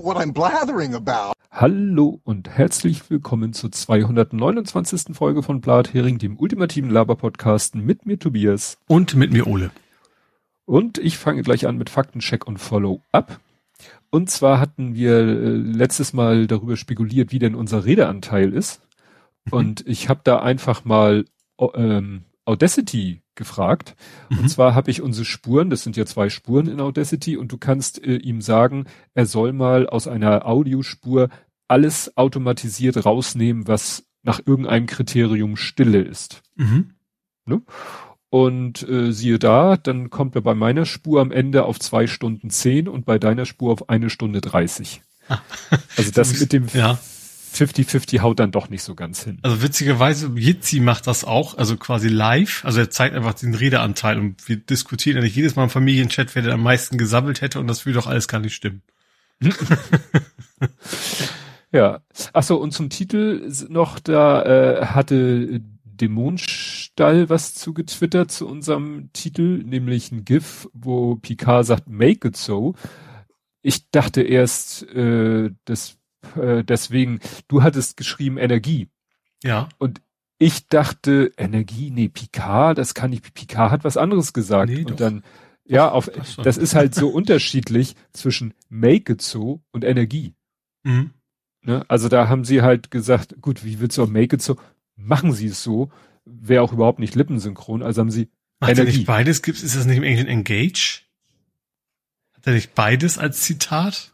what I'm blathering about. Hallo und herzlich willkommen zur 229. Folge von Blathering, dem ultimativen Laber-Podcast mit mir Tobias. Und mit mir Ole. Und ich fange gleich an mit Faktencheck und Follow-up. Und zwar hatten wir letztes Mal darüber spekuliert, wie denn unser Redeanteil ist. Und ich habe da einfach mal Audacity gefragt. Und zwar habe ich unsere Spuren, das sind ja 2 Spuren in Audacity, und du kannst ihm sagen, er soll mal aus einer Audiospur alles automatisiert rausnehmen, was nach irgendeinem Kriterium Stille ist. Ne? Und siehe da, dann kommt er bei meiner Spur am Ende auf 2 Stunden 10 und bei deiner Spur auf 1 Stunde 30. Also das mit dem 50-50 haut dann doch nicht so ganz hin. Also witzigerweise, Jitsi macht das auch, also quasi live. Also er zeigt einfach den Redeanteil und wir diskutieren ja nicht jedes Mal im Familienchat, wer denn am meisten gesammelt hätte, und das will doch alles gar nicht stimmen. Ja. Achso, und zum Titel noch, da hatte Dämonenstall was zu getwittert zu unserem Titel, nämlich ein GIF, wo Picard sagt, make it so. Ich dachte erst, deswegen, du hattest geschrieben Energie. Ja. Und ich dachte, Energie, nee, Picard, das kann nicht, Picard hat was anderes gesagt. Nee, und doch. dann, ja, das ist halt so unterschiedlich zwischen make it so und Energie. Mhm. Ne? Also da haben sie halt gesagt, gut, wie willst du auch make it so? Machen sie es so, wäre auch überhaupt nicht lippensynchron, also haben sie Hat er Energie. nicht beides? Ist das nicht im Englischen engage? Hat er nicht beides als Zitat?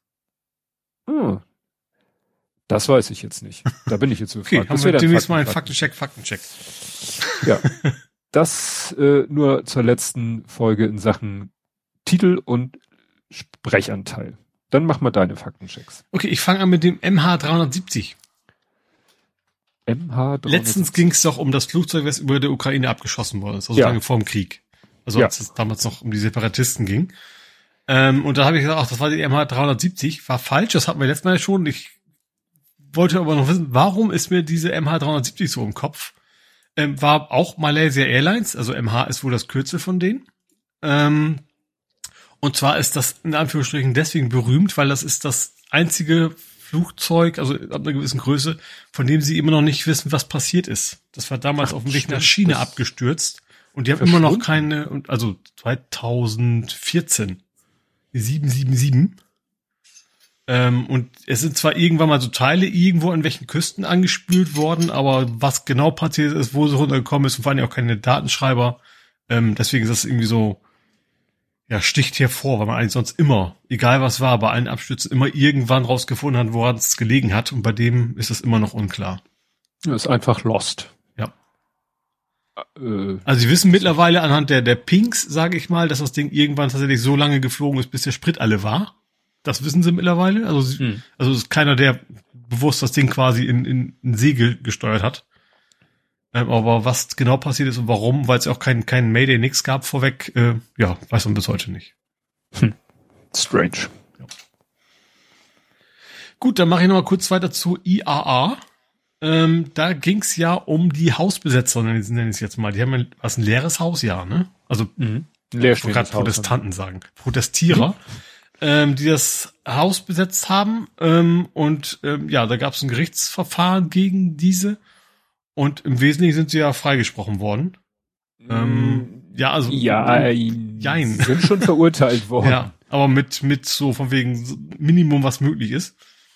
Das weiß ich jetzt nicht. Da bin ich jetzt Okay, gefragt. haben wir demnächst mal einen Faktencheck. Ja, das nur zur letzten Folge in Sachen Titel und Sprechanteil. Dann mach mal deine Faktenchecks. Okay, ich fange an mit dem MH370. MH370. Letztens ging es doch um das Flugzeug, das über der Ukraine abgeschossen worden ist, also lange vor dem Krieg. Also als es damals noch um die Separatisten ging. Und da habe ich gesagt, ach, das war die MH370. War falsch, das hatten wir letztes Mal schon. Ich wollte aber noch wissen, warum ist mir diese MH370 so im Kopf? War auch Malaysia Airlines, also MH ist wohl das Kürzel von denen. Und zwar ist das in Anführungsstrichen deswegen berühmt, weil das ist das einzige Flugzeug, also ab einer gewissen Größe, von dem sie immer noch nicht wissen, was passiert ist. Das war damals auf dem Weg nach China abgestürzt und die haben immer noch keine, also 2014, die 777. Und es sind zwar irgendwann mal so Teile irgendwo an welchen Küsten angespült worden, aber was genau passiert ist, wo sie runtergekommen ist, und vor allem auch keine Datenschreiber. Deswegen ist das irgendwie so, ja, sticht hervor, weil man eigentlich sonst immer, egal was war, bei allen Abstürzen immer irgendwann rausgefunden hat, woran es gelegen hat, und bei dem ist das immer noch unklar. Ja, ist einfach lost. Ja. Also sie wissen mittlerweile anhand der Pings, sage ich mal, dass das Ding irgendwann tatsächlich so lange geflogen ist, bis der Sprit alle war. Das wissen sie mittlerweile. Also also ist keiner, der bewusst das Ding quasi in Segel gesteuert hat. Aber was genau passiert ist und warum, weil es ja auch kein Mayday nix gab vorweg, weiß man bis heute nicht. Strange. Ja. Gut, dann mache ich noch mal kurz weiter zu IAA. Da ging's ja um die Hausbesetzer, nenne ich es jetzt mal. Die haben ein leeres Haus, ja, ne? Also gerade Protestanten sagen. Protestierer, die das Haus besetzt haben. Da gab es ein Gerichtsverfahren gegen diese. Und im Wesentlichen sind sie ja freigesprochen worden. Jein. Sind schon verurteilt worden. Ja, aber mit so von wegen Minimum, was möglich ist.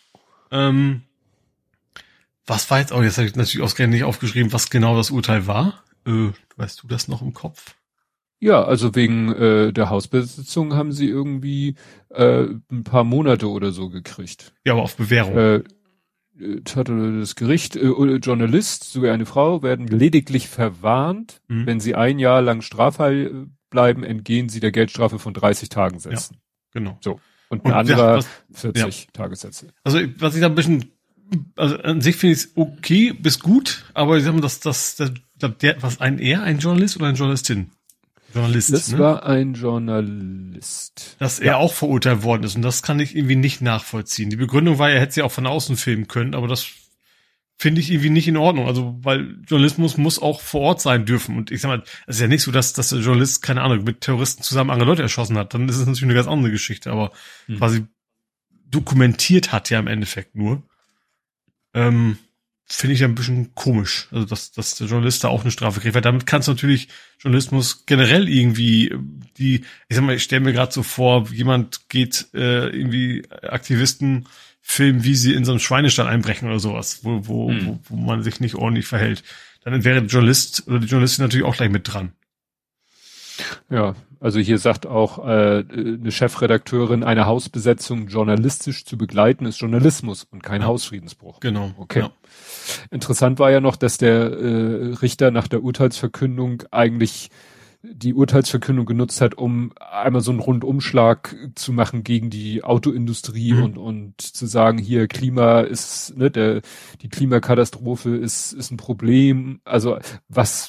Was war jetzt auch, jetzt habe ich natürlich ausgerechnet nicht aufgeschrieben, was genau das Urteil war. Weißt du das noch im Kopf? Ja, also wegen der Hausbesitzung haben sie irgendwie ein paar Monate oder so gekriegt. Ja, aber auf Bewährung. Hatte das Gericht, Journalist sowie eine Frau werden lediglich verwarnt, wenn sie 1 Jahr lang straffrei bleiben, entgehen sie der Geldstrafe von 30 Tagessätzen. Ja, genau. So. Und ein anderer 40 Tagessätze. Also was ich da ein bisschen, also an sich finde ich es okay bis gut, aber ich sag mal, was ein Journalist oder eine Journalistin? Journalist, das war ein Journalist. Dass er auch verurteilt worden ist, und das kann ich irgendwie nicht nachvollziehen. Die Begründung war, er hätte sie auch von außen filmen können, aber das finde ich irgendwie nicht in Ordnung. Also, weil Journalismus muss auch vor Ort sein dürfen. Und ich sag mal, es ist ja nicht so, dass der Journalist, keine Ahnung, mit Terroristen zusammen andere Leute erschossen hat. Dann ist es natürlich eine ganz andere Geschichte. Aber quasi dokumentiert hat ja im Endeffekt nur, finde ich ja ein bisschen komisch. Also, dass der Journalist da auch eine Strafe kriegt, weil damit kannst du natürlich Journalismus generell irgendwie ich sag mal, ich stelle mir gerade so vor, jemand geht irgendwie Aktivisten filmen, wie sie in so einem Schweinestall einbrechen oder sowas, wo man sich nicht ordentlich verhält. Dann wäre der Journalist oder die Journalistin natürlich auch gleich mit dran. Ja, also hier sagt auch eine Chefredakteurin, eine Hausbesetzung journalistisch zu begleiten ist Journalismus und kein Hausfriedensbruch. Genau. Okay. Ja. Interessant war ja noch, dass der Richter nach der Urteilsverkündung eigentlich die Urteilsverkündung genutzt hat, um einmal so einen Rundumschlag zu machen gegen die Autoindustrie und zu sagen, hier Klima ist, ne, die Klimakatastrophe ist ein Problem. Also was,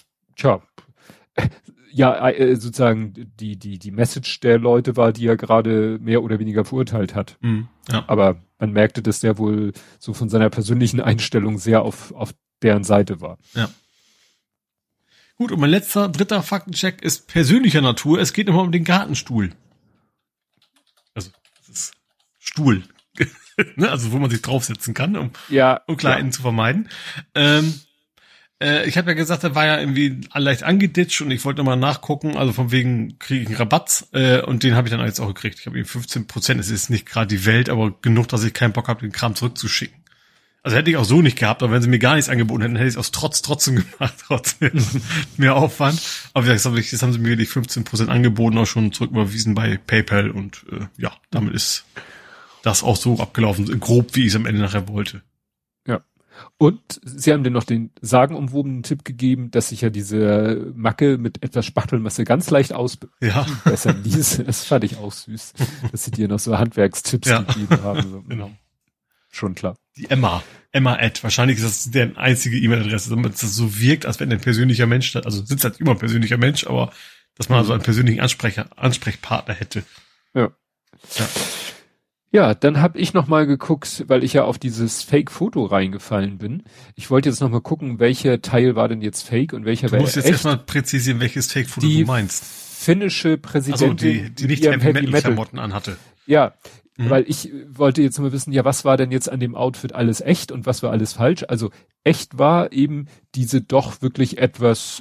sozusagen die Message der Leute war, die er gerade mehr oder weniger verurteilt hat. Ja. Aber man merkte, dass der wohl so von seiner persönlichen Einstellung sehr auf deren Seite war. Ja. Gut, und mein dritter Faktencheck ist persönlicher Natur. Es geht immer um den Gartenstuhl. Also, das ist Stuhl. Ne? Also, wo man sich draufsetzen kann, um Unklarheiten zu vermeiden. Ich habe ja gesagt, er war ja irgendwie leicht angeditscht und ich wollte nochmal nachgucken, also von wegen kriege ich einen Rabatt und den habe ich dann jetzt auch gekriegt. Ich habe ihm 15%, es ist nicht gerade die Welt, aber genug, dass ich keinen Bock habe, den Kram zurückzuschicken. Also hätte ich auch so nicht gehabt, aber wenn sie mir gar nichts angeboten hätten, hätte ich es aus trotzdem gemacht, trotzdem mehr Aufwand. Aber jetzt haben sie mir die 15% angeboten, auch schon zurücküberwiesen bei PayPal und damit ist das auch so abgelaufen, grob, wie ich es am Ende nachher wollte. Ja. Und sie haben dir noch den sagenumwobenen Tipp gegeben, dass sich ja diese Macke mit etwas Spachtelmasse ganz leicht ausbessern ließ. Das fand ich auch süß, dass sie dir noch so Handwerkstipps gegeben haben. So. Genau. Schon klar. Die Emma wahrscheinlich ist das deren einzige E-Mail-Adresse, damit das so wirkt, als wenn ein persönlicher Mensch, also sitzt halt immer ein persönlicher Mensch, aber dass man also einen persönlichen Ansprechpartner hätte. Ja. Ja, dann habe ich noch mal geguckt, weil ich ja auf dieses Fake-Foto reingefallen bin. Ich wollte jetzt noch mal gucken, welcher Teil war denn jetzt Fake und welcher war echt. Du musst jetzt erstmal präzisieren, welches Fake-Foto du meinst. Die finnische Präsidentin, also die nicht Heavy-Metal-Klamotten anhatte. Ja, weil ich wollte jetzt mal wissen, ja, was war denn jetzt an dem Outfit alles echt und was war alles falsch? Also echt war eben diese doch wirklich etwas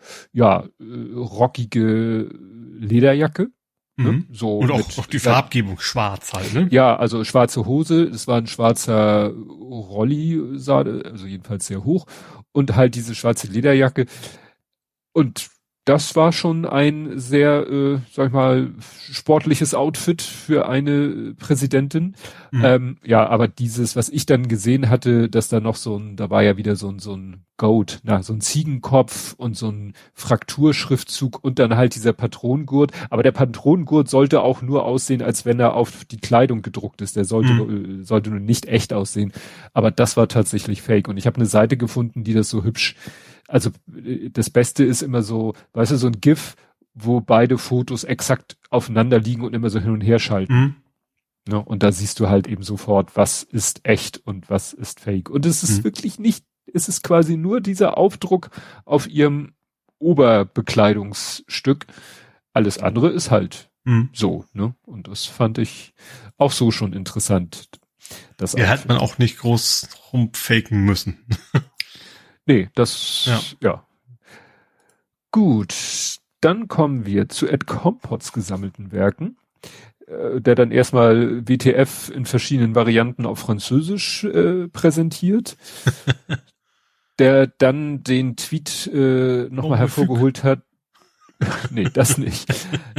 rockige Lederjacke. Ne? So und auch die Farbgebung schwarz halt, ne? Ja, also schwarze Hose, es war ein schwarzer Rolli, also jedenfalls sehr hoch und halt diese schwarze Lederjacke und das war schon ein sehr, sag ich mal, sportliches Outfit für eine Präsidentin. Aber dieses, was ich dann gesehen hatte, dass da noch da war ja wieder so ein Goat, so ein Ziegenkopf und so ein Frakturschriftzug und dann halt dieser Patronengurt. Aber der Patronengurt sollte auch nur aussehen, als wenn er auf die Kleidung gedruckt ist. Der sollte nur nicht echt aussehen. Aber das war tatsächlich fake. Und ich habe eine Seite gefunden, die das so hübsch. Also das Beste ist immer so, weißt du, so ein GIF, wo beide Fotos exakt aufeinander liegen und immer so hin und her schalten. Ne? Und da siehst du halt eben sofort, was ist echt und was ist fake. Und es ist wirklich nicht, es ist quasi nur dieser Aufdruck auf ihrem Oberbekleidungsstück. Alles andere ist halt so. Ne? Und das fand ich auch so schon interessant. Hat man auch nicht groß rumfaken müssen. Nee, ja. Gut, dann kommen wir zu Ed Compots gesammelten Werken, der dann erstmal WTF in verschiedenen Varianten auf Französisch präsentiert, der dann den Tweet nochmal hervorgeholt hat. Nee, das nicht.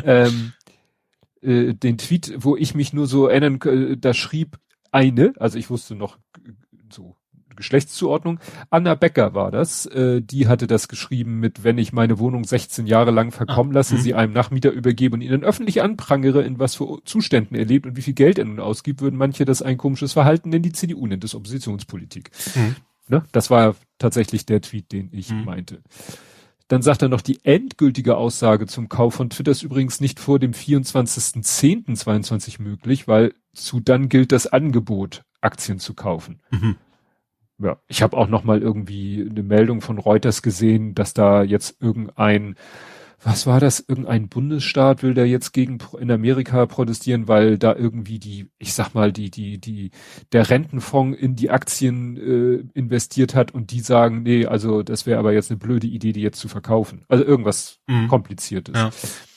Den Tweet, wo ich mich nur so erinnern, da schrieb also ich wusste noch so Geschlechtszuordnung. Anna Becker war das. Die hatte das geschrieben mit, wenn ich meine Wohnung 16 Jahre lang verkommen lasse, sie einem Nachmieter übergebe und ihn dann öffentlich anprangere, in was für Zuständen er lebt und wie viel Geld er nun ausgibt, würden manche das ein komisches Verhalten, denn die CDU nennt es Oppositionspolitik. Ne? Das war tatsächlich der Tweet, den ich meinte. Dann sagt er noch, die endgültige Aussage zum Kauf von Twitter ist übrigens nicht vor dem 24.10.22 möglich, weil dann gilt das Angebot, Aktien zu kaufen. Ja, ich habe auch noch mal irgendwie eine Meldung von Reuters gesehen, dass da jetzt irgendein was war das? Irgendein Bundesstaat will da jetzt in Amerika protestieren, weil da irgendwie der Rentenfonds in die Aktien investiert hat und die sagen, nee, also das wäre aber jetzt eine blöde Idee, die jetzt zu verkaufen. Also irgendwas Kompliziertes. Ja.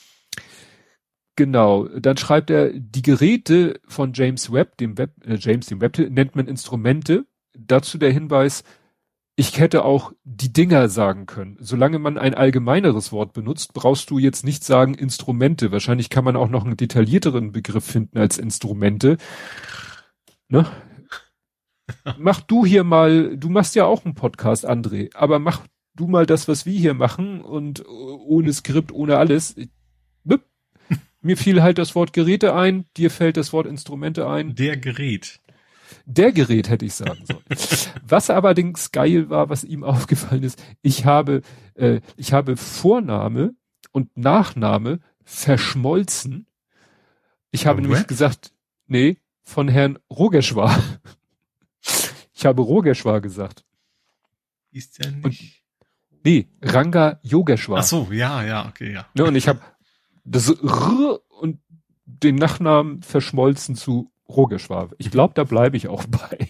Genau, dann schreibt er, die Geräte von James Webb, dem Webb nennt man Instrumente. Dazu der Hinweis, ich hätte auch die Dinger sagen können. Solange man ein allgemeineres Wort benutzt, brauchst du jetzt nicht sagen Instrumente. Wahrscheinlich kann man auch noch einen detaillierteren Begriff finden als Instrumente. Ne? Mach du hier mal, du machst ja auch einen Podcast, André, aber mach du mal das, was wir hier machen und ohne Skript, ohne alles. Mir fiel halt das Wort Geräte ein, dir fällt das Wort Instrumente ein. Der Gerät hätte ich sagen sollen. Was allerdings geil war, was ihm aufgefallen ist, ich habe Vorname und Nachname verschmolzen. Ich habe nämlich gesagt, nee, von Herrn Rogeshwar. Ich habe Rogeshwar gesagt. Ist ja nicht. Nee, Ranga Yogeshwar. Ach so, ja, okay, ja. Ne, und ich habe das R und den Nachnamen verschmolzen zu Rogeshwar. Ich glaube, da bleibe ich auch bei.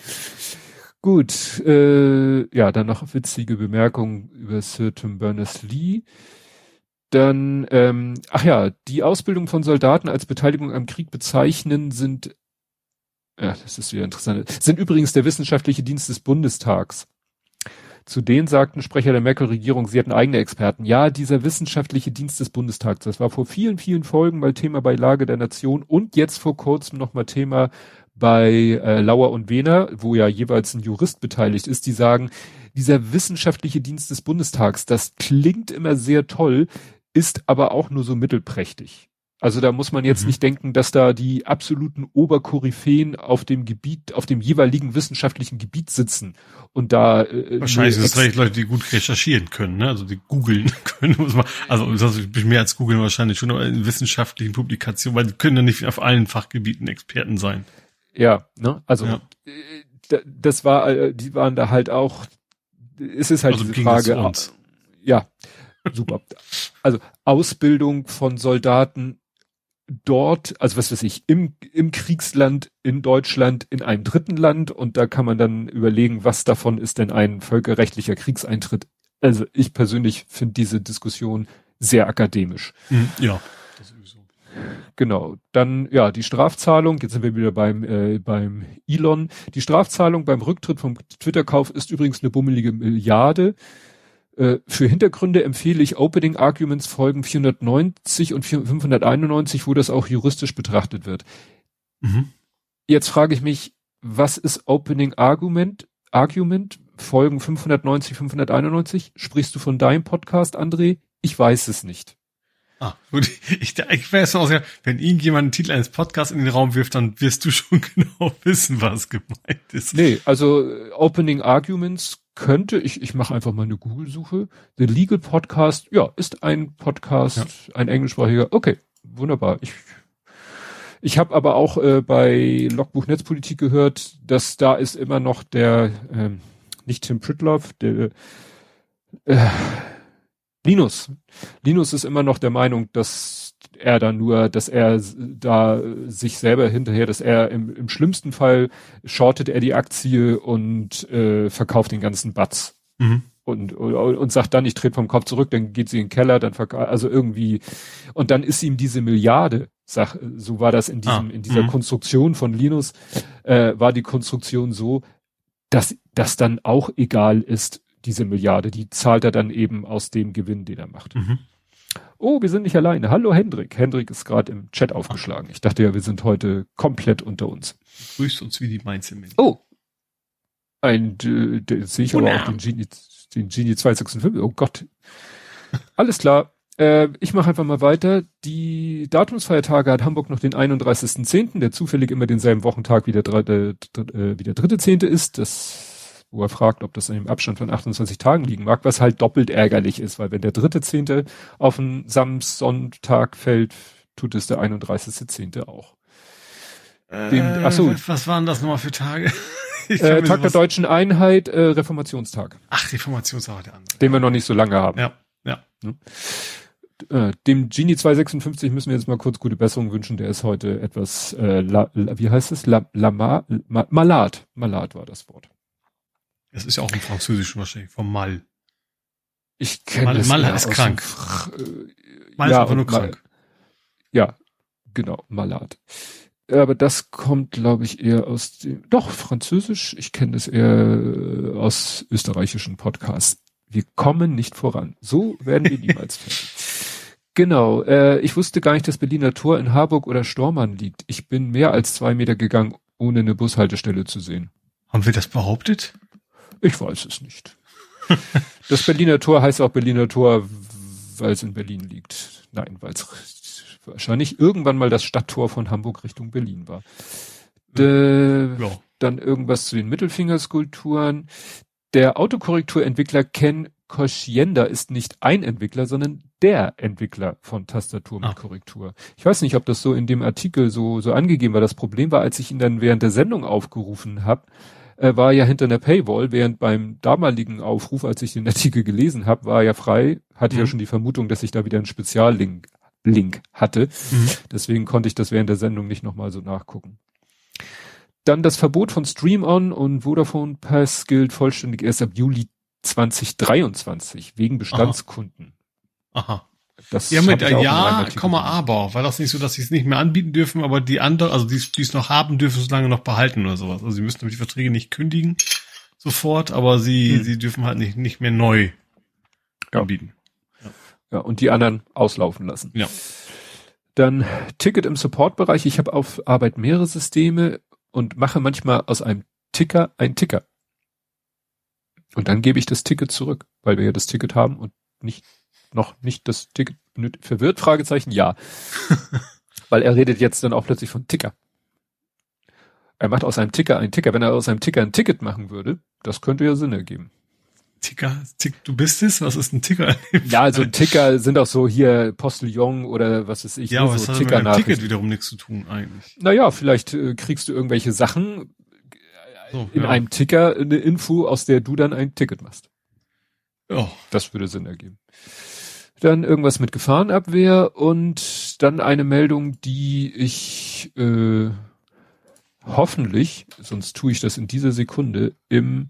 Gut, ja, dann noch witzige Bemerkungen über Sir Tim Berners-Lee. Dann, die Ausbildung von Soldaten als Beteiligung am Krieg bezeichnen sind übrigens der wissenschaftliche Dienst des Bundestags. Zu denen sagten Sprecher der Merkel-Regierung, sie hätten eigene Experten. Ja, dieser wissenschaftliche Dienst des Bundestags, das war vor vielen, vielen Folgen mal Thema bei Lage der Nation und jetzt vor kurzem nochmal Thema bei Lauer und Wehner, wo ja jeweils ein Jurist beteiligt ist, die sagen, dieser wissenschaftliche Dienst des Bundestags, das klingt immer sehr toll, ist aber auch nur so mittelprächtig. Also da muss man jetzt nicht denken, dass da die absoluten Oberkoryphäen auf dem Gebiet, auf dem jeweiligen wissenschaftlichen Gebiet sitzen und da wahrscheinlich sind es Leute, die gut recherchieren können, ne? Also die googeln können. Also mehr als googeln wahrscheinlich schon, aber in wissenschaftlichen Publikationen, weil die können ja nicht auf allen Fachgebieten Experten sein. Ja, ne? Also das war, die waren da halt auch. Es ist halt also diese Frage. Ja, super. Also Ausbildung von Soldaten dort, also was weiß ich, im Kriegsland, in Deutschland, in einem dritten Land und da kann man dann überlegen, was davon ist denn ein völkerrechtlicher Kriegseintritt. Also ich persönlich finde diese Diskussion sehr akademisch. Ja, das sowieso. Genau. Dann, ja, die Strafzahlung, jetzt sind wir wieder beim Elon. Die Strafzahlung beim Rücktritt vom Twitter-Kauf ist übrigens eine bummelige Milliarde. Für Hintergründe empfehle ich Opening Arguments Folgen 490 und 591, wo das auch juristisch betrachtet wird. Jetzt frage ich mich, was ist Opening Argument Folgen 590, 591? Sprichst du von deinem Podcast, André? Ich weiß es nicht. Ah, gut. Ich weiß auch, wenn irgendjemand einen Titel eines Podcasts in den Raum wirft, dann wirst du schon genau wissen, was gemeint ist. Nee, also Opening Arguments könnte, ich mache einfach mal eine Google-Suche. The Legal Podcast, ja, ist ein Podcast, ein englischsprachiger. Okay, wunderbar. Ich habe aber auch bei Logbuch Netzpolitik gehört, dass da ist immer noch der, nicht Tim Pritloff, der Linus. Linus ist immer noch der Meinung, dass er da sich selber hinterher, dass er im schlimmsten Fall shortet er die Aktie und verkauft den ganzen Batz. Und sagt dann, ich trete vom Kopf zurück, dann geht sie in den Keller, also irgendwie, und dann ist ihm diese Milliarde, so war das in dieser Konstruktion von Linus, war die Konstruktion so, dass das dann auch egal ist, diese Milliarde, die zahlt er dann eben aus dem Gewinn, den er macht. Oh, wir sind nicht alleine. Hallo Hendrik. Hendrik ist gerade im Chat aufgeschlagen. Ich dachte ja, wir sind heute komplett unter uns. Grüßt uns wie die Mainz-Menschen. Oh. Sehe ich aber auch den Genie 265. Oh Gott. Alles klar. Ich mache einfach mal weiter. Die Datumsfeiertage hat Hamburg noch den 31.10., der zufällig immer denselben Wochentag wie der 3.10. ist. Wo er fragt, ob das in einem Abstand von 28 Tagen liegen mag, was halt doppelt ärgerlich ist, weil wenn der 3.10. auf einen Sonntag fällt, tut es der 31.10. auch. Was waren das nochmal für Tage? Tag der Deutschen Einheit, Reformationstag. Ach, Reformationstag, der andere. Den wir noch nicht so lange haben. Ja. Dem Genie 256 müssen wir jetzt mal kurz gute Besserung wünschen. Der ist heute etwas, wie heißt es? Malat. Malat war das Wort. Das ist ja auch im Französischen wahrscheinlich, vom Mal. Ich kenne das. Mal ist krank. Mal ist einfach nur krank. Ja, genau, Malat. Aber das kommt, glaube ich, eher aus dem, doch, Französisch. Ich kenne das eher aus österreichischen Podcasts. Wir kommen nicht voran. So werden wir niemals fertig. Genau, ich wusste gar nicht, dass Berliner Tor in Harburg oder Stormarn liegt. Ich bin mehr als 2 Meter gegangen, ohne eine Bushaltestelle zu sehen. Haben wir das behauptet? Ich weiß es nicht. Das Berliner Tor heißt auch Berliner Tor, weil es in Berlin liegt. Nein, weil es wahrscheinlich irgendwann mal das Stadttor von Hamburg Richtung Berlin war. Ja. Dann irgendwas zu den Mittelfingerskulpturen. Der Autokorrekturentwickler Ken Koscienda ist nicht ein Entwickler, sondern der Entwickler von Tastatur mit Korrektur. Ich weiß nicht, ob das so in dem Artikel so angegeben war. Das Problem war, als ich ihn dann während der Sendung aufgerufen habe, war ja hinter einer Paywall, während beim damaligen Aufruf, als ich den Artikel gelesen habe, war ja frei, hatte ich ja schon die Vermutung, dass ich da wieder einen Speziallink hatte. Deswegen konnte ich das während der Sendung nicht nochmal so nachgucken. Dann das Verbot von Stream-On und Vodafone Pass gilt vollständig erst ab Juli 2023 wegen Bestandskunden. Aha. Das ja, mit aber. War das nicht so, dass sie es nicht mehr anbieten dürfen, aber die anderen, also die es noch haben, dürfen es lange noch behalten oder sowas. Also sie müssen die Verträge nicht kündigen sofort, aber sie dürfen halt nicht mehr neu anbieten. Ja, und die anderen auslaufen lassen. Ja. Dann Ticket im Support-Bereich. Ich habe auf Arbeit mehrere Systeme und mache manchmal aus einem Ticker ein Ticker. Und dann gebe ich das Ticket zurück, weil wir ja das Ticket haben und noch nicht das Ticket verwirrt? Fragezeichen, ja. Weil er redet jetzt dann auch plötzlich von Ticker. Er macht aus einem Ticker ein Ticker. Wenn er aus einem Ticker ein Ticket machen würde, das könnte ja Sinn ergeben. Ticker, du bist es? Was ist ein Ticker? Ja, also Ticker sind auch so hier Postillon oder was weiß ich. Ja, aber so das hat mit dem Ticket wiederum nichts zu tun eigentlich. Naja, vielleicht kriegst du irgendwelche Sachen in einem Ticker, eine Info, aus der du dann ein Ticket machst. Ja. Das würde Sinn ergeben. Dann irgendwas mit Gefahrenabwehr und dann eine Meldung, die ich hoffentlich, sonst tue ich das in dieser Sekunde, im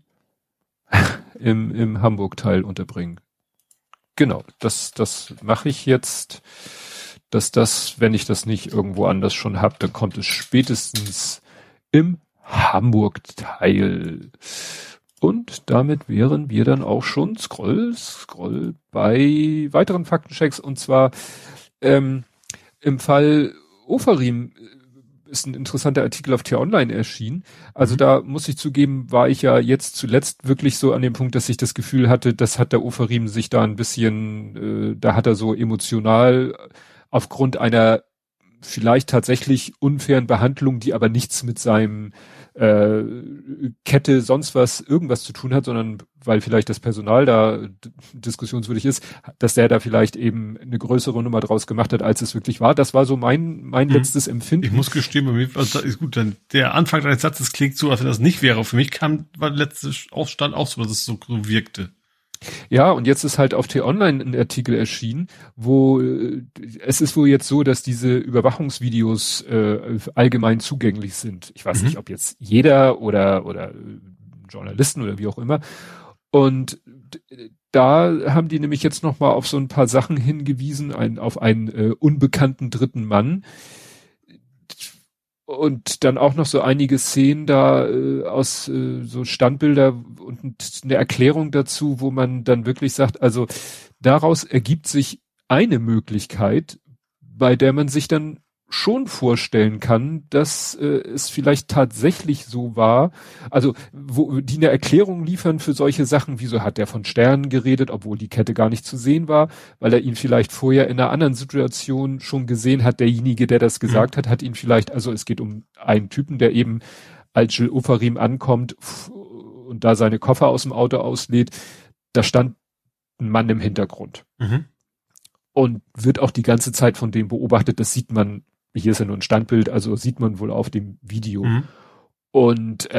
Hamburg-Teil unterbringen. Genau, das mache ich jetzt, dass das, wenn ich das nicht irgendwo anders schon habe, dann kommt es spätestens im Hamburg-Teil. Und damit wären wir dann auch schon Scroll bei weiteren Faktenchecks. Und zwar im Fall Ofarim ist ein interessanter Artikel auf T-Online erschienen. Also da muss ich zugeben, war ich ja jetzt zuletzt wirklich so an dem Punkt, dass ich das Gefühl hatte, das hat der Ofarim sich da ein bisschen, da hat er so emotional aufgrund einer vielleicht tatsächlich unfairen Behandlung, die aber nichts mit seinem Kette sonst was irgendwas zu tun hat, sondern weil vielleicht das Personal da diskussionswürdig ist, dass der da vielleicht eben eine größere Nummer draus gemacht hat, als es wirklich war. Das war so mein letztes Empfinden. Ich muss gestehen, bei mir, also ist gut, dann der Anfang deines Satzes klingt so, als wenn das nicht wäre. Für mich war letzte Aufstand auch so, dass es so wirkte. Ja, und jetzt ist halt auf T-Online ein Artikel erschienen, wo es ist wohl jetzt so, dass diese Überwachungsvideos allgemein zugänglich sind. Ich weiß nicht, ob jetzt jeder oder Journalisten oder wie auch immer. Und da haben die nämlich jetzt noch mal auf so ein paar Sachen hingewiesen, auf einen unbekannten dritten Mann. Und dann auch noch so einige Szenen da aus so Standbilder und eine Erklärung dazu, wo man dann wirklich sagt, also daraus ergibt sich eine Möglichkeit, bei der man sich dann schon vorstellen kann, dass es vielleicht tatsächlich so war, also wo die eine Erklärung liefern für solche Sachen, wieso hat der von Sternen geredet, obwohl die Kette gar nicht zu sehen war, weil er ihn vielleicht vorher in einer anderen Situation schon gesehen hat, derjenige, der das gesagt hat ihn vielleicht, also es geht um einen Typen, der eben als Gil Ofarim ankommt und da seine Koffer aus dem Auto auslädt, da stand ein Mann im Hintergrund. Und wird auch die ganze Zeit von dem beobachtet, das sieht man, hier ist ja nur ein Standbild, also sieht man wohl auf dem Video. Und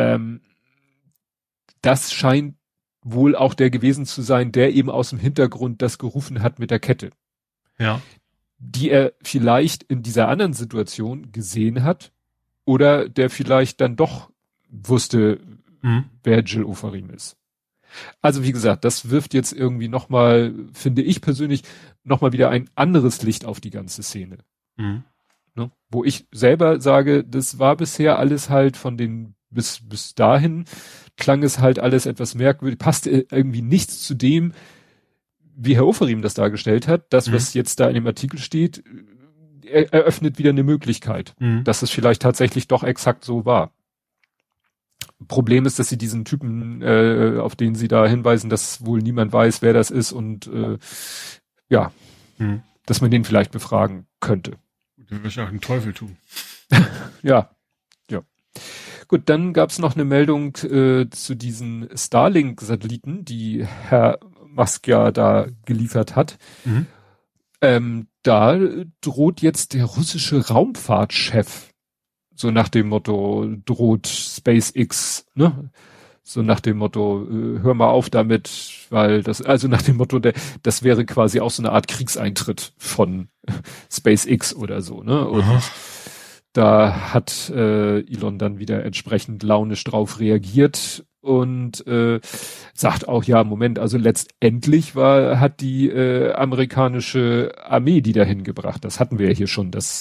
das scheint wohl auch der gewesen zu sein, der eben aus dem Hintergrund das gerufen hat mit der Kette. Ja. Die er vielleicht in dieser anderen Situation gesehen hat oder der vielleicht dann doch wusste, wer Jill Ofarim ist. Also wie gesagt, das wirft jetzt irgendwie nochmal, finde ich persönlich, nochmal wieder ein anderes Licht auf die ganze Szene. Mhm. Ne? Wo ich selber sage, das war bisher alles halt von den, bis dahin klang es halt alles etwas merkwürdig, passte irgendwie nichts zu dem, wie Herr Ofarim das dargestellt hat. Das, was jetzt da in dem Artikel steht, eröffnet wieder eine Möglichkeit, dass es vielleicht tatsächlich doch exakt so war. Problem ist, dass sie diesen Typen, auf den sie da hinweisen, dass wohl niemand weiß, wer das ist und dass man den vielleicht befragen könnte. Das würde ich auch den Teufel tun. Ja. Gut, dann gab's noch eine Meldung zu diesen Starlink-Satelliten, die Herr Musk ja da geliefert hat. Da droht jetzt der russische Raumfahrtchef, so nach dem Motto, droht SpaceX, ne? So nach dem Motto, hör mal auf damit, weil das, also nach dem Motto, das wäre quasi auch so eine Art Kriegseintritt von SpaceX oder so, ne? Und da hat Elon dann wieder entsprechend launisch drauf reagiert und sagt auch, ja, Moment, also letztendlich hat die amerikanische Armee die dahin gebracht. Das hatten wir ja hier schon, dass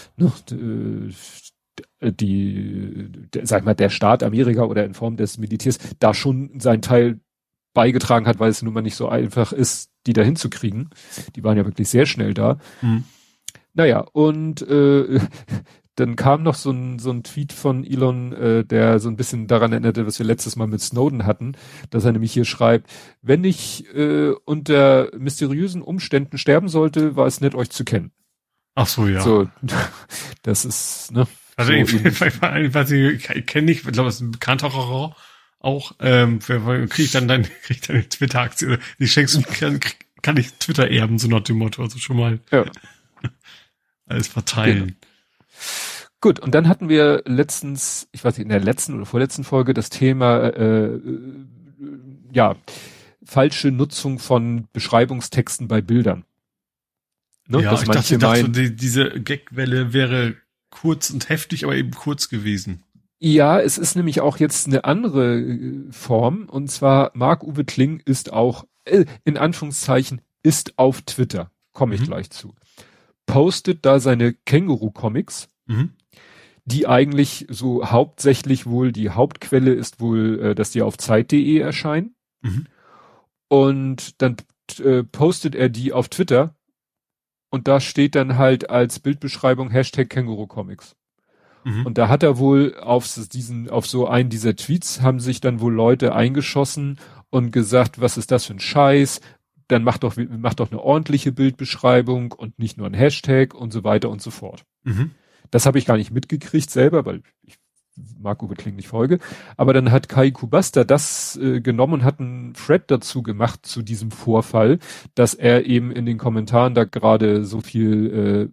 sag mal, der Staat Amerika oder in Form des Militärs da schon seinen Teil beigetragen hat, weil es nun mal nicht so einfach ist, die dahin zu kriegen. Die waren ja wirklich sehr schnell da. Naja, und dann kam noch so ein Tweet von Elon, der so ein bisschen daran erinnerte, was wir letztes Mal mit Snowden hatten, dass er nämlich hier schreibt, wenn ich unter mysteriösen Umständen sterben sollte, war es nett, euch zu kennen. Ach so, ja. So, das ist, ne? Also so ich kenne nicht, ich glaube, das ist ein bekannter Horror auch, krieg ich dann eine Twitter-Aktie, die schenkst du, kann ich Twitter erben, so nach dem Motto, also schon mal alles verteilen. Genau. Gut, und dann hatten wir letztens, ich weiß nicht, in der letzten oder vorletzten Folge das Thema, falsche Nutzung von Beschreibungstexten bei Bildern. Ne? Ja, dass ich dachte diese Gagwelle wäre kurz und heftig, aber eben kurz gewesen. Ja, es ist nämlich auch jetzt eine andere Form, und zwar Marc-Uwe Kling ist auch, in Anführungszeichen, ist auf Twitter, komme ich gleich zu. Postet da seine Känguru-Comics, die eigentlich so hauptsächlich wohl, die Hauptquelle ist wohl, dass die auf Zeit.de erscheinen. Und dann postet er die auf Twitter und da steht dann halt als Bildbeschreibung Hashtag Känguru-Comics. Und da hat er wohl auf so einen dieser Tweets haben sich dann wohl Leute eingeschossen und gesagt, was ist das für ein Scheiß? Dann mach doch eine ordentliche Bildbeschreibung und nicht nur ein Hashtag und so weiter und so fort. Das habe ich gar nicht mitgekriegt selber, weil ich Marc-Uwe Kling nicht folge. Aber dann hat Kai Kubasta das genommen und hat einen Thread dazu gemacht zu diesem Vorfall, dass er eben in den Kommentaren da gerade so viel,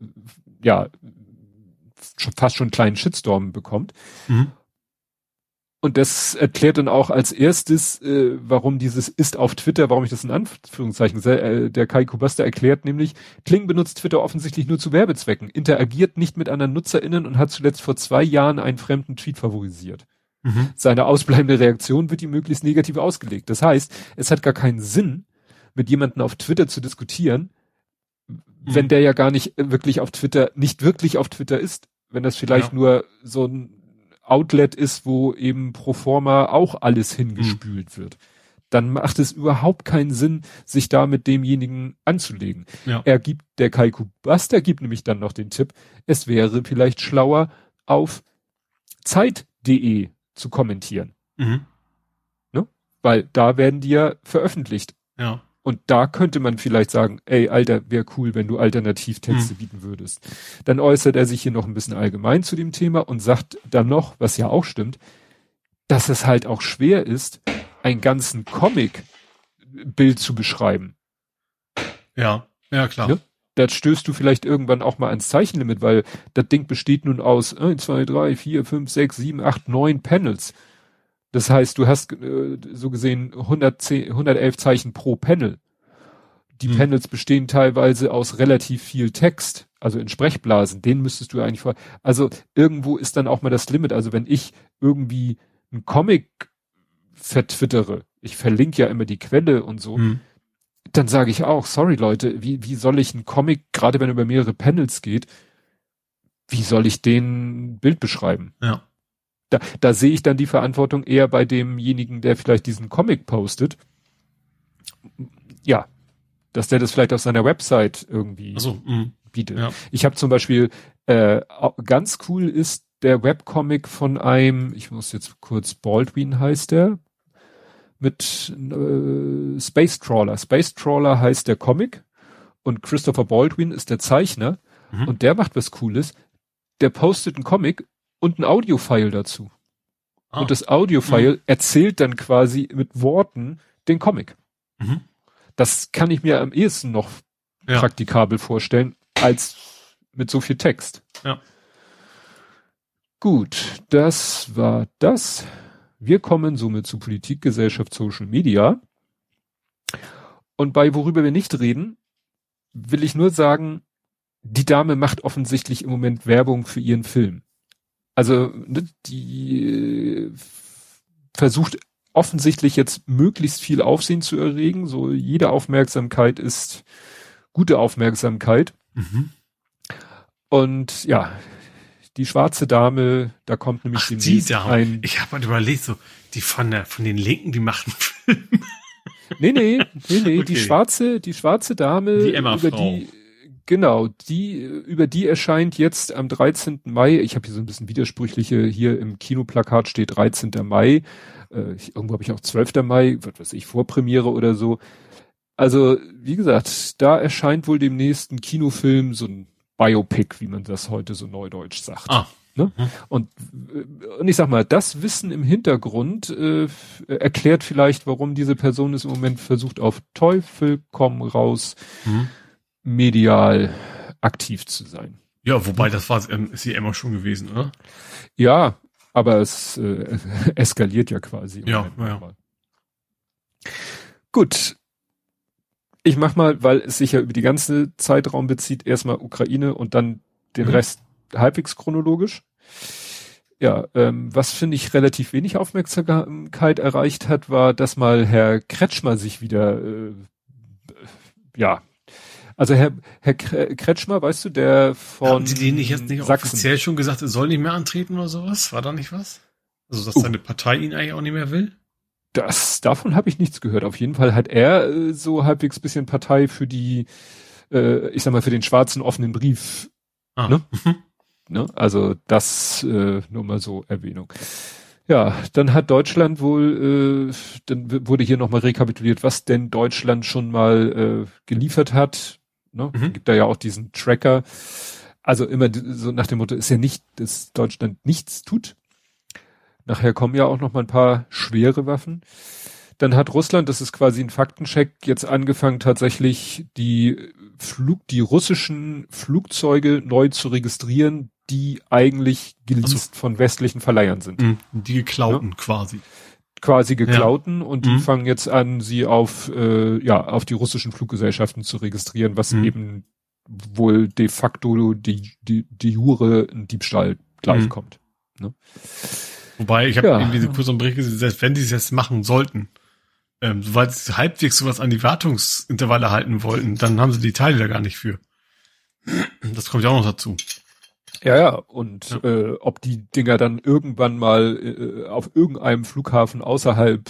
fast schon einen kleinen Shitstorm bekommt. Und das erklärt dann auch als erstes, warum dieses ist auf Twitter, warum ich das in Anführungszeichen, der Kai Kubasta erklärt nämlich, Kling benutzt Twitter offensichtlich nur zu Werbezwecken, interagiert nicht mit anderen NutzerInnen und hat zuletzt vor 2 Jahren einen fremden Tweet favorisiert. Seine ausbleibende Reaktion wird ihm möglichst negativ ausgelegt. Das heißt, es hat gar keinen Sinn, mit jemandem auf Twitter zu diskutieren, wenn der ja gar nicht wirklich auf Twitter ist, wenn das vielleicht nur so ein Outlet ist, wo eben pro forma auch alles hingespült wird. Dann macht es überhaupt keinen Sinn, sich da mit demjenigen anzulegen. Ja. Der Kai Kubasta gibt nämlich dann noch den Tipp, es wäre vielleicht schlauer, auf Zeit.de zu kommentieren. Ne? Weil da werden die ja veröffentlicht. Ja. Und da könnte man vielleicht sagen, ey, Alter, wäre cool, wenn du Alternativtexte bieten würdest. Dann äußert er sich hier noch ein bisschen allgemein zu dem Thema und sagt dann noch, was ja auch stimmt, dass es halt auch schwer ist, einen ganzen Comic-Bild zu beschreiben. Ja, klar. Ne? Da stößt du vielleicht irgendwann auch mal ans Zeichenlimit, weil das Ding besteht nun aus 1, 2, 3, 4, 5, 6, 7, 8, 9 Panels. Das heißt, du hast so gesehen 111 Zeichen pro Panel. Die Panels bestehen teilweise aus relativ viel Text, also in Sprechblasen, den müsstest du eigentlich also irgendwo ist dann auch mal das Limit. Also wenn ich irgendwie einen Comic vertwittere, ich verlinke ja immer die Quelle und so, dann sage ich auch, sorry Leute, wie soll ich einen Comic, gerade wenn er über mehrere Panels geht, wie soll ich den Bild beschreiben? Ja. Da sehe ich dann die Verantwortung eher bei demjenigen, der vielleicht diesen Comic postet. Ja, dass der das vielleicht auf seiner Website irgendwie bietet. Ja. Ich habe zum Beispiel, ganz cool ist der Webcomic von einem, ich muss jetzt kurz, Baldwin heißt der, mit Space Trawler. Space Trawler heißt der Comic und Christopher Baldwin ist der Zeichner und der macht was Cooles. Der postet einen Comic und ein Audiofile dazu. Und das Audiofile erzählt dann quasi mit Worten den Comic. Das kann ich mir am ehesten noch praktikabel vorstellen, als mit so viel Text. Ja. Gut, das war das. Wir kommen somit zu Politik, Gesellschaft, Social Media. Und bei worüber wir nicht reden, will ich nur sagen, die Dame macht offensichtlich im Moment Werbung für ihren Film. Also, ne, die versucht offensichtlich jetzt möglichst viel Aufsehen zu erregen. So jede Aufmerksamkeit ist gute Aufmerksamkeit. Und ja, die schwarze Dame, da kommt nämlich demnächst ein... Ich habe halt überlegt, so die von den Linken, die machen Filme. Nee, okay. die schwarze Dame, die Emma-Frau. Über die erscheint jetzt am 13. Mai, ich habe hier so ein bisschen widersprüchliche, hier im Kinoplakat steht 13. Mai, irgendwo habe ich auch 12. Mai, was weiß ich, Vorpremiere oder so. Also, wie gesagt, da erscheint wohl demnächst ein Kinofilm, so ein Biopic, wie man das heute so neudeutsch sagt. Ne? Und ich sag mal, das Wissen im Hintergrund erklärt vielleicht, warum diese Person es im Moment versucht, auf Teufel komm raus medial aktiv zu sein. Ja, wobei das war ist sie immer schon gewesen, oder? Ja, aber es eskaliert ja quasi. Ja. Gut. Ich mach mal, weil es sich ja über die ganze Zeitraum bezieht, erstmal Ukraine und dann den Rest halbwegs chronologisch. Ja, was finde ich relativ wenig Aufmerksamkeit erreicht hat, war, dass mal Herr Kretschmer sich wieder, also Herr Kretschmer, weißt du, der von haben Sie denen jetzt nicht Sachsen offiziell schon gesagt, er soll nicht mehr antreten oder sowas? War da nicht was? Also, dass seine Partei ihn eigentlich auch nicht mehr will? Davon habe ich nichts gehört. Auf jeden Fall hat er so halbwegs bisschen Partei für die, ich sag mal, für den schwarzen offenen Brief. Ne? Ne? Also das nur mal so Erwähnung. Ja, dann hat Deutschland wohl, dann wurde hier nochmal rekapituliert, was denn Deutschland schon mal geliefert hat. Ne? Gibt da ja auch diesen Tracker. Also immer so nach dem Motto, ist ja nicht, dass Deutschland nichts tut. Nachher kommen ja auch noch mal ein paar schwere Waffen. Dann hat Russland, das ist quasi ein Faktencheck, jetzt angefangen tatsächlich die russischen Flugzeuge neu zu registrieren, die eigentlich geleast von westlichen Verleihern sind. Die geklauten quasi. Quasi geklauten und die fangen jetzt an, sie auf die russischen Fluggesellschaften zu registrieren, was eben wohl de facto die jure ein Diebstahl gleichkommt. Ne? Wobei, ich habe eben diese kurzen Bericht gesehen, selbst wenn die es jetzt machen sollten, soweit sie halbwegs sowas an die Wartungsintervalle halten wollten, dann haben sie die Teile da gar nicht für. Das kommt ja auch noch dazu. Ja, und ob die Dinger dann irgendwann mal auf irgendeinem Flughafen außerhalb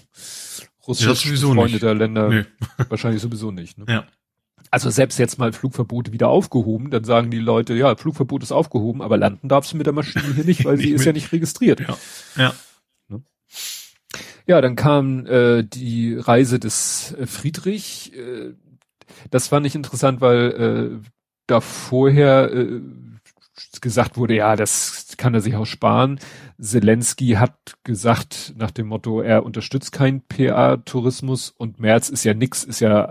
russisch befreundeter Länder wahrscheinlich sowieso nicht. Ne? Ja. Also selbst jetzt mal Flugverbote wieder aufgehoben, dann sagen die Leute, ja, Flugverbot ist aufgehoben, aber landen darfst du mit der Maschine hier nicht, weil sie ist ja nicht registriert. Ja. Ne? Ja, dann kam die Reise des Friedrich. Das fand ich interessant, weil da vorher gesagt wurde, ja, das kann er sich auch sparen. Zelensky hat gesagt, nach dem Motto, er unterstützt keinen PA-Tourismus und Merz ist ja nix, ist ja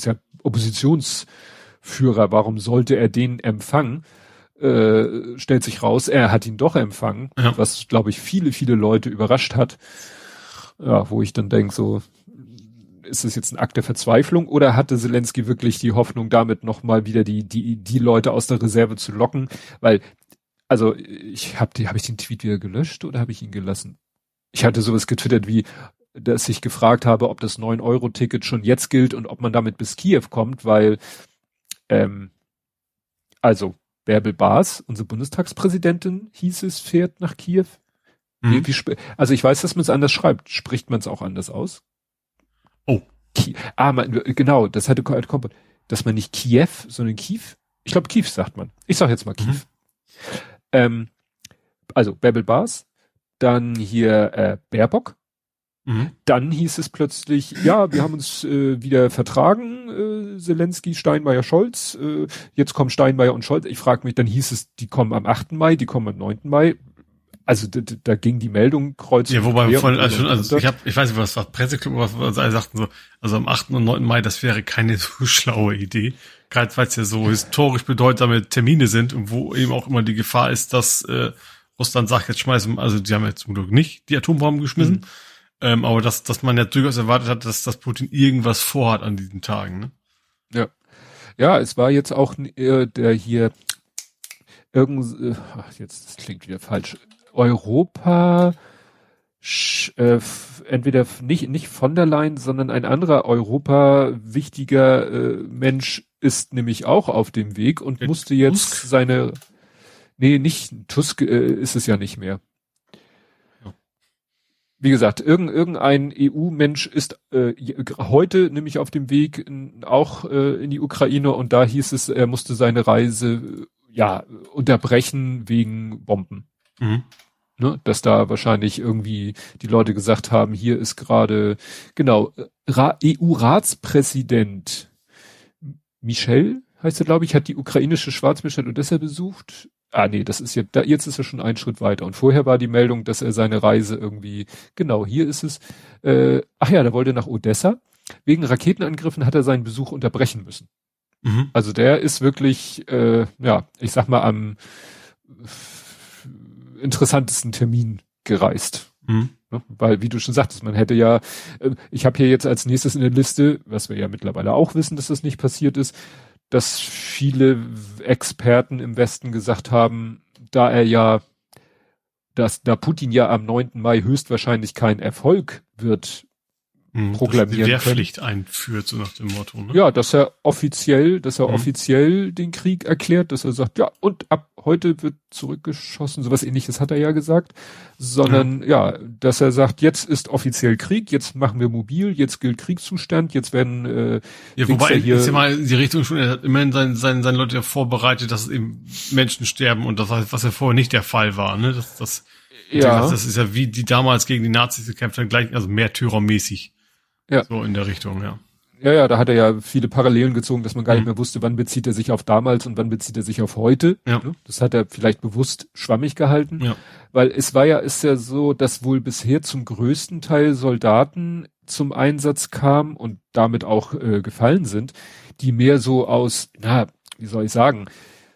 Oppositionsführer, warum sollte er den empfangen? Stellt sich raus, er hat ihn doch empfangen, was, glaube ich, viele, viele Leute überrascht hat. Ja, wo ich dann denke, so, ist es jetzt ein Akt der Verzweiflung oder hatte Zelensky wirklich die Hoffnung, damit nochmal wieder die Leute aus der Reserve zu locken? Weil, also habe ich den Tweet wieder gelöscht oder habe ich ihn gelassen? Ich hatte sowas getwittert wie, dass ich gefragt habe, ob das 9-Euro-Ticket schon jetzt gilt und ob man damit bis Kiew kommt, weil also Bärbel Baas, unsere Bundestagspräsidentin, hieß es, fährt nach Kiew. Mhm. Also ich weiß, dass man es anders schreibt. Spricht man es auch anders aus? Oh. Genau, das hatte Kompott. Dass man nicht Kiew, sondern Kiew. Ich glaube, Kiew sagt man. Ich sag jetzt mal Kiew. Also Bärbel Baas, dann hier Baerbock. Dann hieß es plötzlich, ja, wir haben uns wieder vertragen, Zelensky, Steinmeier, Scholz. Jetzt kommen Steinmeier und Scholz. Ich frage mich, dann hieß es, die kommen am 8. Mai, die kommen am 9. Mai. Also da ging die Meldung kreuz. Ja, wobei ich weiß nicht, was Presseclub, was alle sagten so, also am 8. und 9. Mai, das wäre keine so schlaue Idee. Gerade weil es ja so historisch bedeutsame Termine sind und wo eben auch immer die Gefahr ist, dass Russland sagt, jetzt schmeißen, also die haben jetzt zum Glück nicht die Atombomben geschmissen, aber dass man ja durchaus erwartet hat, dass Putin irgendwas vorhat an diesen Tagen, ne? Ja. Ja, es war jetzt auch der hier jetzt, das klingt wieder falsch. Europa, entweder nicht von der Leyen, sondern ein anderer Europa wichtiger Mensch ist nämlich auch auf dem Weg und musste jetzt Tusk? nicht Tusk ist es ja nicht mehr. Ja. Wie gesagt, irgendein EU-Mensch ist heute nämlich auf dem Weg auch in die Ukraine und da hieß es, er musste seine Reise unterbrechen wegen Bomben. Ne, dass da wahrscheinlich irgendwie die Leute gesagt haben, hier ist gerade, genau, EU-Ratspräsident Michel, heißt er, glaube ich, hat die ukrainische Schwarzmeerstadt Odessa besucht. Nee, das ist jetzt ist er schon einen Schritt weiter. Und vorher war die Meldung, dass er seine Reise irgendwie, genau, hier ist es, der wollte nach Odessa. Wegen Raketenangriffen hat er seinen Besuch unterbrechen müssen. Also der ist wirklich, ich sag mal, am interessantesten Termin gereist. Weil, wie du schon sagtest, man hätte ja, ich habe hier jetzt als nächstes in der Liste, was wir ja mittlerweile auch wissen, dass das nicht passiert ist, dass viele Experten im Westen gesagt haben, da Putin ja am 9. Mai höchstwahrscheinlich kein Erfolg wird proklamieren die Wehrpflicht einführt, so nach dem Motto, ne? Ja, dass er offiziell den Krieg erklärt, dass er sagt, ja, und ab heute wird zurückgeschossen, sowas Ähnliches hat er ja gesagt, sondern dass er sagt, jetzt ist offiziell Krieg, jetzt machen wir mobil, jetzt gilt Kriegszustand, jetzt werden wobei jetzt mal die Richtung schon, er hat immerhin seine Leute ja vorbereitet, dass eben Menschen sterben und das, was ja vorher nicht der Fall war, ne? Das ist ja wie die damals gegen die Nazis gekämpft haben, gleich, also märtyrermäßig. Ja. So in der Richtung, ja. Ja, da hat er ja viele Parallelen gezogen, dass man gar nicht mehr wusste, wann bezieht er sich auf damals und wann bezieht er sich auf heute. Ja. Das hat er vielleicht bewusst schwammig gehalten. Ja. Weil ist ja so, dass wohl bisher zum größten Teil Soldaten zum Einsatz kamen und damit auch gefallen sind, die mehr so aus, wie soll ich sagen,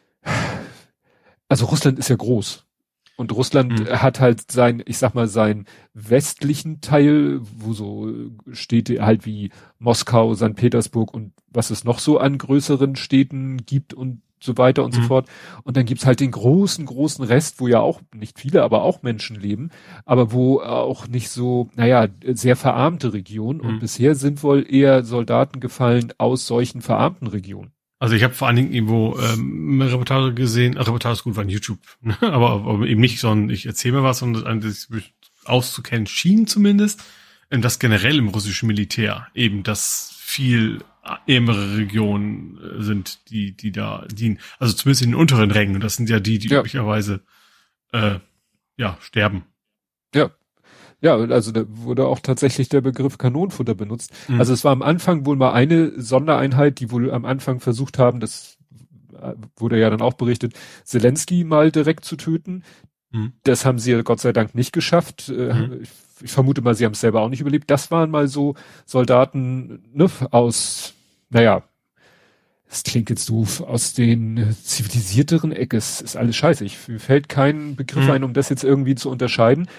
also Russland ist ja groß. Und Russland hat halt seinen westlichen Teil, wo so Städte halt wie Moskau, St. Petersburg und was es noch so an größeren Städten gibt und so weiter und so fort. Und dann gibt's halt den großen Rest, wo ja auch nicht viele, aber auch Menschen leben, aber wo auch nicht so, sehr verarmte Regionen. Und bisher sind wohl eher Soldaten gefallen aus solchen verarmten Regionen. Also ich habe vor allen Dingen irgendwo eine Reportage gesehen, Reportage ist gut, war in YouTube, ne? aber eben nicht, sondern ich erzähle mir was und das auszukennen schien zumindest, dass generell im russischen Militär eben das viel ärmere Regionen sind, die da dienen, also zumindest in den unteren Rängen, und das sind ja die üblicherweise sterben. Ja. Ja, also da wurde auch tatsächlich der Begriff Kanonenfutter benutzt. Also es war am Anfang wohl mal eine Sondereinheit, die wohl am Anfang versucht haben, das wurde ja dann auch berichtet, Zelensky mal direkt zu töten. Das haben sie Gott sei Dank nicht geschafft. Ich vermute mal, sie haben es selber auch nicht überlebt. Das waren mal so Soldaten aus, es klingt jetzt doof, aus den zivilisierteren Ecke. Es ist alles scheiße. Mir fällt kein Begriff ein, um das jetzt irgendwie zu unterscheiden.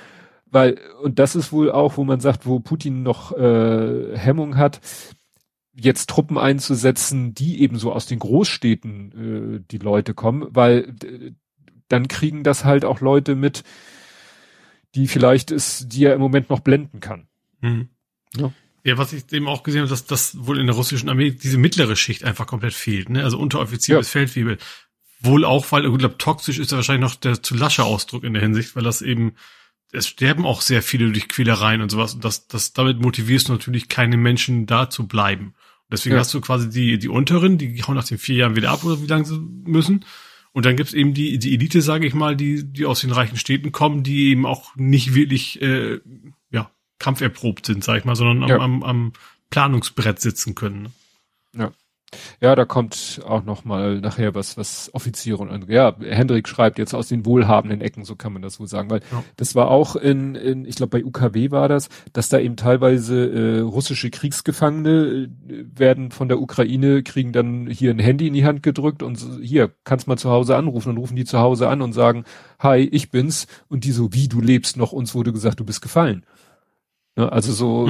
und das ist wohl auch, wo man sagt, wo Putin noch Hemmung hat, jetzt Truppen einzusetzen, die eben so aus den Großstädten die Leute kommen, weil dann kriegen das halt auch Leute mit, die die er im Moment noch blenden kann. Mhm. Ja, was ich eben auch gesehen habe, dass das wohl in der russischen Armee diese mittlere Schicht einfach komplett fehlt, ne? Also Unteroffizier bis Feldwebel. Wohl auch, weil, ich glaube, toxisch ist ja wahrscheinlich noch der zu lasche Ausdruck in der Hinsicht, weil das eben, es sterben auch sehr viele durch Quälereien und sowas und damit motivierst du natürlich keine Menschen da zu bleiben. Und deswegen hast du quasi die Unteren, die hauen nach den 4 Jahren wieder ab oder wie lange sie müssen. Und dann gibt's eben die Elite, sage ich mal, die aus den reichen Städten kommen, die eben auch nicht wirklich, kampferprobt sind, sag ich mal, sondern am Planungsbrett sitzen können. Ne? Ja. Ja, da kommt auch noch mal nachher was Offiziere und ja, Hendrik schreibt jetzt aus den wohlhabenden Ecken, so kann man das wohl sagen, weil das war auch ich glaube bei UKW war das, dass da eben teilweise russische Kriegsgefangene werden von der Ukraine, kriegen dann hier ein Handy in die Hand gedrückt und hier, kannst mal zu Hause anrufen und rufen die zu Hause an und sagen, hi, ich bin's und die so, wie, du lebst noch, uns wurde gesagt, du bist gefallen. Ne, also so,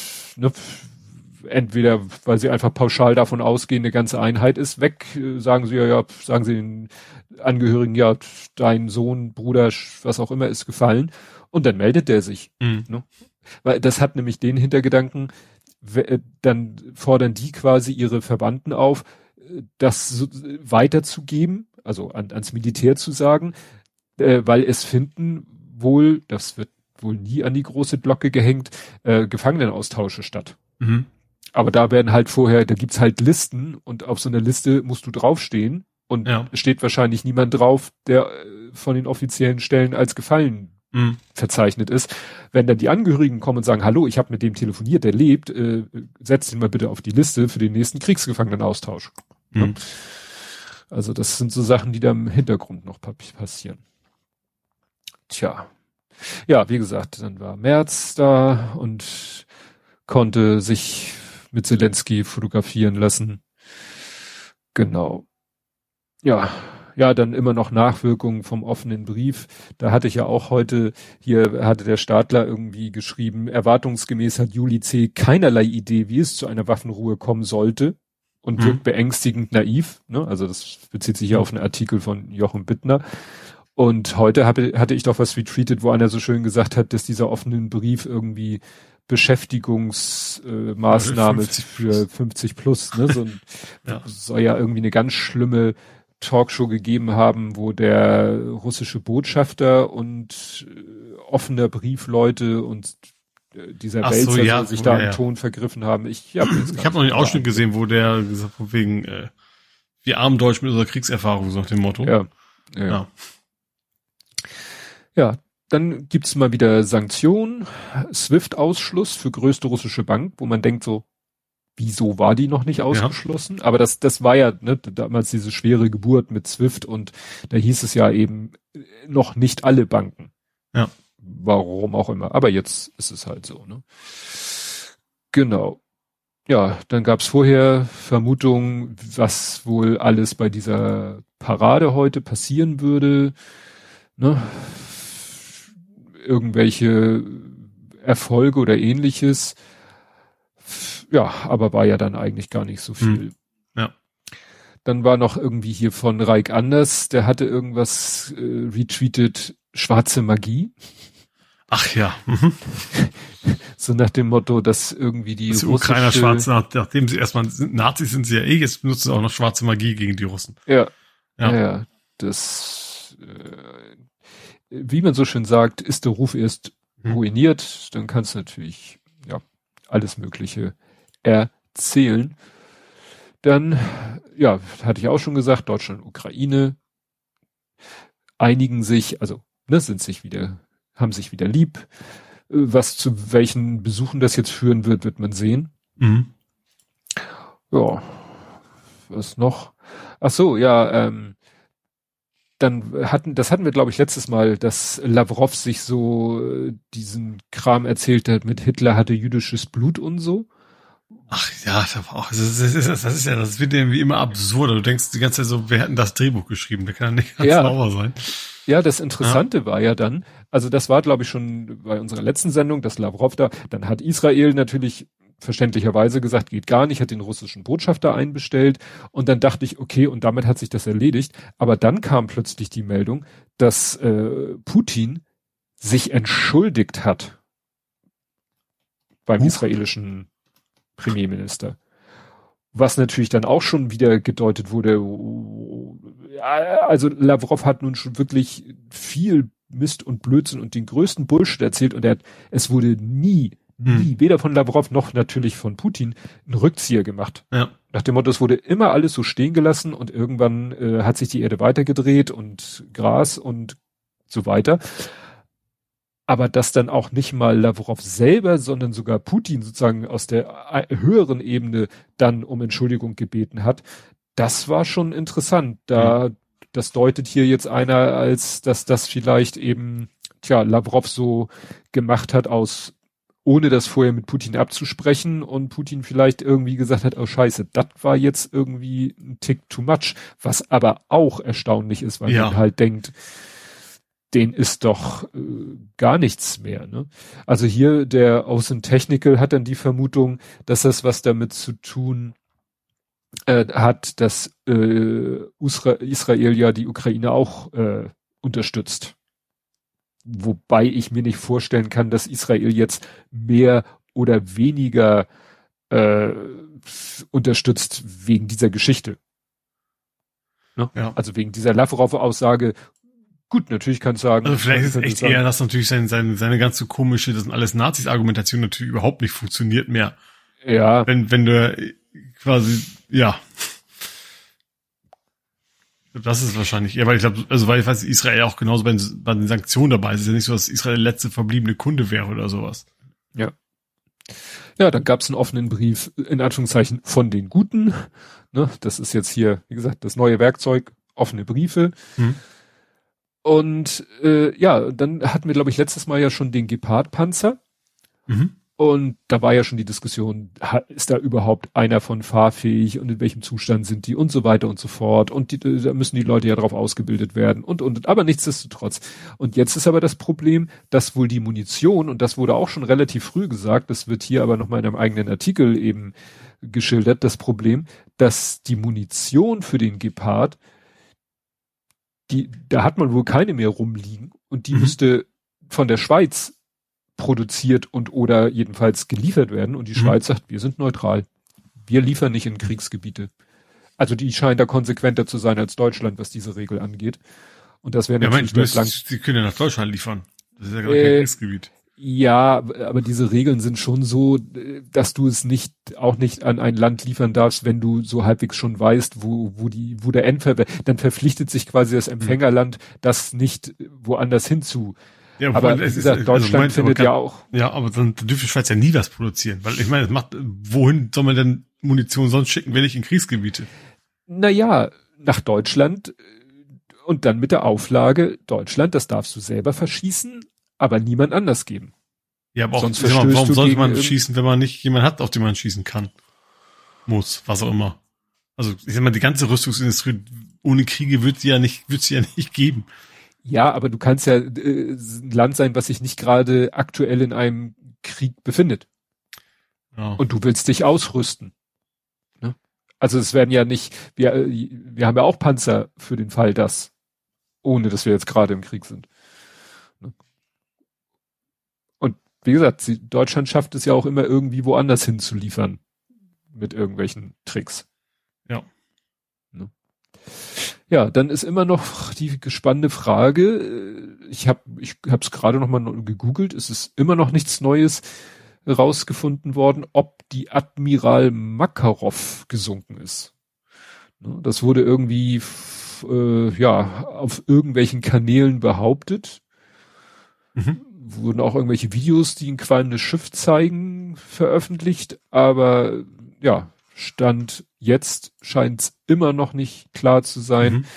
entweder, weil sie einfach pauschal davon ausgehen, eine ganze Einheit ist weg, sagen sie sagen sie den Angehörigen, ja, dein Sohn, Bruder, was auch immer ist gefallen und dann meldet der sich. Ne? Weil das hat nämlich den Hintergedanken, dann fordern die quasi ihre Verwandten auf, das so weiterzugeben, also ans Militär zu sagen, weil es finden wohl, das wird wohl nie an die große Glocke gehängt, Gefangenenaustausche statt. Mhm. Aber da werden halt vorher, da gibt's halt Listen und auf so einer Liste musst du draufstehen und steht wahrscheinlich niemand drauf, der von den offiziellen Stellen als gefallen verzeichnet ist. Wenn dann die Angehörigen kommen und sagen, hallo, ich habe mit dem telefoniert, der lebt, setzt ihn mal bitte auf die Liste für den nächsten Kriegsgefangenenaustausch. Ja. Also das sind so Sachen, die da im Hintergrund noch passieren. Tja. Ja, wie gesagt, dann war Merz da und konnte sich mit Zelensky fotografieren lassen. Genau. Ja, dann immer noch Nachwirkungen vom offenen Brief. Da hatte ich ja auch heute, hier hatte der Stadler irgendwie geschrieben, erwartungsgemäß hat Juli C. keinerlei Idee, wie es zu einer Waffenruhe kommen sollte und wirkt beängstigend naiv. Ne? Also das bezieht sich ja auf einen Artikel von Jochen Bittner. Und heute hatte ich doch was retweetet, wo einer so schön gesagt hat, dass dieser offene Brief irgendwie Beschäftigungsmaßnahme für 50 plus, ne? Soll ja irgendwie eine ganz schlimme Talkshow gegeben haben, wo der russische Botschafter und offener Briefleute und dieser Wälzer sich da im Ton vergriffen haben. Ich habe noch den Ausschnitt gesehen, wo der gesagt hat, wegen wir armen Deutsch mit unserer Kriegserfahrung, so nach dem Motto. Ja, dann gibt's mal wieder Sanktionen, SWIFT-Ausschluss für größte russische Bank, wo man denkt so, wieso war die noch nicht ausgeschlossen? Aber das war ja damals diese schwere Geburt mit SWIFT und da hieß es ja eben noch nicht alle Banken. Ja. Warum auch immer. Aber jetzt ist es halt so, ne? Genau. Ja, dann gab's vorher Vermutungen, was wohl alles bei dieser Parade heute passieren würde, ne? Irgendwelche Erfolge oder ähnliches. Ja, aber war ja dann eigentlich gar nicht so viel. Ja. Dann war noch irgendwie hier von Raik Anders, der hatte irgendwas retweetet, schwarze Magie. Ach ja. So nach dem Motto, dass irgendwie die Ukrainer schwarze, nachdem sie erstmal Nazis sind sie ja jetzt benutzen sie auch noch schwarze Magie gegen die Russen. Ja, das wie man so schön sagt, ist der Ruf erst ruiniert, dann kannst du natürlich alles Mögliche erzählen. Dann, hatte ich auch schon gesagt, Deutschland, Ukraine einigen sich, also haben sich wieder lieb. Was zu welchen Besuchen das jetzt führen wird man sehen. Ja, was noch? Ach so, dann hatten wir, glaube ich, letztes Mal, dass Lavrov sich so diesen Kram erzählt hat, mit Hitler hatte jüdisches Blut und so. Ach ja, das wird irgendwie immer absurder. Du denkst die ganze Zeit so, wer hat denn das Drehbuch geschrieben? Der kann ja nicht ganz sauber sein. Ja, das Interessante war ja dann, Also das war, glaube ich, schon bei unserer letzten Sendung, dass Lavrov da, dann hat Israel natürlich verständlicherweise gesagt, geht gar nicht, hat den russischen Botschafter einbestellt und dann dachte ich, okay, und damit hat sich das erledigt. Aber dann kam plötzlich die Meldung, dass Putin sich entschuldigt hat beim israelischen Premierminister. Was natürlich dann auch schon wieder gedeutet wurde, also Lavrov hat nun schon wirklich viel Mist und Blödsinn und den größten Bullshit erzählt und es wurde nie, weder von Lavrov noch natürlich von Putin, einen Rückzieher gemacht. Ja. Nach dem Motto, es wurde immer alles so stehen gelassen und irgendwann hat sich die Erde weitergedreht und Gras und so weiter. Aber dass dann auch nicht mal Lavrov selber, sondern sogar Putin sozusagen aus der höheren Ebene dann um Entschuldigung gebeten hat, das war schon interessant. Das deutet hier jetzt einer, als dass das vielleicht eben, Lavrov so gemacht hat ohne das vorher mit Putin abzusprechen und Putin vielleicht irgendwie gesagt hat, oh Scheiße, das war jetzt irgendwie ein Tick too much, was aber auch erstaunlich ist, weil man halt denkt, den ist doch gar nichts mehr. Ne? Also hier der Außen Technical hat dann die Vermutung, dass das was damit zu tun hat, dass Israel ja die Ukraine auch unterstützt. Wobei ich mir nicht vorstellen kann, dass Israel jetzt mehr oder weniger unterstützt wegen dieser Geschichte. Ne? Ja. Also wegen dieser Lavrov-Aussage. Gut, natürlich kannst du sagen. Also vielleicht ist es echt eher, dass natürlich seine ganze komische, das sind alles Nazis-Argumentation natürlich überhaupt nicht funktioniert mehr. Ja. Wenn du quasi, ja. Das ist wahrscheinlich, weil ich glaube, also weil ich weiß, Israel auch genauso bei den Sanktionen dabei ist. Es ist ja nicht so, dass Israel der letzte verbliebene Kunde wäre oder sowas. Ja. Ja, dann gab es einen offenen Brief, in Anführungszeichen, von den Guten. Ne, das ist jetzt hier, wie gesagt, das neue Werkzeug, offene Briefe. Und dann hatten wir, glaube ich, letztes Mal ja schon den Gepard-Panzer. Und da war ja schon die Diskussion, ist da überhaupt einer von fahrfähig und in welchem Zustand sind die und so weiter und so fort. Und da müssen die Leute ja drauf ausgebildet werden und. Aber nichtsdestotrotz. Und jetzt ist aber das Problem, dass wohl die Munition, und das wurde auch schon relativ früh gesagt, das wird hier aber nochmal in einem eigenen Artikel eben geschildert, das Problem, dass die Munition für den Gepard, da hat man wohl keine mehr rumliegen und die müsste von der Schweiz produziert und oder jedenfalls geliefert werden und die Schweiz sagt, wir sind neutral. Wir liefern nicht in Kriegsgebiete. Also die scheinen da konsequenter zu sein als Deutschland, was diese Regel angeht. Und das wäre natürlich Sie können ja nach Deutschland liefern. Das ist ja gar kein Kriegsgebiet. Ja, aber diese Regeln sind schon so, dass du es auch nicht an ein Land liefern darfst, wenn du so halbwegs schon weißt, wo der dann verpflichtet sich quasi das Empfängerland, das nicht woanders hinzu. Ja, aber wie gesagt, Deutschland findet ja auch. Ja, aber dann dürfte Schweiz ja nie was produzieren, weil ich meine, wohin soll man denn Munition sonst schicken, wenn nicht in Kriegsgebiete? Naja, nach Deutschland und dann mit der Auflage, Deutschland, das darfst du selber verschießen, aber niemand anders geben. Ja, aber auch, warum sollte man schießen, wenn man nicht jemanden hat, auf den man schießen kann? Muss, was auch immer. Also, ich sag mal, die ganze Rüstungsindustrie ohne Kriege wird sie ja nicht geben. Ja, aber du kannst ja ein Land sein, was sich nicht gerade aktuell in einem Krieg befindet. Ja. Und du willst dich ausrüsten. Ne? Also es werden ja nicht, wir haben ja auch Panzer für den Fall, ohne dass wir jetzt gerade im Krieg sind. Ne? Und wie gesagt, Deutschland schafft es ja auch immer irgendwie woanders hinzuliefern. Mit irgendwelchen Tricks. Ja. Ne? Ja, dann ist immer noch die spannende Frage, ich hab's gerade noch mal gegoogelt, es ist immer noch nichts Neues rausgefunden worden, ob die Admiral Makarov gesunken ist. Das wurde irgendwie auf irgendwelchen Kanälen behauptet. Wurden auch irgendwelche Videos, die ein qualmendes Schiff zeigen, veröffentlicht, aber ja, Stand jetzt scheint es immer noch nicht klar zu sein,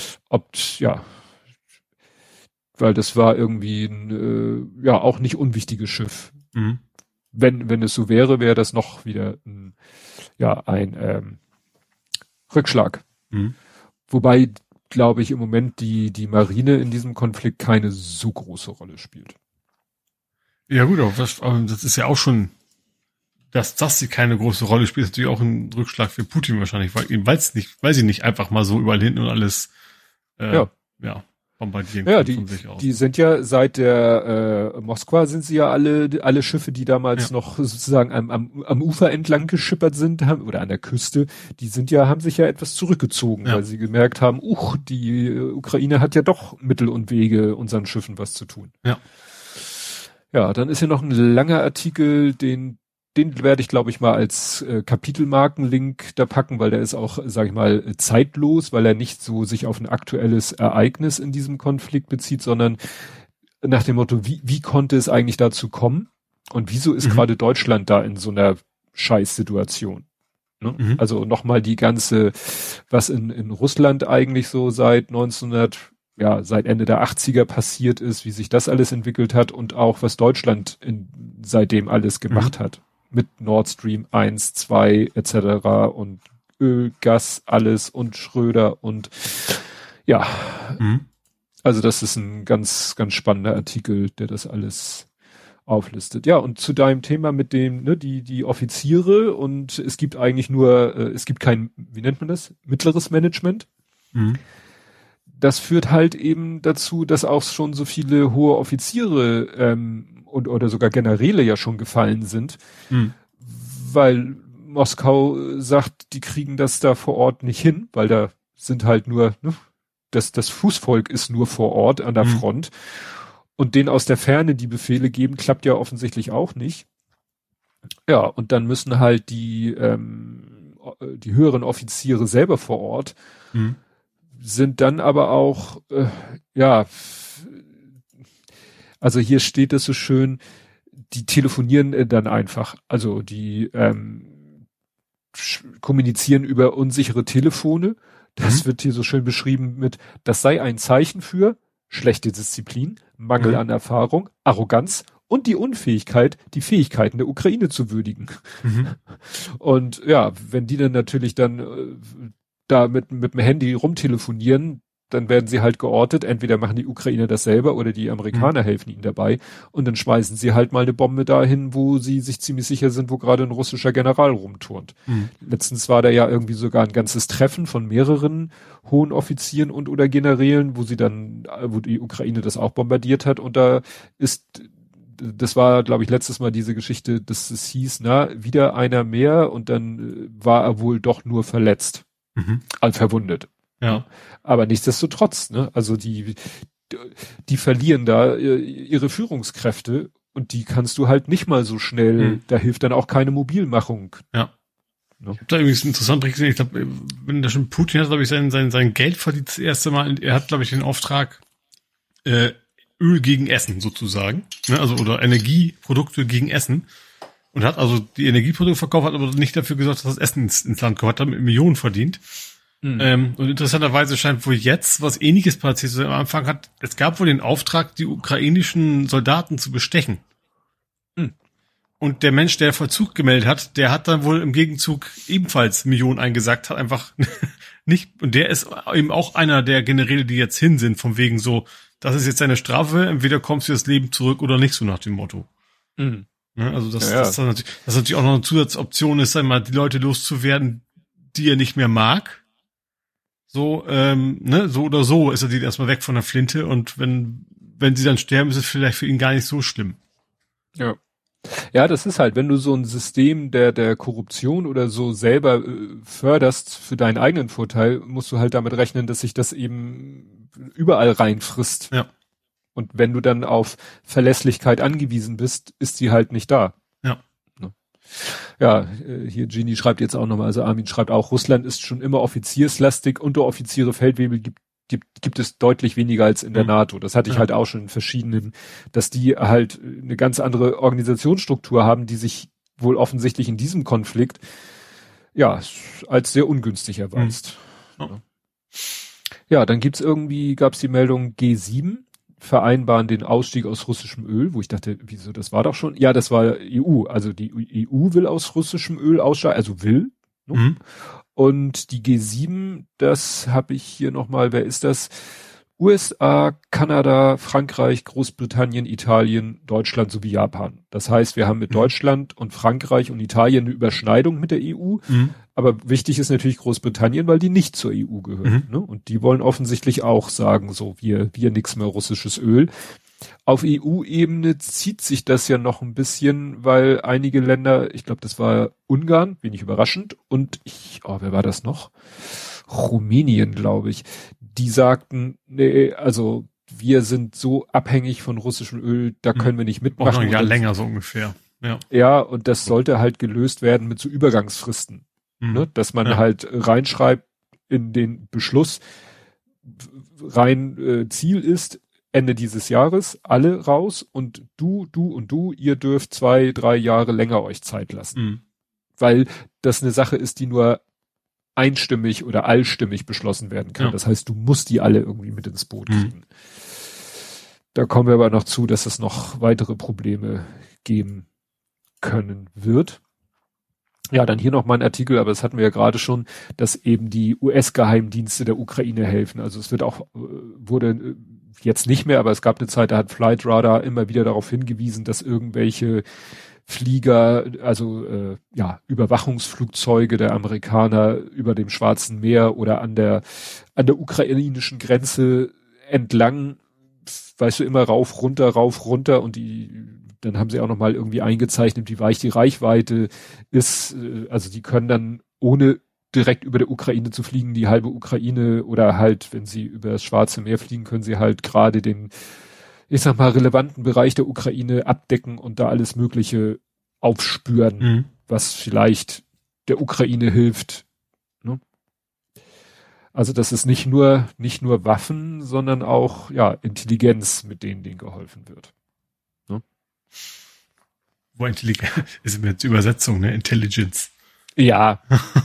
weil das war irgendwie ein auch nicht unwichtiges Schiff. Wenn es so wäre, wäre das noch wieder ein Rückschlag. Wobei glaube ich, im Moment die Marine in diesem Konflikt keine so große Rolle spielt. Ja gut, aber das ist ja auch schon, dass das keine große Rolle spielt, ist natürlich auch ein Rückschlag für Putin wahrscheinlich, weil sie nicht einfach mal so überall hinten und alles bombardieren können von sich aus. Die sind ja seit der Moskwa sind sie ja alle Schiffe, die damals noch sozusagen am Ufer entlang geschippert sind oder an der Küste, haben sich ja etwas zurückgezogen, weil sie gemerkt haben, die Ukraine hat ja doch Mittel und Wege, unseren Schiffen was zu tun. Ja. Ja, dann ist hier noch ein langer Artikel, den werde ich, glaube ich, mal als Kapitelmarkenlink da packen, weil der ist auch, sage ich mal, zeitlos, weil er nicht so sich auf ein aktuelles Ereignis in diesem Konflikt bezieht, sondern nach dem Motto, wie konnte es eigentlich dazu kommen und wieso ist gerade Deutschland da in so einer Scheißsituation? Ne? Also nochmal die ganze, was in Russland eigentlich so seit Ende der 80er passiert ist, wie sich das alles entwickelt hat und auch was Deutschland seitdem alles gemacht hat. Mit Nord Stream 1, 2 etc. und Öl, Gas, alles und Schröder und also das ist ein ganz, ganz spannender Artikel, der das alles auflistet. Ja, und zu deinem Thema mit dem, die Offiziere und es gibt eigentlich nur, es gibt kein, wie nennt man das? Mittleres Management. Das führt halt eben dazu, dass auch schon so viele hohe Offiziere oder sogar Generäle ja schon gefallen sind, weil Moskau sagt, die kriegen das da vor Ort nicht hin, weil da sind halt nur, das Fußvolk ist nur vor Ort an der Front und denen aus der Ferne die Befehle geben, klappt ja offensichtlich auch nicht. Ja, und dann müssen halt die höheren Offiziere selber vor Ort sind dann aber auch, also hier steht es so schön, die telefonieren dann einfach, also die kommunizieren über unsichere Telefone. Das wird hier so schön beschrieben mit, das sei ein Zeichen für schlechte Disziplin, Mangel an Erfahrung, Arroganz und die Unfähigkeit, die Fähigkeiten der Ukraine zu würdigen. Und ja, wenn die dann natürlich dann da mit dem Handy rumtelefonieren, dann werden sie halt geortet, entweder machen die Ukrainer das selber oder die Amerikaner helfen ihnen dabei und dann schmeißen sie halt mal eine Bombe dahin, wo sie sich ziemlich sicher sind, wo gerade ein russischer General rumturnt. Letztens war da ja irgendwie sogar ein ganzes Treffen von mehreren hohen Offizieren und oder Generälen, wo die Ukraine das auch bombardiert hat und das war, glaube ich, letztes Mal diese Geschichte, dass es hieß, wieder einer mehr und dann war er wohl doch nur verletzt. Verwundet. Ja. Aber nichtsdestotrotz, also die verlieren da ihre Führungskräfte und die kannst du halt nicht mal so schnell, da hilft dann auch keine Mobilmachung. Ja. Ich habe da übrigens interessant gesehen, ich glaube, wenn da schon Putin hat, glaube ich, sein Geld verdient das erste Mal, er hat, glaube ich, den Auftrag, Öl gegen Essen sozusagen, also oder Energieprodukte gegen Essen. Und hat also die Energieprodukte verkauft, hat aber nicht dafür gesorgt, dass das Essen ins Land kommt, hat damit Millionen verdient. Und interessanterweise scheint wohl jetzt was Ähnliches passiert zu sein. Am Anfang es gab wohl den Auftrag, die ukrainischen Soldaten zu bestechen. Und der Mensch, der Vollzug gemeldet hat, der hat dann wohl im Gegenzug ebenfalls Millionen eingesackt, hat einfach nicht, und der ist eben auch einer der Generäle, die jetzt hin sind, von wegen so, das ist jetzt deine Strafe, entweder kommst du das Leben zurück oder nicht, so nach dem Motto. Also das natürlich auch noch eine Zusatzoption ist, einmal die Leute loszuwerden, die er nicht mehr mag. So, so oder so ist er die erstmal weg von der Flinte und wenn sie dann sterben, ist es vielleicht für ihn gar nicht so schlimm. Ja. Ja, das ist halt, wenn du so ein System der Korruption oder so selber förderst für deinen eigenen Vorteil, musst du halt damit rechnen, dass sich das eben überall reinfrisst. Ja. Und wenn du dann auf Verlässlichkeit angewiesen bist, ist sie halt nicht da. Ja. Ja, hier Genie schreibt jetzt auch nochmal, also Armin schreibt auch, Russland ist schon immer offizierslastig, Unteroffiziere, Feldwebel gibt es deutlich weniger als in der NATO. Das hatte ich halt auch schon in verschiedenen, dass die halt eine ganz andere Organisationsstruktur haben, die sich wohl offensichtlich in diesem Konflikt als sehr ungünstig erweist. Ja, dann gab's die Meldung G7 vereinbaren den Ausstieg aus russischem Öl, wo ich dachte, wieso, das war doch schon, ja, das war EU, also die EU will aus russischem Öl aussteigen, also will, Ne? Mhm. Und die G7, das habe ich hier nochmal, wer ist das? USA, Kanada, Frankreich, Großbritannien, Italien, Deutschland sowie Japan. Das heißt, wir haben mit Deutschland und Frankreich und Italien eine Überschneidung mit der EU. Aber wichtig ist natürlich Großbritannien, weil die nicht zur EU gehören. Ne? Und die wollen offensichtlich auch sagen, so wir nix mehr russisches Öl. Auf EU-Ebene zieht sich das ja noch ein bisschen, weil einige Länder, ich glaube, das war Ungarn, wenig überraschend, und wer war das noch? Rumänien, glaube ich. Die sagten, nee, also wir sind so abhängig von russischem Öl, da können wir nicht mitmachen. Auch noch ein Jahr länger so ungefähr. Ja, und das sollte halt gelöst werden mit so Übergangsfristen. Ne? Dass man halt reinschreibt in den Beschluss, Ziel ist, Ende dieses Jahres, alle raus und du und du, ihr dürft 2-3 Jahre länger euch Zeit lassen. Weil das eine Sache ist, die nur einstimmig oder allstimmig beschlossen werden kann. Das heißt, du musst die alle irgendwie mit ins Boot kriegen. Da kommen wir aber noch zu, dass es noch weitere Probleme geben können wird. Ja, dann hier noch mal ein Artikel, aber das hatten wir ja gerade schon, dass eben die US-Geheimdienste der Ukraine helfen. Also es wurde jetzt nicht mehr, aber es gab eine Zeit, da hat Flight Radar immer wieder darauf hingewiesen, dass irgendwelche Flieger, also Überwachungsflugzeuge der Amerikaner über dem Schwarzen Meer oder an der ukrainischen Grenze entlang, weißt du, immer rauf, runter und dann haben sie auch noch mal irgendwie eingezeichnet, wie weit die Reichweite ist. Also die können dann, ohne direkt über der Ukraine zu fliegen, die halbe Ukraine, oder halt, wenn sie über das Schwarze Meer fliegen, können sie halt gerade den, ich sag mal, relevanten Bereich der Ukraine abdecken und da alles Mögliche aufspüren, was vielleicht der Ukraine hilft. Ne? Also das ist nicht nur Waffen, sondern auch Intelligenz, mit denen geholfen wird. Ne? Wo Intelligenz ist mir jetzt Übersetzung, ne? Intelligence. Ja.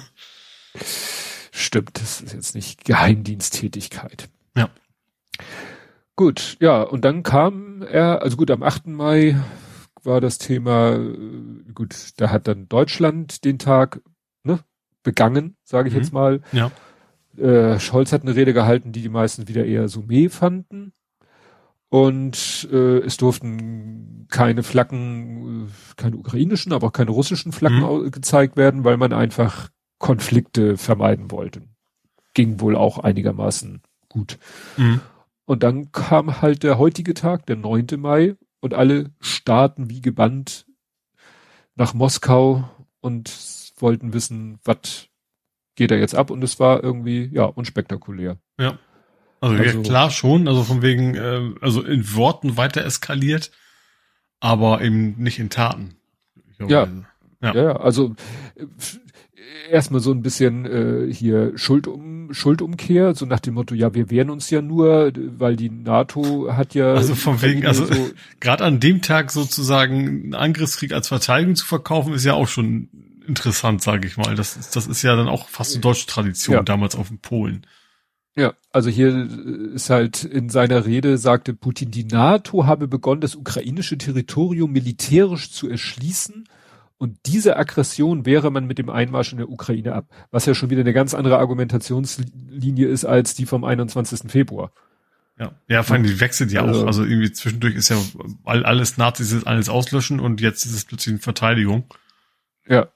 Stimmt, das ist jetzt nicht Geheimdiensttätigkeit. Ja. Gut, ja, und dann kam am 8. Mai war das Thema, da hat dann Deutschland den Tag begangen, sage ich jetzt mal. Ja. Scholz hat eine Rede gehalten, die meisten wieder eher Summe fanden. Und es durften keine Flaggen, keine ukrainischen, aber auch keine russischen Flaggen gezeigt werden, weil man einfach Konflikte vermeiden wollte. Ging wohl auch einigermaßen gut. Und dann kam halt der heutige Tag, der 9. Mai, und alle starrten wie gebannt nach Moskau und wollten wissen, was geht da jetzt ab, und es war irgendwie, unspektakulär. Ja. Also klar schon, also von wegen, also in Worten weiter eskaliert, aber eben nicht in Taten. Ja, also erstmal so ein bisschen hier Schuldumkehr, so nach dem Motto, wir wehren uns ja nur, weil die NATO hat ja... Also von wegen, also so, gerade an dem Tag sozusagen einen Angriffskrieg als Verteidigung zu verkaufen, ist ja auch schon interessant, sage ich mal. Das ist ja dann auch fast eine deutsche Tradition, damals auf dem Polen. Ja, also hier ist halt in seiner Rede, sagte Putin, die NATO habe begonnen, das ukrainische Territorium militärisch zu erschließen, und diese Aggression wehre man mit dem Einmarsch in der Ukraine ab. Was ja schon wieder eine ganz andere Argumentationslinie ist als die vom 21. Februar. Ja, vor allem die wechselt ja auch. Also irgendwie zwischendurch ist ja alles Nazis, ist alles auslöschen, und jetzt ist es plötzlich eine Verteidigung. Ja.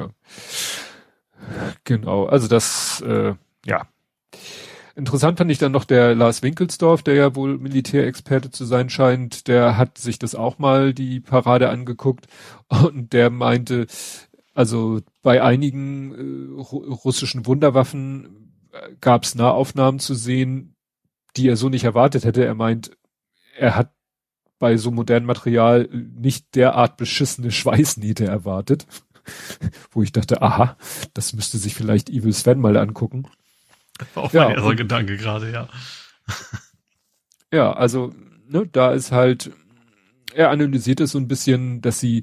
Genau, also das, Interessant fand ich dann noch der Lars Winkelsdorf, der ja wohl Militärexperte zu sein scheint, der hat sich das auch mal die Parade angeguckt, und der meinte, also bei einigen russischen Wunderwaffen gab es Nahaufnahmen zu sehen, die er so nicht erwartet hätte. Er meint, er hat bei so modernem Material nicht derart beschissene Schweißnähte erwartet, wo ich dachte, aha, das müsste sich vielleicht Evil Sven mal angucken. Auch mein erster Gedanke gerade, ja. Ja, also, da ist halt, er analysiert es so ein bisschen, dass sie,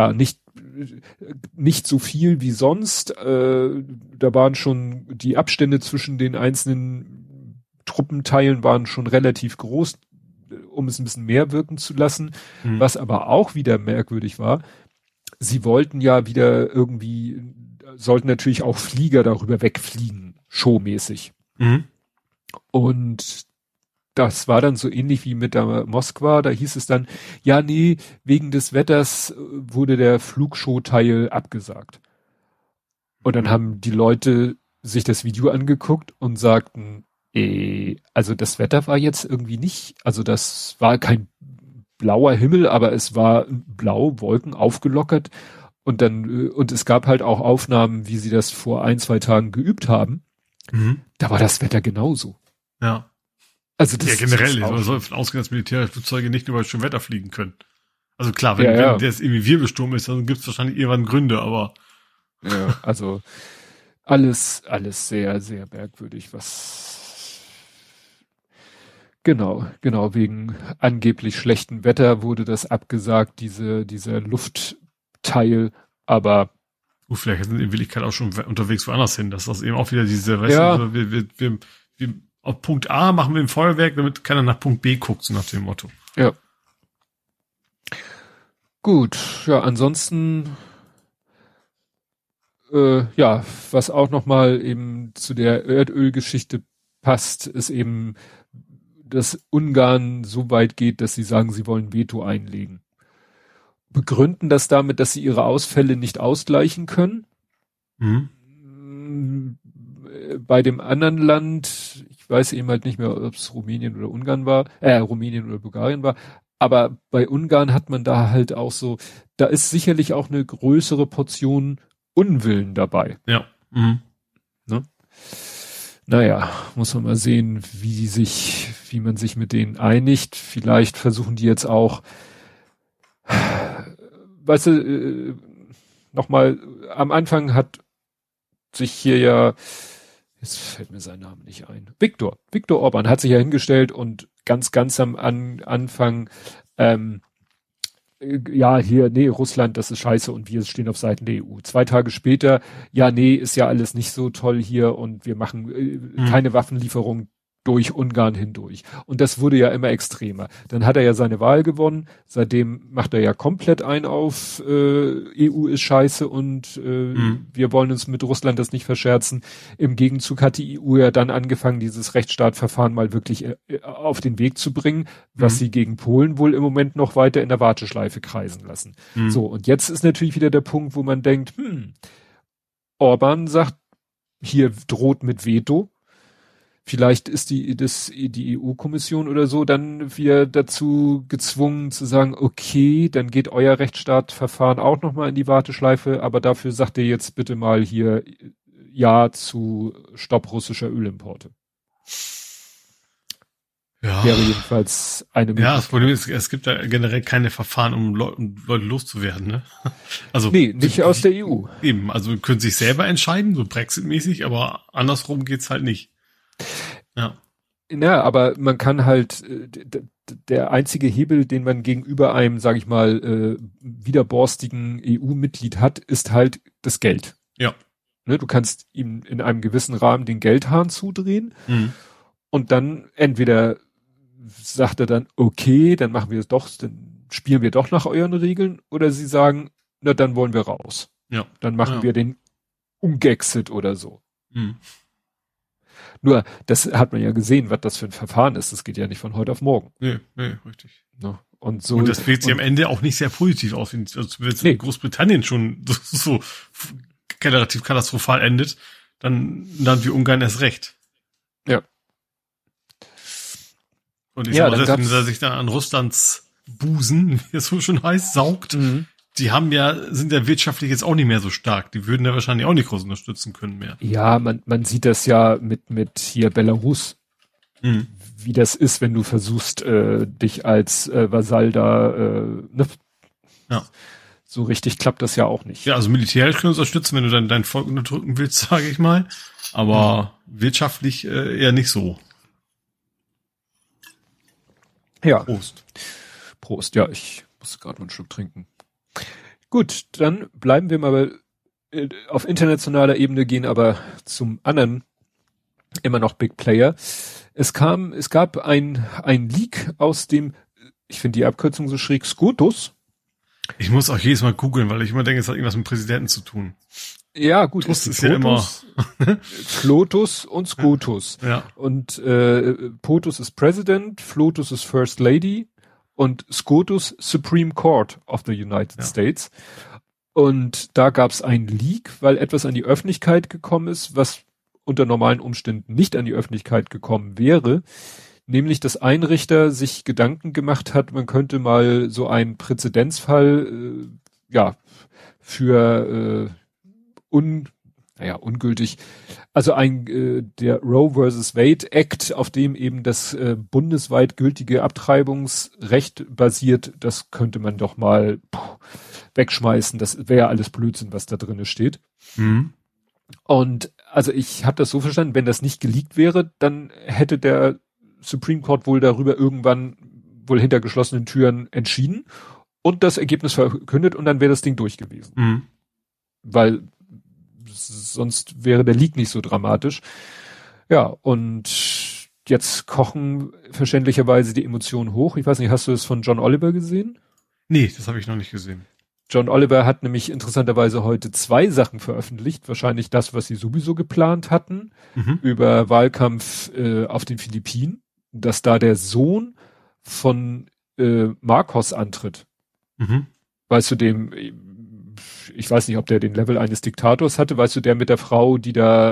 nicht so viel wie sonst, da waren schon die Abstände zwischen den einzelnen Truppenteilen waren schon relativ groß, um es ein bisschen mehr wirken zu lassen. Was aber auch wieder merkwürdig war, sie wollten ja wieder irgendwie sollten natürlich auch Flieger darüber wegfliegen, showmäßig. Mhm. Und das war dann so ähnlich wie mit der Moskwa, da hieß es dann, ja, nee, wegen des Wetters wurde der Flugshow-Teil abgesagt. Und dann haben die Leute sich das Video angeguckt und sagten, also das Wetter war jetzt irgendwie nicht, also das war kein blauer Himmel, aber es war blau, Wolken aufgelockert und dann, und es gab halt auch Aufnahmen, wie sie das vor 1-2 Tagen geübt haben. Mhm. Da war das Wetter genauso. Ja. Also das, ja, generell, das man soll davon ausgehen, dass Militärflugzeuge nicht nur bei schönem Wetter fliegen können. Also klar, wenn der jetzt irgendwie Wirbelsturm ist, dann gibt es wahrscheinlich irgendwann Gründe, aber ja, also alles sehr, sehr merkwürdig, was genau, wegen angeblich schlechtem Wetter wurde das abgesagt, dieser Luftteil, aber vielleicht sind in Wirklichkeit auch schon unterwegs woanders hin, dass das eben auch wieder diese, weißt ja. du, wir auf Punkt A machen wir ein Feuerwerk, damit keiner nach Punkt B guckt, so nach dem Motto. Ja. Gut, ja, ansonsten ja, was auch nochmal eben zu der Erdölgeschichte passt, ist eben, dass Ungarn so weit geht, dass sie sagen, sie wollen Veto einlegen. Begründen das damit, dass sie ihre Ausfälle nicht ausgleichen können. Mhm. Bei dem anderen Land, ich weiß eben halt nicht mehr, ob es Rumänien oder Ungarn war, Rumänien oder Bulgarien war, aber bei Ungarn hat man da halt auch so, da ist sicherlich auch eine größere Portion Unwillen dabei. Ja. Mhm. Ne? Naja, muss man mal sehen, wie man sich mit denen einigt. Vielleicht versuchen die jetzt auch, weißt du, nochmal, am Anfang hat sich hier ja, jetzt fällt mir sein Name nicht ein, Viktor Orban hat sich ja hingestellt und ganz am Anfang, ja, hier, nee, Russland, das ist scheiße und wir stehen auf Seiten der EU. 2 Tage später, ja, nee, ist ja alles nicht so toll hier und wir machen keine Waffenlieferung durch Ungarn hindurch. Und das wurde ja immer extremer. Dann hat er ja seine Wahl gewonnen, seitdem macht er ja komplett ein auf EU ist scheiße und wir wollen uns mit Russland das nicht verscherzen. Im Gegenzug hat die EU ja dann angefangen, dieses Rechtsstaatverfahren mal wirklich auf den Weg zu bringen, was sie gegen Polen wohl im Moment noch weiter in der Warteschleife kreisen lassen. So, und jetzt ist natürlich wieder der Punkt, wo man denkt, Orban sagt, hier droht mit Veto. Vielleicht ist die EU-Kommission oder so dann wieder dazu gezwungen zu sagen, okay, dann geht euer Rechtsstaatverfahren auch nochmal in die Warteschleife, aber dafür sagt ihr jetzt bitte mal hier Ja zu Stopp russischer Ölimporte. Ja. Wäre jedenfalls eine Möglichkeit. Ja, das Problem ist, es gibt da generell keine Verfahren, um Leute loszuwerden, ne? Also. Nee, nicht aus der EU. Eben, also können sich selber entscheiden, so Brexit-mäßig, aber andersrum geht's halt nicht. Ja. Ja, aber man kann halt, der einzige Hebel, den man gegenüber einem, sage ich mal, widerborstigen EU-Mitglied hat, ist halt das Geld. Ja. Ne, du kannst ihm in einem gewissen Rahmen den Geldhahn zudrehen und dann entweder sagt er dann, okay, dann machen wir es doch, dann spielen wir doch nach euren Regeln, oder sie sagen, na, dann wollen wir raus. Ja. Dann machen wir den Umgexit oder so. Mhm. Nur, das hat man ja gesehen, was das für ein Verfahren ist. Das geht ja nicht von heute auf morgen. Nee, richtig. Ne? Und so. Und das wirkt sich am Ende auch nicht sehr positiv aus, wenn in Großbritannien schon so relativ katastrophal endet, dann wie Ungarn erst recht. Ja. Und ich sag mal, selbst wenn er sich da an Russlands Busen, wie es so schon heißt, saugt, die sind ja wirtschaftlich jetzt auch nicht mehr so stark. Die würden ja wahrscheinlich auch nicht groß unterstützen können mehr. Ja, man sieht das ja mit hier Belarus, wie das ist, wenn du versuchst, dich als Vasall da, ne? Ja. So richtig klappt das ja auch nicht. Ja, also militärisch können wir unterstützen, wenn du dein Volk unterdrücken willst, sage ich mal. Aber wirtschaftlich eher nicht so. Ja. Prost, ja, ich muss gerade mal einen Schluck trinken. Gut, dann bleiben wir mal auf internationaler Ebene, gehen aber zum anderen immer noch Big Player. Es gab ein Leak aus dem, ich finde die Abkürzung so schräg, SCOTUS. Ich muss auch jedes Mal googeln, weil ich immer denke, es hat irgendwas mit dem Präsidenten zu tun. Ja, gut. Trust ist ja immer Flotus und Scotus. Ja. Und POTUS ist President, Flotus ist First Lady und Scotus Supreme Court of the United States. Und da gab es einen Leak, weil etwas an die Öffentlichkeit gekommen ist, was unter normalen Umständen nicht an die Öffentlichkeit gekommen wäre. Nämlich, dass ein Richter sich Gedanken gemacht hat, man könnte mal so einen Präzedenzfall, für ungültig, also der Roe versus Wade Act, auf dem eben das bundesweit gültige Abtreibungsrecht basiert, das könnte man doch mal wegschmeißen. Das wäre ja alles Blödsinn, was da drinne steht. Mhm. Und also ich habe das so verstanden, wenn das nicht geleakt wäre, dann hätte der Supreme Court wohl darüber irgendwann wohl hinter geschlossenen Türen entschieden und das Ergebnis verkündet und dann wäre das Ding durch gewesen. Mhm. Weil sonst wäre der Leak nicht so dramatisch. Ja, und jetzt kochen verständlicherweise die Emotionen hoch. Ich weiß nicht, hast du es von John Oliver gesehen? Nee, das habe ich noch nicht gesehen. John Oliver hat nämlich interessanterweise heute 2 Sachen veröffentlicht. Wahrscheinlich das, was sie sowieso geplant hatten, über Wahlkampf auf den Philippinen, dass da der Sohn von Marcos antritt. Mhm. Weißt du, ich weiß nicht, ob der den Level eines Diktators hatte, weißt du, der mit der Frau, die da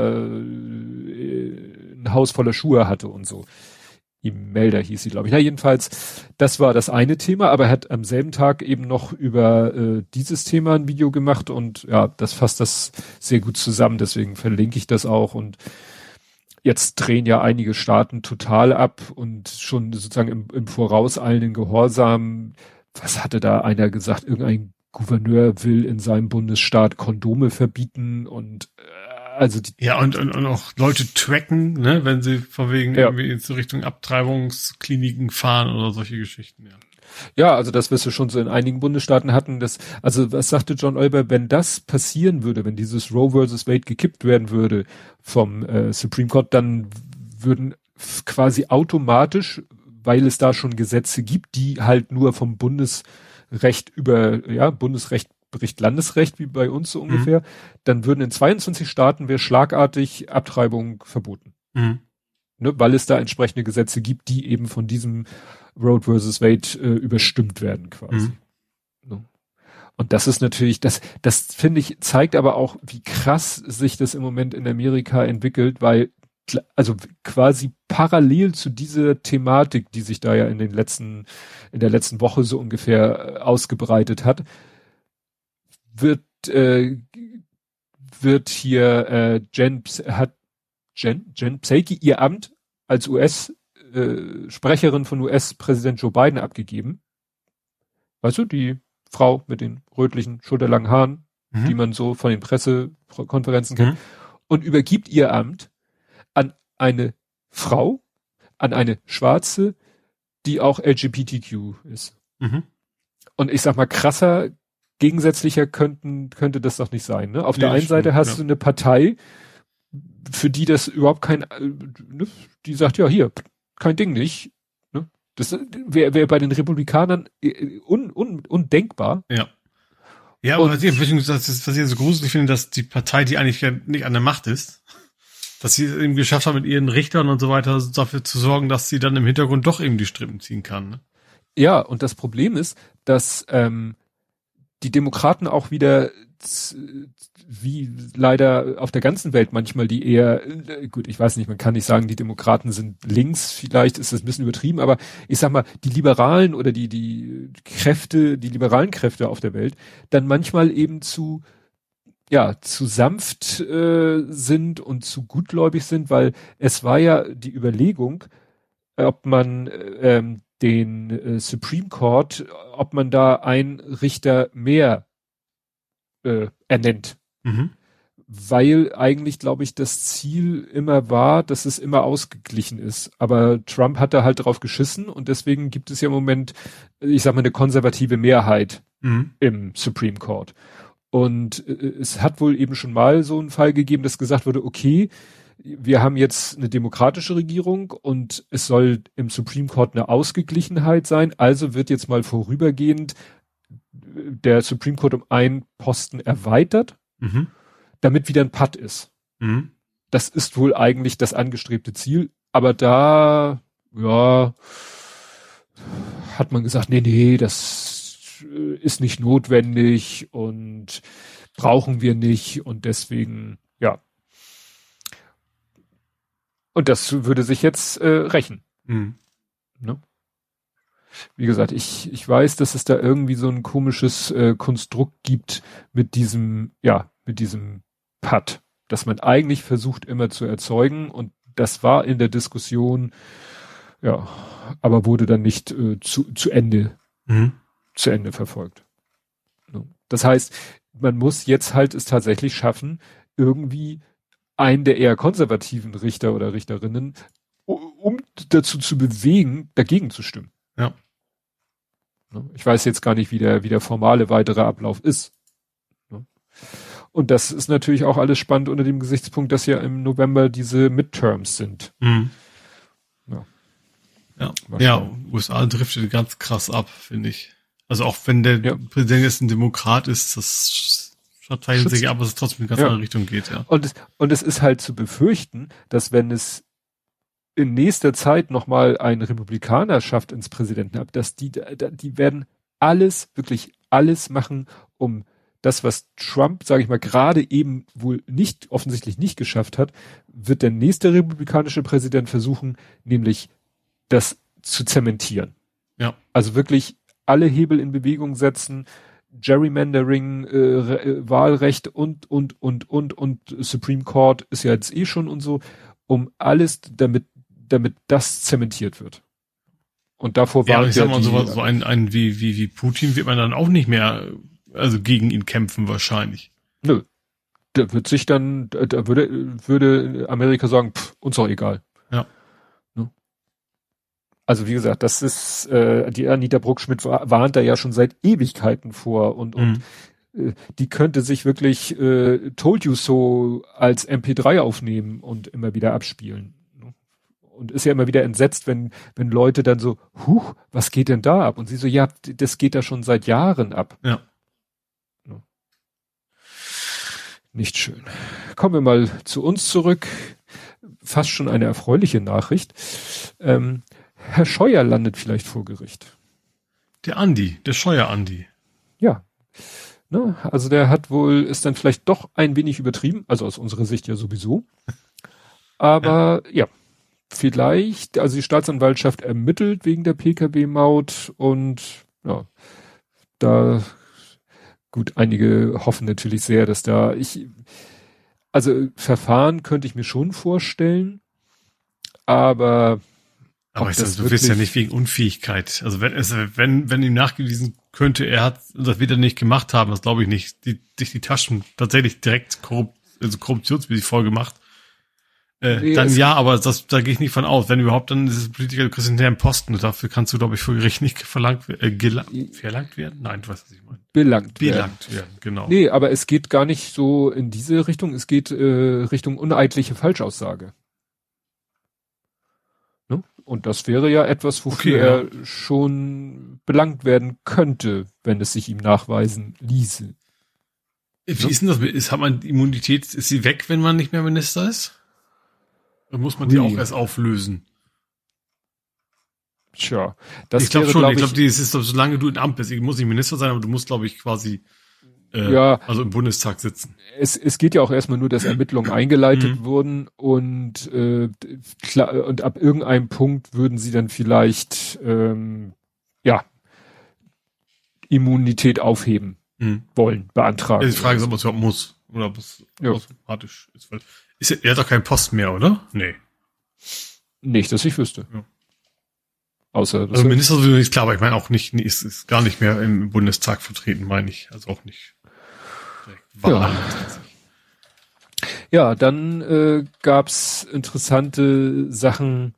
ein Haus voller Schuhe hatte und so. Imelda hieß sie, glaube ich. Na, jedenfalls, das war das eine Thema, aber er hat am selben Tag eben noch über dieses Thema ein Video gemacht und ja, das fasst das sehr gut zusammen, deswegen verlinke ich das auch und jetzt drehen ja einige Staaten total ab und schon sozusagen im vorauseilenden Gehorsam. Was hatte da einer gesagt? Irgendein Gouverneur will in seinem Bundesstaat Kondome verbieten und also und auch Leute tracken, ne, wenn sie von wegen irgendwie in Richtung Abtreibungskliniken fahren oder solche Geschichten, ja. Ja, also das, was wir schon so in einigen Bundesstaaten hatten, also was sagte John Oliver, wenn das passieren würde, wenn dieses Roe versus Wade gekippt werden würde vom Supreme Court, dann würden quasi automatisch, weil es da schon Gesetze gibt, die halt nur vom Bundesrecht Bundesrecht bricht Landesrecht, wie bei uns so ungefähr, dann würden in 22 Staaten wäre schlagartig Abtreibung verboten. Mhm. Ne, weil es da entsprechende Gesetze gibt, die eben von diesem Roe versus Wade überstimmt werden quasi. Ne? Und das ist natürlich, das finde ich, zeigt aber auch, wie krass sich das im Moment in Amerika entwickelt, weil also quasi parallel zu dieser Thematik, die sich da ja in der letzten Woche so ungefähr ausgebreitet hat, wird hier Jen Psaki ihr Amt als Sprecherin von US-Präsident Joe Biden abgegeben. Weißt du, die Frau mit den rötlichen, schulterlangen Haaren, die man so von den Pressekonferenzen kennt, und übergibt ihr Amt an eine Frau, an eine Schwarze, die auch LGBTQ ist. Und ich sag mal, krasser, gegensätzlicher könnte das doch nicht sein. Ne? Auf der einen Seite hast du eine Partei, für die das überhaupt die sagt, ja, hier, kein Ding nicht. Ne? Das wäre bei den Republikanern undenkbar. Ja. Ja, aber was ich so gruselig finde, dass die Partei, die eigentlich nicht an der Macht ist, dass sie es eben geschafft hat, mit ihren Richtern und so weiter dafür zu sorgen, dass sie dann im Hintergrund doch eben die Strippen ziehen kann. Ne? Ja, und das Problem ist, dass die Demokraten auch wieder, wie leider auf der ganzen Welt manchmal, die eher, gut, ich weiß nicht, man kann nicht sagen, die Demokraten sind links, vielleicht ist das ein bisschen übertrieben, aber ich sag mal, die Liberalen oder die liberalen Kräfte auf der Welt, dann manchmal eben zu sanft sind und zu gutgläubig sind, weil es war ja die Überlegung, ob man den Supreme Court, ob man da einen Richter mehr ernennt. Weil eigentlich, glaube ich, das Ziel immer war, dass es immer ausgeglichen ist. Aber Trump hat da halt drauf geschissen und deswegen gibt es ja im Moment, ich sag mal, eine konservative Mehrheit im Supreme Court. Und es hat wohl eben schon mal so einen Fall gegeben, dass gesagt wurde, okay, wir haben jetzt eine demokratische Regierung und es soll im Supreme Court eine Ausgeglichenheit sein, also wird jetzt mal vorübergehend der Supreme Court um einen Posten erweitert, damit wieder ein Patt ist. Mhm. Das ist wohl eigentlich das angestrebte Ziel, aber da, ja, hat man gesagt, nee, das ist nicht notwendig und brauchen wir nicht und deswegen, ja. Und das würde sich jetzt rächen. Mhm. Ne? Wie gesagt, ich weiß, dass es da irgendwie so ein komisches Konstrukt gibt mit diesem Patt, dass man eigentlich versucht immer zu erzeugen und das war in der Diskussion, ja, aber wurde dann nicht zu Ende verfolgt. Ne? Das heißt, man muss jetzt halt es tatsächlich schaffen, irgendwie einen der eher konservativen Richter oder Richterinnen, um dazu zu bewegen, dagegen zu stimmen. Ja. Ich weiß jetzt gar nicht, wie der formale weitere Ablauf ist. Und das ist natürlich auch alles spannend unter dem Gesichtspunkt, dass ja im November diese Midterms sind. Mhm. Ja. Ja, USA driftet ganz krass ab, finde ich. Also auch wenn der Präsident jetzt ein Demokrat ist, das zeichnet sich ab, dass es trotzdem in ganz andere Richtung geht, ja. Und es ist halt zu befürchten, dass wenn es in nächster Zeit nochmal ein Republikaner schafft ins Präsidentenamt, dass die werden wirklich alles machen, um das, was Trump, sage ich mal, gerade eben wohl offensichtlich nicht geschafft hat, wird der nächste republikanische Präsident versuchen, nämlich das zu zementieren. Ja. Also wirklich alle Hebel in Bewegung setzen, Gerrymandering, Wahlrecht und Supreme Court ist ja jetzt schon und so, um alles, damit das zementiert wird. Und davor war ich sag mal, so ein wie Putin wird man dann auch nicht mehr, also gegen ihn kämpfen wahrscheinlich. Nö. Da würde Amerika sagen, uns doch egal. Ja. Ne? Also wie gesagt, das ist, die Anita Bruckschmidt warnt da ja schon seit Ewigkeiten vor und die könnte sich wirklich Told You So als MP3 aufnehmen und immer wieder abspielen. Und ist ja immer wieder entsetzt, wenn Leute dann so, was geht denn da ab? Und sie so, ja, das geht da schon seit Jahren ab. Ja. Nicht schön. Kommen wir mal zu uns zurück. Fast schon eine erfreuliche Nachricht. Herr Scheuer landet vielleicht vor Gericht. Der Scheuer-Andi. Ja. Ne, also der ist dann vielleicht doch ein wenig übertrieben, also aus unserer Sicht ja sowieso. Aber ja. Vielleicht, also die Staatsanwaltschaft ermittelt wegen der Pkw-Maut und ja, da gut, einige hoffen natürlich sehr, dass also Verfahren könnte ich mir schon vorstellen, aber du wirst ja nicht wegen Unfähigkeit. Also wenn ihm nachgewiesen könnte, das wird er nicht gemacht haben, das glaube ich nicht, die Taschen tatsächlich direkt korruptionsmäßig voll gemacht. Dann ja, aber da gehe ich nicht von aus. Wenn überhaupt, dann ist es Politiker, du kriegst hinterher einen Posten und dafür kannst du, glaube ich, vor Gericht nicht verlangt werden? Nein, du weißt, was ich meine. Belangt werden, genau. Nee, aber es geht gar nicht so in diese Richtung, es geht Richtung uneidliche Falschaussage. Ne? Und das wäre ja etwas, wofür er schon belangt werden könnte, wenn es sich ihm nachweisen ließe. Wie ist denn das? Hat man Immunität, ist sie weg, wenn man nicht mehr Minister ist? Dann muss man die auch erst auflösen. Tja, ich glaube schon. Ich glaube, das ist, solange du in Amt bist, ich muss nicht Minister sein, aber du musst, glaube ich, quasi also im Bundestag sitzen. Es geht ja auch erstmal nur, dass Ermittlungen eingeleitet wurden und und ab irgendeinem Punkt würden sie dann vielleicht Immunität aufheben wollen, beantragen. Die Frage ist, ob man es überhaupt muss oder ob es automatisch ist. Weil er hat doch keinen Posten mehr, oder? Nee. Nicht, dass ich wüsste. Ja. Außer, also Minister sowieso nicht klar, aber ich meine auch nicht, ist gar nicht mehr im Bundestag vertreten, meine ich. Also auch nicht. Ja, dann gab's interessante Sachen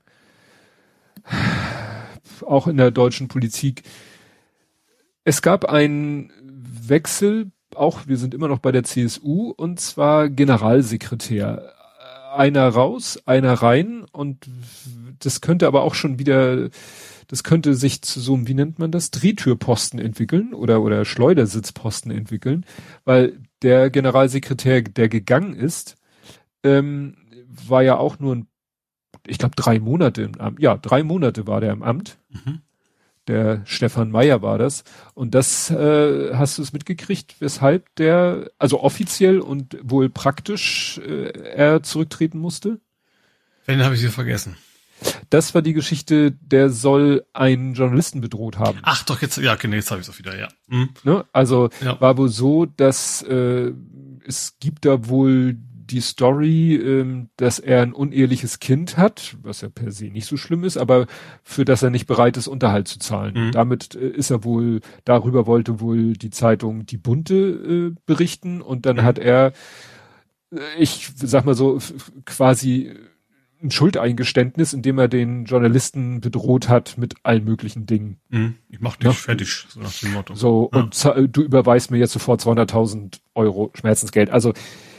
auch in der deutschen Politik. Es gab einen Wechsel, auch wir sind immer noch bei der CSU, und zwar Generalsekretär. Einer raus, einer rein, und das könnte aber auch schon wieder, das könnte sich zu so einem, wie nennt man das, Drehtürposten entwickeln oder Schleudersitzposten entwickeln, weil der Generalsekretär, der gegangen ist, war ja auch nur, ich glaube 3 Monate im Amt. Ja, 3 Monate war der im Amt. Mhm. Der Stefan Meyer war das. Und das, hast du es mitgekriegt, weshalb der, also offiziell und wohl praktisch, er zurücktreten musste? Wenn habe ich sie vergessen. Das war die Geschichte, der soll einen Journalisten bedroht haben. Ach doch, jetzt, ja, genau, jetzt habe ich es auch wieder, ja. Mhm. Ne? Also Ja. war wohl so, dass es gibt da wohl die Story, dass er ein uneheliches Kind hat, was ja per se nicht so schlimm ist, aber für das er nicht bereit ist, Unterhalt zu zahlen. Mhm. Damit ist er wohl, darüber wollte wohl die Zeitung Die Bunte berichten und dann hat er, ich sag mal so, quasi ein Schuldeingeständnis, indem er den Journalisten bedroht hat mit allen möglichen Dingen. Mhm. Ich mach dich Ja. fertig, so nach dem Motto. So, Ja. und du überweist mir jetzt sofort 200.000 Euro Schmerzensgeld. Also,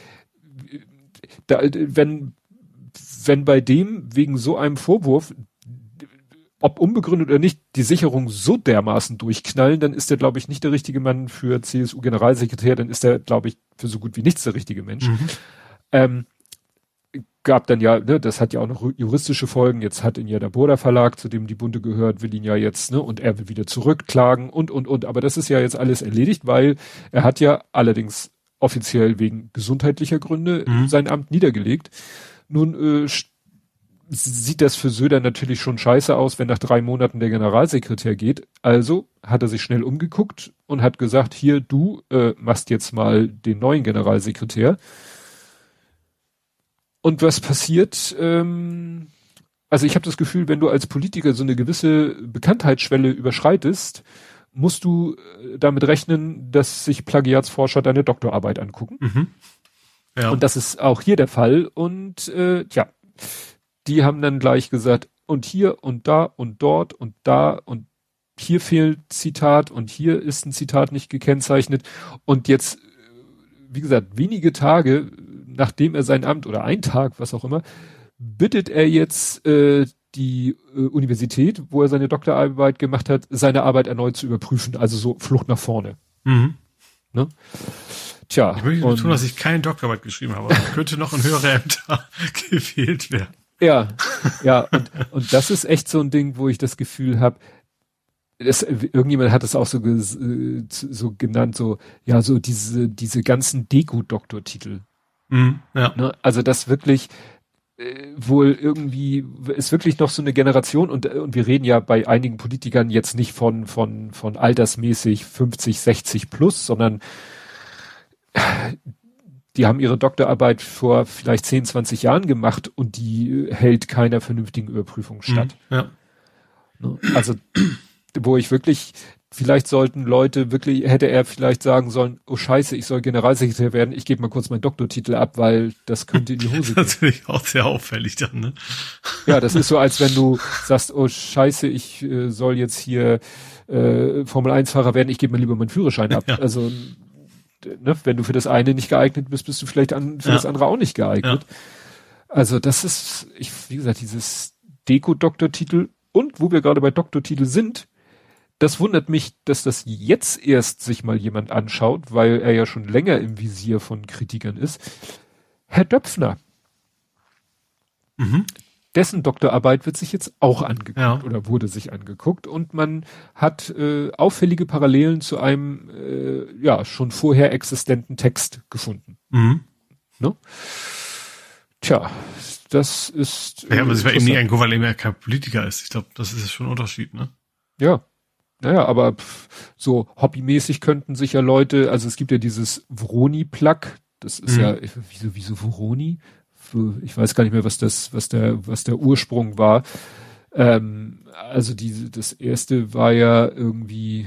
da, wenn bei dem wegen so einem Vorwurf, ob unbegründet oder nicht, die Sicherung so dermaßen durchknallen, dann ist der, glaube ich, nicht der richtige Mann für CSU-Generalsekretär, dann ist der, glaube ich, für so gut wie nichts der richtige Mensch. Mhm. Gab dann ja, ne, das hat ja auch noch juristische Folgen. Jetzt hat ihn ja der Burda Verlag, zu dem die Bunte gehört, will ihn ja jetzt, ne, und er will wieder zurückklagen und. Aber das ist ja jetzt alles erledigt, weil er hat ja allerdings offiziell wegen gesundheitlicher Gründe sein Amt niedergelegt. Nun sieht das für Söder natürlich schon scheiße aus, wenn nach 3 Monaten der Generalsekretär geht. Also hat er sich schnell umgeguckt und hat gesagt, hier, du machst jetzt mal den neuen Generalsekretär. Und was passiert? Also ich habe das Gefühl, wenn du als Politiker so eine gewisse Bekanntheitsschwelle überschreitest, musst du damit rechnen, dass sich Plagiatsforscher deine Doktorarbeit angucken. Mhm. Ja. Und das ist auch hier der Fall. Und die haben dann gleich gesagt, und hier und da und dort und da und hier fehlt Zitat und hier ist ein Zitat nicht gekennzeichnet. Und jetzt, wie gesagt, wenige Tage, nachdem er sein Amt oder ein Tag, was auch immer, bittet er jetzt die Universität, wo er seine Doktorarbeit gemacht hat, seine Arbeit erneut zu überprüfen. Also so Flucht nach vorne. Mhm. Ne? Tja. Ich möchte betonen, dass ich keine Doktorarbeit geschrieben habe. Aber könnte noch in höhere Ämter gewählt werden. Ja, und das ist echt so ein Ding, wo ich das Gefühl habe, irgendjemand hat es auch so genannt, so, ja, so diese ganzen Deko-Doktortitel. Mhm. Ja. Ne? Also das wirklich wohl irgendwie ist wirklich noch so eine Generation und wir reden ja bei einigen Politikern jetzt nicht von altersmäßig 50, 60 plus, sondern die haben ihre Doktorarbeit vor vielleicht 10, 20 Jahren gemacht und die hält keiner vernünftigen Überprüfung statt. Ja. Ne? Also wo ich wirklich, vielleicht sollten Leute wirklich, hätte er vielleicht sagen sollen, oh Scheiße, ich soll Generalsekretär werden, ich gebe mal kurz meinen Doktortitel ab, weil das könnte in die Hose gehen. Das ist natürlich auch sehr auffällig dann, ne? Ja, das ist so, als wenn du sagst, oh Scheiße, ich soll jetzt hier Formel-1-Fahrer werden, ich gebe mir lieber meinen Führerschein ab. Ja. Also, ne, wenn du für das eine nicht geeignet bist, bist du vielleicht für das andere auch nicht geeignet. Ja. Also das ist, wie gesagt, dieses Deko-Doktortitel und wo wir gerade bei Doktortitel sind, das wundert mich, dass das jetzt erst sich mal jemand anschaut, weil er ja schon länger im Visier von Kritikern ist. Herr Döpfner. Mhm. Dessen Doktorarbeit wird sich jetzt auch angeguckt oder wurde sich angeguckt und man hat auffällige Parallelen zu einem schon vorher existenten Text gefunden. Mhm. Ne? Tja, das ist ja, aber es war eben nicht ein, weil er kein Politiker ist. Ich glaube, das ist schon ein Unterschied, ne? Ja. Naja, aber so hobbymäßig könnten sich ja Leute, also es gibt ja dieses Vroni-Plug, das ist ja, wieso Vroni? Ich weiß gar nicht mehr, was der Ursprung war. Also das erste war ja irgendwie.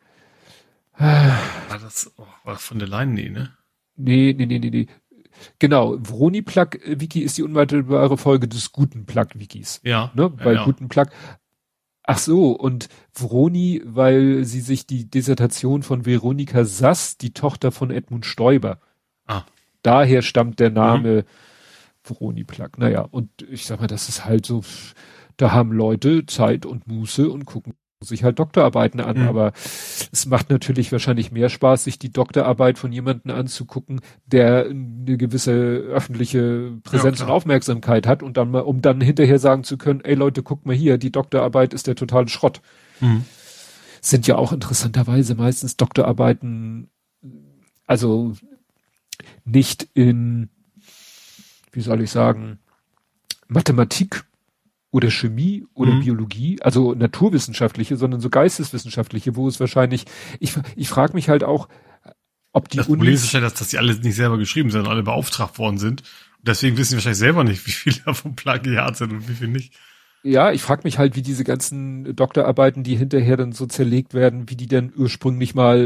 War das war von der Leyen, ne? Nee. Genau, Vroni-Plug-Wiki ist die unmittelbare Folge des guten Plug-Wikis. Ja. Ne? Bei guten Plug. Ach so, und Vroni, weil sie sich die Dissertation von Veronika Sass, die Tochter von Edmund Stoiber. Daher stammt der Name Vroni-Plug. Naja, und ich sag mal, das ist halt so, da haben Leute Zeit und Muße und gucken sich halt Doktorarbeiten an, Mhm. aber es macht natürlich wahrscheinlich mehr Spaß, sich die Doktorarbeit von jemandem anzugucken, der eine gewisse öffentliche Präsenz Ja, und klar. Aufmerksamkeit hat und dann mal, um dann hinterher sagen zu können, ey Leute, guckt mal hier, die Doktorarbeit ist der totale Schrott. Mhm. Sind ja auch interessanterweise meistens Doktorarbeiten, also nicht in, wie soll ich sagen, Mathematik oder Chemie oder Biologie, also naturwissenschaftliche, sondern so geisteswissenschaftliche, wo es wahrscheinlich, ich frage mich halt auch, ob die Das Problem ist Unis, wahrscheinlich, dass die alle nicht selber geschrieben sind, sondern alle beauftragt worden sind. Und deswegen wissen die wahrscheinlich selber nicht, wie viele davon Plagiat sind und wie viel nicht. ja, ich frage mich halt, wie diese ganzen Doktorarbeiten, die hinterher dann so zerlegt werden, wie die dann ursprünglich mal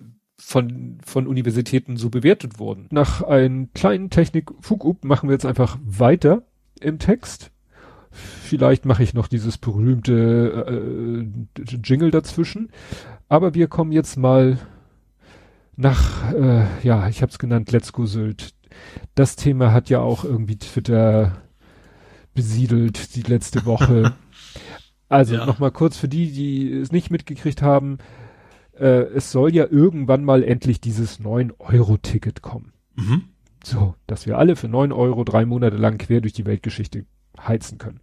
von Universitäten so bewertet wurden. Nach einem kleinen Technik-Fug-Up machen wir jetzt einfach weiter im Text. Vielleicht mache ich noch dieses berühmte Jingle dazwischen. Aber wir kommen jetzt mal nach, ja, ich habe es genannt, Let's Go Sylt. Das Thema hat ja auch irgendwie Twitter besiedelt die letzte Woche. Also Ja. nochmal kurz für die, die es nicht mitgekriegt haben. Es soll ja irgendwann mal endlich dieses 9-Euro-Ticket kommen. Mhm. So, dass wir alle für 9 Euro 3 Monate lang quer durch die Weltgeschichte heizen können.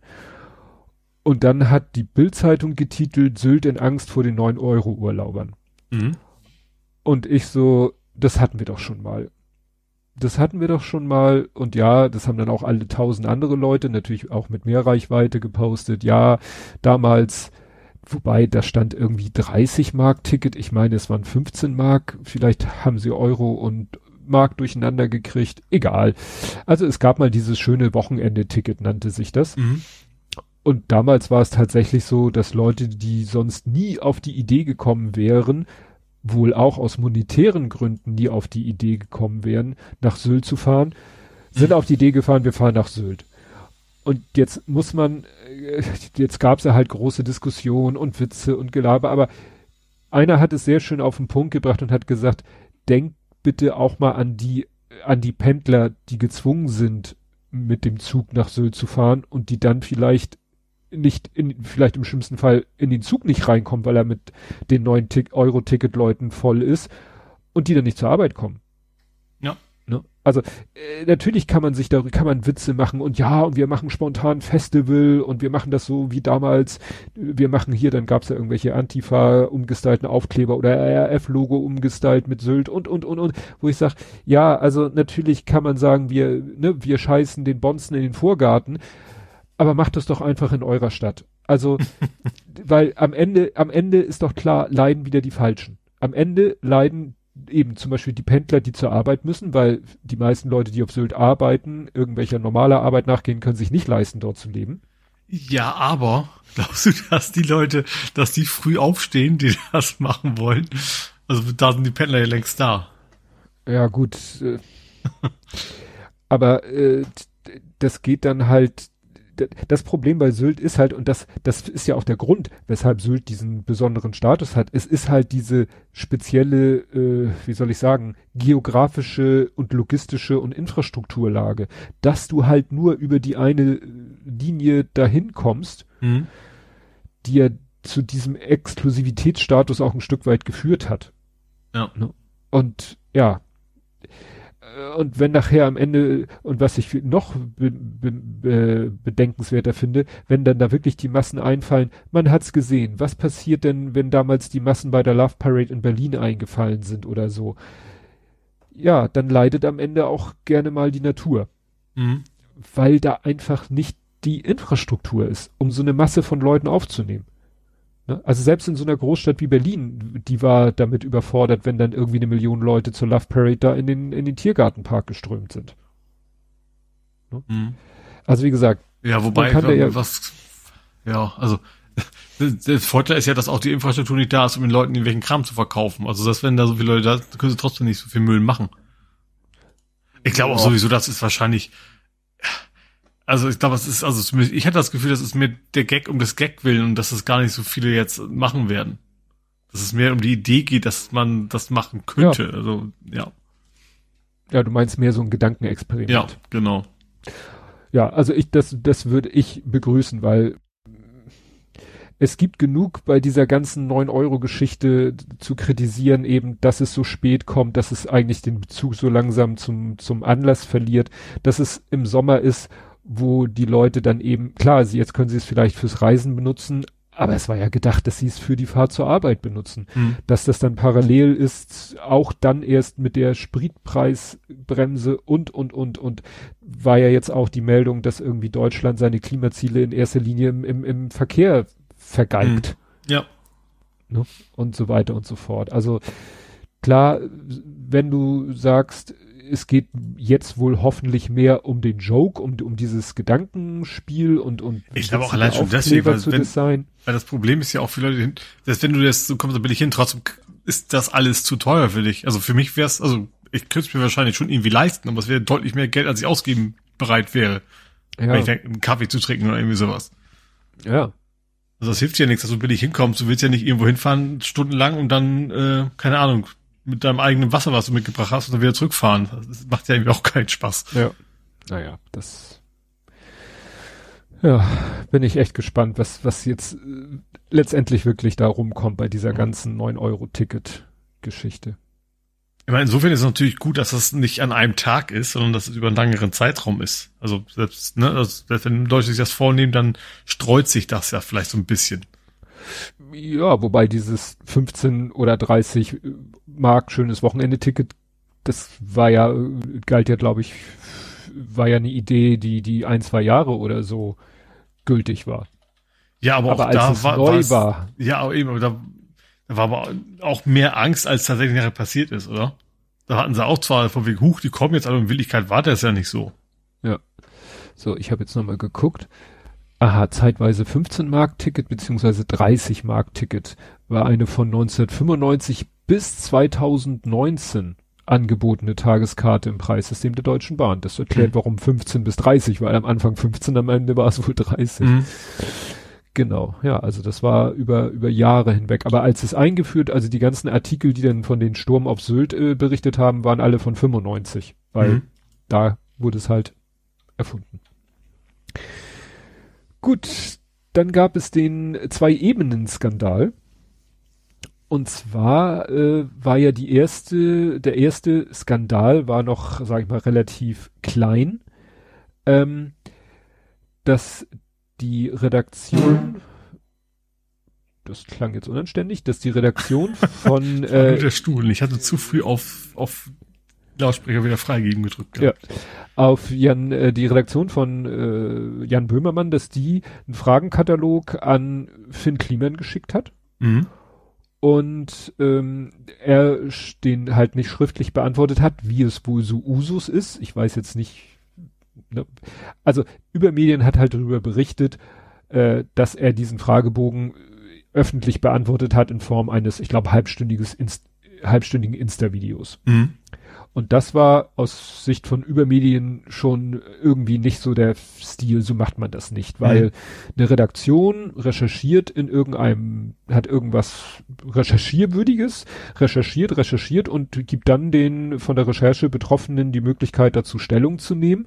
Und dann hat die Bild-Zeitung getitelt, Sylt in Angst vor den 9-Euro-Urlaubern. Mhm. Und ich so, das hatten wir doch schon mal. Das hatten wir doch schon mal. Und ja, das haben dann auch alle 1000 andere Leute, natürlich auch mit mehr Reichweite gepostet. Ja, damals, wobei da stand irgendwie 30 Mark Ticket. Ich meine, es waren 15 Mark. Vielleicht haben sie Euro und Mark durcheinander gekriegt. Egal. Also es gab mal dieses schöne Wochenende-Ticket, nannte sich das. Mhm. Und damals war es tatsächlich so, dass Leute, die sonst nie auf die Idee gekommen wären, wohl auch aus monetären Gründen nie auf die Idee gekommen wären, nach Sylt zu fahren, sind auf die Idee gefahren, wir fahren nach Sylt. Und jetzt muss man, jetzt gab es ja halt große Diskussionen und Witze und Gelaber, aber einer hat es sehr schön auf den Punkt gebracht und hat gesagt, denkt bitte auch mal an die Pendler, die gezwungen sind, mit dem Zug nach Sylt zu fahren und die dann vielleicht vielleicht im schlimmsten Fall in den Zug nicht reinkommen, weil er mit den 9-Euro-Ticket-Leuten voll ist und die dann nicht zur Arbeit kommen. Ja. Ne? Also natürlich kann man Witze machen und ja, und wir machen spontan Festival und wir machen das so wie damals, wir machen hier, dann gab's ja irgendwelche Antifa umgestylten Aufkleber oder RAF-Logo umgestylt mit Sylt und, wo ich sage, ja, also natürlich kann man sagen, wir scheißen den Bonzen in den Vorgarten, aber macht das doch einfach in eurer Stadt. Also, weil am Ende ist doch klar, leiden wieder die Falschen. Am Ende leiden eben zum Beispiel die Pendler, die zur Arbeit müssen, weil die meisten Leute, die auf Sylt arbeiten, irgendwelcher normaler Arbeit nachgehen, können sich nicht leisten, dort zu leben. Ja, aber glaubst du, dass die Leute, dass die früh aufstehen, die das machen wollen? Also da sind die Pendler ja längst da. Ja, gut. Aber das geht dann halt. Das Problem bei Sylt ist halt, und das ist ja auch der Grund, weshalb Sylt diesen besonderen Status hat, es ist halt diese spezielle, wie soll ich sagen, geografische und logistische und Infrastrukturlage, dass du halt nur über die eine Linie dahin kommst, die ja zu diesem Exklusivitätsstatus auch ein Stück weit geführt hat. Ja. Und ja, und wenn nachher am Ende, und was ich noch bedenkenswerter finde, wenn dann da wirklich die Massen einfallen, man hat's gesehen, was passiert denn, wenn damals die Massen bei der Love Parade in Berlin eingefallen sind oder so? Ja, dann leidet am Ende auch gerne mal die Natur, weil da einfach nicht die Infrastruktur ist, um so eine Masse von Leuten aufzunehmen. Ne? Also selbst in so einer Großstadt wie Berlin, die war damit überfordert, wenn dann irgendwie 1 Million Leute zur Love Parade da in den Tiergartenpark geströmt sind. Ne? Also wie gesagt, ja, wobei, also der Vorteil ist ja, dass auch die Infrastruktur nicht da ist, um den Leuten irgendwelchen Kram zu verkaufen. Also dass wenn da so viele Leute da sind, können sie trotzdem nicht so viel Müll machen. Ich glaube auch sowieso, das ist wahrscheinlich, also ich glaube, ich hatte das Gefühl, das ist mir der Gag um des Gag willen und dass es gar nicht so viele jetzt machen werden. Dass es mehr um die Idee geht, dass man das machen könnte. Ja. Also, ja. Ja, du meinst mehr so ein Gedankenexperiment. Ja, genau. Ja, also das würde ich begrüßen, weil es gibt genug bei dieser ganzen 9-Euro-Geschichte zu kritisieren, eben, dass es so spät kommt, dass es eigentlich den Bezug so langsam zum Anlass verliert, dass es im Sommer ist, wo die Leute dann eben, klar, jetzt können sie es vielleicht fürs Reisen benutzen, aber es war ja gedacht, dass sie es für die Fahrt zur Arbeit benutzen. Dass das dann parallel ist, auch dann erst mit der Spritpreisbremse und war ja jetzt auch die Meldung, dass irgendwie Deutschland seine Klimaziele in erster Linie im Verkehr vergeigt. Ja. Ne? Und so weiter und so fort. Also klar, wenn du sagst, es geht jetzt wohl hoffentlich mehr um den Joke, um dieses Gedankenspiel und ich glaube auch allein schon deswegen, weil das Problem ist ja auch für Leute, dass wenn du jetzt so kommst, dann bin ich hin, trotzdem ist das alles zu teuer für dich. Also für mich wäre es, also ich könnte es mir wahrscheinlich schon irgendwie leisten, aber es wäre deutlich mehr Geld, als ich ausgeben bereit wäre, wenn ich denke, einen Kaffee zu trinken oder irgendwie sowas. Ja. Also das hilft dir ja nichts, dass du billig hinkommst. Du willst ja nicht irgendwo hinfahren, stundenlang und dann, keine Ahnung, mit deinem eigenen Wasser, was du mitgebracht hast, und dann wieder zurückfahren. Das macht ja irgendwie auch keinen Spaß. Ja. Naja, bin ich echt gespannt, was jetzt letztendlich wirklich da rumkommt bei dieser ganzen 9-Euro-Ticket-Geschichte. Ich meine, insofern ist es natürlich gut, dass das nicht an einem Tag ist, sondern dass es über einen längeren Zeitraum ist. Also selbst wenn Deutsche sich das vornehmen, dann streut sich das ja vielleicht so ein bisschen. Ja, wobei dieses 15 oder 30 Mark schönes Wochenende-Ticket, das war ja, galt ja, glaube ich, war ja eine Idee, die 1-2 Jahre oder so gültig war. Ja, aber auch als da es neu war. Ja, aber eben, aber da war aber auch mehr Angst, als tatsächlich nachher passiert ist, oder? Da hatten sie auch zwar von wegen, die kommen jetzt, aber in Wirklichkeit war das ja nicht so. Ja. So, ich habe jetzt nochmal geguckt. Aha, zeitweise 15 Mark Ticket beziehungsweise 30 Mark Ticket war eine von 1995 bis 2019 angebotene Tageskarte im Preissystem der Deutschen Bahn. Das erklärt, warum 15 bis 30, weil am Anfang 15, am Ende war es wohl 30. Genau, ja, also das war über Jahre hinweg. Aber als es eingeführt, also die ganzen Artikel, die dann von den Sturm auf Sylt berichtet haben, waren alle von 95, weil da wurde es halt erfunden. Gut, dann gab es den 2-Ebenen-Skandal. Und zwar war ja der erste Skandal war noch, sag ich mal, relativ klein, dass die Redaktion, das klang jetzt unanständig, dass die Redaktion von der Stuhl, ich hatte zu früh auf Lautsprecher wieder freigeben gedrückt. Ja, auf die Redaktion von Jan Böhmermann, dass die einen Fragenkatalog an Finn Kliman geschickt hat. Und er den halt nicht schriftlich beantwortet hat, wie es wohl so Usus ist. Ich weiß jetzt nicht. Ne? Also Übermedien hat halt darüber berichtet, dass er diesen Fragebogen öffentlich beantwortet hat in Form eines, ich glaube, halbstündigen Insta-Videos. Und das war aus Sicht von Übermedien schon irgendwie nicht so der Stil, so macht man das nicht, weil eine Redaktion recherchiert hat irgendwas Recherchierwürdiges, recherchiert und gibt dann den von der Recherche Betroffenen die Möglichkeit dazu Stellung zu nehmen.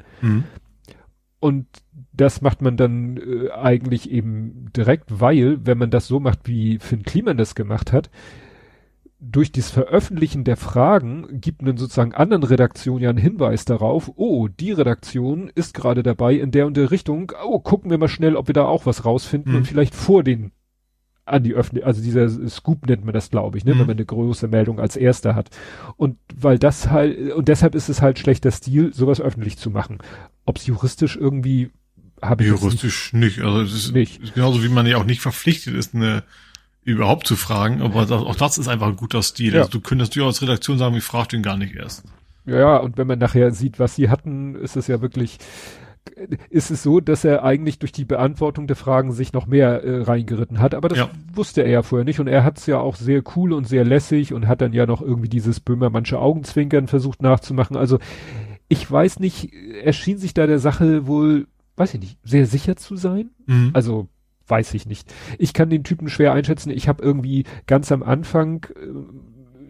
Und das macht man dann eigentlich eben direkt, weil, wenn man das so macht, wie Finn Kliman das gemacht hat, durch das Veröffentlichen der Fragen gibt man sozusagen anderen Redaktionen ja einen Hinweis darauf, die Redaktion ist gerade dabei in der und der Richtung, gucken wir mal schnell, ob wir da auch was rausfinden und vielleicht vor den an die Öffentlichkeit, also dieser Scoop nennt man das, glaube ich, ne, wenn man eine große Meldung als erster hat. Und weil das halt, und deshalb ist es halt schlechter Stil, sowas öffentlich zu machen. Ob es juristisch irgendwie, habe ich juristisch nicht. Also es ist nicht. Genauso wie man ja auch nicht verpflichtet ist, überhaupt zu fragen, aber auch das ist einfach ein guter Stil. Ja. Also du könntest dir als Redaktion sagen, ich frage den gar nicht erst. Ja, und wenn man nachher sieht, was sie hatten, ist es ja wirklich, ist es so, dass er eigentlich durch die Beantwortung der Fragen sich noch mehr reingeritten hat, aber das wusste er ja vorher nicht und er hat es ja auch sehr cool und sehr lässig und hat dann ja noch irgendwie dieses Böhmermannsche Augenzwinkern versucht nachzumachen. Also ich weiß nicht, er schien sich da der Sache wohl, weiß ich nicht, sehr sicher zu sein. Also weiß ich nicht. Ich kann den Typen schwer einschätzen. Ich habe irgendwie ganz am Anfang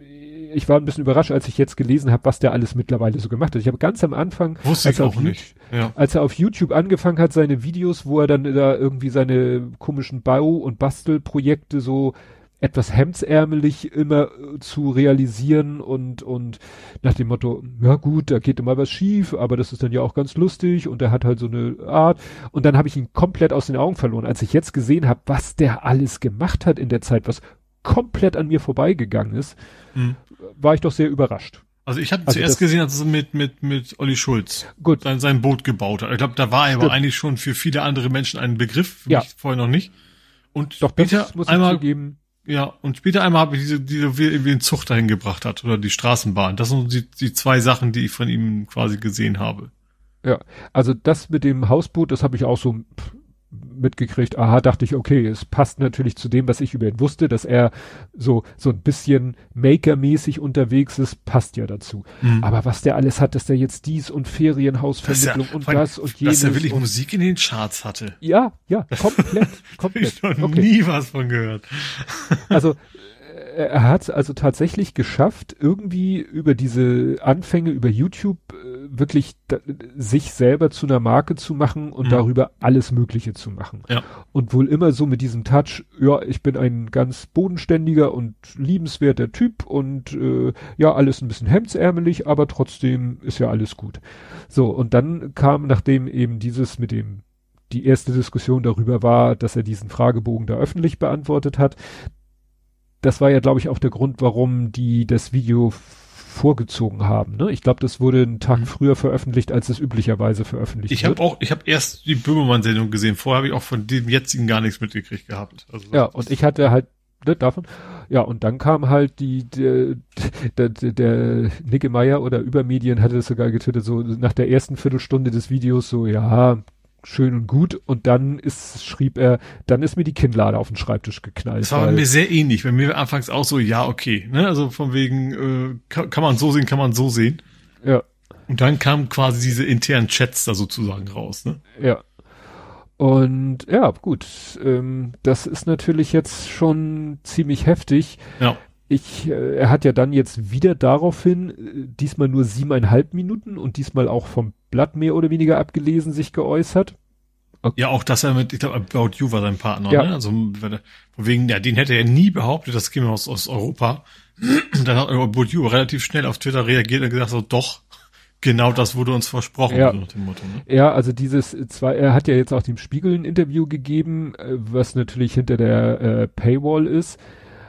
ich war ein bisschen überrascht, als ich jetzt gelesen habe, was der alles mittlerweile so gemacht hat. Ich habe ganz am Anfang, wusste ich auch nicht. Ja. Als er auf YouTube angefangen hat, seine Videos, wo er dann da irgendwie seine komischen Bau- und Bastelprojekte so etwas hemdsärmelig immer zu realisieren und nach dem Motto, ja gut, da geht immer was schief, aber das ist dann ja auch ganz lustig und er hat halt so eine Art und dann habe ich ihn komplett aus den Augen verloren. Als ich jetzt gesehen habe, was der alles gemacht hat in der Zeit, was komplett an mir vorbeigegangen ist, war ich doch sehr überrascht. Also ich hatte zuerst gesehen, als er mit Olli Schulz gut. sein Boot gebaut hat. Ich glaube, da war er aber eigentlich schon für viele andere Menschen ein Begriff, für mich vorher noch nicht. Und doch, später das muss einmal ich zugeben. Ja, und später einmal habe ich diese wie irgendwie den Zug dahin gebracht hat oder die Straßenbahn. Das sind die zwei Sachen, die ich von ihm quasi gesehen habe. Ja, also das mit dem Hausboot, das habe ich auch so mitgekriegt. Aha, dachte ich, okay, es passt natürlich zu dem, was ich über ihn wusste, dass er so ein bisschen Maker-mäßig unterwegs ist, passt ja dazu. Aber was der alles hat, dass der jetzt dies und Ferienhausvermittlung und das und jenes. Dass er wirklich Musik in den Charts hatte. Ja, komplett. Ich habe noch nie was von gehört. Also er hat es also tatsächlich geschafft, irgendwie über diese Anfänge über YouTube wirklich sich selber zu einer Marke zu machen und darüber alles Mögliche zu machen. Ja. Und wohl immer so mit diesem Touch, ja, ich bin ein ganz bodenständiger und liebenswerter Typ und ja, alles ein bisschen hemdsärmelig, aber trotzdem ist ja alles gut. So, und dann kam, nachdem eben die erste Diskussion darüber war, dass er diesen Fragebogen da öffentlich beantwortet hat. Das war ja, glaube ich, auch der Grund, warum die das Video vorgezogen haben. Ne? Ich glaube, das wurde einen Tag früher veröffentlicht, als es üblicherweise veröffentlicht wird. Ich habe erst die Böhmermann-Sendung gesehen. Vorher habe ich auch von dem jetzigen gar nichts mitgekriegt gehabt. Also ja, und ich hatte halt davon. Ja, und dann kam halt der Niggemeier oder Übermedien hatte das sogar getwittert, so nach der ersten Viertelstunde des Videos so, ja, schön und gut. Und dann schrieb er, dann ist mir die Kinnlade auf den Schreibtisch geknallt. Das war bei mir sehr ähnlich. Bei mir war anfangs auch so, ja, okay. Ne? Also von wegen, kann man so sehen, kann man so sehen. Ja. Und dann kamen quasi diese internen Chats da sozusagen raus. Ne? Ja. Und ja, gut. Das ist natürlich jetzt schon ziemlich heftig. Ja. Er hat ja dann jetzt wieder daraufhin, diesmal nur 7,5 Minuten und diesmal auch vom Blatt mehr oder weniger abgelesen sich geäußert. Okay. Ja, auch dass er ich glaube, About You war sein Partner, ja. Ne? Also von wegen, ja, den hätte er nie behauptet, das käme aus Europa. Und dann hat About You relativ schnell auf Twitter reagiert und gesagt, so doch, genau das wurde uns versprochen. Ja, so nach dem Motto, ne? Ja, also er hat ja jetzt auch dem Spiegel ein Interview gegeben, was natürlich hinter der Paywall ist.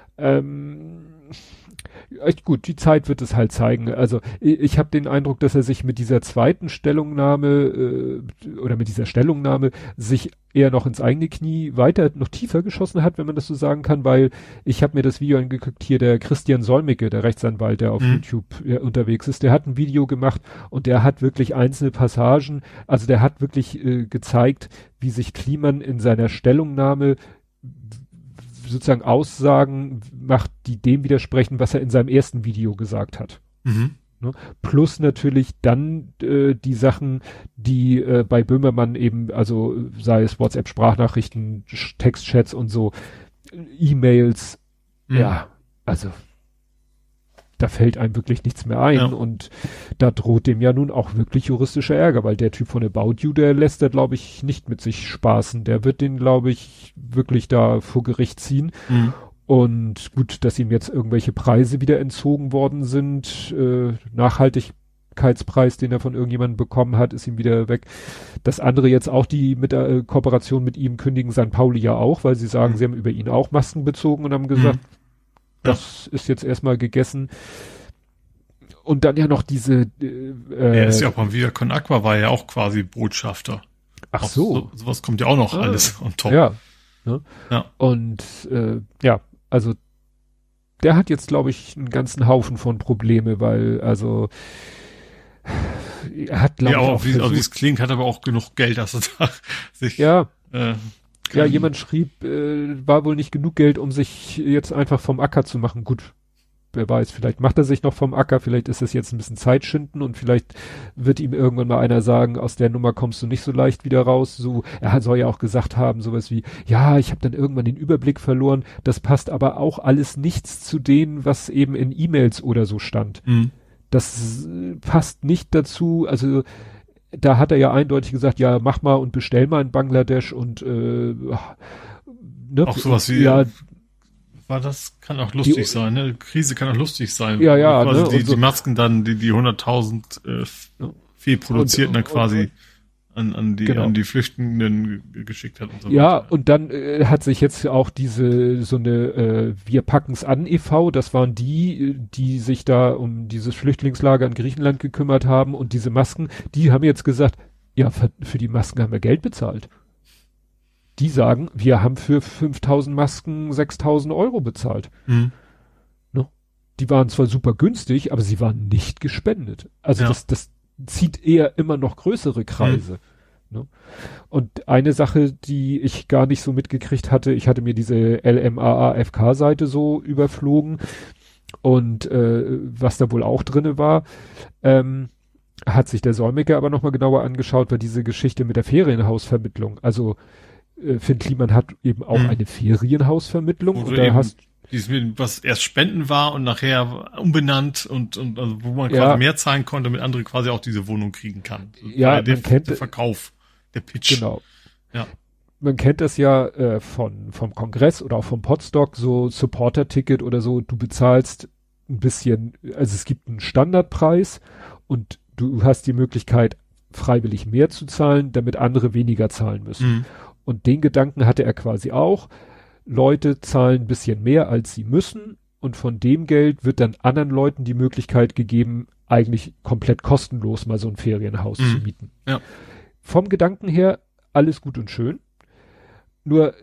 Echt gut, die Zeit wird es halt zeigen. Also ich habe den Eindruck, dass er sich mit dieser zweiten Stellungnahme oder mit dieser Stellungnahme sich eher noch ins eigene Knie weiter, noch tiefer geschossen hat, wenn man das so sagen kann, weil ich habe mir das Video angeguckt, hier der Christian Solmecke, der Rechtsanwalt, der auf YouTube unterwegs ist, der hat ein Video gemacht und der hat wirklich einzelne Passagen, also der hat wirklich gezeigt, wie sich Kliman in seiner Stellungnahme sozusagen Aussagen macht, die dem widersprechen, was er in seinem ersten Video gesagt hat. Ne? Plus natürlich dann die Sachen, die bei Böhmermann eben, also sei es WhatsApp-Sprachnachrichten, Textchats und so, E-Mails, ja, also da fällt einem wirklich nichts mehr ein und da droht dem ja nun auch wirklich juristischer Ärger, weil der Typ von About You, der lässt da, glaube ich, nicht mit sich spaßen. Der wird den, glaube ich, wirklich da vor Gericht ziehen. Und gut, dass ihm jetzt irgendwelche Preise wieder entzogen worden sind, Nachhaltigkeitspreis, den er von irgendjemandem bekommen hat, ist ihm wieder weg. Das andere jetzt auch, die mit der Kooperation mit ihm kündigen St. Pauli ja auch, weil sie sagen, sie haben über ihn auch Masken bezogen und haben gesagt, das ist jetzt erstmal gegessen. Und dann ja noch diese er ist ja auch mal wieder Con Aqua, war ja auch quasi Botschafter. Ach so. Sowas kommt ja auch noch alles on top. Ja. Ne? Ja. Und ja, also der hat jetzt, glaube ich, einen ganzen Haufen von Probleme, weil, also er hat, glaube ich, auch wie es klingt, hat aber auch genug Geld, dass er da sich ja, jemand schrieb, war wohl nicht genug Geld, um sich jetzt einfach vom Acker zu machen. Gut, wer weiß, vielleicht macht er sich noch vom Acker, vielleicht ist es jetzt ein bisschen Zeitschinden und vielleicht wird ihm irgendwann mal einer sagen, aus der Nummer kommst du nicht so leicht wieder raus. So, soll ja auch gesagt haben, sowas wie, ja, ich habe dann irgendwann den Überblick verloren. Das passt aber auch alles nichts zu denen, was eben in E-Mails oder so stand. Mhm. Das passt nicht dazu, also da hat er ja eindeutig gesagt, ja, mach mal und bestell mal in Bangladesch und ne, auch sowas wie, ja, das kann auch lustig sein, ne? Krise kann auch lustig sein. Ja, quasi ne? die Masken dann, die 100.000 fehlproduzierten dann quasi an die Flüchtenden geschickt hat und so ja, weiter. und dann hat sich jetzt auch Wir packen's an e.V., das waren die sich da um dieses Flüchtlingslager in Griechenland gekümmert haben und diese Masken, die haben jetzt gesagt, ja, für die Masken haben wir Geld bezahlt. Die sagen, wir haben für 5.000 Masken 6.000 Euro bezahlt. Mhm. Ne? Die waren zwar super günstig, aber sie waren nicht gespendet. Also das zieht eher immer noch größere Kreise. Ne? Und eine Sache, die ich gar nicht so mitgekriegt hatte, ich hatte mir diese LMAAFK-Seite so überflogen und was da wohl auch drinne war, hat sich der Solmecke aber nochmal genauer angeschaut, war diese Geschichte mit der Ferienhausvermittlung. Also Finn Kliman hat eben auch eine Ferienhausvermittlung und da was erst Spenden war und nachher umbenannt und also wo man quasi mehr zahlen konnte, damit andere quasi auch diese Wohnung kriegen kann. Ja, der Verkauf, der Pitch. Genau. Ja. Man kennt das ja vom Kongress oder auch vom Podstock, so Supporter-Ticket oder so, du bezahlst ein bisschen, also es gibt einen Standardpreis und du hast die Möglichkeit, freiwillig mehr zu zahlen, damit andere weniger zahlen müssen. Mhm. Und den Gedanken hatte er quasi auch. Leute zahlen ein bisschen mehr, als sie müssen. Und von dem Geld wird dann anderen Leuten die Möglichkeit gegeben, eigentlich komplett kostenlos mal so ein Ferienhaus zu mieten. Ja. Vom Gedanken her alles gut und schön. Nur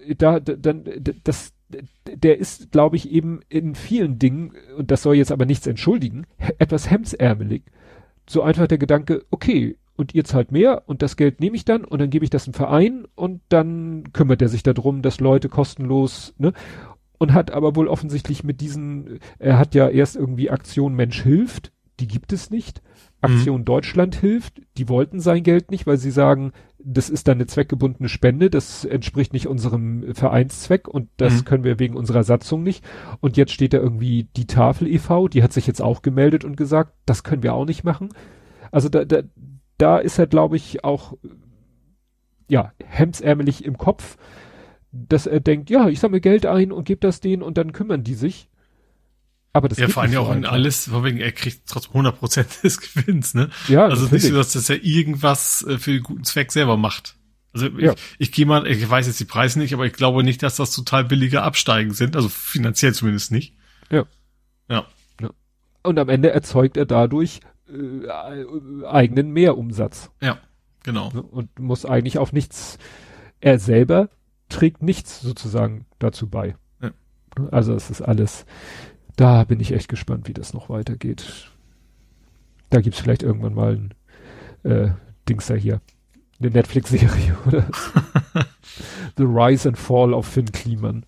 der ist, glaube ich, eben in vielen Dingen, und das soll jetzt aber nichts entschuldigen, etwas hemdsärmelig. So einfach der Gedanke, okay, und ihr zahlt mehr und das Geld nehme ich dann und dann gebe ich das im Verein und dann kümmert er sich darum, dass Leute kostenlos, ne? Und hat aber wohl offensichtlich er hat ja erst irgendwie Aktion Mensch hilft, die gibt es nicht. Aktion Deutschland hilft, die wollten sein Geld nicht, weil sie sagen, das ist dann eine zweckgebundene Spende, das entspricht nicht unserem Vereinszweck und das können wir wegen unserer Satzung nicht. Und jetzt steht da irgendwie die Tafel e.V., die hat sich jetzt auch gemeldet und gesagt, das können wir auch nicht machen. Also da ist er, glaube ich, auch, ja, hemdsärmelig im Kopf, dass er denkt, ja, ich sammle Geld ein und gebe das denen und dann kümmern die sich. Aber das ja, vor allem ja auch in alles, vor wegen, er kriegt trotzdem 100% des Gewinns, ne? Ja, also natürlich. nicht so, dass er irgendwas für den guten Zweck selber macht. Also ich gehe mal, ich weiß jetzt die Preise nicht, aber ich glaube nicht, dass das total billige Absteigen sind, also finanziell zumindest nicht. Ja. Und am Ende erzeugt er dadurch eigenen Mehrumsatz. Ja, genau. Und muss eigentlich auf nichts, er selber trägt nichts sozusagen dazu bei. Ja. Also es ist alles, da bin ich echt gespannt, wie das noch weitergeht. Da gibt's vielleicht irgendwann mal ein Dings da hier, eine Netflix-Serie oder The Rise and Fall of Finn Kliman.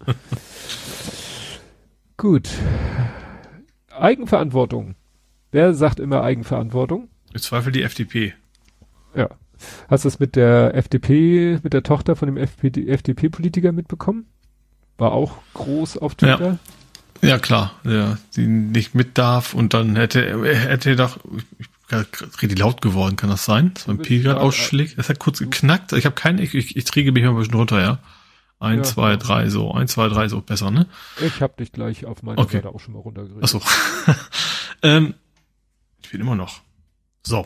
Gut. Eigenverantwortung. Wer sagt immer Eigenverantwortung? Im Zweifel die FDP. Ja. Hast du es mit der FDP, mit der Tochter von dem FDP-Politiker mitbekommen? War auch groß auf Twitter. Ja, klar. Ja, die nicht mit darf und dann hätte doch, ich bin richtig laut geworden, kann das sein? Das war ein Pegel ausschlägt. Das hat kurz geknackt. Ich habe ich träge mich mal ein bisschen runter, ja. 1, 2, 3, so. 1, 2, 3, so. Besser, ne? Ich habe dich gleich auf meiner Seite auch schon mal runtergeredet. Ach so. Ich bin immer noch. So.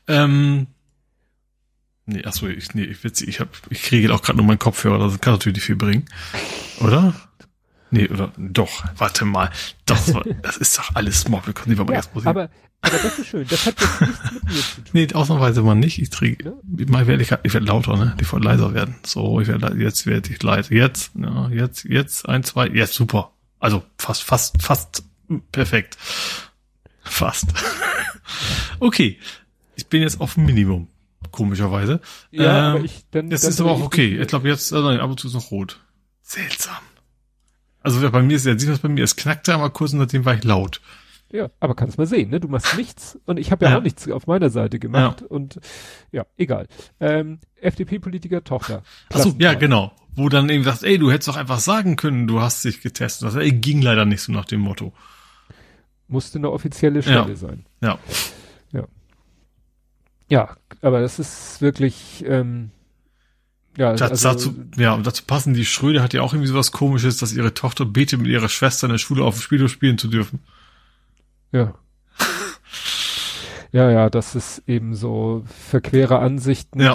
Nee, achso, ich kriege auch gerade nur meinen Kopfhörer, das kann natürlich nicht viel bringen. Oder? Nee, oder doch, warte mal. Das ist doch alles Mobbel. Aber das ist schön. Das hat jetzt nichts mit mir zu tun. Nee, ausnahmsweise mal nicht. Ich werde lauter, ne? Ich werde leiser werden. So, jetzt werde ich leiser. Jetzt, 1, 2, jetzt super. Also fast perfekt. Fast. Okay. Ich bin jetzt auf dem Minimum. Komischerweise. Ja, aber das ist aber auch okay. Ich glaube jetzt, ab und zu ist noch rot. Seltsam. Also bei mir ist ja, sieht das bei mir, es knackte einmal kurz und seitdem war ich laut. Ja, aber kannst mal sehen, ne? Du machst nichts und ich habe ja auch nichts auf meiner Seite gemacht und ja, egal. FDP-Politiker Tochter. Achso, ja, genau. Wo dann eben sagst, ey, du hättest doch einfach sagen können, du hast dich getestet. Das ging leider nicht so nach dem Motto. Musste eine offizielle Stelle sein. Ja. Ja, aber das ist wirklich, dazu passen, die Schröder hat ja auch irgendwie sowas Komisches, dass ihre Tochter betet, mit ihrer Schwester in der Schule auf dem Spielhof spielen zu dürfen. Ja. Ja, das ist eben so verquere Ansichten. Ja.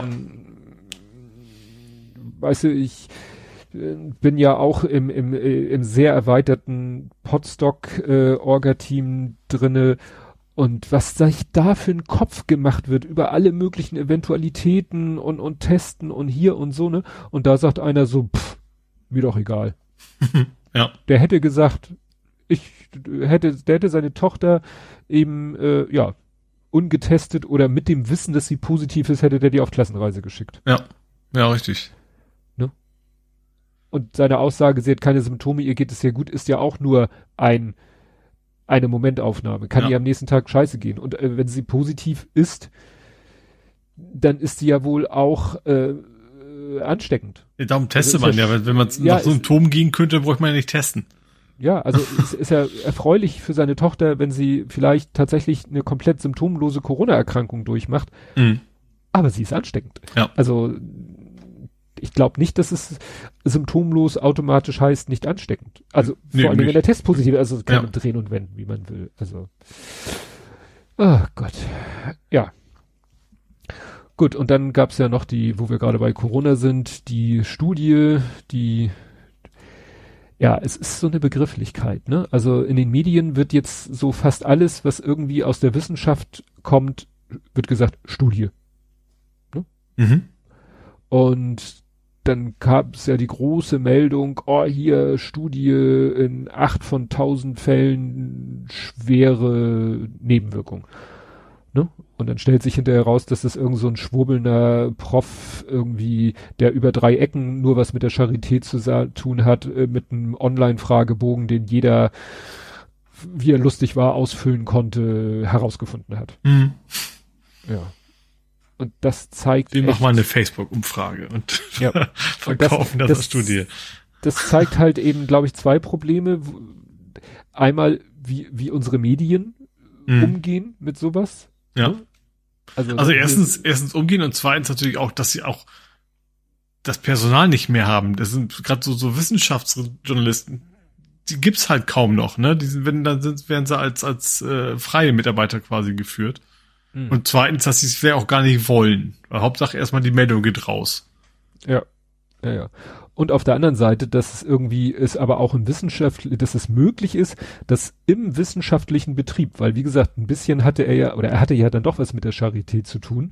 Weißt du, ich bin ja auch im sehr erweiterten Podstock-Orga-Team drinne. Und was sich da für ein Kopf gemacht wird über alle möglichen Eventualitäten und Testen und hier und so, ne? Und da sagt einer so, mir doch egal. Ja. Der hätte gesagt, der hätte seine Tochter eben, ungetestet oder mit dem Wissen, dass sie positiv ist, hätte der die auf Klassenreise geschickt. Ja, richtig. Ne? Und seine Aussage, sie hat keine Symptome, ihr geht es sehr gut, ist ja auch nur eine Momentaufnahme. Kann ihr am nächsten Tag scheiße gehen. Und wenn sie positiv ist, dann ist sie ja wohl auch ansteckend. Ja, darum testet man ja. Wenn man nach Symptomen gehen könnte, bräuchte man ja nicht testen. Ja, also es ist ja erfreulich für seine Tochter, wenn sie vielleicht tatsächlich eine komplett symptomlose Corona-Erkrankung durchmacht. Mhm. Aber sie ist ansteckend. Ja. Also ich glaube nicht, dass es symptomlos automatisch heißt, nicht ansteckend. Also vor allem, wenn der Test positiv ist, also kann man drehen und wenden, wie man will. Also, oh Gott. Ja. Gut, und dann gab's ja noch wo wir gerade bei Corona sind, die Studie, es ist so eine Begrifflichkeit, ne? Also in den Medien wird jetzt so fast alles, was irgendwie aus der Wissenschaft kommt, wird gesagt, Studie. Ne? Mhm. Und dann gab es ja die große Meldung, hier Studie in 8 von 1000 Fällen schwere Nebenwirkung. Ne? Und dann stellt sich hinterher raus, dass das irgend so ein schwurbelnder Prof irgendwie, der über 3 Ecken nur was mit der Charité zu tun hat, mit einem Online-Fragebogen, den jeder, wie er lustig war, ausfüllen konnte, herausgefunden hat. Mhm. Ja. Und das zeigt. Wir machen mal eine Facebook-Umfrage und verkaufen das als Studie. Das zeigt halt eben, glaube ich, 2 Probleme. Einmal, wie unsere Medien umgehen mit sowas. Ja. Ne? Also erstens umgehen und zweitens natürlich auch, dass sie auch das Personal nicht mehr haben. Das sind gerade so Wissenschaftsjournalisten, die gibt's halt kaum noch, ne? Werden sie als freie Mitarbeiter quasi geführt. Und zweitens, dass sie es vielleicht auch gar nicht wollen. Weil Hauptsache erstmal die Meldung geht raus. Ja. Und auf der anderen Seite, dass es irgendwie ist, aber auch im dass es möglich ist, dass im wissenschaftlichen Betrieb, weil wie gesagt, ein bisschen hatte er hatte ja dann doch was mit der Charité zu tun.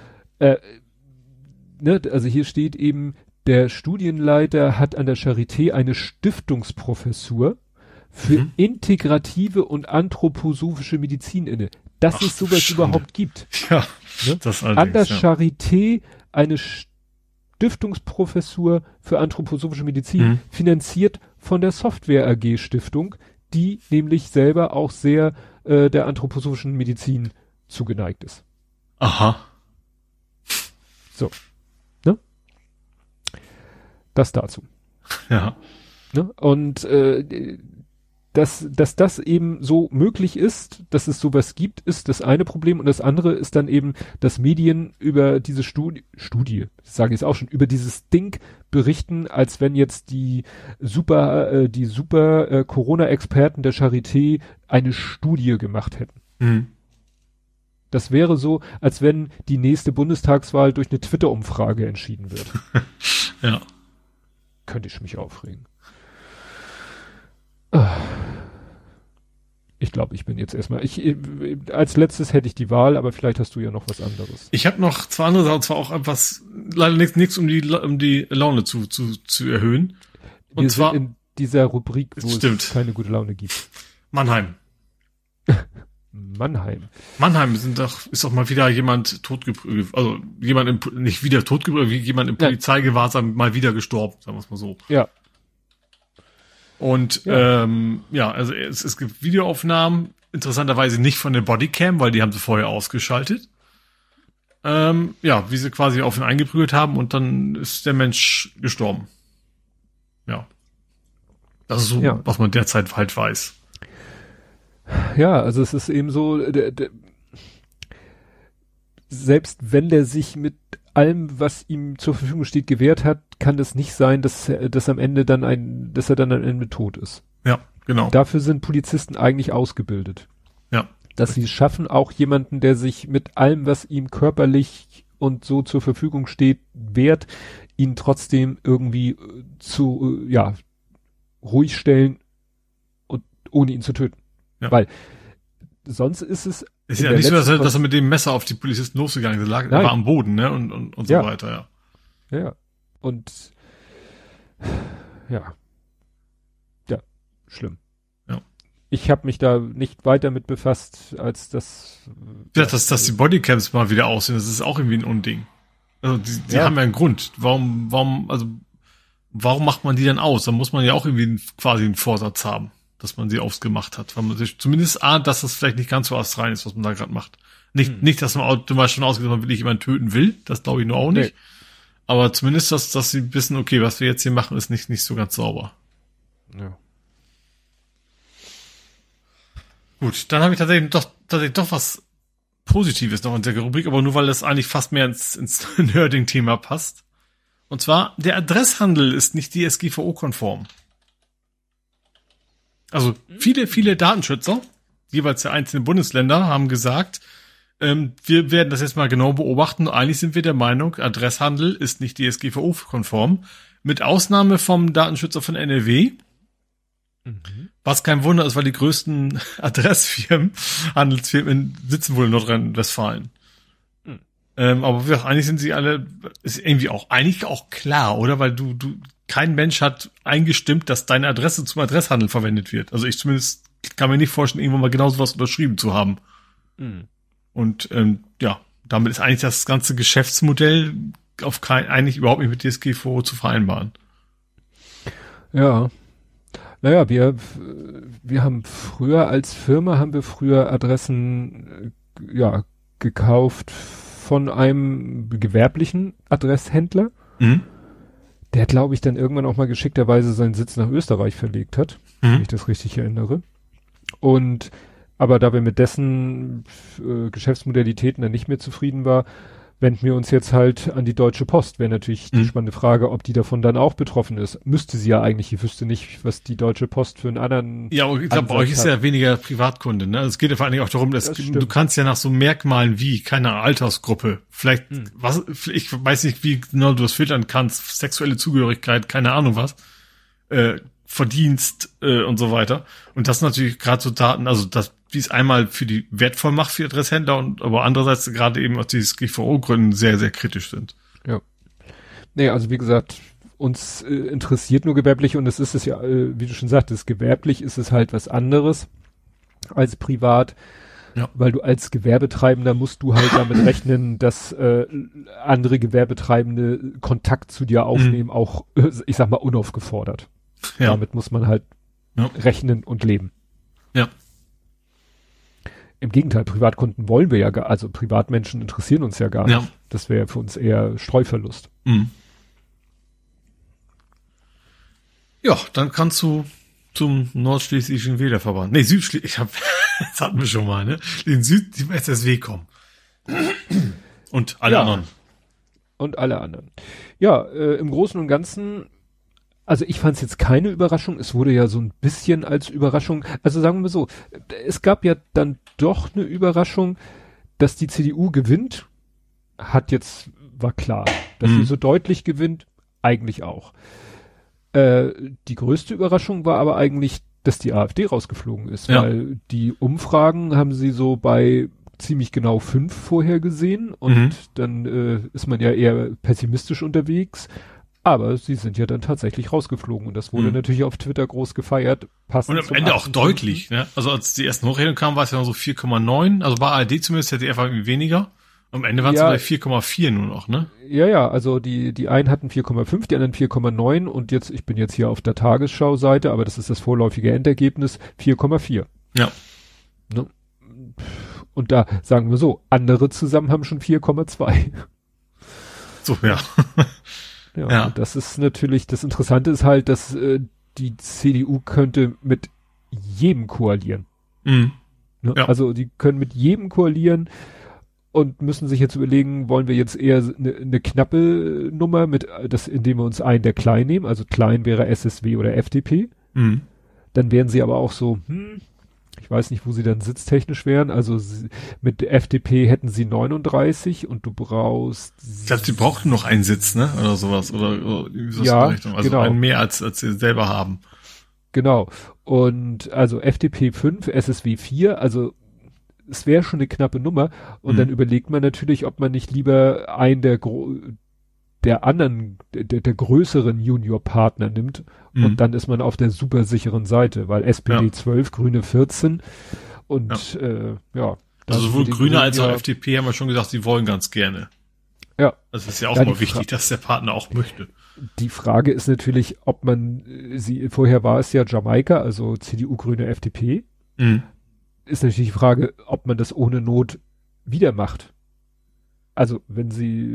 Also hier steht eben, der Studienleiter hat an der Charité eine Stiftungsprofessur für integrative und anthroposophische Medizin inne. Dass es sowas überhaupt gibt. Ja, ne? Das an der Charité eine Stiftungsprofessur für anthroposophische Medizin, finanziert von der Software AG Stiftung, die nämlich selber auch sehr der anthroposophischen Medizin zugeneigt ist. Aha. So. Ne? Das dazu. Ja. Ne? Und dass das eben so möglich ist, dass es sowas gibt, ist das eine Problem. Und das andere ist dann eben, dass Medien über diese Studie, das sage ich jetzt auch schon, über dieses Ding berichten, als wenn jetzt die super Corona-Experten der Charité eine Studie gemacht hätten. Mhm. Das wäre so, als wenn die nächste Bundestagswahl durch eine Twitter-Umfrage entschieden wird. Ja. Könnte ich mich aufregen. Ich glaube, ich bin jetzt erstmal. Als letztes hätte ich die Wahl, aber vielleicht hast du ja noch was anderes. Ich habe noch 2 andere Sachen, zwar auch etwas, leider nichts, um die Laune zu erhöhen. Und zwar in dieser Rubrik, wo es keine gute Laune gibt. Mannheim ist doch mal wieder jemand totgeprügelt, also jemand nicht wieder totgeprügelt, jemand im Polizeigewahrsam mal wieder gestorben, sagen wir es mal so. Ja. Und also es gibt Videoaufnahmen, interessanterweise nicht von der Bodycam, weil die haben sie vorher ausgeschaltet. Wie sie quasi auf ihn eingeprügelt haben und dann ist der Mensch gestorben. Ja. Das ist so, was man derzeit halt weiß. Ja, also es ist eben so, selbst wenn der sich mit allem, was ihm zur Verfügung steht, gewehrt hat, kann es nicht sein, dass er dann am Ende tot ist. Ja, genau. Dafür sind Polizisten eigentlich ausgebildet. Ja. Dass sie es schaffen, auch jemanden, der sich mit allem, was ihm körperlich und so zur Verfügung steht, wehrt, ihn trotzdem irgendwie ruhig stellen und ohne ihn zu töten. Ja. Weil sonst ist es ist ja nicht so, dass er mit dem Messer auf die Polizisten losgegangen ist. Er war am Boden, ne? Und so weiter, ja. Ja. Und ja, schlimm. Ja. Ich habe mich da nicht weiter mit befasst, als das. Ja, dass die Bodycams mal wieder aussehen, das ist auch irgendwie ein Unding. Also die haben ja einen Grund. Warum macht man die dann aus? Dann muss man ja auch irgendwie quasi einen Vorsatz haben, dass man sie ausgemacht hat. Weil man sich zumindest ahnt, dass das vielleicht nicht ganz so astrein ist, was man da gerade macht. Nicht, dass man automatisch schon ausgeht, dass man wirklich jemanden töten will. Das glaube ich nur auch nicht. Nee. Aber zumindest, dass sie wissen, okay, was wir jetzt hier machen, ist nicht so ganz sauber. Ja. Gut, dann habe ich tatsächlich doch was Positives noch in der Rubrik, aber nur weil das eigentlich fast mehr ins Nerding-Thema passt. Und zwar, der Adresshandel ist nicht DSGVO-konform. Also viele Datenschützer, jeweils der einzelnen Bundesländer, haben gesagt, wir werden das jetzt mal genau beobachten. Eigentlich sind wir der Meinung, Adresshandel ist nicht DSGVO-konform. Mit Ausnahme vom Datenschützer von NRW. Mhm. Was kein Wunder ist, weil die größten Handelsfirmen sitzen wohl in Nordrhein-Westfalen. Mhm. Aber wie gesagt, eigentlich sind sie alle, ist irgendwie eigentlich auch klar, oder? Weil kein Mensch hat eingestimmt, dass deine Adresse zum Adresshandel verwendet wird. Also ich zumindest kann mir nicht vorstellen, irgendwann mal genau sowas unterschrieben zu haben. Mhm. Und damit ist eigentlich das ganze Geschäftsmodell eigentlich überhaupt nicht mit DSGVO zu vereinbaren. Ja. Naja, wir haben früher als Firma Adressen gekauft von einem gewerblichen Adresshändler, der, glaube ich, dann irgendwann auch mal geschickterweise seinen Sitz nach Österreich verlegt hat, wenn ich das richtig erinnere. Aber da wir mit dessen Geschäftsmodalitäten dann nicht mehr zufrieden war, wenden wir uns jetzt halt an die Deutsche Post. Wäre natürlich die spannende Frage, ob die davon dann auch betroffen ist. Müsste sie ja eigentlich. Ich wüsste nicht, was die Deutsche Post für einen anderen. Ja, aber ich glaube, bei euch ist ja weniger Privatkunde, ne? Es geht ja vor allen Dingen auch darum, dass du kannst ja nach so Merkmalen wie, keine Altersgruppe, vielleicht, ich weiß nicht, wie genau du das filtern kannst, sexuelle Zugehörigkeit, keine Ahnung was, Verdienst und so weiter. Und das natürlich gerade so Daten, also das, wie es einmal für die wertvoll macht für Adresshändler und aber andererseits gerade eben aus diesen GVO-Gründen sehr, sehr kritisch sind. Ja. Nee, also wie gesagt, uns interessiert nur gewerblich und es ist es ja, wie du schon sagtest, gewerblich ist es halt was anderes als privat, weil du als Gewerbetreibender musst du halt damit rechnen, dass andere Gewerbetreibende Kontakt zu dir aufnehmen, auch, ich sag mal, unaufgefordert. Ja. Damit muss man halt rechnen und leben. Ja. Im Gegenteil, Privatkunden wollen wir ja gar, also Privatmenschen interessieren uns ja gar nicht. Das wäre für uns eher Streuverlust. Mhm. Ja, dann kannst du zum Nordschleswigschen Wählerverband. Nee, das hatten wir schon mal, ne? Den SSW kommen. Und alle anderen. Und alle anderen. Ja, im Großen und Ganzen, also ich fand es jetzt keine Überraschung. Es wurde ja so ein bisschen als Überraschung, also sagen wir so, es gab ja dann doch eine Überraschung, dass die CDU gewinnt, war klar. Dass sie so deutlich gewinnt, eigentlich auch. Die größte Überraschung war aber eigentlich, dass die AfD rausgeflogen ist, weil die Umfragen haben sie so bei ziemlich genau 5 vorher gesehen und dann ist man ja eher pessimistisch unterwegs. Aber sie sind ja dann tatsächlich rausgeflogen und das wurde natürlich auf Twitter groß gefeiert. Und am Ende auch deutlich, ne? Also als die ersten Hochrechnungen kamen, war es ja noch so 4,9. Also bei ARD zumindest, ZDF war irgendwie weniger. Am Ende waren es bei 4,4 nur noch, ne? Ja, also die einen hatten 4,5, die anderen 4,9 und ich bin jetzt hier auf der Tagesschau-Seite, aber das ist das vorläufige Endergebnis, 4,4. Ja. Ne? Und da sagen wir so, andere zusammen haben schon 4,2. So, ja. Ja. Und das ist natürlich, das Interessante ist halt, dass die CDU könnte mit jedem koalieren. Mhm. Ne? Ja. Also die können mit jedem koalieren und müssen sich jetzt überlegen, wollen wir jetzt eher eine knappe Nummer indem wir uns einen der Kleinen nehmen, also klein wäre SSW oder FDP. Mhm. Dann wären sie aber auch so, ich weiß nicht, wo sie dann sitztechnisch wären, also mit der FDP hätten sie 39 und du brauchst... Ich glaube, sie brauchten noch einen Sitz, ne, oder sowas, oder irgendwie so ja, in der Richtung. Also genau. einen mehr, als sie selber haben. Genau. Und also FDP 5, SSW 4, also es wäre schon eine knappe Nummer. Und dann überlegt man natürlich, ob man nicht lieber einen der anderen, der größeren Juniorpartner nimmt. Und dann ist man auf der super sicheren Seite, weil SPD 12, Grüne 14 und Also sowohl Grüne als auch FDP haben wir schon gesagt, sie wollen ganz gerne. Ja. Das ist ja auch mal wichtig, dass der Partner auch möchte. Die Frage ist natürlich, ob man vorher war es ja Jamaika, also CDU, Grüne, FDP. Ist natürlich die Frage, ob man das ohne Not wieder macht. Also, wenn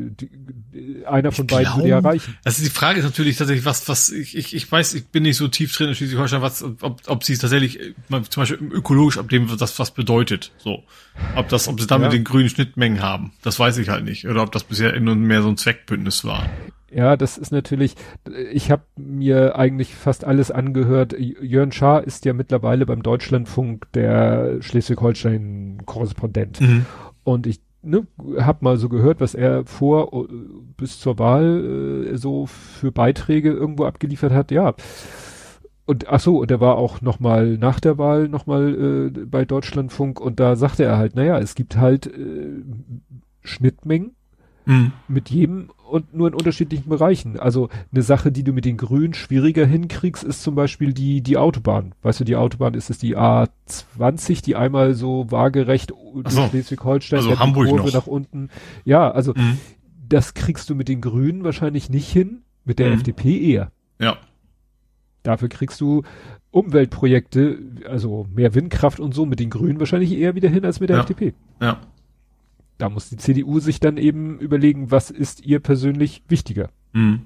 einer von beiden würde ja reichen. Also die Frage ist natürlich tatsächlich, was ich weiß, ich bin nicht so tief drin in Schleswig-Holstein, ob sie tatsächlich, zum Beispiel ökologisch, ob dem das was bedeutet, so. Ob sie damit den grünen Schnittmengen haben. Das weiß ich halt nicht. Oder ob das bisher nur mehr so ein Zweckbündnis war. Ja, das ist natürlich, ich habe mir eigentlich fast alles angehört. Jörn Schaar ist ja mittlerweile beim Deutschlandfunk der Schleswig-Holstein-Korrespondent. Und ich hab mal so gehört, was er bis zur Wahl so für Beiträge irgendwo abgeliefert hat, ja. Und und er war auch nochmal nach der Wahl bei Deutschlandfunk und da sagte er halt, es gibt halt Schnittmengen mit jedem und nur in unterschiedlichen Bereichen. Also eine Sache, die du mit den Grünen schwieriger hinkriegst, ist zum Beispiel die Autobahn. Weißt du, die Autobahn ist es die A20, die einmal so waagerecht durch Schleswig-Holstein, also Hamburg Kurve noch nach unten. Ja, also das kriegst du mit den Grünen wahrscheinlich nicht hin, mit der FDP eher. Ja. Dafür kriegst du Umweltprojekte, also mehr Windkraft und so, mit den Grünen wahrscheinlich eher wieder hin als mit der FDP. Ja. Da muss die CDU sich dann eben überlegen, was ist ihr persönlich wichtiger. Ne?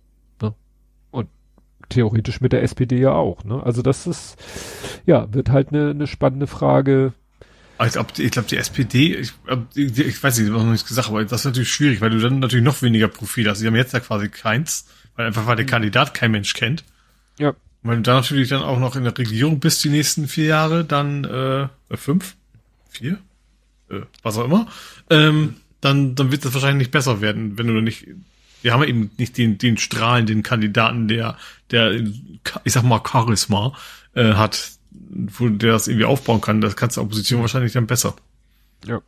Und theoretisch mit der SPD ja auch. Ne? Also das ist, wird halt eine spannende Frage. Ich glaube, die SPD, ich weiß nicht, ich habe noch nichts gesagt, aber das ist natürlich schwierig, weil du dann natürlich noch weniger Profil hast. Sie haben jetzt ja quasi keins, weil der Kandidat kein Mensch kennt. Ja. Und wenn du dann natürlich dann auch noch in der Regierung bist die nächsten 4 Jahre, dann 5? 4? Was auch immer, dann wird das wahrscheinlich nicht besser werden, wenn du nicht, wir haben ja eben nicht den strahlenden Kandidaten, der, ich sag mal, Charisma, hat, wo der das irgendwie aufbauen kann, das kannst du Opposition wahrscheinlich dann besser. Ja.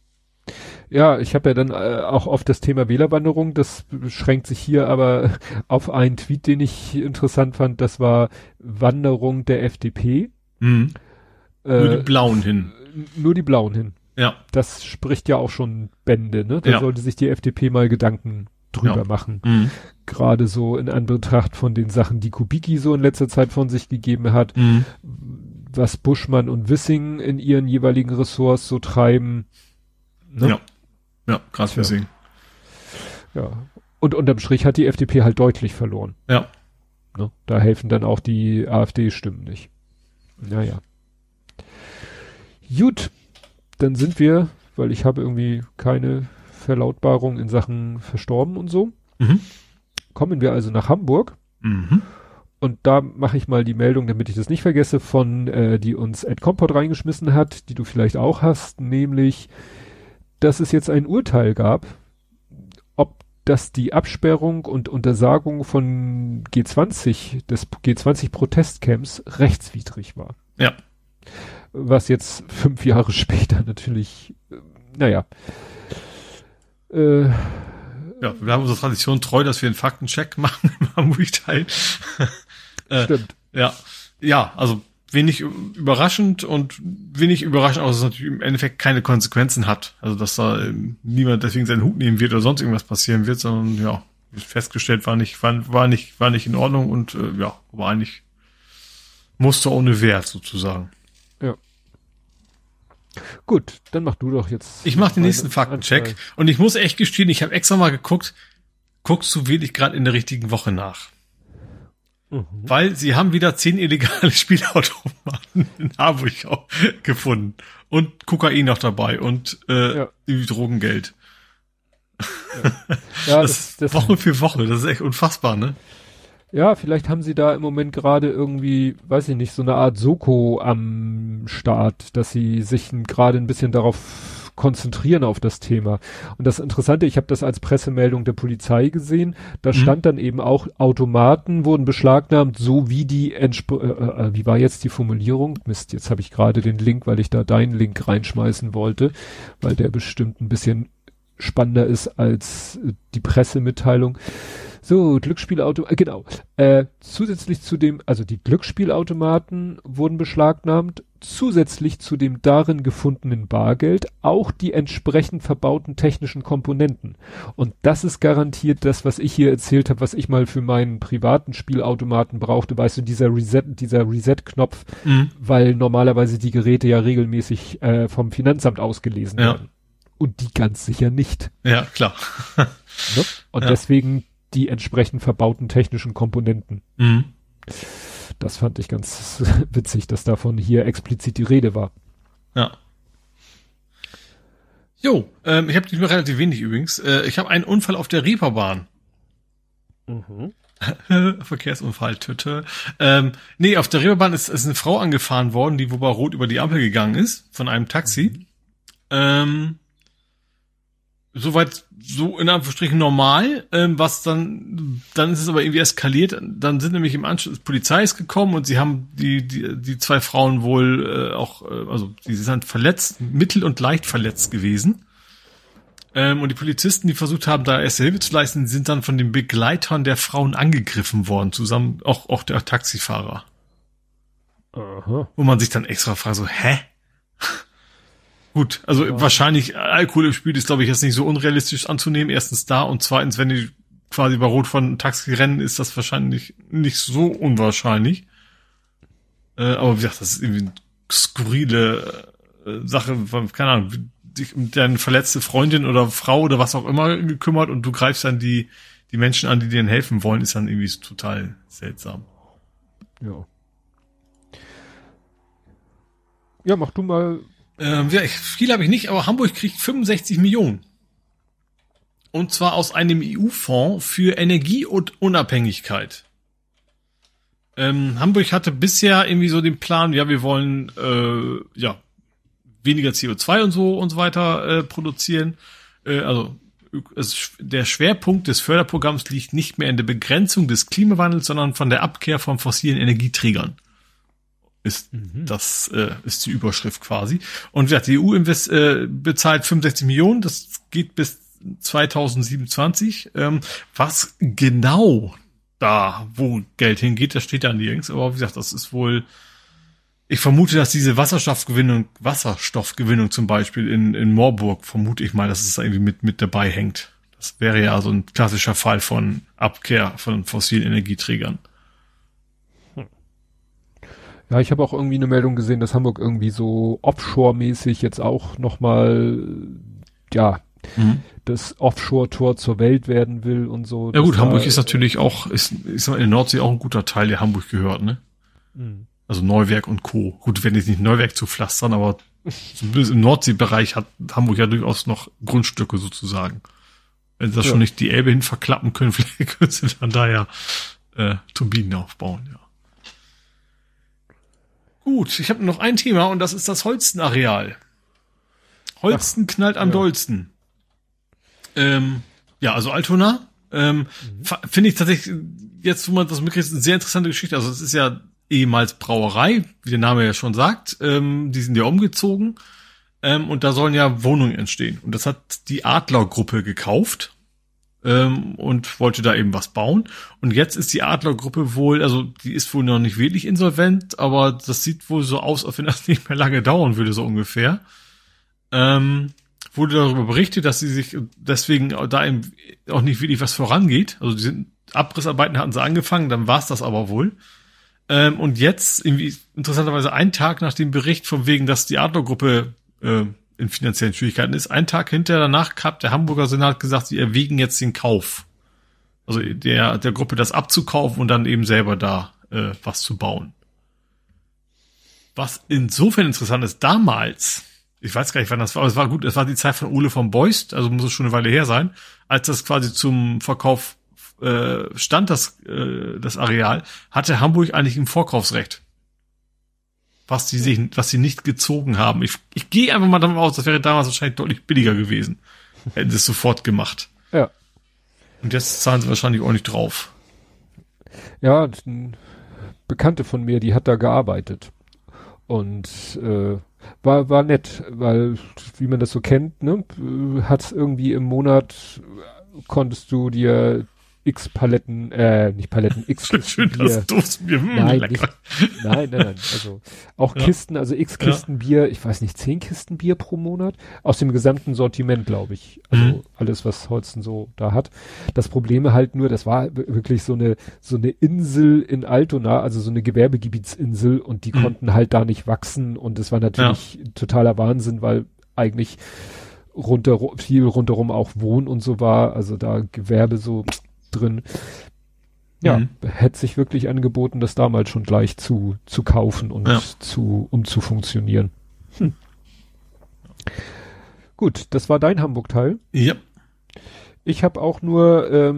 Ja, ich habe ja dann auch auf das Thema Wählerwanderung, das beschränkt sich hier aber auf einen Tweet, den ich interessant fand, das war Wanderung der FDP. Nur die Blauen hin. Nur die Blauen hin. Ja. Das spricht ja auch schon Bände, ne? Da sollte sich die FDP mal Gedanken drüber machen. Gerade so in Anbetracht von den Sachen, die Kubicki so in letzter Zeit von sich gegeben hat, was Buschmann und Wissing in ihren jeweiligen Ressorts so treiben. Ne? Ja, krass Wissing. Ja. Und unterm Strich hat die FDP halt deutlich verloren. Ja. Ne? Da helfen dann auch die AfD-Stimmen nicht. Naja. Gut. Dann sind wir, weil ich habe irgendwie keine Verlautbarung in Sachen verstorben und so. Kommen wir also nach Hamburg. Und da mache ich mal die Meldung, damit ich das nicht vergesse, von die uns Ed Comport reingeschmissen hat, die du vielleicht auch hast, nämlich, dass es jetzt ein Urteil gab, ob das die Absperrung und Untersagung von G20, des G20-Protestcamps rechtswidrig war. Ja. Was jetzt 5 Jahre später natürlich, Ja, wir haben unsere Tradition treu, dass wir einen Faktencheck machen im Hamburg-Teil. Stimmt. Ja, also wenig überraschend und wenig überraschend, auch dass es natürlich im Endeffekt keine Konsequenzen hat. Also dass da niemand deswegen seinen Hut nehmen wird oder sonst irgendwas passieren wird, sondern ja, festgestellt war nicht in Ordnung und ja, aber eigentlich Muster ohne Wert sozusagen. Ja. Gut, dann mach du doch jetzt. Ich mach den nächsten Faktencheck und ich muss echt gestehen, ich habe extra mal geguckt, guckst du wirklich gerade in der richtigen Woche nach? Weil sie haben wieder 10 illegale Spielautomaten in Harburg auch gefunden. Und Kokain noch dabei und Drogengeld. Ja, das Woche für Woche, das ist echt unfassbar, ne? Ja, vielleicht haben sie da im Moment gerade irgendwie, weiß ich nicht, so eine Art Soko am Start, dass sie sich gerade ein bisschen darauf konzentrieren auf das Thema. Und das Interessante, ich habe das als Pressemeldung der Polizei gesehen, da stand dann eben auch, Automaten wurden beschlagnahmt, so wie die, wie war jetzt die Formulierung? Mist, jetzt habe ich gerade den Link, weil ich da deinen Link reinschmeißen wollte, weil der bestimmt ein bisschen spannender ist als die Pressemitteilung. So, genau. Zusätzlich zu dem, also die Glücksspielautomaten wurden beschlagnahmt, zusätzlich zu dem darin gefundenen Bargeld auch die entsprechend verbauten technischen Komponenten. Und das ist garantiert das, was ich hier erzählt habe, was ich mal für meinen privaten Spielautomaten brauchte, weißt du, dieser Reset-Knopf, weil normalerweise die Geräte ja regelmäßig vom Finanzamt ausgelesen werden. Und die ganz sicher nicht. Ja, klar. Ne? Und deswegen die entsprechend verbauten technischen Komponenten. Das fand ich ganz witzig, dass davon hier explizit die Rede war. Ja. Jo, ich habe nicht mehr relativ wenig übrigens. Ich habe einen Unfall auf der Reeperbahn. Verkehrsunfall, töte. Nee, auf der Reeperbahn ist eine Frau angefahren worden, die wobei rot über die Ampel gegangen ist, von einem Taxi. Soweit so in Anführungsstrichen normal, was dann ist es aber irgendwie eskaliert. Dann sind nämlich im Anschluss Polizei ist gekommen und sie haben die zwei Frauen wohl also sie sind verletzt, mittel- und leicht verletzt gewesen. Und die Polizisten, die versucht haben, da erste Hilfe zu leisten, sind dann von den Begleitern der Frauen angegriffen worden, zusammen auch der Taxifahrer. Aha. Wo man sich dann extra fragt, so, hä? Gut, also wahrscheinlich Alkohol im Spiel ist, glaube ich, jetzt nicht so unrealistisch anzunehmen. Erstens da und zweitens, wenn die quasi bei Rot von Taxi rennen, ist das wahrscheinlich nicht so unwahrscheinlich. Aber wie gesagt, das ist irgendwie eine skurrile Sache, keine Ahnung, dich um deine verletzte Freundin oder Frau oder was auch immer gekümmert und du greifst dann die Menschen an, die dir helfen wollen, ist dann irgendwie total seltsam. Ja. Ja, mach du mal. Viel habe ich nicht, aber Hamburg kriegt 65 Millionen. Und zwar aus einem EU-Fonds für Energie und Unabhängigkeit. Hamburg hatte bisher irgendwie so den Plan, ja, wir wollen weniger CO2 und so weiter produzieren. Der Schwerpunkt des Förderprogramms liegt nicht mehr in der Begrenzung des Klimawandels, sondern von der Abkehr von fossilen Energieträgern. Das ist die Überschrift quasi. Und ja, die EU bezahlt 65 Millionen, das geht bis 2027. Was genau da, wo Geld hingeht, das steht da nirgends. Aber wie gesagt, das ist wohl, ich vermute, dass diese Wasserstoffgewinnung zum Beispiel in Moorburg, vermute ich mal, dass es da irgendwie mit dabei hängt. Das wäre ja so ein klassischer Fall von Abkehr von fossilen Energieträgern. Ja, ich habe auch irgendwie eine Meldung gesehen, dass Hamburg irgendwie so Offshore-mäßig jetzt auch nochmal, das Offshore-Tor zur Welt werden will und so. Ja gut, Hamburg ist natürlich auch, ist in der Nordsee auch ein guter Teil, der Hamburg gehört, ne? Also Neuwerk und Co. Gut, wenn jetzt nicht Neuwerk zu pflastern, aber zumindest im Nordseebereich hat Hamburg ja durchaus noch Grundstücke sozusagen. Wenn sie das schon nicht die Elbe hin verklappen können, vielleicht können sie dann da ja Turbinen aufbauen, ja. Gut, ich habe noch ein Thema und das ist das Holsten-Areal. Holsten knallt am dollsten. Also Altona. Finde ich tatsächlich, jetzt wo man das mitkriegt, eine sehr interessante Geschichte. Also es ist ja ehemals Brauerei, wie der Name ja schon sagt. Die sind ja umgezogen. Und da sollen ja Wohnungen entstehen. Und das hat die Adler-Gruppe gekauft. und wollte da eben was bauen. Und jetzt ist die Adler-Gruppe wohl, also die ist wohl noch nicht wirklich insolvent, aber das sieht wohl so aus, als wenn das nicht mehr lange dauern würde, so ungefähr. Wurde darüber berichtet, dass sie sich deswegen da eben auch nicht wirklich was vorangeht. Also die Abrissarbeiten hatten sie angefangen, dann war's das aber wohl. Und jetzt, irgendwie interessanterweise einen Tag nach dem Bericht von wegen, dass die Adler-Gruppe in finanziellen Schwierigkeiten ist, einen Tag danach hat der Hamburger Senat gesagt, sie erwägen jetzt den Kauf. Also der Gruppe das abzukaufen und dann eben selber da was zu bauen. Was insofern interessant ist, damals, ich weiß gar nicht, wann das war, aber es war gut, es war die Zeit von Ole von Beust, also muss es schon eine Weile her sein, als das quasi zum Verkauf stand, das Areal, hatte Hamburg eigentlich ein Vorkaufsrecht. Was sie nicht gezogen haben. Ich gehe einfach mal davon aus, das wäre damals wahrscheinlich deutlich billiger gewesen. Hätten sie es sofort gemacht. Ja. Und jetzt zahlen sie wahrscheinlich auch nicht drauf. Ja, eine Bekannte von mir, die hat da gearbeitet. Und war nett, weil, wie man das so kennt, ne, hat irgendwie im Monat, konntest du dir X Paletten, nicht Paletten, X Schön, Bier. das durften wir. Nein, nein. Also auch Kisten, also X Kisten Bier, ich weiß nicht, 10 Kisten Bier pro Monat aus dem gesamten Sortiment, glaube ich. Also alles, was Holsten so da hat. Das Problem halt nur, das war wirklich so eine Insel in Altona, also so eine Gewerbegebietsinsel und die konnten halt da nicht wachsen und es war natürlich totaler Wahnsinn, weil eigentlich viel rundherum auch Wohn und so war, also da Gewerbe so drin. Ja, hätte sich wirklich angeboten, das damals schon gleich zu kaufen und um zu funktionieren. Gut, das war dein Hamburg-Teil. Ja. Ich habe auch nur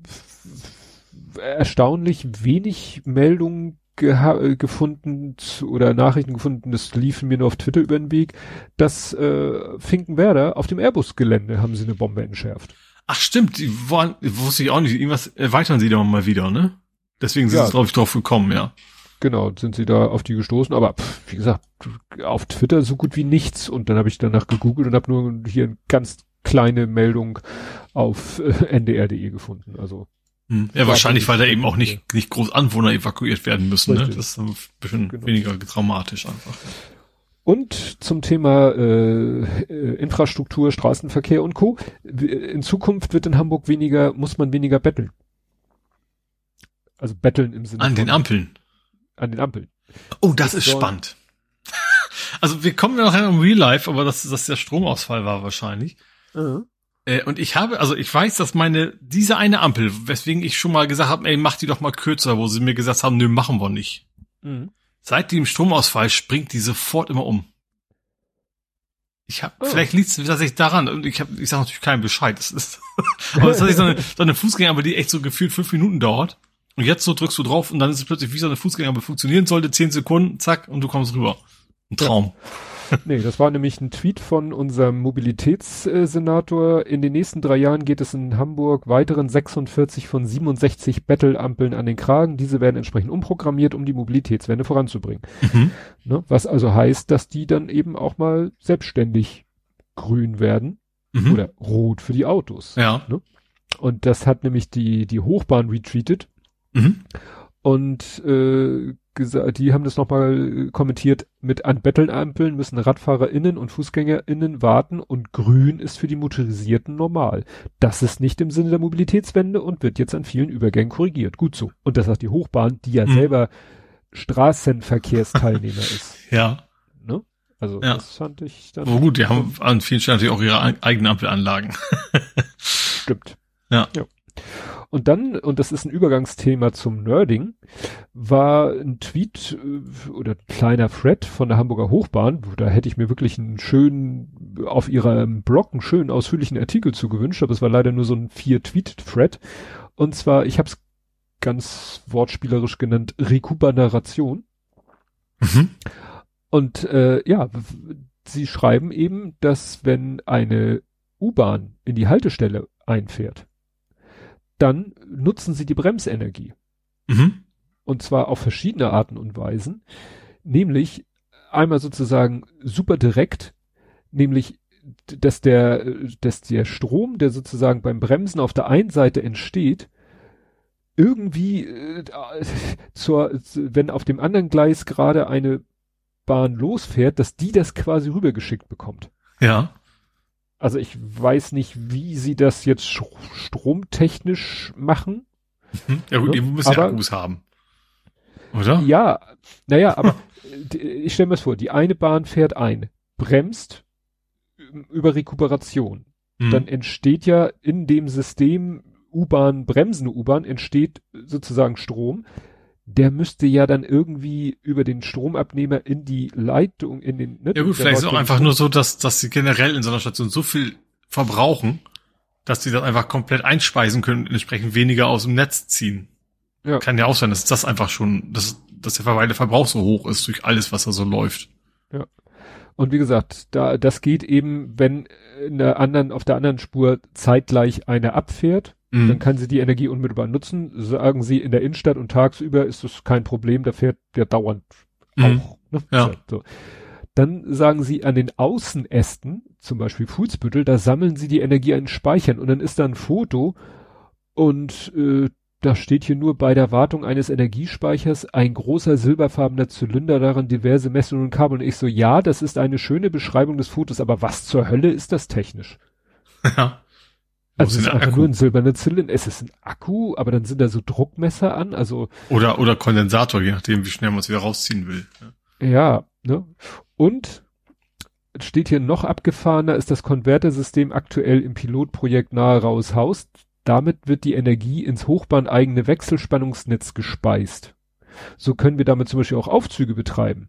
erstaunlich wenig Meldungen gefunden oder Nachrichten gefunden, das liefen mir nur auf Twitter über den Weg, dass Finkenwerder auf dem Airbus-Gelände haben sie eine Bombe entschärft. Ach stimmt, wusste ich auch nicht. Irgendwas erweitern sie da mal wieder, ne? Deswegen sind sie, glaube ich, drauf gekommen, ja. Genau, sind sie da auf die gestoßen, aber wie gesagt, auf Twitter so gut wie nichts. Und dann habe ich danach gegoogelt und habe nur hier eine ganz kleine Meldung auf ndr.de gefunden. Also ja, wahrscheinlich, weil da eben auch nicht groß Anwohner evakuiert werden müssen, richtig. Ne? Das ist ein bisschen weniger traumatisch einfach. Und zum Thema Infrastruktur, Straßenverkehr und Co. In Zukunft wird in Hamburg muss man weniger betteln. Also betteln im Sinne An den Ampeln. An den Ampeln. Oh, das ist spannend. Also wir kommen ja noch im Real Life, aber dass der Stromausfall war wahrscheinlich. Und ich weiß, dass diese eine Ampel, weswegen ich schon mal gesagt habe, ey, mach die doch mal kürzer, wo sie mir gesagt haben, nö, machen wir nicht. Seit dem Stromausfall springt die sofort immer um. Vielleicht liegt es tatsächlich daran, und ich sage natürlich keinen Bescheid. Aber das ist so eine Fußgängerampel, die echt so gefühlt 5 Minuten dauert. Und jetzt so drückst du drauf und dann ist es plötzlich wie so eine Fußgängerampel funktionieren sollte, 10 Sekunden, zack, und du kommst rüber. Ein Traum. Ja. Nee, das war nämlich ein Tweet von unserem Mobilitätssenator. In den nächsten 3 Jahren geht es in Hamburg weiteren 46 von 67 Bettelampeln an den Kragen. Diese werden entsprechend umprogrammiert, um die Mobilitätswende voranzubringen. Ne, was also heißt, dass die dann eben auch mal selbstständig grün werden oder rot für die Autos. Ja. Ne? Und das hat nämlich die Hochbahn retweetet. Und die haben das nochmal kommentiert, an Bettelampeln müssen RadfahrerInnen und FußgängerInnen warten und grün ist für die Motorisierten normal. Das ist nicht im Sinne der Mobilitätswende und wird jetzt an vielen Übergängen korrigiert. Gut so. Und das sagt die Hochbahn, die ja selber Straßenverkehrsteilnehmer ist. Ja. Ne? Also das fand ich dann... Oh gut, die haben an vielen Stellen natürlich auch ihre eigenen Ampelanlagen. Stimmt. Ja. Und dann, und das ist ein Übergangsthema zum Nerding, war ein Tweet oder ein kleiner Thread von der Hamburger Hochbahn, da hätte ich mir wirklich auf ihrem Blog einen schönen ausführlichen Artikel zugewünscht, aber es war leider nur so ein 4-Tweet-Thread. Und zwar, ich habe es ganz wortspielerisch genannt, Rekuperation. Und sie schreiben eben, dass wenn eine U-Bahn in die Haltestelle einfährt, dann nutzen sie die Bremsenergie. Und zwar auf verschiedene Arten und Weisen. Nämlich einmal sozusagen super direkt, nämlich dass der Strom, der sozusagen beim Bremsen auf der einen Seite entsteht, irgendwie wenn auf dem anderen Gleis gerade eine Bahn losfährt, dass die das quasi rübergeschickt bekommt. Ja. Also ich weiß nicht, wie sie das jetzt stromtechnisch machen. Ja gut, Ne? die müssen ja Akkus haben. Oder? Ja, naja, aber ich stelle mir das vor, die eine Bahn fährt ein, bremst über Rekuperation. Dann entsteht ja in dem System U-Bahn, bremsende U-Bahn, entsteht sozusagen Strom. Der müsste ja dann irgendwie über den Stromabnehmer in die Leitung, in den, ne? Ja gut, vielleicht ist es auch einfach nur so, dass sie generell in so einer Station so viel verbrauchen, dass sie das einfach komplett einspeisen können und entsprechend weniger aus dem Netz ziehen. Ja. Kann ja auch sein, dass das einfach schon, dass der Verbrauch so hoch ist durch alles, was da so läuft. Ja. Und wie gesagt, das geht eben, wenn auf der anderen Spur zeitgleich eine abfährt, dann kann sie die Energie unmittelbar nutzen. Sagen sie, in der Innenstadt und tagsüber ist das kein Problem, da fährt der dauernd auch. Ne? Ja. So. Dann sagen sie, an den Außenästen, zum Beispiel Fuhlsbüttel, da sammeln sie die Energie in Speichern und dann ist da ein Foto und da steht hier nur bei der Wartung eines Energiespeichers ein großer silberfarbener Zylinder, daran diverse Messungen und Kabel. Und ich so, ja, das ist eine schöne Beschreibung des Fotos, aber was zur Hölle ist das technisch? Ja. Also es ist einfach nur ein silberner Zylinder. Es ist ein Akku, aber dann sind da so Druckmesser an, also. Oder Kondensator, je nachdem, wie schnell man es wieder rausziehen will. Ja, ne? Und steht hier noch abgefahrener, ist das Konvertersystem aktuell im Pilotprojekt nahe Rauhaus. Damit wird die Energie ins hochbahneigene Wechselspannungsnetz gespeist. So können wir damit zum Beispiel auch Aufzüge betreiben.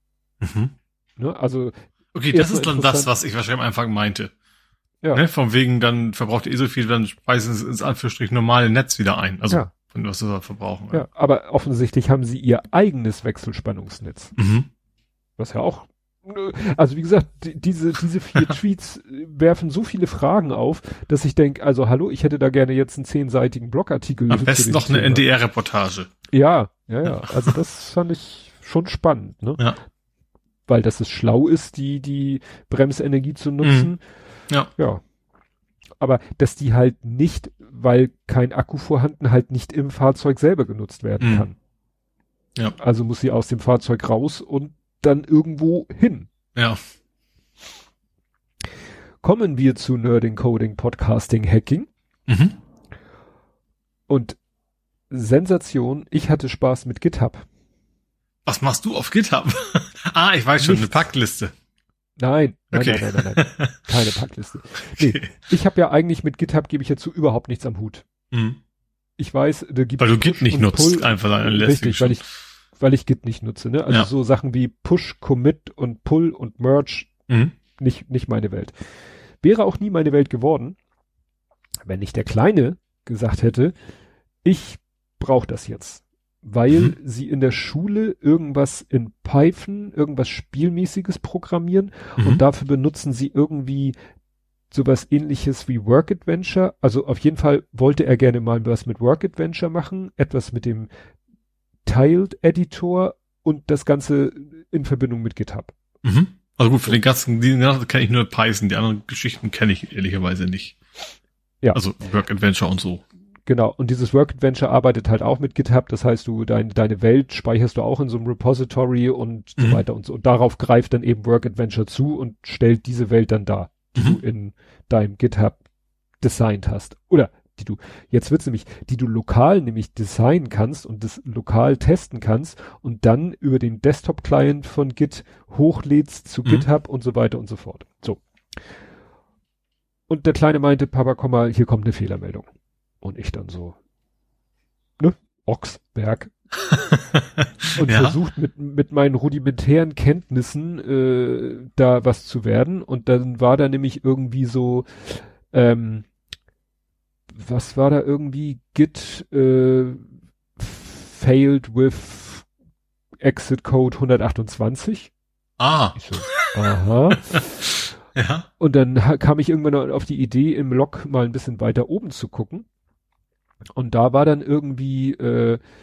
Ne? Also. Okay, das ist dann das, was ich wahrscheinlich am Anfang meinte. Ja. Ne? Von wegen, dann verbraucht ihr so viel, dann speisen sie ins Anführungsstrich normale Netz wieder ein. Also, ja. Von was sie da verbrauchen. Ja, aber offensichtlich haben sie ihr eigenes Wechselspannungsnetz. Was ja auch, also wie gesagt, diese 4 Tweets werfen so viele Fragen auf, dass ich denke, also hallo, ich hätte da gerne jetzt einen 10-seitigen Blogartikel. Am besten noch eine NDR-Reportage. Ja, also das fand ich schon spannend, ne? Ja. Weil das es schlau ist, die Bremsenergie zu nutzen. Ja. Aber dass die halt nicht, weil kein Akku vorhanden, halt nicht im Fahrzeug selber genutzt werden kann. Ja. Also muss sie aus dem Fahrzeug raus und dann irgendwo hin. Ja. Kommen wir zu Nerding, Coding, Podcasting, Hacking. Und Sensation, ich hatte Spaß mit GitHub. Was machst du auf GitHub? Ich weiß schon, eine Packliste. Nein. Keine Packliste. Nee, Okay. ich habe ja eigentlich mit GitHub gebe ich jetzt so überhaupt nichts am Hut. Ich weiß, da gibt weil du Git nicht nutzt, einfach deine Richtig, weil ich Git nicht nutze, ne? Also so Sachen wie Push, Commit und Pull und Merge, nicht meine Welt. Wäre auch nie meine Welt geworden, wenn nicht der Kleine gesagt hätte, ich brauche das jetzt. Weil sie in der Schule irgendwas in Python, irgendwas Spielmäßiges programmieren und dafür benutzen sie irgendwie sowas Ähnliches wie Work Adventure. Also auf jeden Fall wollte er gerne mal was mit Work Adventure machen, etwas mit dem Tiled Editor und das Ganze in Verbindung mit GitHub. Also gut, für den ganzen, die kenne ich nur Python, die anderen Geschichten kenne ich ehrlicherweise nicht. Ja. Also Work Adventure und so. Genau, und dieses Work Adventure arbeitet halt auch mit GitHub, das heißt, du deine Welt speicherst du auch in so einem Repository und so weiter und so. Und darauf greift dann eben Work Adventure zu und stellt diese Welt dann dar, die du in deinem GitHub designt hast. Oder die du lokal nämlich designen kannst und das lokal testen kannst und dann über den Desktop-Client von Git hochlädst zu GitHub und so weiter und so fort. So. Und der Kleine meinte, Papa, komm mal, hier kommt eine Fehlermeldung. Und ich dann so, ne, Ochsberg. Und versucht mit meinen rudimentären Kenntnissen da was zu werden. Und dann war da nämlich irgendwie so, was war da irgendwie? Git failed with exit code 128. Ich so, aha. Ja. Und dann kam ich irgendwann auf die Idee, im Log mal ein bisschen weiter oben zu gucken. Und da war dann irgendwie,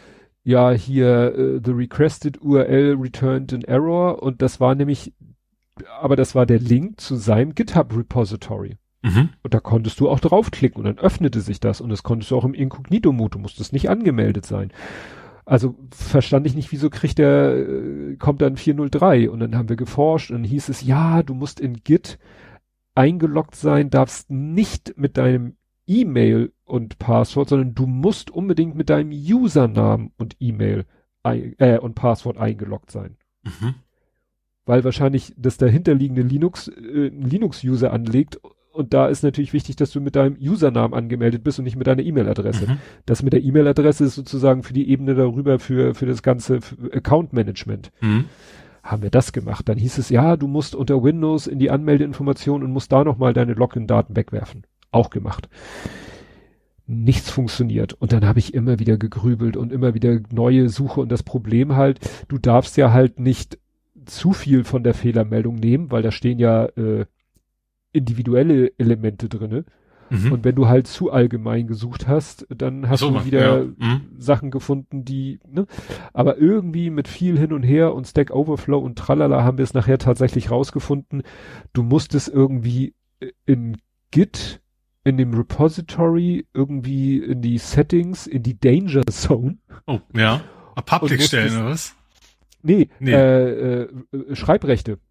the requested URL returned an error. Und das war nämlich aber das war der Link zu seinem GitHub-Repository. Mhm. Und da konntest du auch draufklicken und dann öffnete sich das und das konntest du auch im Inkognito-Mode, du musstest nicht angemeldet sein. Also verstand ich nicht, wieso kommt dann 403 und dann haben wir geforscht und dann hieß es, ja, du musst in Git eingeloggt sein, darfst nicht mit deinem E-Mail und Passwort, sondern du musst unbedingt mit deinem Usernamen und E-Mail und Passwort eingeloggt sein. Mhm. Weil wahrscheinlich das dahinterliegende Linux-User anlegt und da ist natürlich wichtig, dass du mit deinem Usernamen angemeldet bist und nicht mit deiner E-Mail-Adresse. Mhm. Das mit der E-Mail-Adresse ist sozusagen für die Ebene darüber für das ganze Account-Management. Mhm. Haben wir das gemacht. Dann hieß es, ja, du musst unter Windows in die Anmeldeinformation und musst da nochmal deine Login-Daten wegwerfen. Auch gemacht. Nichts funktioniert. Und dann habe ich immer wieder gegrübelt und immer wieder neue Suche und das Problem halt, du darfst ja halt nicht zu viel von der Fehlermeldung nehmen, weil da stehen ja individuelle Elemente drinne. Mhm. Und wenn du halt zu allgemein gesucht hast, dann hast du wieder Sachen gefunden, die, ne? Aber irgendwie mit viel hin und her und Stack Overflow und tralala haben wir es nachher tatsächlich rausgefunden. Du musstest irgendwie in Git, in dem Repository, irgendwie in die Settings, in die Danger Zone. Oh, ja. Public stellen, oder was? Nee. Schreibrechte.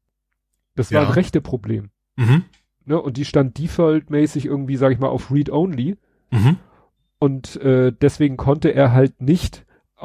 Das war ein Rechteproblem. Mhm. Ne, und die stand defaultmäßig irgendwie, sag ich mal, auf Read-Only. Mhm. Und deswegen konnte er halt nicht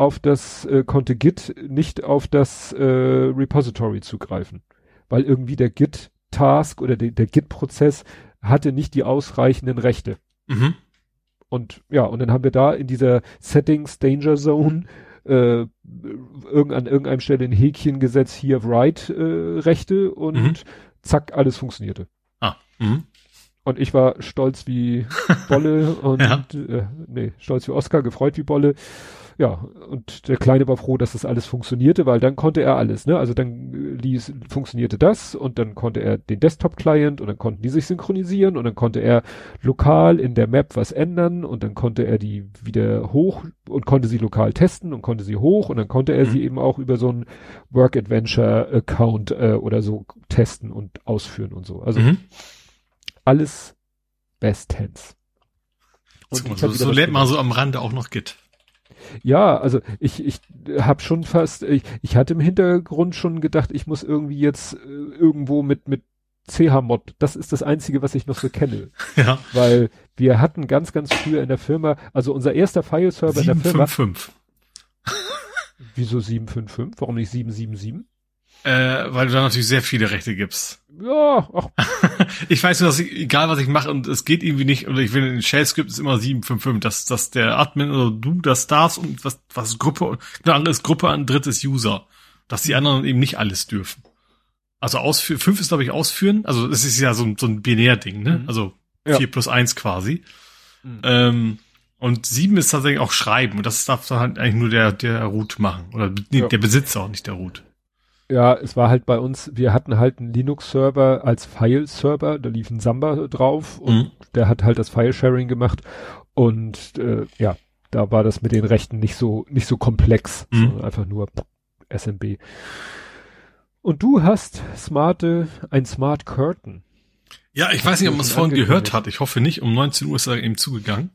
konnte Git nicht auf das Repository zugreifen. Weil irgendwie der Git-Task oder der Git-Prozess hatte nicht die ausreichenden Rechte. Mhm. Und ja, und dann haben wir da in dieser Settings Danger Zone an irgendeinem Stelle ein Häkchen gesetzt, hier Write-Rechte und zack, alles funktionierte. Ah. Mhm. Und ich war stolz wie Bolle und stolz wie Oscar, gefreut wie Bolle. Ja, und der Kleine war froh, dass das alles funktionierte, weil dann konnte er alles, ne? Also dann funktionierte das und dann konnte er den Desktop-Client und dann konnten die sich synchronisieren und dann konnte er lokal in der Map was ändern und dann konnte er die wieder hoch und konnte sie lokal testen und konnte sie hoch und dann konnte er sie eben auch über so einen Work-Adventure-Account oder so testen und ausführen und so. Also alles bestens. Und so lernt man so am Rande auch noch Git. Ja, also ich habe schon fast, ich hatte im Hintergrund schon gedacht, ich muss irgendwie jetzt irgendwo mit CHMod, das ist das Einzige, was ich noch so kenne. Ja. Weil wir hatten ganz, ganz früher in der Firma, also unser erster File-Server in der Firma. 755. Wieso 755? Warum nicht 777? Weil du da natürlich sehr viele Rechte gibst. Ja, ach. Ich weiß nur, dass egal was ich mache und es geht irgendwie nicht, oder ich will in den Shell-Script ist immer 755, dass der Admin oder du das darfst und was Gruppe, eine andere ist Gruppe, ein drittes User. Dass die anderen eben nicht alles dürfen. Also 5 ist, glaube ich, ausführen, also es ist ja so ein Binär-Ding, ne? Also 4 plus 1 quasi. Und 7 ist tatsächlich auch schreiben und das darf dann halt eigentlich nur der Root machen. Oder der Besitzer und nicht der Root. Ja, es war halt bei uns, wir hatten halt einen Linux-Server als File-Server, da lief ein Samba drauf und der hat halt das File-Sharing gemacht und da war das mit den Rechten nicht so komplex, sondern einfach nur SMB. Und du hast ein Smart Curtain. Ja, ich weiß nicht, ob man es vorhin gehört hat. Ich hoffe nicht. Um 19 Uhr ist er eben zugegangen.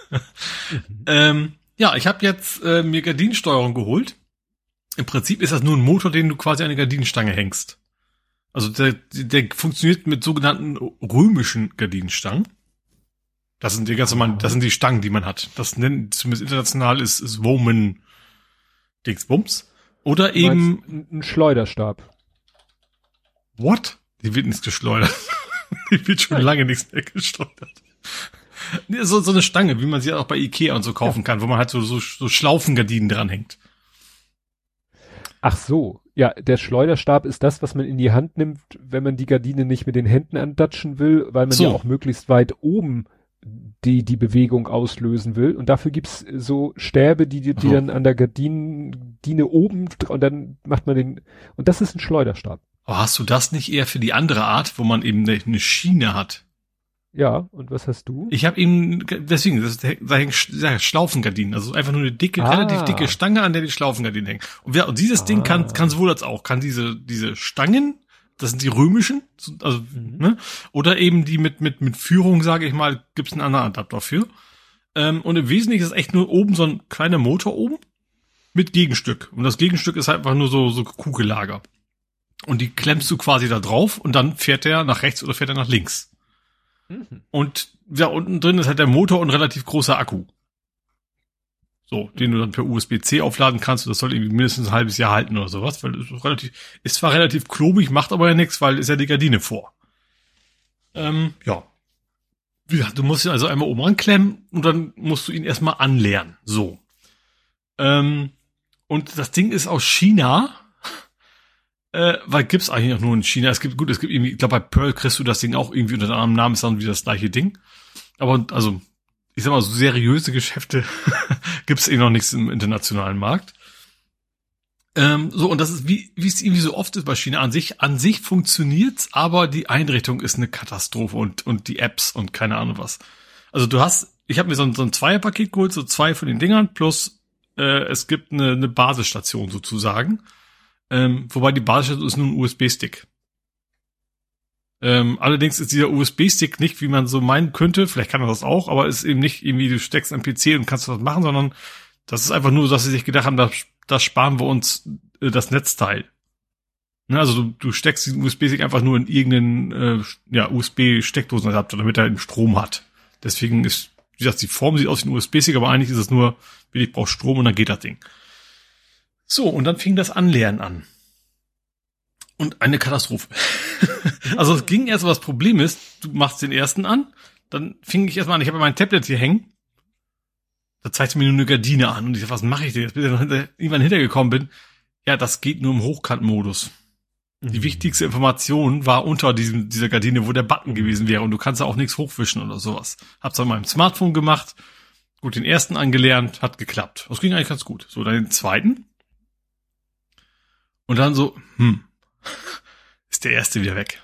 Ich habe jetzt mir Gardinensteuerung geholt. Im Prinzip ist das nur ein Motor, den du quasi an eine Gardinenstange hängst. Also der funktioniert mit sogenannten römischen Gardinenstangen. Das sind die ganz normalen, das sind die Stangen, die man hat. Das nennt zumindest international ist Woman Dingsbums. Oder eben ein Schleuderstab. What? Die wird nichts geschleudert. Die wird schon lange nichts mehr geschleudert. Nee, so eine Stange, wie man sie auch bei Ikea und so kaufen kann, wo man halt so Schlaufengardinen dranhängt. Ach so, ja, der Schleuderstab ist das, was man in die Hand nimmt, wenn man die Gardine nicht mit den Händen andatschen will, weil man ja auch möglichst weit oben die Bewegung auslösen will. Und dafür gibt's so Stäbe, die dann an der Gardine oben, und dann macht man und das ist ein Schleuderstab. Aber hast du das nicht eher für die andere Art, wo man eben eine Schiene hat? Ja, und was hast du? Ich habe eben, deswegen, das hängen Schlaufengardinen, also einfach nur eine dicke, relativ dicke Stange, an der die Schlaufengardinen hängen. Und dieses Ding kann sowohl als auch, kann diese Stangen das sind die römischen, also, ne? Oder eben die mit Führung, sage ich mal, gibt's einen anderen Adapter für. Und im Wesentlichen ist echt nur oben so ein kleiner Motor oben mit Gegenstück. Und das Gegenstück ist halt einfach nur so Kugellager. Und die klemmst du quasi da drauf und dann fährt der nach rechts oder fährt er nach links. Und ja, unten drin ist halt der Motor und ein relativ großer Akku. So, den du dann per USB-C aufladen kannst. Das soll irgendwie mindestens ein halbes Jahr halten oder sowas, weil es ist zwar relativ klobig, macht aber ja nichts, weil ist ja die Gardine vor. Ja. Du musst ihn also einmal oben anklemmen und dann musst du ihn erstmal anlernen. So. Und das Ding ist aus China, weil gibt's eigentlich auch nur in China. Es gibt irgendwie, ich glaube bei Pearl kriegst du das Ding auch irgendwie unter einem anderen Namen, ist dann wieder das gleiche Ding. Aber also, ich sag mal, so seriöse Geschäfte gibt's noch nichts im internationalen Markt. So, und das ist, wie es irgendwie so oft ist bei China, an sich funktioniert's, aber die Einrichtung ist eine Katastrophe und die Apps und keine Ahnung was. Also ich habe mir so ein Zweierpaket geholt, so 2 von den Dingern, plus es gibt eine Basisstation sozusagen. Wobei die Basisstation ist nur ein USB-Stick. Allerdings ist dieser USB-Stick nicht, wie man so meinen könnte, vielleicht kann er das auch, aber ist eben nicht irgendwie, du steckst einen PC und kannst was machen, sondern das ist einfach nur, dass sie sich gedacht haben, das sparen wir uns das Netzteil. Ne, also du steckst diesen USB-Stick einfach nur in irgendeinen USB-Steckdosenadapter, damit er einen Strom hat. Deswegen ist, wie gesagt, die Form sieht aus wie ein USB-Stick, aber eigentlich ist es nur, ich brauche Strom und dann geht das Ding. So, und dann fing das Anlernen an. Und eine Katastrophe. Also es ging erst, was Problem ist, du machst den ersten an, dann fing ich erstmal an, ich habe mein Tablet hier hängen, da zeigte mir nur eine Gardine an und ich dachte, was mache ich denn jetzt, bis ich irgendwann hintergekommen bin, ja, das geht nur im Hochkantmodus. Die wichtigste Information war unter dieser Gardine, wo der Button gewesen wäre und du kannst da auch nichts hochwischen oder sowas. Hab's an meinem Smartphone gemacht, gut, den ersten angelernt, hat geklappt. Das ging eigentlich ganz gut. So, dann den zweiten. Und dann so, ist der erste wieder weg.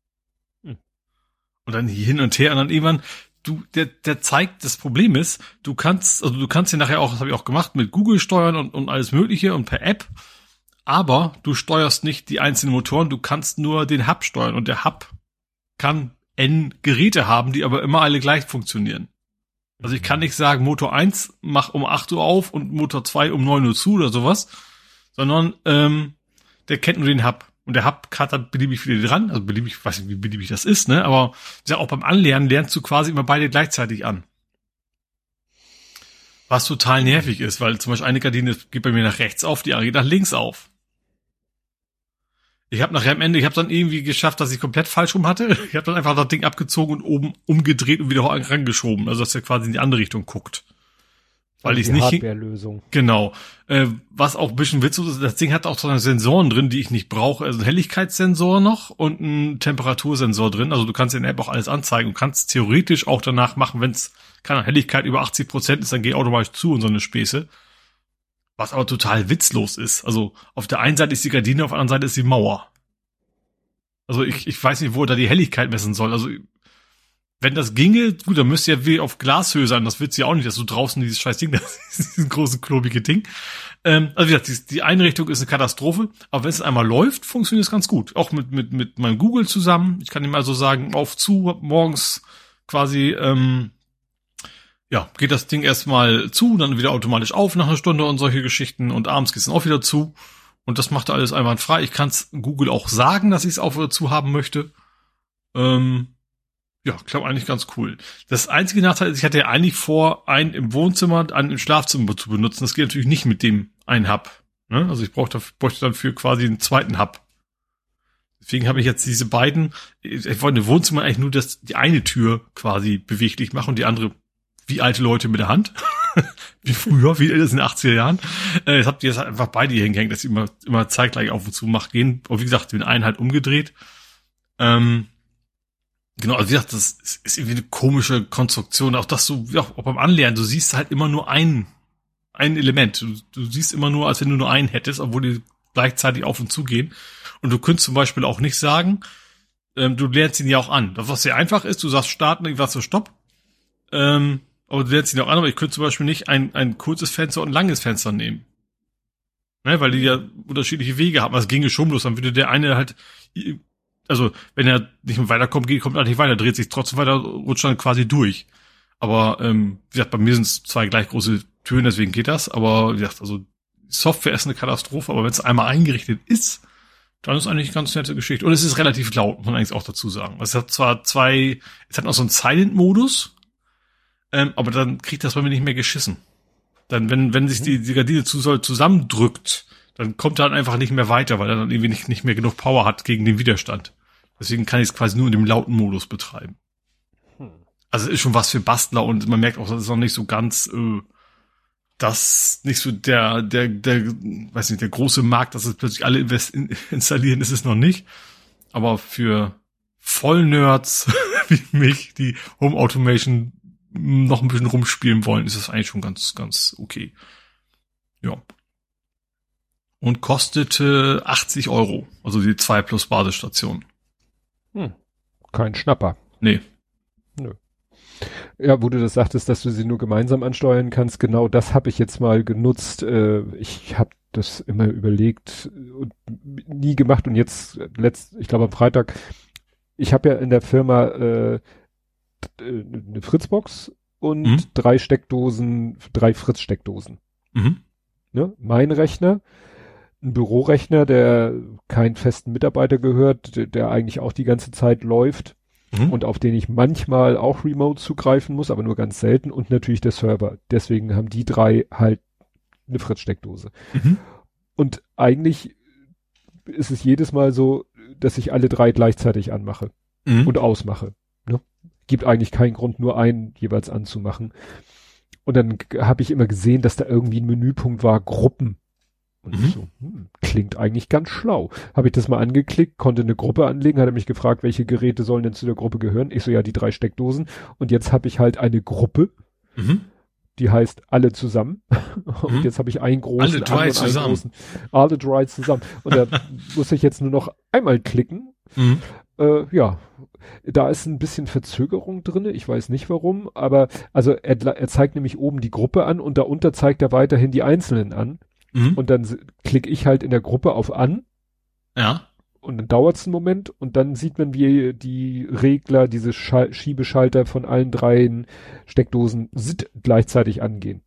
Und dann hier hin und her und dann irgendwann, der zeigt, das Problem ist, du kannst ja nachher auch, das habe ich auch gemacht, mit Google steuern und alles Mögliche und per App, aber du steuerst nicht die einzelnen Motoren, du kannst nur den Hub steuern und der Hub kann N Geräte haben, die aber immer alle gleich funktionieren. Also ich kann nicht sagen, Motor 1 mach um 8 Uhr auf und Motor 2 um 9 Uhr zu oder sowas, sondern der kennt nur den Hub. Und der Hub hat dann beliebig viele dran, also beliebig, ich weiß nicht, wie beliebig das ist, ne? Aber ja, auch beim Anlernen lernst du quasi immer beide gleichzeitig an. Was total nervig ist, weil zum Beispiel eine Gardine geht bei mir nach rechts auf, die andere geht nach links auf. Ich habe nachher am Ende, ich habe dann irgendwie geschafft, dass ich komplett falsch rum hatte. Ich habe dann einfach das Ding abgezogen und oben umgedreht und wieder rangeschoben, also dass er quasi in die andere Richtung guckt. Weil ich nicht Hardware-Lösung. Genau. Was auch ein bisschen witzig ist, das Ding hat auch so Sensoren drin, die ich nicht brauche. Also ein Helligkeitssensor noch und ein Temperatursensor drin. Also du kannst in der App auch alles anzeigen und kannst theoretisch auch danach machen, wenn es keine Helligkeit über 80% ist, dann geh automatisch zu und so eine Späße. Was aber total witzlos ist. Also auf der einen Seite ist die Gardine, auf der anderen Seite ist die Mauer. Also ich weiß nicht, wo er da die Helligkeit messen soll. Also wenn das ginge, gut, dann müsste ja wie auf Glashöhe sein. Das willst du ja auch nicht, dass du draußen dieses scheiß Ding, dieses große, klobige Ding. Also wie gesagt, die Einrichtung ist eine Katastrophe. Aber wenn es einmal läuft, funktioniert es ganz gut. Auch mit meinem Google zusammen. Ich kann ihm also sagen, auf zu, morgens quasi, geht das Ding erstmal zu, dann wieder automatisch auf nach einer Stunde und solche Geschichten. Und abends geht es dann auch wieder zu. Und das macht alles einwandfrei. Ich kann es Google auch sagen, dass ich es auf oder zu haben möchte. Ja, ich glaube eigentlich ganz cool. Das einzige Nachteil ist, ich hatte ja eigentlich vor, einen im Wohnzimmer, einen im Schlafzimmer zu benutzen. Das geht natürlich nicht mit dem einen Hub. Ne? Also ich bräuchte dafür quasi einen zweiten Hub. Deswegen habe ich jetzt diese beiden, ich wollte im Wohnzimmer eigentlich nur die eine Tür quasi beweglich machen und die andere wie alte Leute mit der Hand. Wie früher, wie das in den 80er Jahren. Jetzt habt ihr das einfach beide hier hingehängt, dass ich immer zeitgleich auf und zu gehen. Und wie gesagt, den einen halt umgedreht. Genau, also wie gesagt, das ist irgendwie eine komische Konstruktion. Auch dass du, ja, auch beim Anlernen, du siehst halt immer nur ein Element. Du siehst immer nur, als wenn du nur einen hättest, obwohl die gleichzeitig auf und zu gehen. Und du könntest zum Beispiel auch nicht sagen, du lernst ihn ja auch an. Das, was sehr einfach ist, du sagst starten, irgendwas so stopp. Aber du lernst ihn auch an, aber ich könnte zum Beispiel nicht ein kurzes Fenster und ein langes Fenster nehmen. Ne, weil die ja unterschiedliche Wege haben. Das ginge schon bloß, dann würde der eine halt also wenn er nicht mehr weiterkommt, kommt er nicht weiter, dreht sich trotzdem weiter, rutscht dann quasi durch. Aber wie gesagt, bei mir sind es 2 gleich große Türen, deswegen geht das. Aber wie gesagt, also Software ist eine Katastrophe, aber wenn es einmal eingerichtet ist, dann ist eigentlich eine ganz nette Geschichte. Und es ist relativ laut, muss man eigentlich auch dazu sagen. Es hat zwar es hat noch so einen Silent-Modus, aber dann kriegt das bei mir nicht mehr geschissen. Dann, wenn sich die Gardine zusammendrückt, dann kommt er halt einfach nicht mehr weiter, weil er dann irgendwie nicht mehr genug Power hat gegen den Widerstand. Deswegen kann ich es quasi nur in dem lauten Modus betreiben. Also es ist schon was für Bastler und man merkt auch, das ist noch nicht so ganz, das nicht so der weiß nicht, der große Markt, dass es plötzlich alle installieren, ist es noch nicht. Aber für Vollnerds wie mich, die Home Automation noch ein bisschen rumspielen wollen, ist es eigentlich schon ganz, ganz okay. Ja. Und kostete 80 €, also die 2 plus Basisstation. Kein Schnapper. Nee. Nö. Ja, wo du das sagtest, dass du sie nur gemeinsam ansteuern kannst, genau das habe ich jetzt mal genutzt. Ich habe das immer überlegt und nie gemacht und jetzt ich glaube am Freitag, ich habe ja in der Firma eine Fritzbox und 3 Steckdosen, 3 Fritz-Steckdosen. Ne? Mein Rechner, ein Bürorechner, der keinen festen Mitarbeiter gehört, der eigentlich auch die ganze Zeit läuft und auf den ich manchmal auch remote zugreifen muss, aber nur ganz selten und natürlich der Server. Deswegen haben die 3 halt eine Fritz-Steckdose. Und eigentlich ist es jedes Mal so, dass ich alle 3 gleichzeitig anmache und ausmache. Ne? Gibt eigentlich keinen Grund, nur einen jeweils anzumachen. Und dann habe ich immer gesehen, dass da irgendwie ein Menüpunkt war, Gruppen. Und ich so, klingt eigentlich ganz schlau. Habe ich das mal angeklickt, konnte eine Gruppe anlegen, hat er mich gefragt, welche Geräte sollen denn zu der Gruppe gehören? Ich so, ja, die 3 Steckdosen. Und jetzt habe ich halt eine Gruppe, die heißt alle zusammen. Und jetzt habe ich einen großen, alle 3 zusammen. Alle 3 zusammen. Und da muss ich jetzt nur noch einmal klicken. Ja, da ist ein bisschen Verzögerung drinne. Ich weiß nicht warum, aber also er zeigt nämlich oben die Gruppe an und darunter zeigt er weiterhin die Einzelnen an. Und dann klicke ich halt in der Gruppe auf an. Ja. Und dann dauert es einen Moment und dann sieht man, wie die Regler, diese Schiebeschalter von allen 3 Steckdosen gleichzeitig angehen.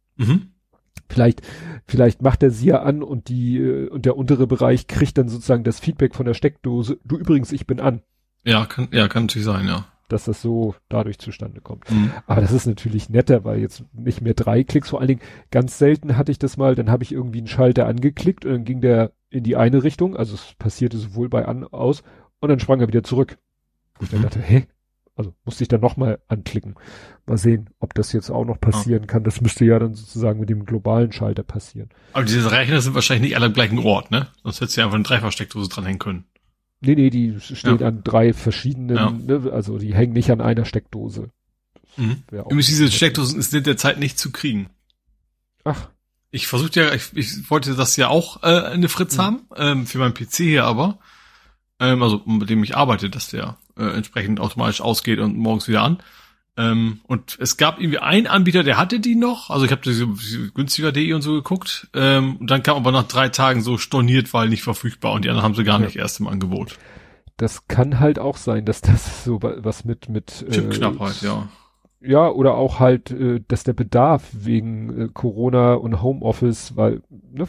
Vielleicht macht er sie ja an und und der untere Bereich kriegt dann sozusagen das Feedback von der Steckdose. Du übrigens, ich bin an. Ja, kann natürlich sein, ja. Dass das so dadurch zustande kommt. Aber das ist natürlich netter, weil jetzt nicht mehr 3 Klicks, vor allen Dingen ganz selten hatte ich das mal, dann habe ich irgendwie einen Schalter angeklickt und dann ging der in die eine Richtung, also es passierte sowohl bei aus und dann sprang er wieder zurück. Und ich dann dachte, also musste ich dann nochmal anklicken. Mal sehen, ob das jetzt auch noch passieren kann. Das müsste ja dann sozusagen mit dem globalen Schalter passieren. Aber diese Rechner sind wahrscheinlich nicht alle am gleichen Ort, ne? Sonst hättest du ja einfach eine Dreifachsteckdose dranhängen können. Nee, die steht an 3 verschiedenen, ne, also die hängen nicht an einer Steckdose. Übrigens, diese Steckdosen sind derzeit nicht zu kriegen. Ach. Ich wollte das ja auch eine Fritz haben, für meinen PC hier aber, also mit dem ich arbeite, dass der entsprechend automatisch ausgeht und morgens wieder an. Und es gab irgendwie einen Anbieter, der hatte die noch. Also ich habe diese günstiger.de und so geguckt. Und dann kam aber nach 3 Tagen so storniert, weil nicht verfügbar. Und die anderen haben sie gar nicht erst im Angebot. Das kann halt auch sein, dass das so was mit Chipknappheit, ja. Ja, oder auch halt, dass der Bedarf wegen Corona und Homeoffice, weil, ne?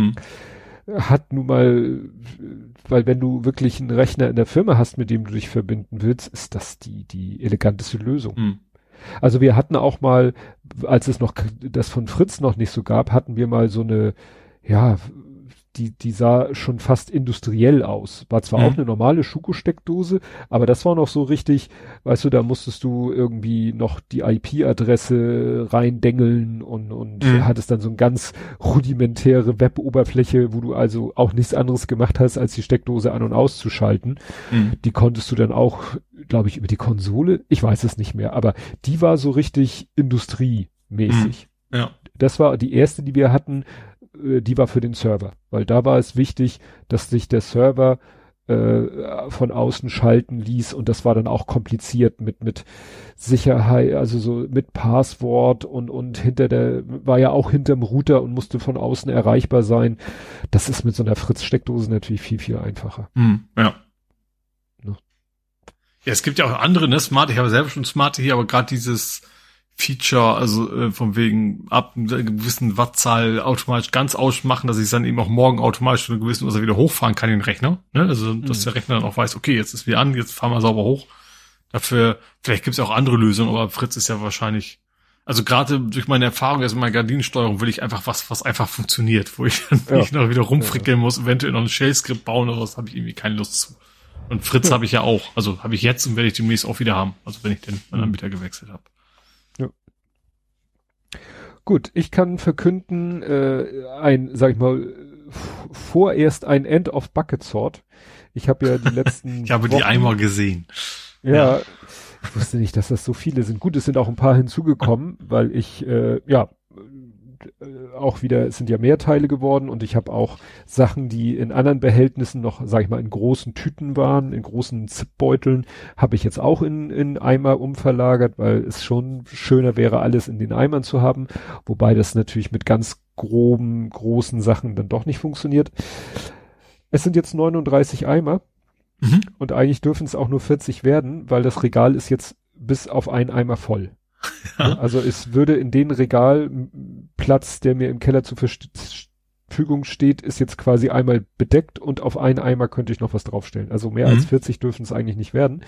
Hat nun mal, weil wenn du wirklich einen Rechner in der Firma hast, mit dem du dich verbinden willst, ist das die eleganteste Lösung. Also wir hatten auch mal, als es noch das von Fritz noch nicht so gab, hatten wir mal so eine, ja, die sah schon fast industriell aus. War zwar auch eine normale Schuko-Steckdose, aber das war noch so richtig, weißt du, da musstest du irgendwie noch die IP-Adresse reindengeln und hattest dann so eine ganz rudimentäre Web-Oberfläche, wo du also auch nichts anderes gemacht hast, als die Steckdose an- und auszuschalten. Die konntest du dann auch, glaube ich, über die Konsole, ich weiß es nicht mehr, aber die war so richtig industriemäßig. Ja. Das war die erste, die wir hatten, die war für den Server, weil da war es wichtig, dass sich der Server von außen schalten ließ und das war dann auch kompliziert mit Sicherheit, also so mit Passwort und war ja auch hinterm Router und musste von außen erreichbar sein. Das ist mit so einer Fritz-Steckdose natürlich viel, viel einfacher. Ja. Ja, es gibt ja auch andere, ne, Smart, ich habe selber schon Smart hier, aber gerade dieses Feature, also von wegen ab einer gewissen Wattzahl automatisch ganz ausmachen, dass ich es dann eben auch morgen automatisch zu einer gewissen Uhrzeit wieder hochfahren kann, den Rechner. Ne? Also, dass der Rechner dann auch weiß, okay, jetzt ist wieder an, jetzt fahren wir sauber hoch. Dafür, vielleicht gibt es auch andere Lösungen, aber Fritz ist ja wahrscheinlich, also gerade durch meine Erfahrung jetzt in meiner Gardinensteuerung will ich einfach was einfach funktioniert, wo ich dann nicht noch wieder rumfrickeln muss, eventuell noch ein Shell-Skript bauen oder was, habe ich irgendwie keine Lust zu. Und Fritz habe ich ja auch, also habe ich jetzt und werde ich demnächst auch wieder haben, also wenn ich den meinen Anbieter gewechselt habe. Gut, ich kann verkünden, sag ich mal, vorerst ein End of Bucket Sort. Ich habe ja die letzten Ich habe die Eimer gesehen. Ja, ich wusste nicht, dass das so viele sind. Gut, es sind auch ein paar hinzugekommen, weil ich, auch wieder, es sind ja mehr Teile geworden und ich habe auch Sachen, die in anderen Behältnissen noch, sag ich mal, in großen Tüten waren, in großen Zipbeuteln, habe ich jetzt auch in Eimer umverlagert, weil es schon schöner wäre, alles in den Eimern zu haben, wobei das natürlich mit ganz großen Sachen dann doch nicht funktioniert. Es sind jetzt 39 Eimer und eigentlich dürfen es auch nur 40 werden, weil das Regal ist jetzt bis auf einen Eimer voll. Ja. Also es würde in den Regalplatz, der mir im Keller zur Verfügung steht, ist jetzt quasi einmal bedeckt und auf einen Eimer könnte ich noch was draufstellen. Also mehr als 40 dürfen es eigentlich nicht werden.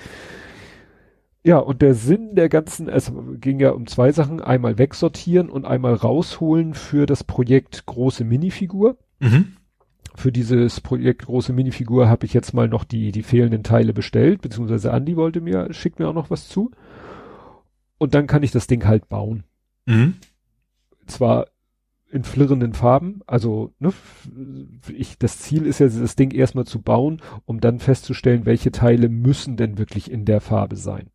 Ja, und der Sinn der ganzen, es ging ja um zwei Sachen, einmal wegsortieren und einmal rausholen für das Projekt große Minifigur. Für dieses Projekt große Minifigur habe ich jetzt mal noch die fehlenden Teile bestellt, beziehungsweise Andi schickt mir auch noch was zu. Und dann kann ich das Ding halt bauen. Zwar in flirrenden Farben, also ne, das Ziel ist ja, das Ding erstmal zu bauen, um dann festzustellen, welche Teile müssen denn wirklich in der Farbe sein.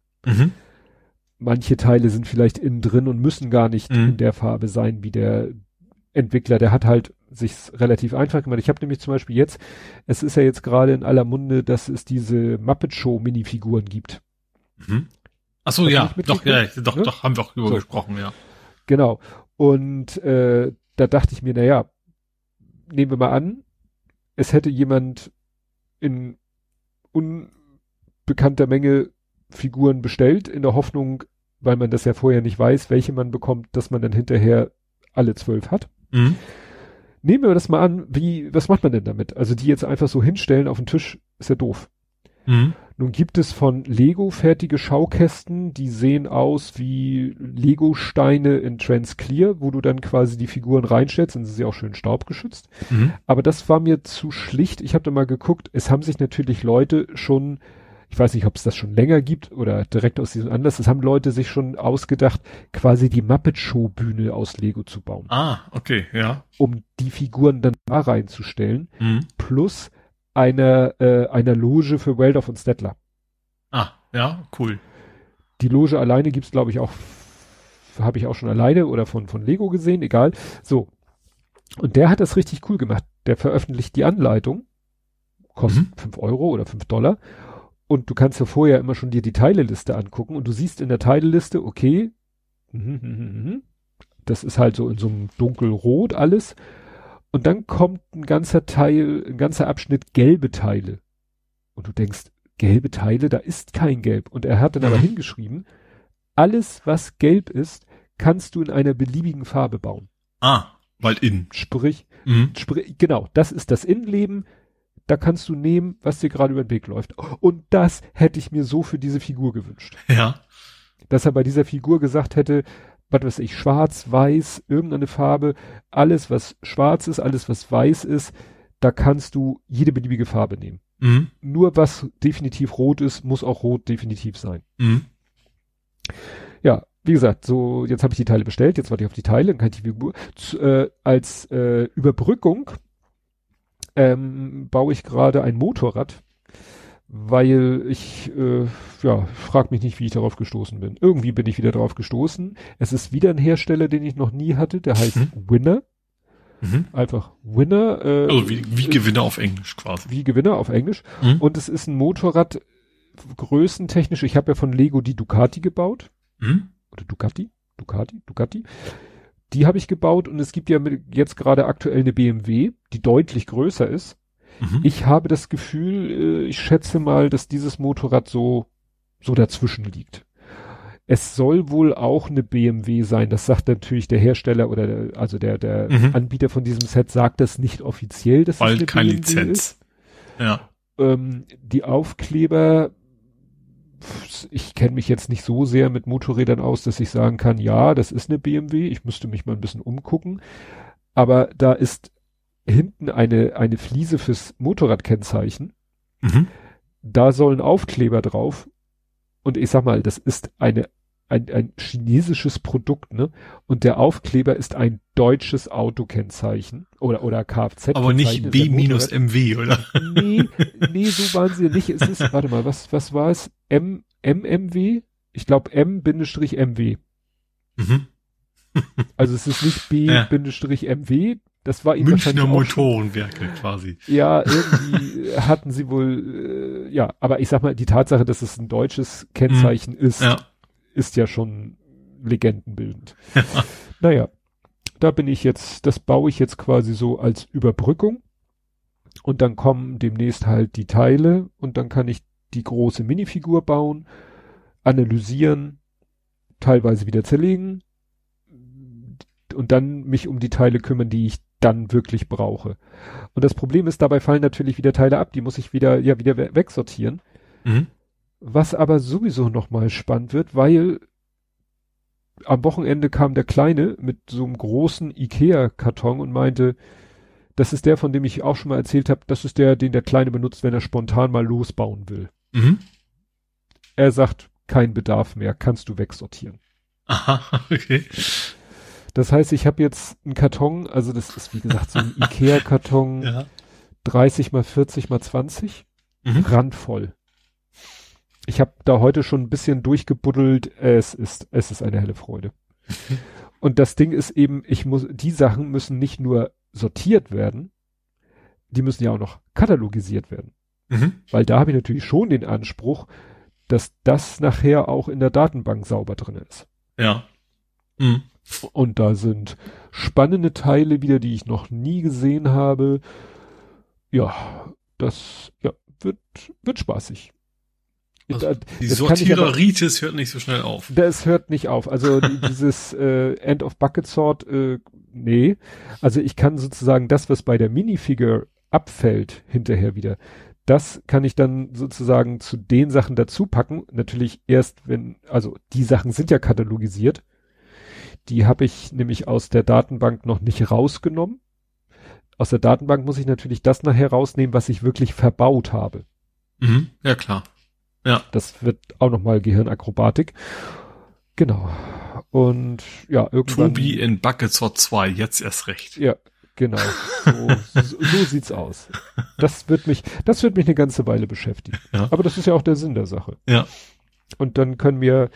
Manche Teile sind vielleicht innen drin und müssen gar nicht in der Farbe sein, wie der Entwickler, der hat halt sich's relativ einfach gemacht. Ich habe nämlich zum Beispiel jetzt, es ist ja jetzt gerade in aller Munde, dass es diese Muppet Show Minifiguren gibt. Ach so, ja, doch, haben wir auch drüber gesprochen, ja. Genau. Und da dachte ich mir, naja, nehmen wir mal an, es hätte jemand in unbekannter Menge Figuren bestellt, in der Hoffnung, weil man das ja vorher nicht weiß, welche man bekommt, dass man dann hinterher alle 12 hat. Nehmen wir das mal an, was macht man denn damit? Also die jetzt einfach so hinstellen auf den Tisch, ist ja doof. Nun gibt es von Lego fertige Schaukästen, die sehen aus wie Lego-Steine in Transclear, wo du dann quasi die Figuren reinstellst, und sind sie auch schön staubgeschützt. Aber das war mir zu schlicht. Ich habe da mal geguckt, es haben sich natürlich Leute schon, ich weiß nicht, ob es das schon länger gibt oder direkt aus diesem Anlass, es haben Leute sich schon ausgedacht, quasi die Muppet-Show-Bühne aus Lego zu bauen. Ah, okay, ja. Um die Figuren dann da reinzustellen, plus einer Loge für Waldorf und Stettler. Ah, ja, cool. Die Loge alleine gibt's, glaube ich, auch, habe ich auch schon alleine oder von Lego gesehen, egal. So. Und der hat das richtig cool gemacht. Der veröffentlicht die Anleitung, kostet 5 Euro oder $5. Und du kannst ja vorher immer schon dir die Teileliste angucken und du siehst in der Teileliste, okay, das ist halt so in so einem dunkelrot alles. Und dann kommt ein ganzer Abschnitt gelbe Teile. Und du denkst, gelbe Teile, da ist kein Gelb. Und er hat dann aber hingeschrieben, alles, was gelb ist, kannst du in einer beliebigen Farbe bauen. Ah, weil innen. Sprich, genau, das ist das Innenleben. Da kannst du nehmen, was dir gerade über den Weg läuft. Und das hätte ich mir so für diese Figur gewünscht. Ja. Dass er bei dieser Figur gesagt hätte, was weiß ich, schwarz, weiß, irgendeine Farbe, alles was schwarz ist, alles was weiß ist, da kannst du jede beliebige Farbe nehmen. Nur was definitiv rot ist, muss auch rot definitiv sein. Ja, wie gesagt, so, jetzt habe ich die Teile bestellt, jetzt warte ich auf die Teile, dann kann ich die Figur als Überbrückung baue ich gerade ein Motorrad, weil ich, frag mich nicht, wie ich darauf gestoßen bin. Irgendwie bin ich wieder darauf gestoßen. Es ist wieder ein Hersteller, den ich noch nie hatte, der heißt Winner. Einfach Winner. Also wie Gewinner auf Englisch quasi. Wie Gewinner auf Englisch. Und es ist ein Motorrad, größentechnisch, ich habe ja von Lego die Ducati gebaut. Oder Ducati. Die habe ich gebaut und es gibt ja jetzt gerade aktuell eine BMW, die deutlich größer ist. Ich habe das Gefühl, ich schätze mal, dass dieses Motorrad so so dazwischen liegt. Es soll wohl auch eine BMW sein, das sagt natürlich der Hersteller oder der Anbieter von diesem Set sagt das nicht offiziell, dass weil es eine keine BMW Lizenz. ist. Ja. Die Aufkleber, ich kenne mich jetzt nicht so sehr mit Motorrädern aus, dass ich sagen kann, ja, das ist eine BMW, ich müsste mich mal ein bisschen umgucken, aber da ist hinten eine Fliese fürs Motorradkennzeichen, da sollen Aufkleber drauf und ich sag mal, das ist ein chinesisches Produkt, ne? Und der Aufkleber ist ein deutsches Autokennzeichen oder Kfz-Kennzeichen. Aber nicht B-MW, oder? Nee, so waren sie nicht. Es ist, warte mal, was war es? MMW? Ich glaube M-MW. Also es ist nicht B-MW. Das war ihnen Münchner Motorenwerke quasi. Ja, irgendwie hatten sie wohl, aber ich sag mal, die Tatsache, dass es ein deutsches Kennzeichen ist ja schon legendenbildend. Ja. Naja, da bin ich jetzt, das baue ich jetzt quasi so als Überbrückung und dann kommen demnächst halt die Teile und dann kann ich die große Minifigur bauen, analysieren, teilweise wieder zerlegen und dann mich um die Teile kümmern, die ich dann wirklich brauche. Und das Problem ist, dabei fallen natürlich wieder Teile ab, die muss ich wieder wegsortieren. Was aber sowieso nochmal spannend wird, weil am Wochenende kam der Kleine mit so einem großen Ikea-Karton und meinte, das ist der, von dem ich auch schon mal erzählt habe, das ist der, den der Kleine benutzt, wenn er spontan mal losbauen will. Er sagt, kein Bedarf mehr, kannst du wegsortieren. Aha, okay. Das heißt, ich habe jetzt einen Karton, also das ist wie gesagt so ein Ikea-Karton, 30 mal 40 mal 20, randvoll. Ich habe da heute schon ein bisschen durchgebuddelt, es ist eine helle Freude. Und das Ding ist eben, die Sachen müssen nicht nur sortiert werden, die müssen ja auch noch katalogisiert werden. Weil da habe ich natürlich schon den Anspruch, dass das nachher auch in der Datenbank sauber drin ist. Ja. Und da sind spannende Teile wieder, die ich noch nie gesehen habe. Ja, das wird spaßig. Also die Sortiereritis hört nicht so schnell auf. Das hört nicht auf. Also dieses End of Bucket Sort, nee. Also ich kann sozusagen das, was bei der Minifigure abfällt, hinterher wieder, das kann ich dann sozusagen zu den Sachen dazu packen. Natürlich erst, also die Sachen sind ja katalogisiert. Die habe ich nämlich aus der Datenbank noch nicht rausgenommen. Aus der Datenbank muss ich natürlich das nachher rausnehmen, was ich wirklich verbaut habe. Ja, klar. Ja. Das wird auch nochmal Gehirnakrobatik. Genau. Und ja, irgendwann. Tobi in Bucket Sort 2, jetzt erst recht. Ja, genau. So sieht's aus. Das wird mich eine ganze Weile beschäftigen. Ja. Aber das ist ja auch der Sinn der Sache. Ja. Und dann können wir,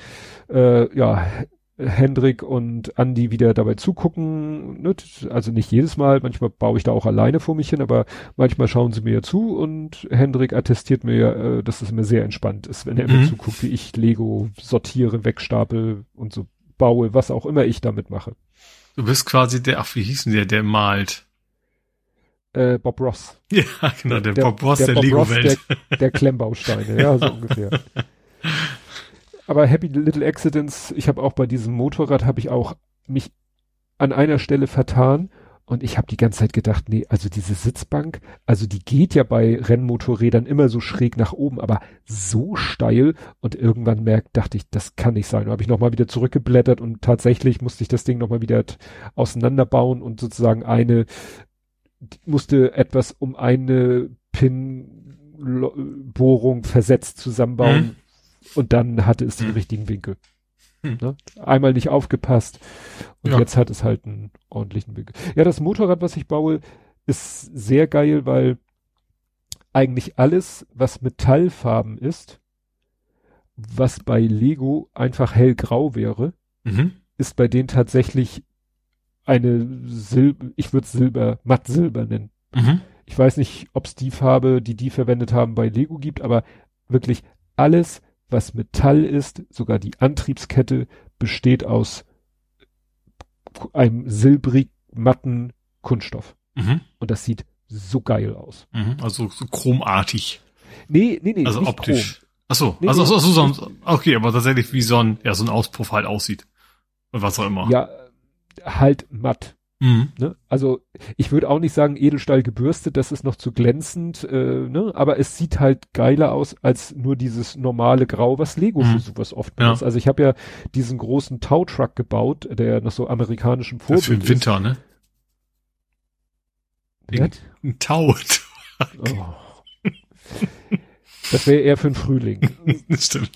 Hendrik und Andi wieder dabei zugucken, ne? Also nicht jedes Mal, manchmal baue ich da auch alleine vor mich hin, aber manchmal schauen sie mir ja zu und Hendrik attestiert mir, dass es mir sehr entspannt ist, wenn er mir zuguckt, wie ich Lego sortiere, wegstapel und so baue, was auch immer ich damit mache. Du bist quasi wie hieß denn der malt? Bob Ross. Ja, genau, der Bob Ross der Lego-Welt. Der Klemmbausteine, ja, so ungefähr. Aber Happy Little Accidents, ich habe auch bei diesem Motorrad, habe ich auch mich an einer Stelle vertan und ich habe die ganze Zeit gedacht, nee, also diese Sitzbank, also die geht ja bei Rennmotorrädern immer so schräg nach oben, aber so steil und irgendwann dachte ich, das kann nicht sein. Da habe ich nochmal wieder zurückgeblättert und tatsächlich musste ich das Ding nochmal wieder auseinanderbauen und sozusagen musste etwas um eine Pin-Bohrung versetzt zusammenbauen. Und dann hatte es den richtigen Winkel. Ne? Einmal nicht aufgepasst und jetzt hat es halt einen ordentlichen Winkel. Ja, das Motorrad, was ich baue, ist sehr geil, weil eigentlich alles, was Metallfarben ist, was bei Lego einfach hellgrau wäre, ist bei denen tatsächlich eine ich würde es matt Silber nennen. Ich weiß nicht, ob es die Farbe, die verwendet haben, bei Lego gibt, aber wirklich alles, was Metall ist, sogar die Antriebskette, besteht aus einem silbrig matten Kunststoff. Und das sieht so geil aus. Also so chromartig. Nee, also nicht optisch. Chrom. Ach so, Nee, also, nee. okay, aber tatsächlich wie so ein Auspuff halt aussieht. Und was auch immer. Ja, halt matt. Mhm. Ne? Also ich würde auch nicht sagen Edelstahl gebürstet, das ist noch zu glänzend, ne? Aber es sieht halt geiler aus als nur dieses normale Grau, was Lego für sowas oft benutzt. Ja. Also ich habe ja diesen großen Tow-Truck gebaut, der nach so amerikanischem Das Vorbild für den Winter, ne? ist. Ein Tau. Oh. Das wäre eher für den Frühling. Stimmt.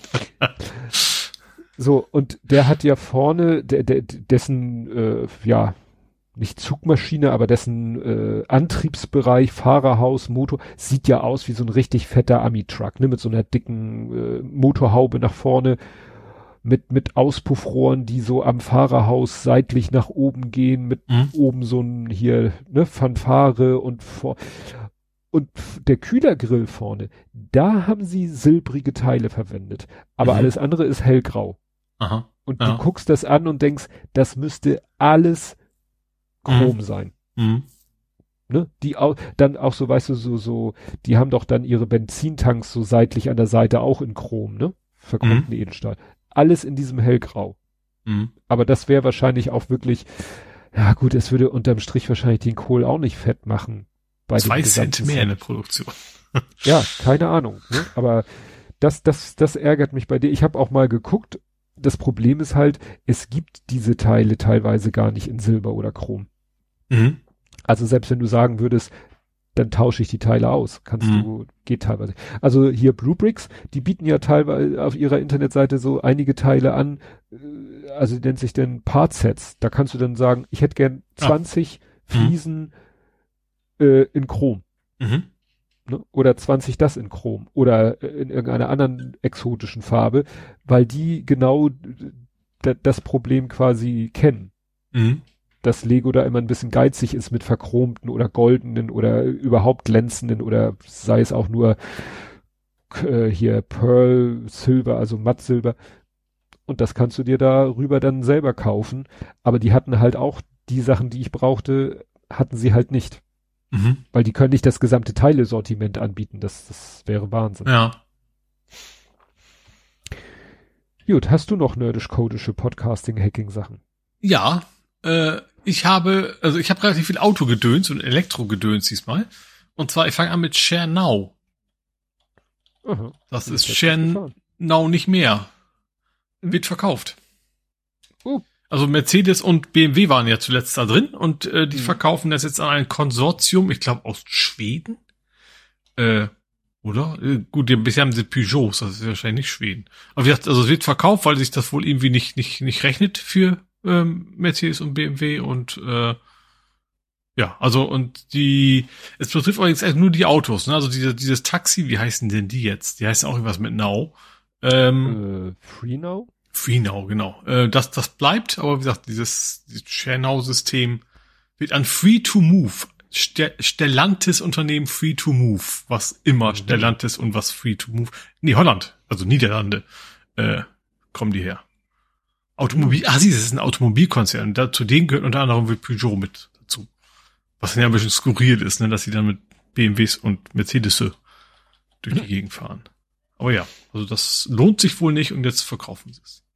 So, und der hat ja vorne, dessen, ja, nicht Zugmaschine, aber dessen Antriebsbereich, Fahrerhaus, Motor, sieht ja aus wie so ein richtig fetter Ami-Truck, ne, mit so einer dicken Motorhaube nach vorne, mit Auspuffrohren, die so am Fahrerhaus seitlich nach oben gehen, mit oben so ein hier, ne, Fanfare und der Kühlergrill vorne, da haben sie silbrige Teile verwendet. Aber alles andere ist hellgrau. Aha. Und du guckst das an und denkst, das müsste alles Chrom sein. Mhm. Ne? Dann auch so, weißt du, so, die haben doch dann ihre Benzintanks so seitlich an der Seite auch in Chrom, ne? Verchromten Edelstahl. Alles in diesem hellgrau. Mhm. Aber das wäre wahrscheinlich auch wirklich, ja gut, es würde unterm Strich wahrscheinlich den Kohl auch nicht fett machen. 2 Cent mehr in der Produktion. Ja, keine Ahnung. Ne? Aber das ärgert mich bei dir. Ich habe auch mal geguckt. Das Problem ist halt, es gibt diese Teile teilweise gar nicht in Silber oder Chrom. Mhm. Also selbst wenn du sagen würdest, dann tausche ich die Teile aus. Geht teilweise. Also hier Bluebricks, die bieten ja teilweise auf ihrer Internetseite so einige Teile an, also die nennt sich dann Partsets. Da kannst du dann sagen, ich hätte gern 20 Fliesen in Chrom. Mhm. Ne? Oder 20 das in Chrom. Oder in irgendeiner anderen exotischen Farbe, weil die genau das Problem quasi kennen. Mhm. Dass Lego da immer ein bisschen geizig ist mit verchromten oder goldenen oder überhaupt glänzenden oder sei es auch nur hier Pearl Silber, also Mattsilber. Und das kannst du dir darüber dann selber kaufen. Aber die hatten halt auch die Sachen, die ich brauchte, hatten sie halt nicht. Mhm. Weil die können nicht das gesamte Teilesortiment anbieten. Das wäre Wahnsinn. Ja. Gut, hast du noch nerdisch-codische Podcasting-Hacking-Sachen? Ja, ich habe relativ viel Autogedöns und Elektrogedöns diesmal. Und zwar, ich fange an mit Share Now. Aha. Das ist Share Now nicht mehr. Wird verkauft. Also Mercedes und BMW waren ja zuletzt da drin und die verkaufen das jetzt an ein Konsortium, ich glaube aus Schweden. Oder? Gut, bisher haben sie Peugeots, das ist wahrscheinlich nicht Schweden. Aber wie gesagt, also es wird verkauft, weil sich das wohl irgendwie nicht rechnet für Mercedes und BMW und ja, also und es betrifft übrigens erst nur die Autos, ne? Also dieses Taxi, wie heißen denn die jetzt? Die heißen auch irgendwas mit Now. FreeNow? FreeNow, genau. Das bleibt, aber wie gesagt, dieses ShareNow-System wird an Free2Move, Stellantis Unternehmen Free2Move, was immer Stellantis und was Free2Move, Holland, also Niederlande, kommen die her. Das ist ein Automobilkonzern, zu denen gehört unter anderem Peugeot mit dazu. Was ja ein bisschen skurril ist, ne, dass sie dann mit BMWs und Mercedes durch die Gegend fahren. Aber ja, also das lohnt sich wohl nicht und jetzt verkaufen sie es.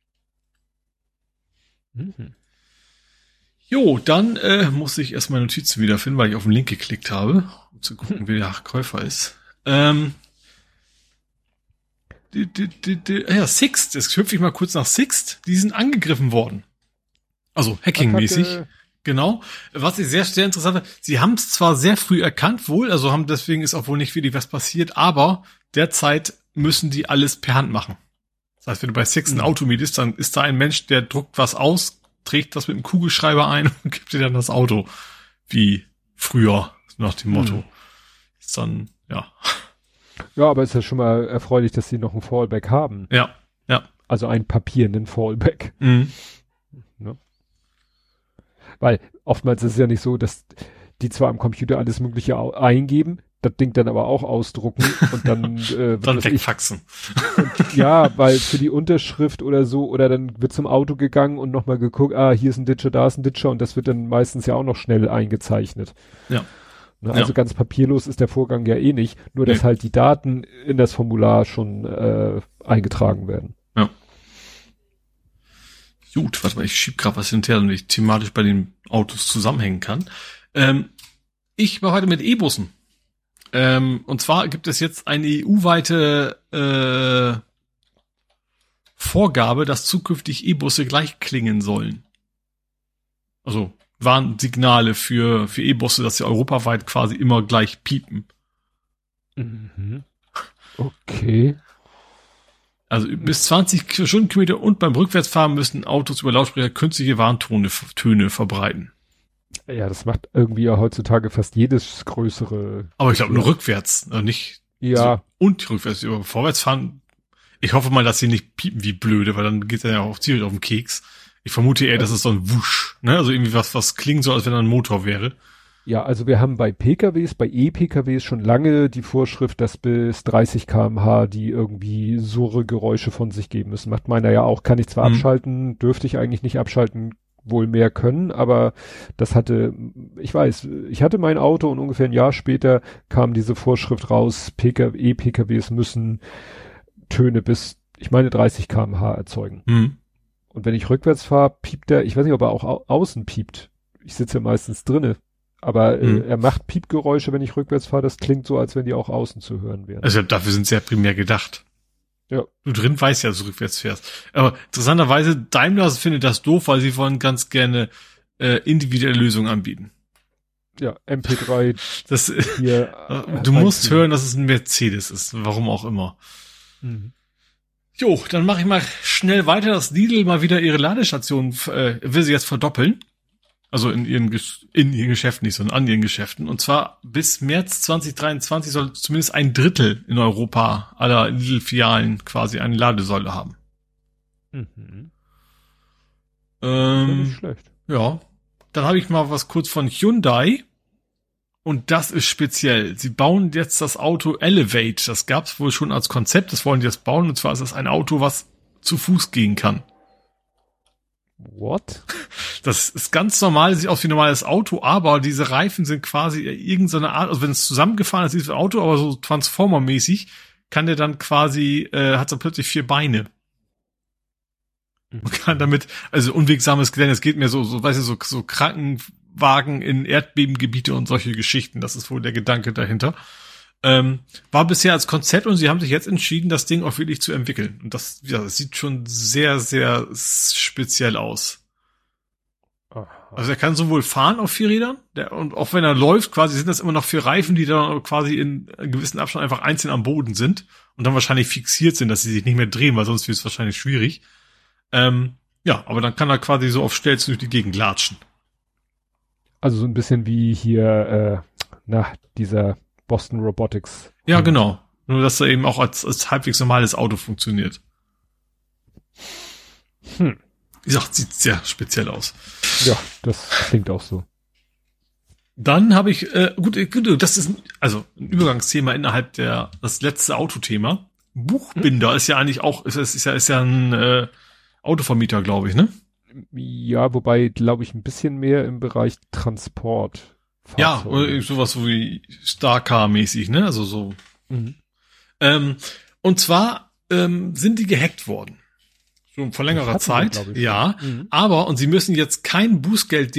Mhm. Jo, dann muss ich erst meine Notizen wiederfinden, weil ich auf den Link geklickt habe, um zu gucken, wer der Käufer ist. Sixt, jetzt hüpfe ich mal kurz nach Sixt, die sind angegriffen worden. Also hackingmäßig. Genau. Was ich sehr interessant finde, sie haben es zwar sehr früh erkannt wohl, also deswegen ist auch wohl nicht wirklich was passiert, aber derzeit müssen die alles per Hand machen. Das heißt, wenn du bei Sixt ein Auto mietest, dann ist da ein Mensch, der druckt was aus, trägt das mit einem Kugelschreiber ein und gibt dir dann das Auto. Wie früher, nach dem Motto. Ist dann, ja. Ja, aber ist ja schon mal erfreulich, dass sie noch ein Fallback haben. Ja, ja. Also einen papierenden Fallback. Mhm. Ne? Weil oftmals ist es ja nicht so, dass die zwar am Computer alles Mögliche eingeben, das Ding dann aber auch ausdrucken und dann dann wegfaxen. Ja, weil für die Unterschrift oder so, oder dann wird zum Auto gegangen und nochmal geguckt, hier ist ein Ditcher, da ist ein Ditcher und das wird dann meistens ja auch noch schnell eingezeichnet. Ja. Ne? Also ganz papierlos ist der Vorgang ja eh nicht, nur dass halt die Daten in das Formular schon eingetragen werden. Ja. Gut, warte mal, ich schieb gerade was hinterher, damit ich thematisch bei den Autos zusammenhängen kann. Ich war heute mit E-Bussen. Und zwar gibt es jetzt eine EU-weite Vorgabe, dass zukünftig E-Busse gleich klingen sollen. Also Warnsignale für E-Busse, dass sie europaweit quasi immer gleich piepen. Mhm. Okay. Also bis 20 Stundenkilometer und beim Rückwärtsfahren müssen Autos über Lautsprecher künstliche Warntöne verbreiten. Ja, das macht irgendwie ja heutzutage fast jedes größere. Aber ich glaube nur rückwärts, also nicht. Ja. Also, und rückwärts, über Vorwärtsfahren. Ich hoffe mal, dass sie nicht piepen wie blöde, weil dann geht er ja auch ziemlich auf den Keks. Ich vermute eher, dass es so ein Wusch, ne? Also irgendwie was klingt so, als wenn da ein Motor wäre. Ja, also wir haben bei PKWs, bei E-PKWs schon lange die Vorschrift, dass bis 30 km/h die irgendwie surre Geräusche von sich geben müssen. Macht meiner ja auch, kann ich zwar abschalten, dürfte ich eigentlich nicht abschalten, wohl mehr können, aber das ich hatte mein Auto und ungefähr ein Jahr später kam diese Vorschrift raus, E-PKWs müssen Töne bis, ich meine 30 km/h erzeugen. Und wenn ich rückwärts fahre, piept der, ich weiß nicht, ob er auch außen piept. Ich sitze ja meistens drinne. Aber er macht Piepgeräusche, wenn ich rückwärts fahre. Das klingt so, als wenn die auch außen zu hören wären. Also dafür sind sie ja primär gedacht. Ja. Du drin weißt ja, dass du rückwärts fährst. Aber interessanterweise, Daimler findet das doof, weil sie wollen ganz gerne individuelle Lösungen anbieten. Ja, MP3. Das, hier, du musst hören, dass es ein Mercedes ist. Warum auch immer. Mhm. Jo, dann mache ich mal schnell weiter, dass Lidl mal wieder ihre Ladestation will sie jetzt verdoppeln. Also in ihren Geschäften nicht, sondern an ihren Geschäften. Und zwar bis März 2023 soll zumindest 1/3 in Europa aller Lidl-Filialen quasi eine Ladesäule haben. Mhm. Nicht schlecht. Ja. Dann habe ich mal was kurz von Hyundai. Und das ist speziell. Sie bauen jetzt das Auto Elevate. Das gab es wohl schon als Konzept. Das wollen die jetzt bauen. Und zwar ist das ein Auto, was zu Fuß gehen kann. What? Das ist ganz normal, sieht aus wie ein normales Auto, aber diese Reifen sind quasi irgendeine Art, also wenn es zusammengefahren ist, ist ein Auto, aber so Transformer-mäßig, kann der dann quasi, hat so plötzlich 4 Beine. Man kann damit, also unwegsames Gelände, es geht mir so, weißt du, so Krankenwagen in Erdbebengebiete und solche Geschichten, das ist wohl der Gedanke dahinter. War bisher als Konzept und sie haben sich jetzt entschieden, das Ding auch wirklich zu entwickeln. Und das sieht schon sehr, sehr speziell aus. Aha. Also er kann sowohl fahren auf 4 Rädern, und auch wenn er läuft, quasi sind das immer noch 4 Reifen, die dann quasi in einem gewissen Abstand einfach einzeln am Boden sind und dann wahrscheinlich fixiert sind, dass sie sich nicht mehr drehen, weil sonst wird es wahrscheinlich schwierig. Ja, aber dann kann er quasi so auf Stelzen durch die Gegend latschen. Also so ein bisschen wie hier, dieser Boston Robotics. Ja, genau. Nur, dass er eben auch als halbwegs normales Auto funktioniert. Wie gesagt, sieht sehr speziell aus. Ja, das klingt auch so. Dann habe ich, gut, das ist also ein Übergangsthema innerhalb das letzte Autothema. Buchbinder ist ja eigentlich auch, ist ja ein Autovermieter, glaube ich, ne? Ja, wobei, glaube ich, ein bisschen mehr im Bereich Transport. Ja, sowas so wie Starcar-mäßig, ne? Also so. Mhm. Und zwar sind die gehackt worden. Schon vor längerer Zeit. Ja, aber, und sie müssen jetzt kein Bußgeld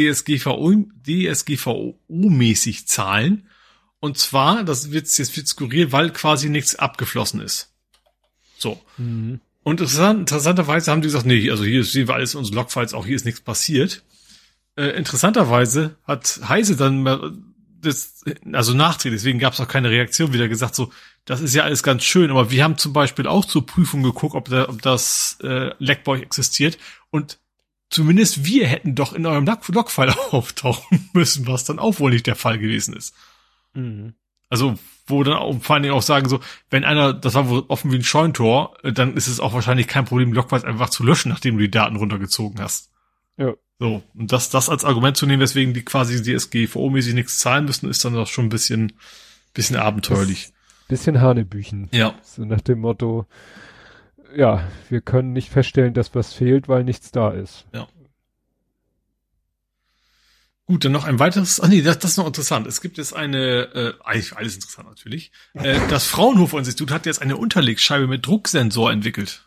DSGVO-mäßig zahlen. Und zwar, das wird jetzt viel skurril, weil quasi nichts abgeflossen ist. So. Mhm. Und interessanterweise haben die gesagt, nee, also hier sehen wir alles in unseren Logfiles, auch hier ist nichts passiert. Interessanterweise hat Heise dann nachträglich, deswegen gab es auch keine Reaktion, wieder gesagt, so, das ist ja alles ganz schön, aber wir haben zum Beispiel auch zur Prüfung geguckt, ob das Leck bei euch existiert und zumindest wir hätten doch in eurem Logfile auftauchen müssen, was dann auch wohl nicht der Fall gewesen ist. Mhm. Also, wo dann auch, vor allen Dingen auch sagen, so, wenn einer, das war wohl offen wie ein Scheunentor, dann ist es auch wahrscheinlich kein Problem, Logfiles einfach zu löschen, nachdem du die Daten runtergezogen hast. Ja. So, und das als Argument zu nehmen, weswegen die quasi DSGVO-mäßig nichts zahlen müssen, ist dann doch schon ein bisschen abenteuerlich. Bisschen Hanebüchen. Ja. So nach dem Motto, ja, wir können nicht feststellen, dass was fehlt, weil nichts da ist. Ja. Gut, dann noch ein weiteres, das ist noch interessant. Es gibt jetzt eigentlich alles interessant natürlich. Das Fraunhofer-Institut hat jetzt eine Unterlegscheibe mit Drucksensor entwickelt.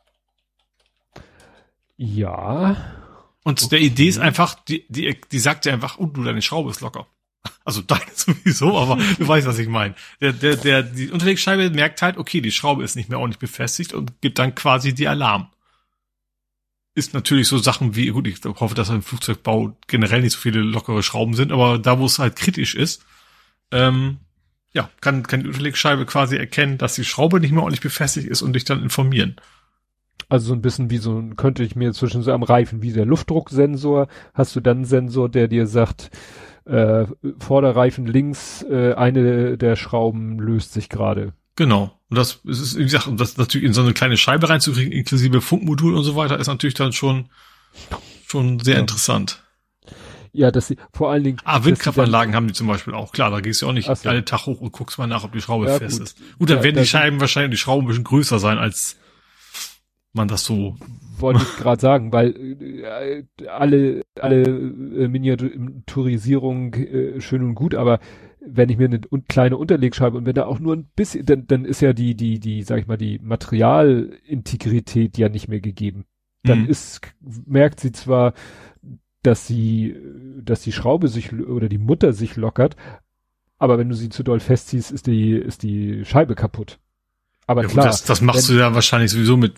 Ja. Und der Idee ist einfach, die sagt ja einfach, deine Schraube ist locker. Also deine sowieso, aber du weißt, was ich meine. Die Unterlegscheibe merkt halt, okay, die Schraube ist nicht mehr ordentlich befestigt und gibt dann quasi die Alarm. Ist natürlich so Sachen wie, gut, ich hoffe, dass im Flugzeugbau generell nicht so viele lockere Schrauben sind, aber da, wo es halt kritisch ist, kann die Unterlegscheibe quasi erkennen, dass die Schraube nicht mehr ordentlich befestigt ist und dich dann informieren. Also so ein bisschen wie könnte ich mir zwischen so am Reifen, wie der Luftdrucksensor, hast du dann einen Sensor, der dir sagt, Vorderreifen links, eine der Schrauben löst sich gerade. Genau. Und das ist, wie gesagt, das natürlich in so eine kleine Scheibe reinzukriegen, inklusive Funkmodul und so weiter, ist natürlich dann schon sehr interessant. Ja, dass sie vor allen Dingen. Windkraftanlagen haben die zum Beispiel auch. Klar, da gehst du auch nicht alle Tag hoch und guckst mal nach, ob die Schraube fest ist. Gut, dann werden die Scheiben wahrscheinlich, die Schrauben ein bisschen größer sein, als man das so. Wollte ich gerade sagen, weil alle Miniaturisierung schön und gut, aber wenn ich mir eine kleine Unterlegscheibe und wenn da auch nur ein bisschen, dann ist ja die, sag ich mal, die Materialintegrität ja nicht mehr gegeben. Dann merkt sie zwar, dass die Schraube sich oder die Mutter sich lockert, aber wenn du sie zu doll festziehst, ist die Scheibe kaputt. Aber ja, klar. Das machst du ja wahrscheinlich sowieso mit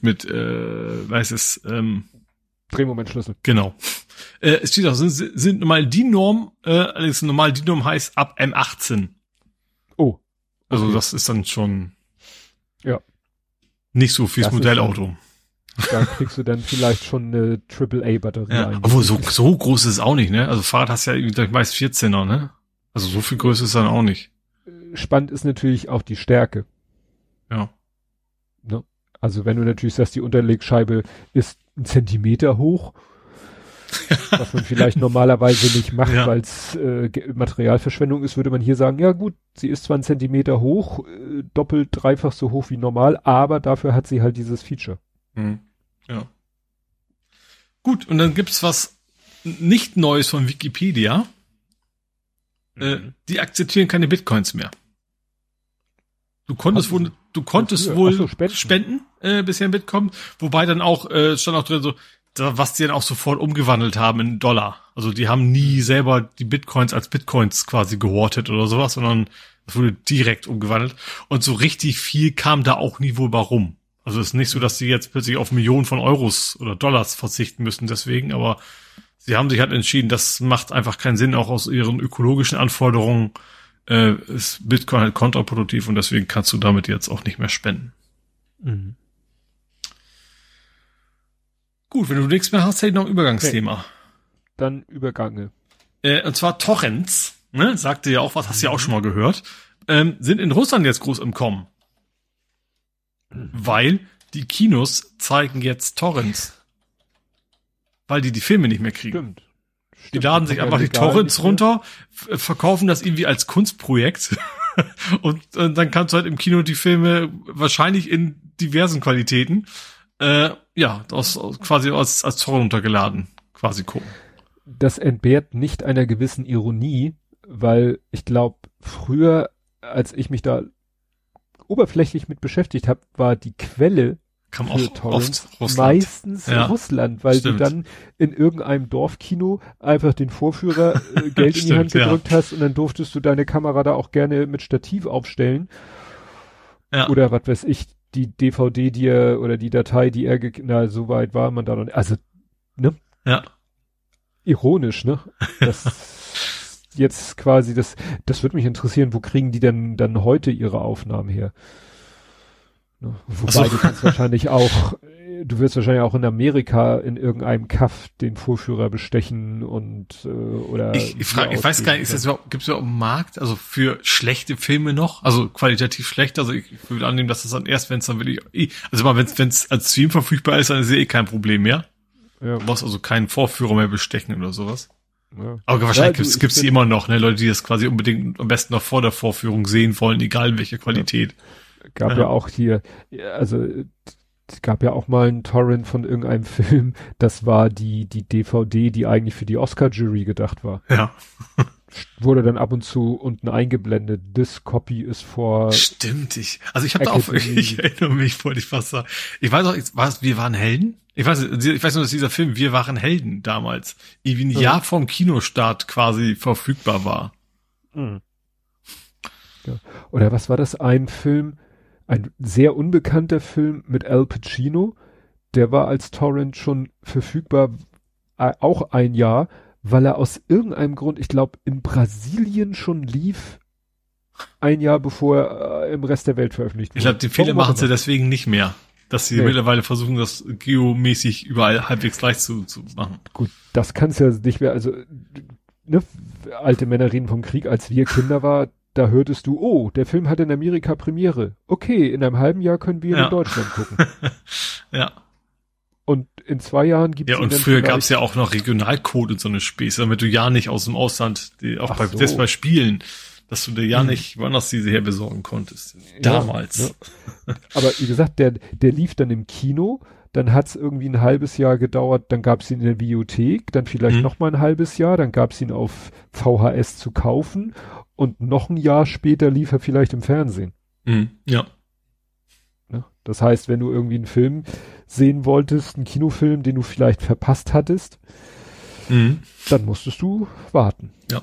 Drehmomentschlüssel. Genau. Es steht auch, sind normal die Norm, allerdings normal die Norm heißt ab M18. Oh. Okay. Also das ist dann schon nicht so fürs Modellauto. Da kriegst du dann vielleicht schon eine AAA-Batterie ein. Obwohl so groß ist es auch nicht, ne? Also Fahrrad hast ja meist 14er, ne? Also so viel Größe ist dann auch nicht. Spannend ist natürlich auch die Stärke. Ja. Ne? Also wenn du natürlich sagst, die Unterlegscheibe ist 1 Zentimeter hoch, was man vielleicht normalerweise nicht macht, weil es Materialverschwendung ist, würde man hier sagen, ja gut, sie ist zwar 1 Zentimeter hoch, doppelt, dreifach so hoch wie normal, aber dafür hat sie halt dieses Feature. Ja. Gut, und dann gibt's was nicht Neues von Wikipedia. Die akzeptieren keine Bitcoins mehr. Du konntest wohl spenden bisher in Bitcoin, wobei dann auch stand auch drin so, was die dann auch sofort umgewandelt haben in Dollar. Also die haben nie selber die Bitcoins als Bitcoins quasi gehortet oder sowas, sondern es wurde direkt umgewandelt. Und so richtig viel kam da auch nie wohl warum. Also es ist nicht so, dass sie jetzt plötzlich auf Millionen von Euros oder Dollars verzichten müssen deswegen, aber sie haben sich halt entschieden, das macht einfach keinen Sinn, auch aus ihren ökologischen Anforderungen ist Bitcoin halt kontraproduktiv und deswegen kannst du damit jetzt auch nicht mehr spenden. Mhm. Gut, wenn du nichts mehr hast, hätte ich noch ein Übergangsthema. Okay. Dann Übergange. Und zwar Torrents, ne, sagte ja auch was, hast du ja auch schon mal gehört, sind in Russland jetzt groß im Kommen. Weil die Kinos zeigen jetzt Torrents. Weil die Filme nicht mehr kriegen. Stimmt. Die laden sich einfach die Torrents runter, verkaufen das irgendwie als Kunstprojekt und dann kannst du halt im Kino die Filme wahrscheinlich in diversen Qualitäten quasi als Torrent runtergeladen quasi gucken. Das entbehrt nicht einer gewissen Ironie, weil ich glaube, früher, als ich mich da oberflächlich mit beschäftigt habe, war die Quelle kam auch oft Russland. Meistens Russland, weil du dann in irgendeinem Dorfkino einfach den Vorführer Geld in die Hand gedrückt hast und dann durftest du deine Kamera da auch gerne mit Stativ aufstellen. Ja. Oder was weiß ich, die DVD oder die Datei, die so weit war man da noch nicht. Also, ne? Ja. Ironisch, ne? Das jetzt quasi, das würde mich interessieren, wo kriegen die denn dann heute ihre Aufnahmen her? Wobei du kannst wahrscheinlich auch, du wirst wahrscheinlich auch in Amerika in irgendeinem Kaff den Vorführer bestechen und oder ich weiß gar nicht, gibt es überhaupt einen Markt, also für schlechte Filme noch, also qualitativ schlecht, also ich würde annehmen, dass das dann erst, wenn es dann wirklich, also mal wenn es als Stream verfügbar ist, dann ist ja kein Problem mehr. Ja. Du brauchst also keinen Vorführer mehr bestechen oder sowas. Ja. Aber wahrscheinlich gibt's die immer noch, ne, Leute, die das quasi unbedingt am besten noch vor der Vorführung sehen wollen, egal in welcher Qualität. Gab ja auch hier, also es gab ja auch mal einen Torrent von irgendeinem Film, das war die DVD, die eigentlich für die Oscar-Jury gedacht war. Ja. Wurde dann ab und zu unten eingeblendet. This copy is for... Stimmt, ich erinnere mich, wollte ich fast sagen. Ich weiß auch, wir waren Helden? Ich weiß nur, dass dieser Film Wir waren Helden damals irgendwie ein Jahr vorm Kinostart quasi verfügbar war. Mhm. Ja. Oder was war das? Ein Film, ein sehr unbekannter Film mit Al Pacino, der war als Torrent schon verfügbar, auch ein Jahr, weil er aus irgendeinem Grund, ich glaube, in Brasilien schon lief, ein Jahr bevor er im Rest der Welt veröffentlicht wurde. Ich glaube, den Fehler machen sie deswegen nicht mehr, dass sie mittlerweile versuchen, das geomäßig überall halbwegs gleich zu machen. Gut, das kann es ja nicht mehr, also ne, alte Männer reden vom Krieg, als wir Kinder waren, da hörtest du, oh, der Film hat in Amerika Premiere. Okay, in einem halben Jahr können wir in Deutschland gucken. Ja. Und in 2 Jahren gibt es... Ja, und früher gab es ja auch noch Regionalcode und so eine Späße, damit du ja nicht aus dem Ausland, selbst bei Spielen, dass du dir ja nicht woanders diese her besorgen konntest. Damals. Ja. Aber wie gesagt, der lief dann im Kino, dann hat es irgendwie ein halbes Jahr gedauert, dann gab es ihn in der Videothek, dann vielleicht noch mal ein halbes Jahr, dann gab es ihn auf VHS zu kaufen und noch ein Jahr später lief er vielleicht im Fernsehen. Ja. Das heißt, wenn du irgendwie einen Film sehen wolltest, einen Kinofilm, den du vielleicht verpasst hattest, dann musstest du warten. Ja.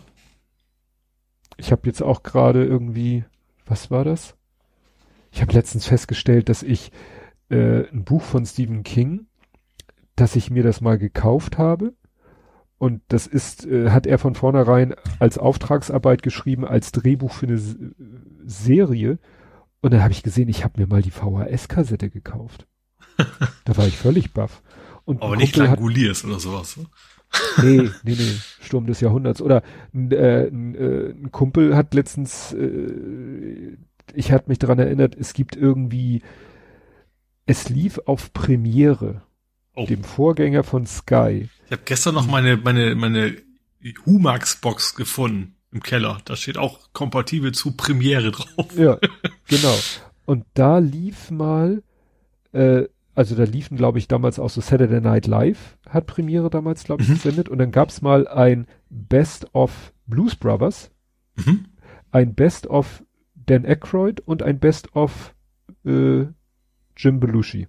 Ich habe jetzt auch gerade irgendwie, was war das? Ich habe letztens festgestellt, dass ich ein Buch von Stephen King, dass ich mir das mal gekauft habe. Und das ist, hat er von vornherein als Auftragsarbeit geschrieben, als Drehbuch für eine Serie. Und dann habe ich gesehen, ich habe mir mal die VHS-Kassette gekauft. Da war ich völlig baff. Und aber nicht Langoliers oder sowas. Nee, Sturm des Jahrhunderts. Oder ein Kumpel hat letztens, ich hatte mich daran erinnert, es gibt irgendwie, es lief auf Premiere, dem Vorgänger von Sky. Ich habe gestern noch meine Humax-Box gefunden. Im Keller. Da steht auch kompatibel zu Premiere drauf. Ja, genau. Und da lief mal, also da liefen, glaube ich, damals auch so Saturday Night Live, hat Premiere damals, glaube ich, gesendet. Und dann gab's mal ein Best of Blues Brothers, ein Best of Dan Aykroyd und ein Best of Jim Belushi.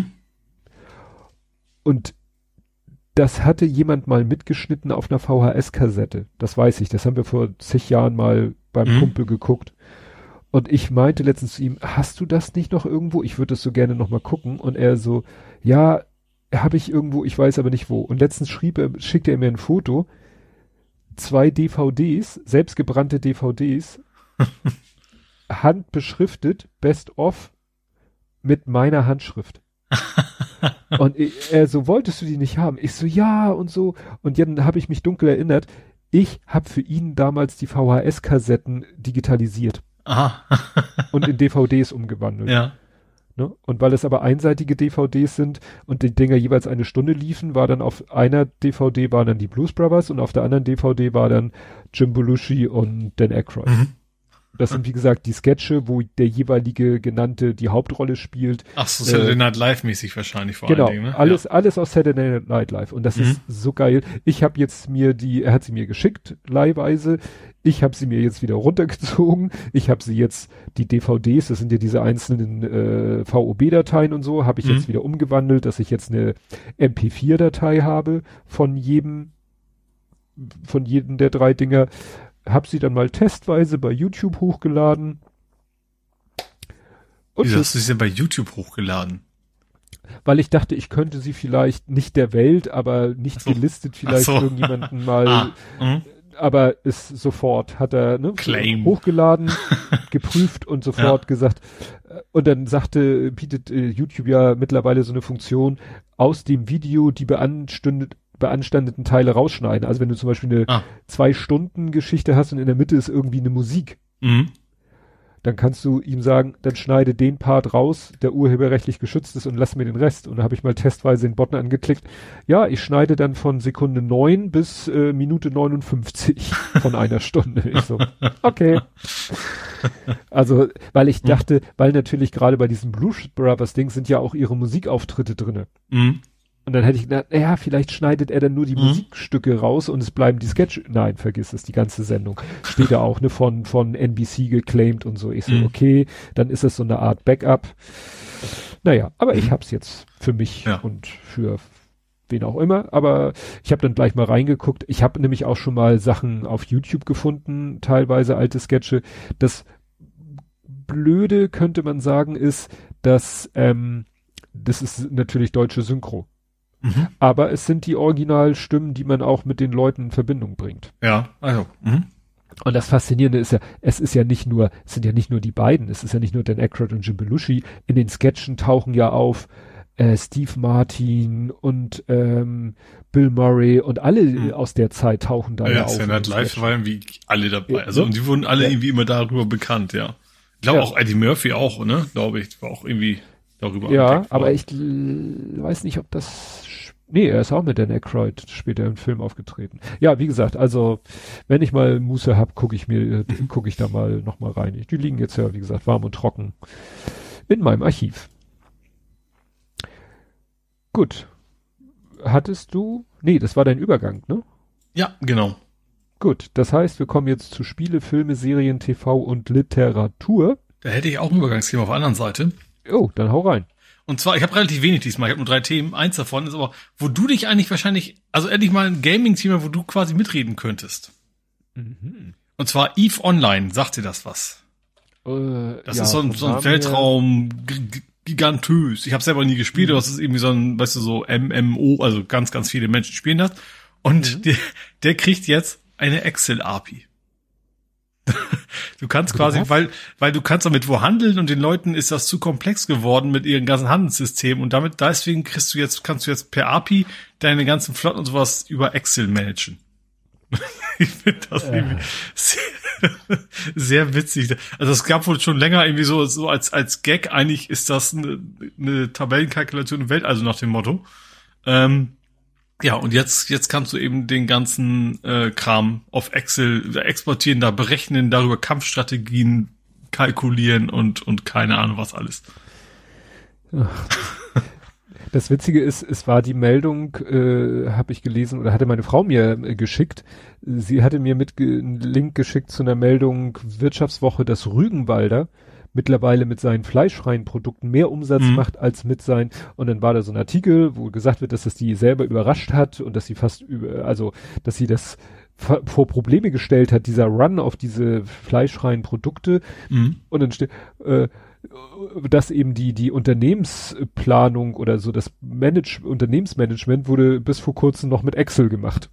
Und das hatte jemand mal mitgeschnitten auf einer VHS-Kassette. Das weiß ich. Das haben wir vor zig Jahren mal beim Kumpel geguckt. Und ich meinte letztens zu ihm, hast du das nicht noch irgendwo? Ich würde das so gerne noch mal gucken. Und er so, ja, habe ich irgendwo, ich weiß aber nicht wo. Und letztens schickte er mir ein Foto, 2 DVDs, selbstgebrannte DVDs, handbeschriftet, Best of, mit meiner Handschrift. Und er so, wolltest du die nicht haben? Ich so, ja und so. Und dann habe ich mich dunkel erinnert, ich habe für ihn damals die VHS-Kassetten digitalisiert. Aha. Und in DVDs umgewandelt. Ja. Ne? Und weil es aber einseitige DVDs sind und die Dinger jeweils 1 Stunde liefen, war dann auf einer DVD waren dann die Blues Brothers und auf der anderen DVD war dann Jim Belushi und Dan Aykroyd. Das sind, wie gesagt, die Sketche, wo der jeweilige Genannte die Hauptrolle spielt. Ach so, Saturday Night Live mäßig wahrscheinlich vor allen Dingen, ne? Alles aus Saturday Night Live. Und das ist so geil. Ich habe jetzt er hat sie mir geschickt, leihweise. Ich habe sie mir jetzt wieder runtergezogen. Ich habe sie jetzt, die DVDs, das sind ja diese einzelnen VOB-Dateien und so, habe ich jetzt wieder umgewandelt, dass ich jetzt eine MP4-Datei habe von jedem der 3 Dinger. Hab sie dann mal testweise bei YouTube hochgeladen. Und wieso hast du sie denn bei YouTube hochgeladen? Weil ich dachte, ich könnte sie vielleicht nicht der Welt, aber nicht gelistet vielleicht irgendjemanden mal, aber ist sofort, hat er hochgeladen, geprüft und sofort gesagt. Und dann bietet YouTube ja mittlerweile so eine Funktion, aus dem Video die beanstandeten Teile rausschneiden. Also wenn du zum Beispiel eine 2-Stunden-Geschichte hast und in der Mitte ist irgendwie eine Musik, Dann kannst du ihm sagen, dann schneide den Part raus, der urheberrechtlich geschützt ist und lass mir den Rest. Und da habe ich mal testweise den Button angeklickt. Ja, ich schneide dann von Sekunde 9 bis Minute 59 von einer Stunde. Ich so, okay. Also, weil ich dachte, weil natürlich gerade bei diesem Blues Brothers Ding sind ja auch ihre Musikauftritte drinne. Mhm. Und dann hätte ich gedacht, ja, vielleicht schneidet er dann nur die Musikstücke raus und es bleiben die Sketch. Nein, vergiss es, die ganze Sendung. Steht ja auch, ne, von NBC geclaimed und so. Ich so, okay, dann ist es so eine Art Backup. Naja, aber ich hab's jetzt für mich und für wen auch immer. Aber ich habe dann gleich mal reingeguckt. Ich habe nämlich auch schon mal Sachen auf YouTube gefunden, teilweise alte Sketche. Das Blöde, könnte man sagen, ist, dass das ist natürlich deutsche Synchro. Mhm. Aber es sind die Originalstimmen, die man auch mit den Leuten in Verbindung bringt. Ja, also. Mhm. Und das Faszinierende ist ja, es sind ja nicht nur die beiden, es ist ja nicht nur Dan Aykroyd und Jim Belushi. In den Sketchen tauchen ja auf Steve Martin und Bill Murray und alle aus der Zeit tauchen da ja auf. Saturday Night Live waren wie alle dabei. Also und die wurden alle irgendwie immer darüber bekannt, ja. Ich glaube auch Eddie Murphy auch, ne? Glaube ich, war auch irgendwie darüber. Ja, aber ich weiß nicht, ob das. Nee, er ist auch mit Dan Aykroyd später im Film aufgetreten. Ja, wie gesagt, also wenn ich mal Muße hab, gucke ich da mal noch mal rein. Die liegen jetzt ja, wie gesagt, warm und trocken in meinem Archiv. Gut. Hattest du? Nee, das war dein Übergang, ne? Ja, genau. Gut, das heißt, wir kommen jetzt zu Spiele, Filme, Serien, TV und Literatur. Da hätte ich auch ein Übergangsthema auf der anderen Seite. Oh, dann hau rein. Und zwar, ich habe relativ wenig diesmal, ich habe nur 3 Themen. Eins davon ist aber, wo du dich eigentlich wahrscheinlich, also endlich mal ein Gaming-Thema, wo du quasi mitreden könntest. Mhm. Und zwar EVE Online, sagt dir das was? Das ist so ein Weltraum gigantös. Ich habe selber nie gespielt, aber das ist irgendwie so ein, weißt du, so MMO, also ganz, ganz viele Menschen spielen das. Und der kriegt jetzt eine Excel-API. Du kannst quasi, weil du kannst damit wo handeln und den Leuten ist das zu komplex geworden mit ihren ganzen Handelssystemen und deswegen kannst du jetzt per API deine ganzen Flotten und sowas über Excel managen. Ich finde das irgendwie sehr, sehr witzig. Also es gab wohl schon länger irgendwie so als Gag, eigentlich ist das eine Tabellenkalkulation im Weltall, also nach dem Motto. Ja, und jetzt kannst du eben den ganzen Kram auf Excel exportieren, da berechnen, darüber Kampfstrategien kalkulieren und keine Ahnung was alles. Das Witzige ist, es war die Meldung, habe ich gelesen, oder hatte meine Frau mir geschickt. Sie hatte mir einen Link geschickt zu einer Meldung Wirtschaftswoche, dass Rügenwalder mittlerweile mit seinen fleischfreien Produkten mehr Umsatz macht als mit seinen, und dann war da so ein Artikel, wo gesagt wird, dass das die selber überrascht hat und dass sie dass sie das vor Probleme gestellt hat, dieser Run auf diese fleischfreien Produkte, und dann steht, dass eben die Unternehmensplanung oder so das Unternehmensmanagement wurde bis vor kurzem noch mit Excel gemacht.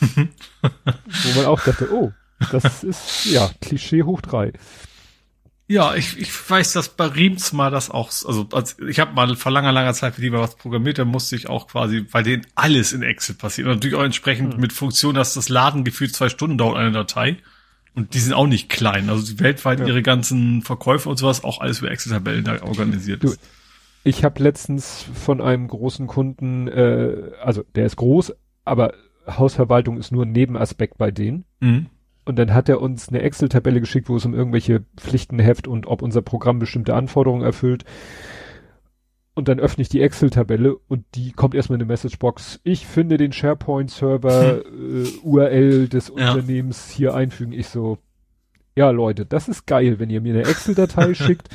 Wo man auch dachte, oh, das ist ja Klischee hoch 3. Ja, ich weiß, dass bei Riems mal das auch, ich habe mal vor langer Zeit für die mal was programmiert, da musste ich auch quasi, weil denen alles in Excel passiert und natürlich auch entsprechend mit Funktion, dass das Laden gefühlt 2 Stunden dauert, eine Datei. Und die sind auch nicht klein, also die weltweit ihre ganzen Verkäufe und sowas auch alles über Excel-Tabellen da organisiert ist. Ich habe letztens von einem großen Kunden, also der ist groß, aber Hausverwaltung ist nur ein Nebenaspekt bei denen. Mhm. Und dann hat er uns eine Excel-Tabelle geschickt, wo es um irgendwelche Pflichtenheft und ob unser Programm bestimmte Anforderungen erfüllt. Und dann öffne ich die Excel-Tabelle und die kommt erstmal in eine Messagebox. Ich finde den SharePoint-Server URL des Unternehmens hier einfügen. Ich so, ja Leute, das ist geil, wenn ihr mir eine Excel-Datei schickt.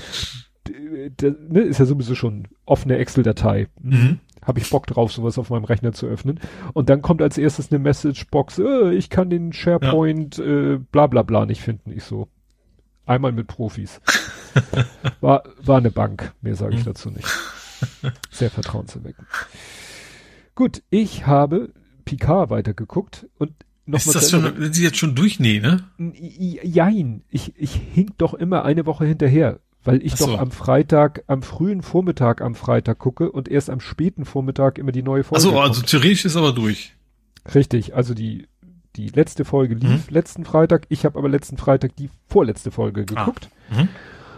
Ist ja sowieso schon offene Excel-Datei. Habe ich Bock drauf, sowas auf meinem Rechner zu öffnen. Und dann kommt als erstes eine Messagebox, ich kann den SharePoint bla bla bla nicht finden. Ich so, einmal mit Profis. War eine Bank, mehr sage ich dazu nicht. Sehr vertrauenserweckend. Gut, ich habe Picard weitergeguckt und nochmal. Ist das schon, sind Sie jetzt schon durch? Nee, ne? Jein. Ich hink doch immer eine Woche hinterher, weil ich doch am frühen Vormittag am Freitag gucke und erst am späten Vormittag immer die neue Folge. Also theoretisch ist aber durch. Richtig, also die letzte Folge lief letzten Freitag. Ich habe aber letzten Freitag die vorletzte Folge geguckt.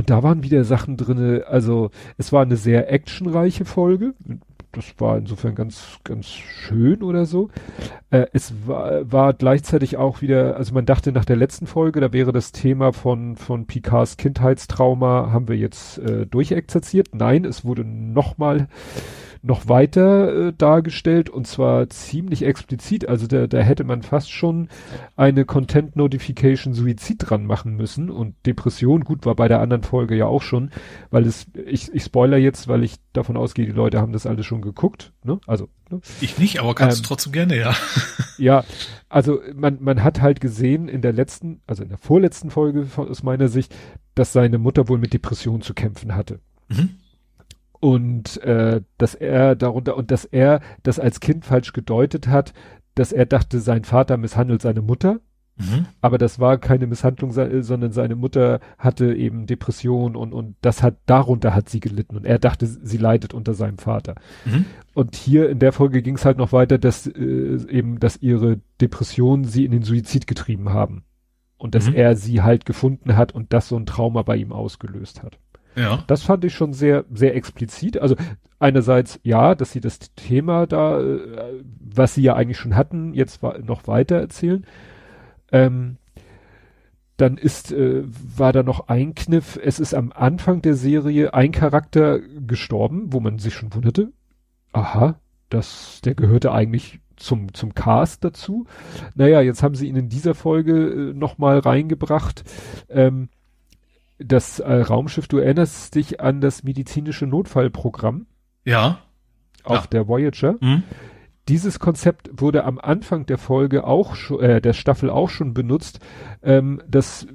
Und da waren wieder Sachen drinne, also es war eine sehr actionreiche Folge. Das war insofern ganz, ganz schön oder so. Es war gleichzeitig auch wieder, also man dachte nach der letzten Folge, da wäre das Thema von Picards Kindheitstrauma, haben wir jetzt durchexerziert. Nein, es wurde noch weiter dargestellt und zwar ziemlich explizit. Also da hätte man fast schon eine Content Notification Suizid dran machen müssen und Depression, gut, war bei der anderen Folge ja auch schon, weil ich spoiler jetzt, weil ich davon ausgehe, die Leute haben das alles schon geguckt, ne? Also, ne? Ich nicht, aber kannst du trotzdem gerne, ja. Ja, also man hat halt gesehen in der vorletzten Folge aus meiner Sicht, dass seine Mutter wohl mit Depression zu kämpfen hatte. Mhm. Und dass er das als Kind falsch gedeutet hat, dass er dachte, sein Vater misshandelt seine Mutter. Mhm. Aber das war keine Misshandlung, sondern seine Mutter hatte eben Depression und darunter hat sie gelitten. Und er dachte, sie leidet unter seinem Vater. Mhm. Und hier in der Folge ging es halt noch weiter, dass ihre Depressionen sie in den Suizid getrieben haben. Und dass er sie halt gefunden hat und das so ein Trauma bei ihm ausgelöst hat. Ja. Das fand ich schon sehr, sehr explizit. Also einerseits ja, dass sie das Thema da, was sie ja eigentlich schon hatten, jetzt noch weiter erzählen. Dann war da noch ein Kniff. Es ist am Anfang der Serie ein Charakter gestorben, wo man sich schon wunderte. Aha, der gehörte eigentlich zum Cast dazu. Naja, jetzt haben sie ihn in dieser Folge nochmal reingebracht. Das Raumschiff, du erinnerst dich an das medizinische Notfallprogramm? Ja. Auf der Voyager. Mhm. Dieses Konzept wurde am Anfang der Folge der Staffel auch schon benutzt, das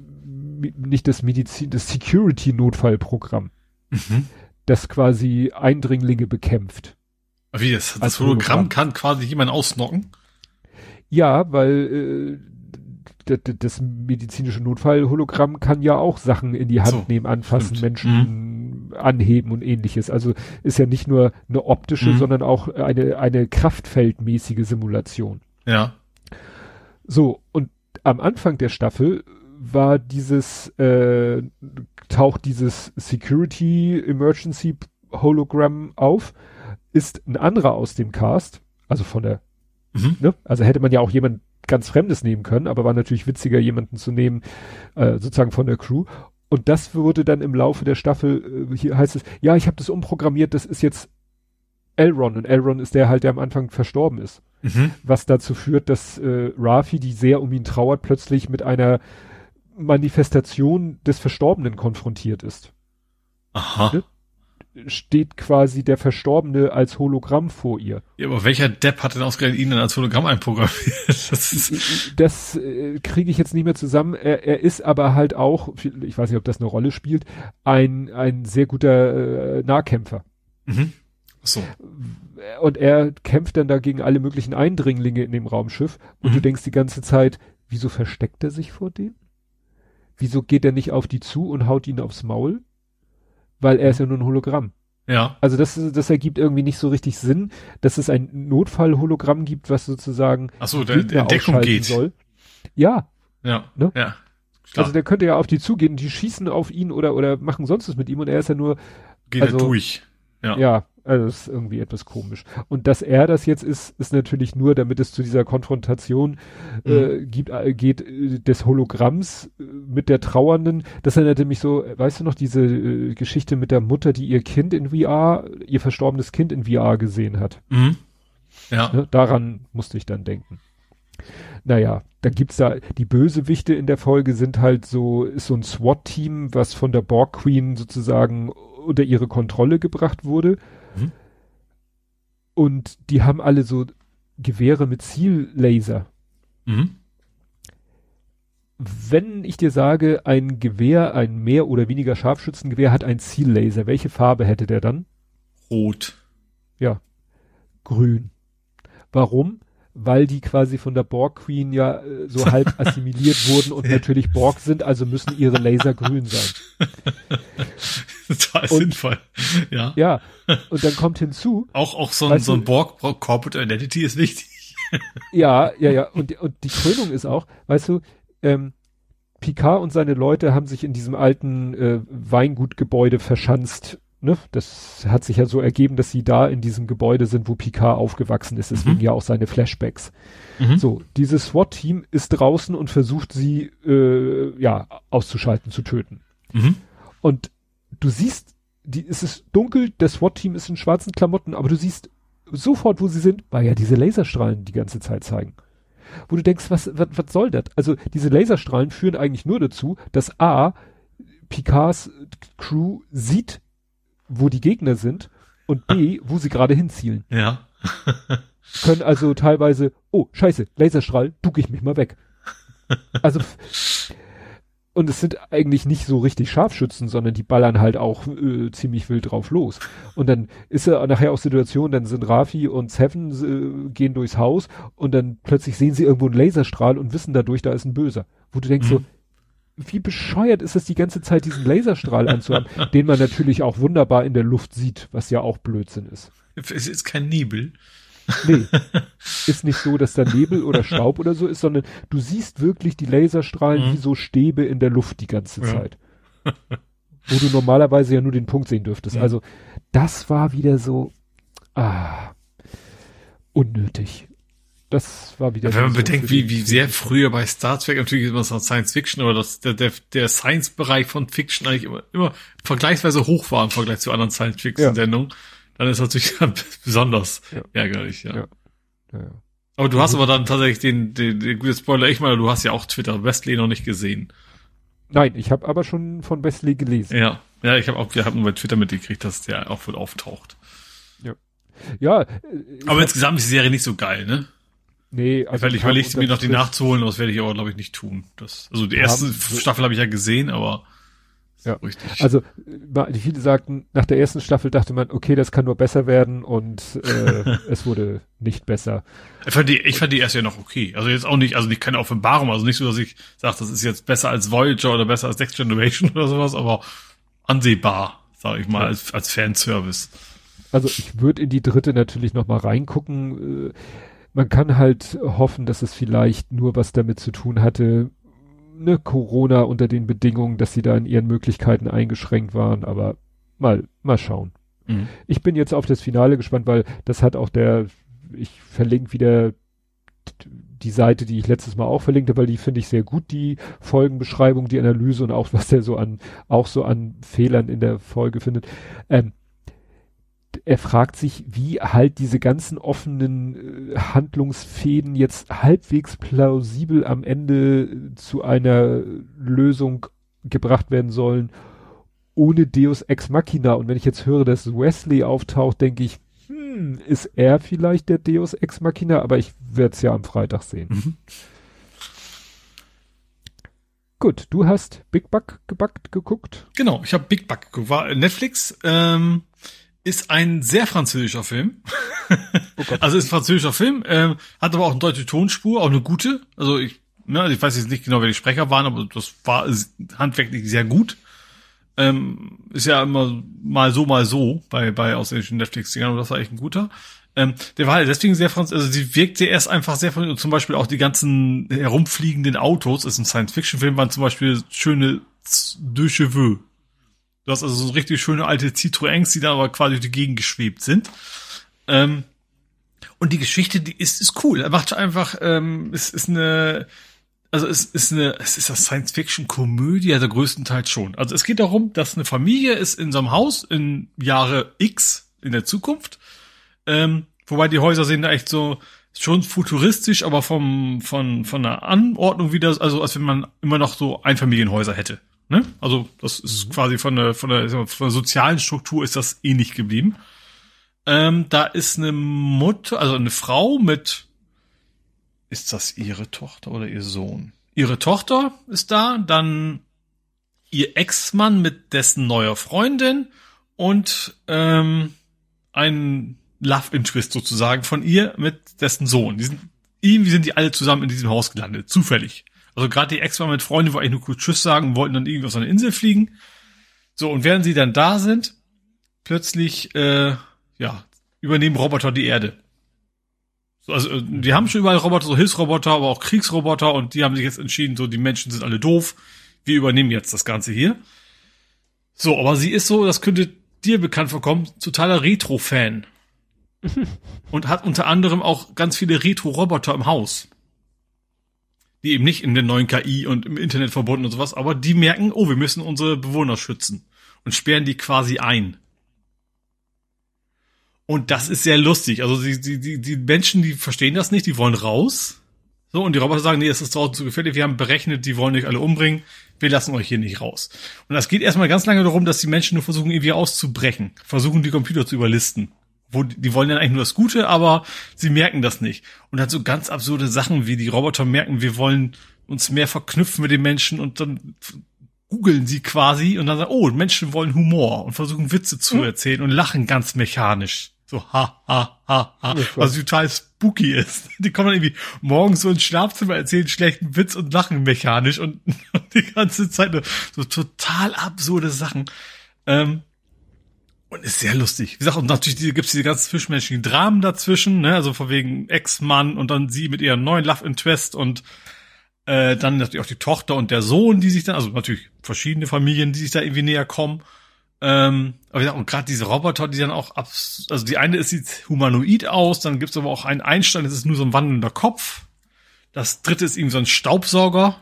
Security-Notfallprogramm, das quasi Eindringlinge bekämpft. Wie das Hologramm kann quasi jemanden ausnocken? Ja, weil das medizinische Notfall-Hologramm kann ja auch Sachen in die Hand nehmen, anfassen, Menschen anheben und ähnliches. Also ist ja nicht nur eine optische, sondern auch eine kraftfeldmäßige Simulation. Ja. So, und am Anfang der Staffel war taucht dieses Security Emergency Hologramm auf, ist ein anderer aus dem Cast, also von der, ne? Also hätte man ja auch jemand ganz Fremdes nehmen können, aber war natürlich witziger, jemanden zu nehmen, sozusagen von der Crew. Und das wurde dann im Laufe der Staffel, hier heißt es, ja, ich habe das umprogrammiert, das ist jetzt Elron. Und Elron ist der halt, der am Anfang verstorben ist. Was dazu führt, dass Raffi, die sehr um ihn trauert, plötzlich mit einer Manifestation des Verstorbenen konfrontiert ist. Aha. Ne? Steht quasi der Verstorbene als Hologramm vor ihr. Ja, aber welcher Depp hat denn ausgerechnet ihn dann als Hologramm einprogrammiert? Das kriege ich jetzt nicht mehr zusammen. Er ist aber halt auch, ich weiß nicht, ob das eine Rolle spielt, ein sehr guter Nahkämpfer. So. Und er kämpft dann da gegen alle möglichen Eindringlinge in dem Raumschiff. Und du denkst die ganze Zeit, wieso versteckt er sich vor denen? Wieso geht er nicht auf die zu und haut ihn aufs Maul? Weil er ist ja nur ein Hologramm. Ja. Also das ergibt irgendwie nicht so richtig Sinn, dass es ein Notfall-Hologramm gibt, was sozusagen der in Deckung geht. Soll. Ja. Ja. Ne? Ja. Klar. Also der könnte ja auf die zugehen, die schießen auf ihn oder machen sonst was mit ihm und er ist ja nur geht er durch. Ja, also das ist irgendwie etwas komisch. Und dass er das jetzt ist natürlich nur, damit es zu dieser Konfrontation geht des Hologramms mit der Trauernden. Das erinnert mich so, weißt du noch, diese Geschichte mit der Mutter, die ihr verstorbenes Kind in VR gesehen hat. Ja. Ne? Daran musste ich dann denken. Naja, da gibt's die Bösewichte in der Folge ist so ein SWAT-Team, was von der Borg Queen sozusagen unter ihre Kontrolle gebracht wurde. Und die haben alle so Gewehre mit Ziellaser. Wenn ich dir sage, ein Gewehr, ein mehr oder weniger Scharfschützengewehr hat ein Ziellaser, welche Farbe hätte der dann? Rot. Ja, grün. Warum? Weil die quasi von der Borg Queen ja so halb assimiliert wurden und natürlich Borg sind, also müssen ihre Laser grün sein. Total sinnvoll. Ja. Ja. Und dann kommt hinzu. Auch so ein Borg Corporate Identity ist wichtig. Ja. Und die Krönung ist auch, weißt du, Picard und seine Leute haben sich in diesem alten Weingutgebäude verschanzt. Ne? Das hat sich ja so ergeben, dass sie da in diesem Gebäude sind, wo Picard aufgewachsen ist. Deswegen ja auch seine Flashbacks. So, dieses SWAT-Team ist draußen und versucht sie auszuschalten, zu töten. Und du siehst, es ist dunkel, das SWAT-Team ist in schwarzen Klamotten, aber du siehst sofort, wo sie sind, weil ja diese Laserstrahlen die ganze Zeit zeigen. Wo du denkst, was soll das? Also diese Laserstrahlen führen eigentlich nur dazu, dass Picards Crew sieht, wo die Gegner sind und B, wo sie gerade hinzielen. Ja. Können also teilweise, oh, scheiße, Laserstrahl, ducke ich mich mal weg. Also, und es sind eigentlich nicht so richtig Scharfschützen, sondern die ballern halt auch ziemlich wild drauf los. Und dann ist ja nachher auch Situation, dann sind Raffi und Seven gehen durchs Haus und dann plötzlich sehen sie irgendwo einen Laserstrahl und wissen dadurch, da ist ein Böser. Wo du denkst so, wie bescheuert ist es die ganze Zeit, diesen Laserstrahl anzuhaben, den man natürlich auch wunderbar in der Luft sieht, was ja auch Blödsinn ist. Es ist kein Nebel. Nee, ist nicht so, dass da Nebel oder Staub oder so ist, sondern du siehst wirklich die Laserstrahlen wie so Stäbe in der Luft die ganze Zeit. Wo du normalerweise ja nur den Punkt sehen dürftest. Also das war wieder so unnötig. Das war wieder. Wenn man so bedenkt, wie sehr früher bei Star Trek, natürlich immer so Science Fiction, aber der Science-Bereich von Fiction eigentlich immer vergleichsweise hoch war im Vergleich zu anderen Science Fiction-Sendungen, dann ist natürlich besonders ärgerlich, ja. Aber du hast aber dann tatsächlich den gute Spoiler, du hast ja auch Twitter, Wesley noch nicht gesehen. Nein, ich habe aber schon von Wesley gelesen. Ja, wir haben nur bei Twitter mitgekriegt, dass der auch wohl auftaucht. Ja. Aber insgesamt ist die Serie nicht so geil, ne? Nee, also ich überlege mir noch die nachzuholen, aber das werde ich aber, glaube ich, nicht tun. Also die erste Staffel habe ich ja gesehen, aber ja, richtig. Also viele sagten, nach der ersten Staffel dachte man, okay, das kann nur besser werden und es wurde nicht besser. Ich fand die erste ja noch okay. Also jetzt auch nicht, also nicht keine Offenbarung, also nicht so, dass ich sage, das ist jetzt besser als Voyager oder besser als Next Generation oder sowas, aber ansehbar, sage ich mal, als Fanservice. Also ich würde in die dritte natürlich noch mal reingucken. Man kann halt hoffen, dass es vielleicht nur was damit zu tun hatte, ne, Corona unter den Bedingungen, dass sie da in ihren Möglichkeiten eingeschränkt waren, aber mal schauen. Ich bin jetzt auf das Finale gespannt, weil das hat auch ich verlinke wieder die Seite, die ich letztes Mal auch verlinkte, weil die finde ich sehr gut, die Folgenbeschreibung, die Analyse und auch was der so an Fehlern in der Folge findet. Er fragt sich, wie halt diese ganzen offenen Handlungsfäden jetzt halbwegs plausibel am Ende zu einer Lösung gebracht werden sollen, ohne Deus Ex Machina. Und wenn ich jetzt höre, dass Wesley auftaucht, denke ich, ist er vielleicht der Deus Ex Machina? Aber ich werde es ja am Freitag sehen. Gut, du hast Big Buck geguckt? Genau, ich habe Big Buck geguckt. War Netflix, ist ein sehr französischer Film. Oh Gott. Also ist ein französischer Film, hat aber auch eine deutsche Tonspur, auch eine gute. Also ich weiß jetzt nicht genau, wer die Sprecher waren, aber das war handwerklich sehr gut. Ist ja immer mal so bei ausländischen Netflix-Dingern, und das war echt ein guter. Der war halt deswegen sehr französisch, also sie wirkte erst einfach sehr französisch, zum Beispiel auch die ganzen herumfliegenden Autos, ist ein Science-Fiction-Film, waren zum Beispiel schöne Deux Cheveux. Du hast also so richtig schöne alte Citroëns, die da aber quasi durch die Gegend geschwebt sind. Und die Geschichte, die ist cool. Er macht einfach, es ist eine Science-Fiction-Komödie, also größtenteils schon. Also es geht darum, dass eine Familie ist in so einem Haus in Jahre X in der Zukunft. Wobei die Häuser sehen da echt so schon futuristisch, aber von der Anordnung wieder, also als wenn man immer noch so Einfamilienhäuser hätte. Ne? Also das ist quasi von der sozialen Struktur ist das ähnlich geblieben. Da ist eine Mutter, also eine Frau mit, ist das ihre Tochter oder ihr Sohn? Ihre Tochter ist da, dann ihr Ex-Mann mit dessen neuer Freundin und ein Love Interest sozusagen von ihr mit dessen Sohn. Irgendwie sind die alle zusammen in diesem Haus gelandet, zufällig. Also gerade die Ex-Mann mit Freundin wollten eigentlich nur kurz Tschüss sagen und wollten dann irgendwie auf so eine Insel fliegen. So, und während sie dann da sind, plötzlich übernehmen Roboter die Erde. Also die haben schon überall Roboter, so Hilfsroboter, aber auch Kriegsroboter und die haben sich jetzt entschieden, so die Menschen sind alle doof, wir übernehmen jetzt das Ganze hier. So, aber sie ist so, das könnte dir bekannt vorkommen, totaler Retro-Fan. Und hat unter anderem auch ganz viele Retro-Roboter im Haus. Die eben nicht in der neuen KI und im Internet verbunden und sowas, aber die merken, oh, wir müssen unsere Bewohner schützen. Und sperren die quasi ein. Und das ist sehr lustig. Also die Menschen, die verstehen das nicht, die wollen raus. So, und die Roboter sagen, nee, es ist draußen zu gefährlich, wir haben berechnet, die wollen euch alle umbringen, wir lassen euch hier nicht raus. Und das geht erstmal ganz lange darum, dass die Menschen nur versuchen, irgendwie auszubrechen, versuchen, die Computer zu überlisten. Die wollen dann eigentlich nur das Gute, aber sie merken das nicht. Und dann so ganz absurde Sachen, wie die Roboter merken, wir wollen uns mehr verknüpfen mit den Menschen und dann googeln sie quasi und dann sagen, oh, Menschen wollen Humor und versuchen Witze zu erzählen und lachen ganz mechanisch. So, ha, ha, ha, ha, was total spooky ist. Die kommen dann irgendwie morgens so ins Schlafzimmer, erzählen schlechten Witz und lachen mechanisch und die ganze Zeit nur so total absurde Sachen. Und ist sehr lustig. Wie gesagt, und natürlich gibt's diese ganzen zwischenmenschlichen Dramen dazwischen, ne, also von wegen Ex-Mann und dann sie mit ihrem neuen Love Interest und dann natürlich auch die Tochter und der Sohn, die sich dann, also natürlich verschiedene Familien, die sich da irgendwie näher kommen. Aber wie gesagt, und gerade diese Roboter, die dann auch also die eine sieht humanoid aus, dann gibt's aber auch einen Einstein, das ist nur so ein wandelnder Kopf. Das dritte ist irgendwie so ein Staubsauger,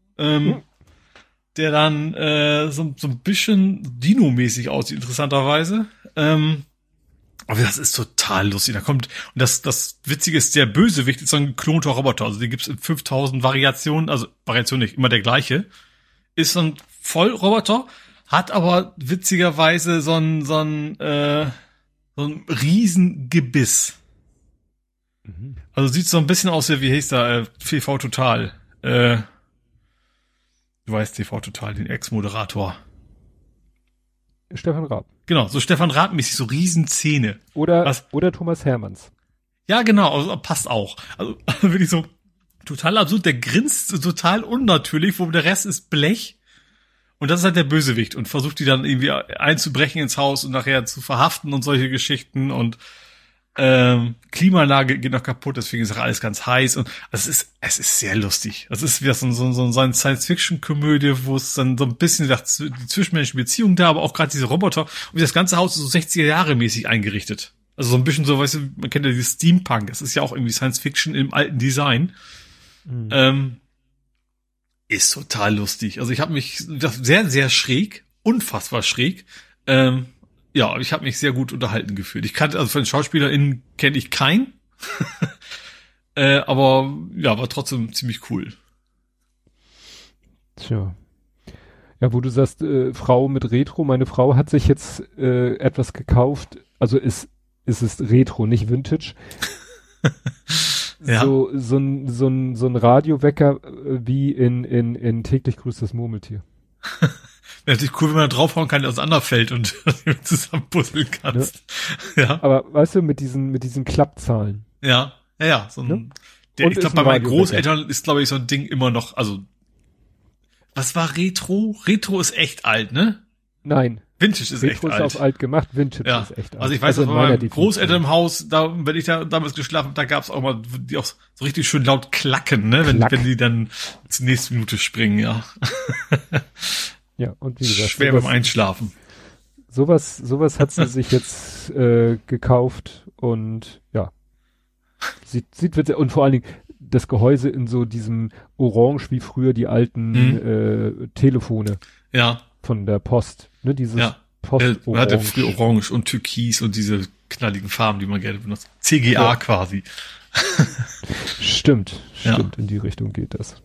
der dann so ein bisschen Dino-mäßig aussieht, interessanterweise. Aber das ist total lustig. Da kommt, und das Witzige ist, der Bösewicht ist so ein geklonter Roboter. Also die gibt's in 5000 Variationen, also Variation nicht, immer der gleiche. Ist so ein Vollroboter, hat aber witzigerweise so ein riesen Gebiss. Also sieht so ein bisschen aus wie hieß da, TV Total. Du weißt, TV Total, den Ex-Moderator. Stefan Raab. Genau, so Stefan Raab-mäßig, so Riesenzähne. Oder Thomas Hermanns. Ja, genau, also passt auch. Also wirklich so total absurd, der grinst total unnatürlich, wo der Rest ist Blech. Und das ist halt der Bösewicht und versucht die dann irgendwie einzubrechen ins Haus und nachher zu verhaften und solche Geschichten und Klimaanlage geht noch kaputt, deswegen ist auch alles ganz heiß und es ist sehr lustig. Es ist wieder so eine Science-Fiction-Komödie, wo es dann so ein bisschen die zwischenmenschliche Beziehung da, aber auch gerade diese Roboter und das ganze Haus ist so 60er Jahre mäßig eingerichtet. Also so ein bisschen so, weißt du, man kennt ja dieses Steampunk, das ist ja auch irgendwie Science-Fiction im alten Design. Ist total lustig. Also ich habe mich sehr, sehr schräg, unfassbar schräg, ja, ich habe mich sehr gut unterhalten gefühlt. Ich kannte, also von den SchauspielerInnen kenne ich keinen. Aber ja, war trotzdem ziemlich cool. Tja. Ja, wo du sagst, Frau mit Retro, meine Frau hat sich jetzt etwas gekauft, also ist es Retro, nicht Vintage. Ja. So ein Radiowecker wie in täglich grüßt das Murmeltier. Wäre natürlich cool, wenn man da draufhauen kann, der auseinanderfällt und zusammen puzzeln kannst. Ja. Aber weißt du, mit diesen Klappzahlen. Ja. So ein, ne? Ich glaube, bei meinen Großeltern ist, glaube ich, so ein Ding immer noch, also, was war Retro? Retro ist echt alt, ne? Nein. Vintage ist Retro echt alt. Retro ist auf alt gemacht, Vintage ja. ist echt alt. Also ich weiß, dass bei meinen Großeltern im Haus, wenn ich da damals geschlafen habe, da gab's auch mal, die auch so richtig schön laut klacken, ne? Wenn die dann zur nächsten Minute springen, ja. Ja, und wie gesagt. Schwer beim Einschlafen. Sowas hat sie sich jetzt gekauft und ja. Sieht witzig, und vor allen Dingen das Gehäuse in so diesem Orange wie früher die alten Telefone. Ja. Von der Post. Ne, dieses Post-Orange. Man hatte früher Orange und Türkis und diese knalligen Farben, die man gerne benutzt. CGA quasi. Stimmt, in die Richtung geht das.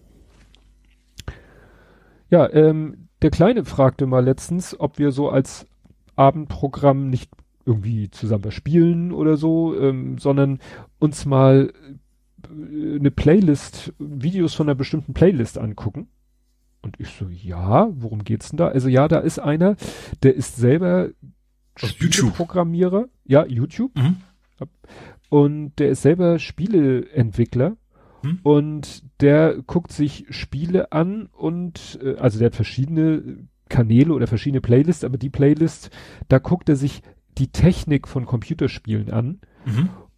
Ja, der Kleine fragte mal letztens, ob wir so als Abendprogramm nicht irgendwie zusammen spielen oder so, sondern uns mal eine Playlist, Videos von einer bestimmten Playlist angucken. Und ich so, ja, worum geht's denn da? Also ja, da ist einer, der ist selber Spieleprogrammierer. Ja, YouTube. Mhm. Und der ist selber Spieleentwickler. Und der guckt sich Spiele an und also der hat verschiedene Kanäle oder verschiedene Playlists, aber die Playlist, da guckt er sich die Technik von Computerspielen an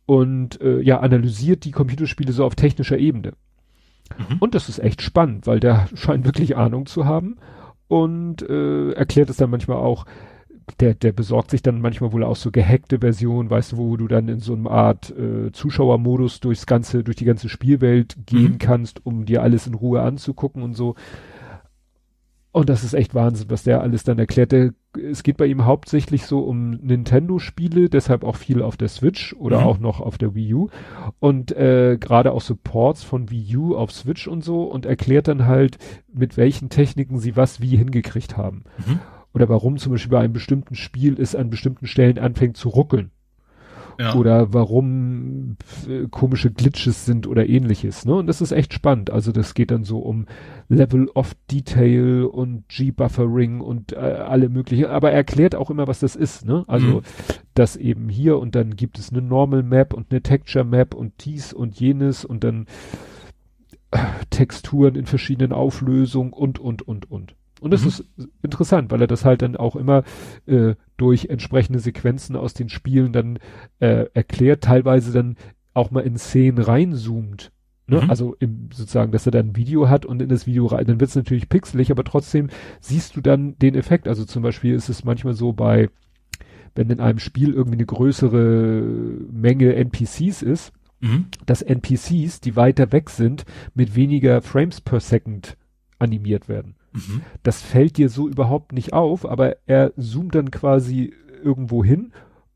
und analysiert die Computerspiele so auf technischer Ebene. Und das ist echt spannend, weil der scheint wirklich Ahnung zu haben und erklärt es dann manchmal auch. Der besorgt sich dann manchmal wohl auch so gehackte Versionen, weißt du, wo du dann in so einer Art Zuschauermodus durch die ganze Spielwelt gehen kannst, um dir alles in Ruhe anzugucken und so. Und das ist echt Wahnsinn, was der alles dann erklärt. Es geht bei ihm hauptsächlich so um Nintendo-Spiele, deshalb auch viel auf der Switch oder auch noch auf der Wii U. Und gerade auch Supports von Wii U auf Switch und so und erklärt dann halt, mit welchen Techniken sie was wie hingekriegt haben. Oder warum zum Beispiel bei einem bestimmten Spiel es an bestimmten Stellen anfängt zu ruckeln. Ja. Oder warum komische Glitches sind oder ähnliches, ne? Und das ist echt spannend. Also das geht dann so um Level of Detail und G-Buffering und alle möglichen. Aber er erklärt auch immer, was das ist, ne? Also das eben hier und dann gibt es eine Normal Map und eine Texture Map und dies und jenes und dann Texturen in verschiedenen Auflösungen und. Und das ist interessant, weil er das halt dann auch immer durch entsprechende Sequenzen aus den Spielen dann erklärt, teilweise dann auch mal in Szenen reinzoomt. Ne? Also sozusagen, dass er dann ein Video hat und in das Video rein, dann wird es natürlich pixelig, aber trotzdem siehst du dann den Effekt. Also zum Beispiel ist es manchmal so wenn in einem Spiel irgendwie eine größere Menge NPCs ist, dass NPCs, die weiter weg sind, mit weniger Frames per Second animiert werden. Das fällt dir so überhaupt nicht auf, aber er zoomt dann quasi irgendwo hin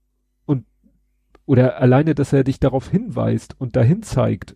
oder alleine, dass er dich darauf hinweist und dahin zeigt,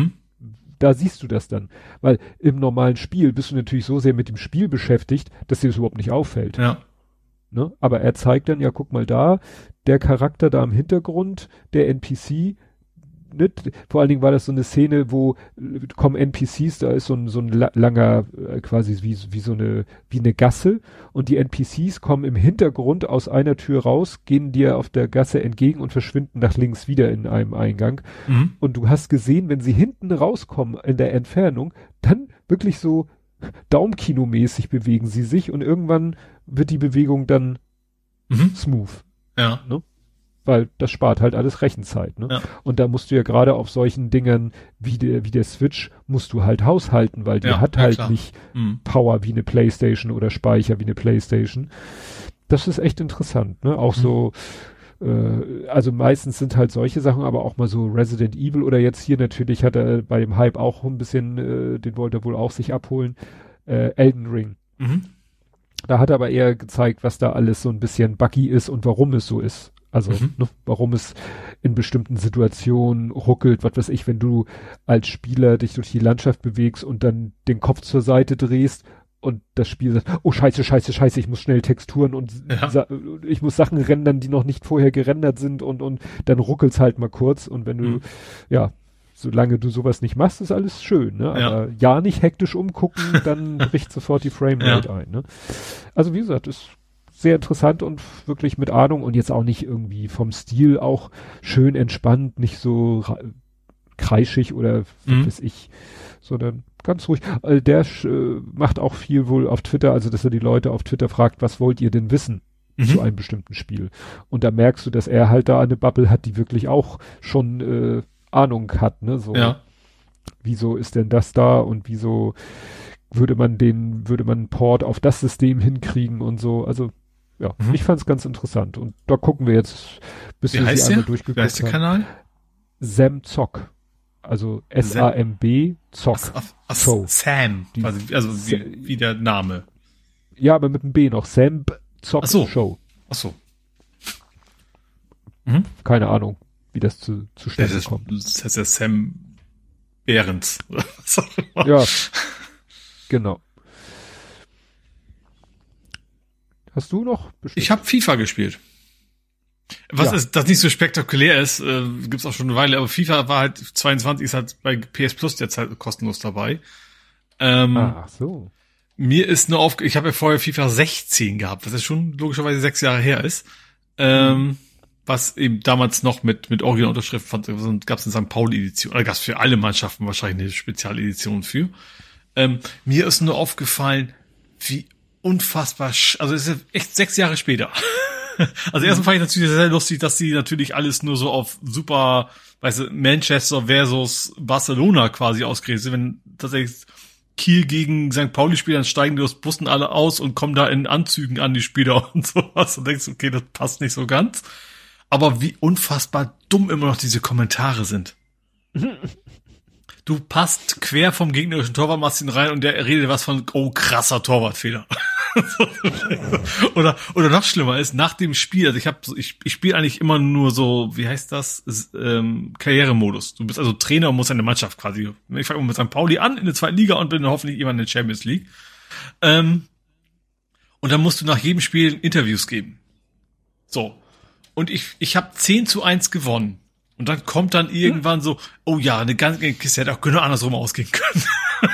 da siehst du das dann. Weil im normalen Spiel bist du natürlich so sehr mit dem Spiel beschäftigt, dass dir das überhaupt nicht auffällt. Ja. Ne? Aber er zeigt dann, ja, guck mal da, der Charakter da im Hintergrund, der NPC, nicht? Vor allen Dingen war das so eine Szene, wo kommen NPCs, da ist so ein langer, quasi wie eine Gasse und die NPCs kommen im Hintergrund aus einer Tür raus, gehen dir auf der Gasse entgegen und verschwinden nach links wieder in einem Eingang. Und du hast gesehen, wenn sie hinten rauskommen in der Entfernung, dann wirklich so Daumenkinomäßig bewegen sie sich und irgendwann wird die Bewegung dann smooth. Ja. Ne? Weil das spart halt alles Rechenzeit, ne? Ja. Und da musst du ja gerade auf solchen Dingern wie der Switch musst du halt haushalten, weil die hat halt klar. Nicht Power wie eine Playstation oder Speicher wie eine Playstation. Das ist echt interessant, ne? Auch so, also meistens sind halt solche Sachen, aber auch mal so Resident Evil oder jetzt hier natürlich hat er bei dem Hype auch ein bisschen, den wollte er wohl auch sich abholen, Elden Ring. Da hat er aber eher gezeigt, was da alles so ein bisschen buggy ist und warum es so ist. Also, ne, warum es in bestimmten Situationen ruckelt, was weiß ich, wenn du als Spieler dich durch die Landschaft bewegst und dann den Kopf zur Seite drehst und das Spiel sagt, oh scheiße, ich muss schnell Texturen und ich muss Sachen rendern, die noch nicht vorher gerendert sind und dann ruckelt's halt mal kurz und wenn du, solange du sowas nicht machst, ist alles schön, ne? Aber ja nicht hektisch umgucken, dann bricht sofort die Framerate ein, ne? Also wie gesagt, ist sehr interessant und wirklich mit Ahnung und jetzt auch nicht irgendwie vom Stil auch schön entspannt, nicht so kreischig oder was weiß ich, sondern ganz ruhig. Der macht auch viel wohl auf Twitter, also dass er die Leute auf Twitter fragt, was wollt ihr denn wissen zu einem bestimmten Spiel? Und da merkst du, dass er halt da eine Bubble hat, die wirklich auch schon Ahnung hat, ne? So, wieso ist denn das da und wieso würde man einen Port auf das System hinkriegen und so, also ja, ich fand's ganz interessant und da gucken wir jetzt, bis wir sie einmal durchgeguckt haben. Wie heißt der Kanal? Sam Zock. Also S-A-M-B Zock. Show. Sam. Also wie der Name. Ja, aber mit dem B noch. Sam Zock Show. Ach so. Keine Ahnung, wie das zustande kommt. Das heißt ja Sam Behrens. Ja, genau. Hast du noch? Bestimmt? Ich habe FIFA gespielt. Was das nicht so spektakulär ist, gibt's auch schon eine Weile, aber FIFA war halt 22, ist halt bei PS Plus derzeit kostenlos dabei. Ach so. Mir ist nur ich habe ja vorher FIFA 16 gehabt, was ja schon logischerweise 6 Jahre her ist. Was eben damals noch mit Originalunterschrift gab's eine St. Pauli-Edition, oder gab's für alle Mannschaften wahrscheinlich eine Spezialedition für. Mir ist nur aufgefallen, wie unfassbar, also es ist echt 6 Jahre später. Also erstens fand ich natürlich sehr lustig, dass die natürlich alles nur so auf super, weißt du, Manchester versus Barcelona quasi ausgerechnet sind. Wenn tatsächlich Kiel gegen St. Pauli spielt, dann steigen die aus Bussen alle aus und kommen da in Anzügen an, die Spieler und sowas. Und denkst, okay, das passt nicht so ganz. Aber wie unfassbar dumm immer noch diese Kommentare sind. Du passt quer vom gegnerischen Torwart, machst ihn rein und der redet was von, oh, krasser Torwartfehler. oder noch schlimmer ist, nach dem Spiel, also ich spiele eigentlich immer nur so, wie heißt das, Karrieremodus. Du bist also Trainer und musst eine Mannschaft quasi, ich fange mit St. Pauli an in der zweiten Liga und bin dann hoffentlich irgendwann in der Champions League. Und dann musst du nach jedem Spiel Interviews geben. So. Und ich habe 10-1 gewonnen. Und dann kommt dann irgendwann so, oh ja, eine ganze Kiste hätte auch genau andersrum ausgehen können.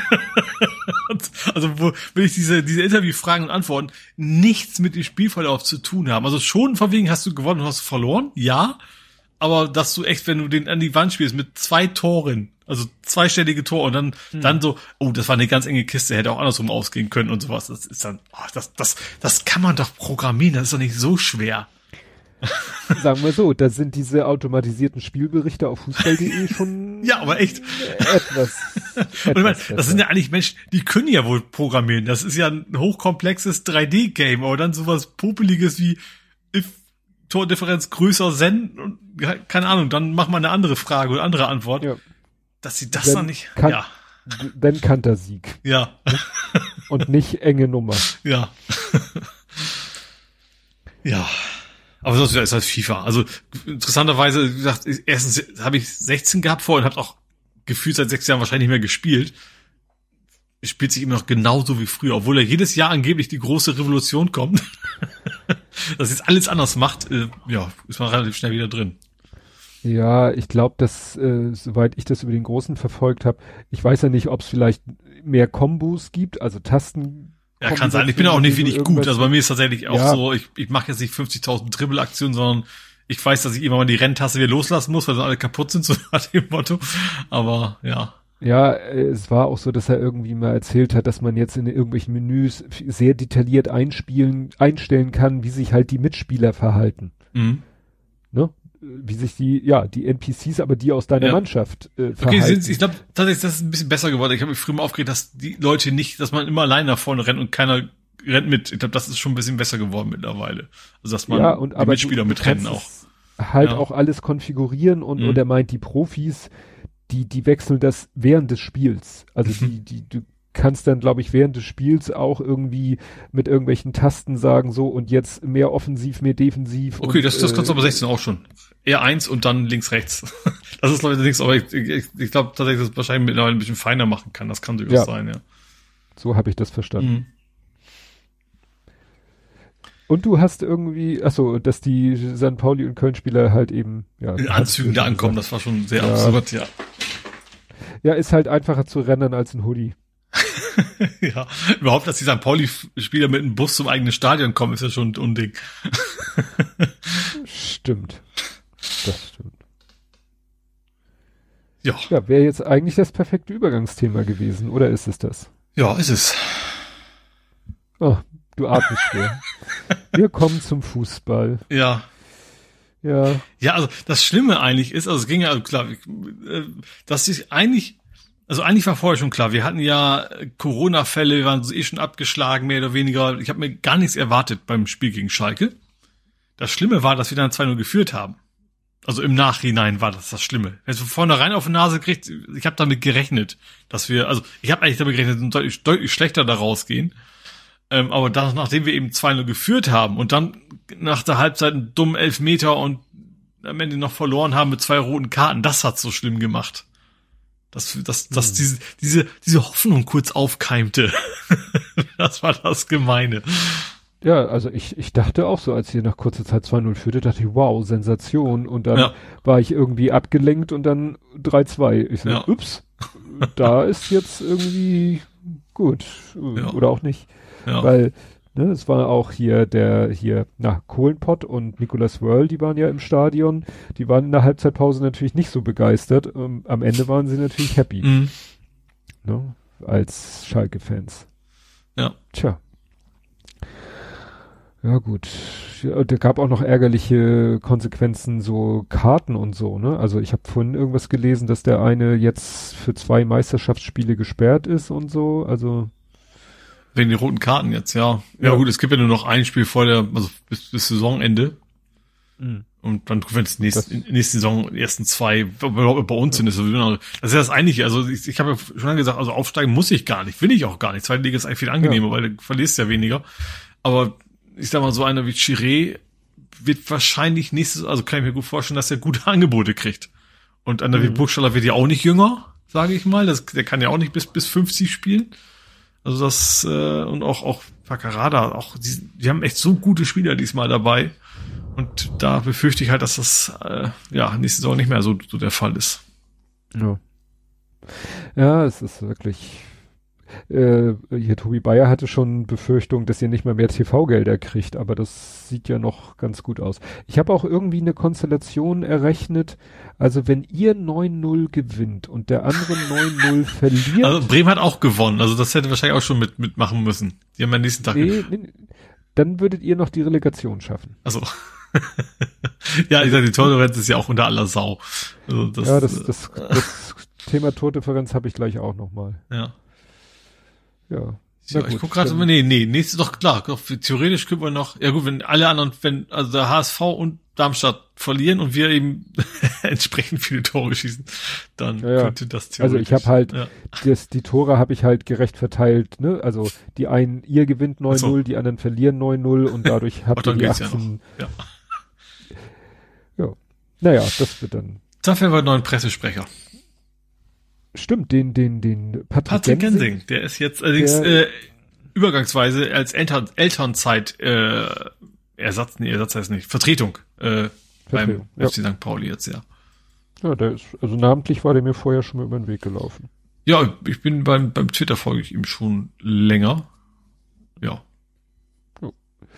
Also wo will ich diese Interviewfragen und Antworten nichts mit dem Spielverlauf zu tun haben. Also schon von wegen, hast du gewonnen und hast du verloren? Ja. Aber dass du echt, wenn du den an die Wand spielst mit 2 Toren, also zweistellige Tore und dann so, oh, das war eine ganz enge Kiste, hätte auch andersrum ausgehen können und sowas. Das ist dann, das kann man doch programmieren, das ist doch nicht so schwer. Sagen wir so, da sind diese automatisierten Spielberichte auf fußball.de schon ja, aber echt etwas und ich meine, das sind ja eigentlich Menschen, die können ja wohl programmieren. Das ist ja ein hochkomplexes 3D-Game, aber dann sowas Popeliges wie if Tordifferenz größer sen und keine Ahnung, dann mach mal eine andere Frage oder andere Antwort. Ja. Dass sie das dann nicht, ja. Dann Kantersieg. Ja. Und nicht enge Nummer. Ja. Ja. Aber sonst ist halt FIFA. Also interessanterweise, wie gesagt, erstens habe ich 16 gehabt vorher und habe auch gefühlt seit 6 Jahren wahrscheinlich nicht mehr gespielt. Es spielt sich immer noch genauso wie früher, obwohl ja jedes Jahr angeblich die große Revolution kommt. Dass jetzt alles anders macht, ja, ist man relativ schnell wieder drin. Ja, ich glaube, dass, soweit ich das über den Großen verfolgt habe, ich weiß ja nicht, ob es vielleicht mehr Kombos gibt, also Tasten. Ja, kann sein. Ich bin auch nicht wenig gut. Also bei mir ist tatsächlich auch so, ich mache jetzt nicht 50.000 Dribbel-Aktionen, sondern ich weiß, dass ich immer mal die Renntaste wieder loslassen muss, weil sie alle kaputt sind, so nach dem Motto. Aber ja. Ja, es war auch so, dass er irgendwie mal erzählt hat, dass man jetzt in irgendwelchen Menüs sehr detailliert einstellen kann, wie sich halt die Mitspieler verhalten. Mhm. Ne? Wie sich die NPCs, aber die aus deiner Mannschaft verhalten. Okay, ich glaube tatsächlich, das ist ein bisschen besser geworden. Ich habe mich früher mal aufgeregt, dass die Leute nicht, dass man immer allein nach vorne rennt und keiner rennt mit. Ich glaube, das ist schon ein bisschen besser geworden mittlerweile. Also dass man die Mitspieler mitrennen auch. Halt auch alles konfigurieren und er meint, die Profis, die wechseln das während des Spiels. Also du kannst dann, glaube ich, während des Spiels auch irgendwie mit irgendwelchen Tasten sagen, so und jetzt mehr offensiv, mehr defensiv. Okay, und, das kannst du aber 16 auch schon. R1 und dann links, rechts. Das ist, Leute, nichts, aber ich glaube tatsächlich, dass es wahrscheinlich mittlerweile ein bisschen feiner machen kann. Das kann durchaus sein, ja. So habe ich das verstanden. Und du hast irgendwie, dass die St. Pauli und Köln-Spieler halt eben, in Anzügen da ankommen, das war schon sehr absurd, ja. Ja, ist halt einfacher zu rennen als ein Hoodie. Ja, überhaupt, dass die St. Pauli-Spieler mit einem Bus zum eigenen Stadion kommen, ist ja schon ein Unding. Stimmt. Das stimmt. Ja. Ja, wäre jetzt eigentlich das perfekte Übergangsthema gewesen, oder ist es das? Ja, ist es. Oh, du atmest schwer. Wir kommen zum Fußball. Ja. Ja. Ja, also das Schlimme eigentlich ist, also es ging ja, also klar, dass ich eigentlich war vorher schon klar, wir hatten ja Corona-Fälle, wir waren schon abgeschlagen, mehr oder weniger. Ich habe mir gar nichts erwartet beim Spiel gegen Schalke. Das Schlimme war, dass wir dann 2-0 geführt haben. Also im Nachhinein war das Schlimme. Wenn du von vornherein auf die Nase kriegst, ich habe damit gerechnet, dass wir, also ich habe eigentlich damit gerechnet, dass wir deutlich schlechter da rausgehen. Aber dann, nachdem wir eben 2-0 geführt haben und dann nach der Halbzeit einen dummen Elfmeter und am Ende noch verloren haben mit 2 roten Karten, das hat's so schlimm gemacht. Dass diese Hoffnung kurz aufkeimte. Das war das Gemeine. Ja, also ich dachte auch so, als ihr nach kurzer Zeit 2-0 führte, dachte ich, wow, Sensation. Und dann war ich irgendwie abgelenkt und dann 3-2. Ich so, ups, da ist jetzt irgendwie gut. Oder auch nicht. Ja. Weil, es war auch Kohlenpott und Nicolas Wörl, die waren ja im Stadion. Die waren in der Halbzeitpause natürlich nicht so begeistert. Am Ende waren sie natürlich happy. Als Schalke-Fans. Ja. Tja. Ja, gut. Ja, da gab auch noch ärgerliche Konsequenzen, so Karten und so, ne? Also ich habe vorhin irgendwas gelesen, dass der eine jetzt für 2 Meisterschaftsspiele gesperrt ist und so. Also Wegen den roten Karten jetzt, ja. Ja, ja. gut, es gibt ja nur noch ein Spiel vor der, also bis Saisonende. Mhm. Und dann, wenn es nächste Saison, die ersten 2, bei uns sind es sowieso. Das ist ja das Eigentliche. Also ich habe ja schon lange gesagt, also aufsteigen muss ich gar nicht, will ich auch gar nicht. Zweite Liga ist eigentlich viel angenehmer, weil du verlierst ja weniger. Aber ich sag mal, so einer wie Chiré wird wahrscheinlich also kann ich mir gut vorstellen, dass er gute Angebote kriegt. Und einer wie Burgstaller wird ja auch nicht jünger, sage ich mal. Der kann ja auch nicht bis 50 spielen. Also das, und auch Paccarada, auch, die haben echt so gute Spieler diesmal dabei. Und da befürchte ich halt, dass das, nächste Saison nicht mehr so der Fall ist. Ja. Ja, es ist wirklich, hier Tobi Bayer hatte schon Befürchtung, dass ihr nicht mehr TV-Gelder kriegt, aber das sieht ja noch ganz gut aus. Ich habe auch irgendwie eine Konstellation errechnet, also wenn ihr 9-0 gewinnt und der andere 9-0 verliert. Also Bremen hat auch gewonnen, also das hätte wahrscheinlich auch schon mitmachen müssen. Die haben am nächsten Tag. Nee, dann würdet ihr noch die Relegation schaffen. Also. Ja, ich sag, die Tordifferenz ist ja auch unter aller Sau. Also das Thema Tordifferenz habe ich gleich auch nochmal. Ja. Ja. Ja, ich guck gerade, nee, nächstes doch klar. Theoretisch können wir noch, ja gut, wenn alle anderen, also der HSV und Darmstadt verlieren und wir eben entsprechend viele Tore schießen, dann könnte das theoretisch. Also ich habe halt, die Tore habe ich halt gerecht verteilt, ne? Also ihr gewinnt 9-0, die anderen verlieren 9-0 und dadurch habt ihr die 18. Ja. Ja. Naja, das wird dann. Dafür haben wir einen neuen Pressesprecher. Stimmt, den Patrick Gensing, der ist jetzt allerdings übergangsweise als Elternzeit Ersatz heißt nicht, Vertretung beim FC St. Pauli jetzt, ja. Ja, der ist, also namentlich war der mir vorher schon mal über den Weg gelaufen. Ja, ich bin beim Twitter folge ich ihm schon länger. Ja. Oh.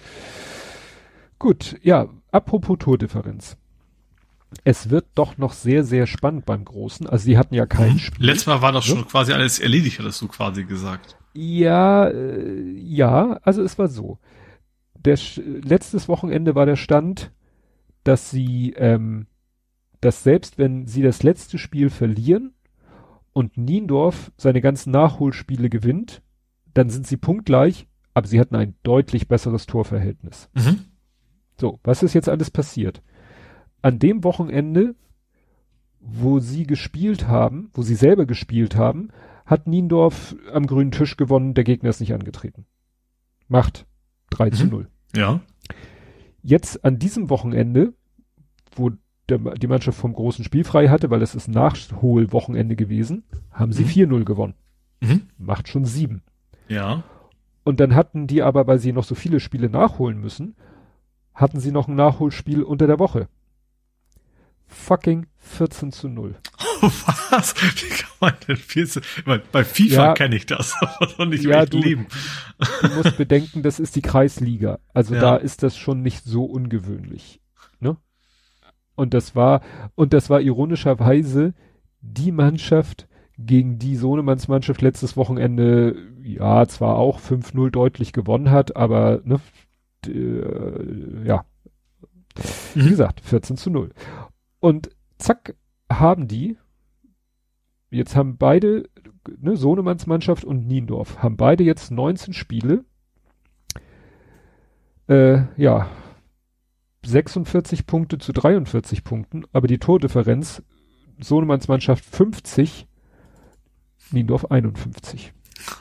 Gut, ja, apropos Tordifferenz. Es wird doch noch sehr, sehr spannend beim Großen. Also sie hatten ja kein Spiel. Letztes Mal war doch schon quasi alles erledigt, hattest du quasi gesagt. Ja, also es war so. Letztes Wochenende war der Stand, dass sie, dass selbst wenn sie das letzte Spiel verlieren und Niendorf seine ganzen Nachholspiele gewinnt, dann sind sie punktgleich, aber sie hatten ein deutlich besseres Torverhältnis. Mhm. So, was ist jetzt alles passiert? An dem Wochenende, wo sie selber gespielt haben, hat Niendorf am grünen Tisch gewonnen, der Gegner ist nicht angetreten. Macht 3-0. Ja. Jetzt an diesem Wochenende, wo die Mannschaft vom großen Spiel frei hatte, weil es ist Nachholwochenende gewesen, haben sie 4-0 gewonnen. Mhm. Macht schon 7. Ja. Und dann hatten die aber, weil sie noch so viele Spiele nachholen müssen, hatten sie noch ein Nachholspiel unter der Woche. Fucking 14-0. Was? Wie kann man denn bei FIFA kenne ich das, aber nicht im echten Leben. Du musst bedenken, das ist die Kreisliga. Also da ist das schon nicht so ungewöhnlich. Ne? Und das war ironischerweise die Mannschaft, gegen die Sohnemanns Mannschaft letztes Wochenende, ja, zwar auch 5-0 deutlich gewonnen hat, aber, ne, wie gesagt, 14-0. Und zack, jetzt haben beide, ne, Sohnemanns Mannschaft und Niendorf, haben beide jetzt 19 Spiele, 46 Punkte zu 43 Punkten, aber die Tordifferenz, Sohnemanns Mannschaft 50, Niendorf 51.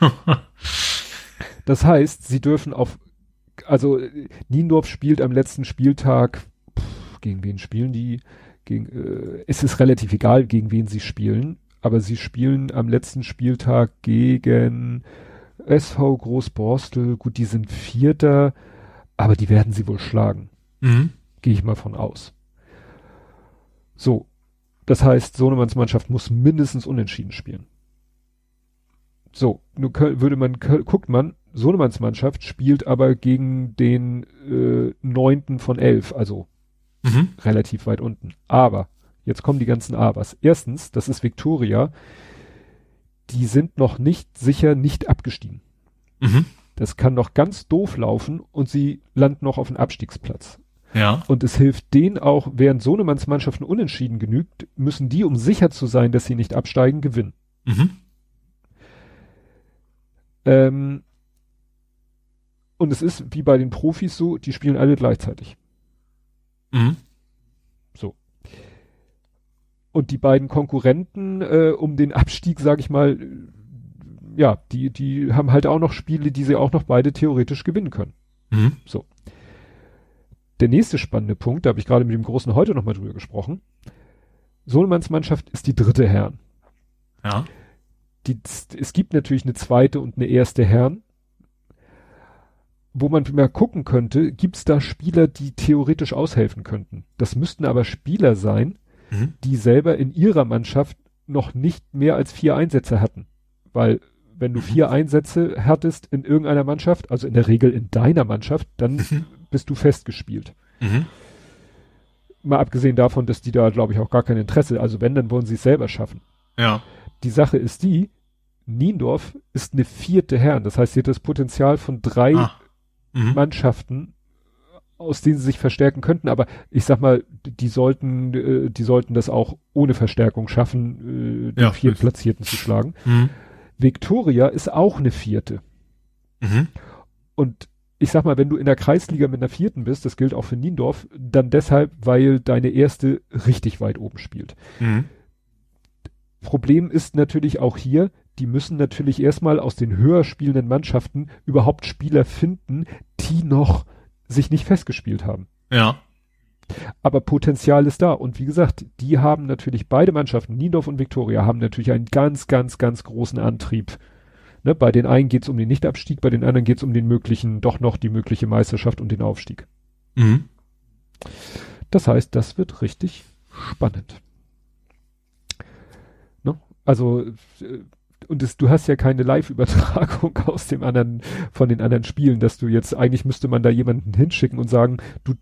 Das heißt, sie dürfen Niendorf spielt am letzten Spieltag, gegen wen spielen die? Es ist relativ egal, gegen wen sie spielen, aber sie spielen am letzten Spieltag gegen SV Großborstel. Gut, die sind Vierter, aber die werden sie wohl schlagen. Mhm. Gehe ich mal von aus. So, das heißt, Sohnemanns Mannschaft muss mindestens unentschieden spielen. So, nun guckt man, Sohnemanns Mannschaft spielt aber gegen den 9. von 11, also relativ weit unten. Aber, jetzt kommen die ganzen Abers. Erstens, das ist Viktoria, die sind noch nicht sicher nicht abgestiegen. Mhm. Das kann noch ganz doof laufen und sie landen noch auf dem Abstiegsplatz. Ja. Und es hilft denen auch, während Sohnemanns Mannschaft ein Unentschieden genügt, müssen die, um sicher zu sein, dass sie nicht absteigen, gewinnen. Mhm. Und es ist wie bei den Profis so, die spielen alle gleichzeitig. Mhm. So. Und die beiden Konkurrenten um den Abstieg, sag ich mal, ja, die haben halt auch noch Spiele, die sie auch noch beide theoretisch gewinnen können. Mhm. So. Der nächste spannende Punkt, da habe ich gerade mit dem Großen heute nochmal drüber gesprochen. Sohnemanns Mannschaft ist die dritte Herren. Ja. Es gibt natürlich eine zweite und eine erste Herren. Wo man mal gucken könnte, gibt es da Spieler, die theoretisch aushelfen könnten. Das müssten aber Spieler sein, die selber in ihrer Mannschaft noch nicht mehr als 4 Einsätze hatten. Weil wenn du 4 Einsätze hattest in irgendeiner Mannschaft, also in der Regel in deiner Mannschaft, dann bist du festgespielt. Mhm. Mal abgesehen davon, dass die da, glaube ich, auch gar kein Interesse, also wenn, dann wollen sie es selber schaffen. Ja. Die Sache ist die, Niendorf ist eine 4. Herren. Das heißt, sie hat das Potenzial von 3 Mannschaften, aus denen sie sich verstärken könnten. Aber ich sag mal, die sollten das auch ohne Verstärkung schaffen, den 4. Platzierten zu schlagen. Mhm. Viktoria ist auch eine 4. Mhm. Und ich sag mal, wenn du in der Kreisliga mit einer 4. bist, das gilt auch für Niendorf, dann deshalb, weil deine erste richtig weit oben spielt. Mhm. Problem ist natürlich auch hier, die müssen natürlich erstmal aus den höher spielenden Mannschaften überhaupt Spieler finden, die noch sich nicht festgespielt haben. Ja. Aber Potenzial ist da. Und wie gesagt, die haben natürlich beide Mannschaften, Niendorf und Viktoria, haben natürlich einen ganz, ganz, ganz großen Antrieb. Ne, bei den einen geht es um den Nichtabstieg, bei den anderen geht es um den möglichen, doch noch die mögliche Meisterschaft und den Aufstieg. Mhm. Das heißt, das wird richtig spannend. Ne? Also, du hast ja keine Live-Übertragung von den anderen Spielen, dass du jetzt, eigentlich müsste man da jemanden hinschicken und sagen,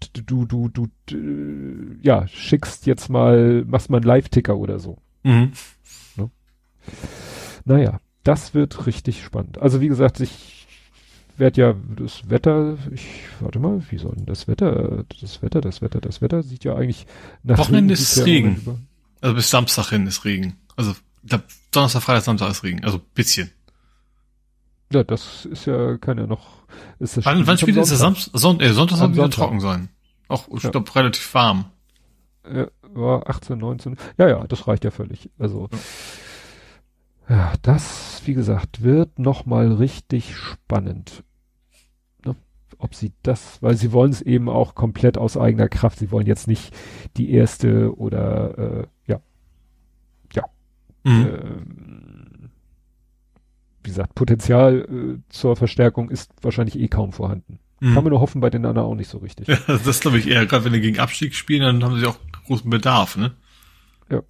ja, schickst jetzt mal, machst mal einen Live-Ticker oder so. Mhm. Ne? Naja, das wird richtig spannend. Also wie gesagt, ich werde ja das Wetter, warte mal, wie soll denn das Wetter sieht ja eigentlich nach Wochenende ist Regen. Also bis Samstag hin ist Regen. Also ich glaube, Donnerstag, Freitag, Samstag ist Regen. Also bisschen. Ja, das ist ja, kann ja noch. Ist das wann spielt es? Sonntag soll wieder trocken sein. Auch, ich glaube, relativ warm. War 18, 19. Ja, das reicht ja völlig. Also, ja, das, wie gesagt, wird nochmal richtig spannend. Ne? Ob sie das, weil sie wollen es eben auch komplett aus eigener Kraft. Sie wollen jetzt nicht die erste oder, wie gesagt, Potenzial zur Verstärkung ist wahrscheinlich kaum vorhanden. Kann man nur hoffen, bei den anderen auch nicht so richtig. Ja, das glaube ich eher. Gerade wenn die gegen Abstieg spielen, dann haben sie auch großen Bedarf, ne? Ja.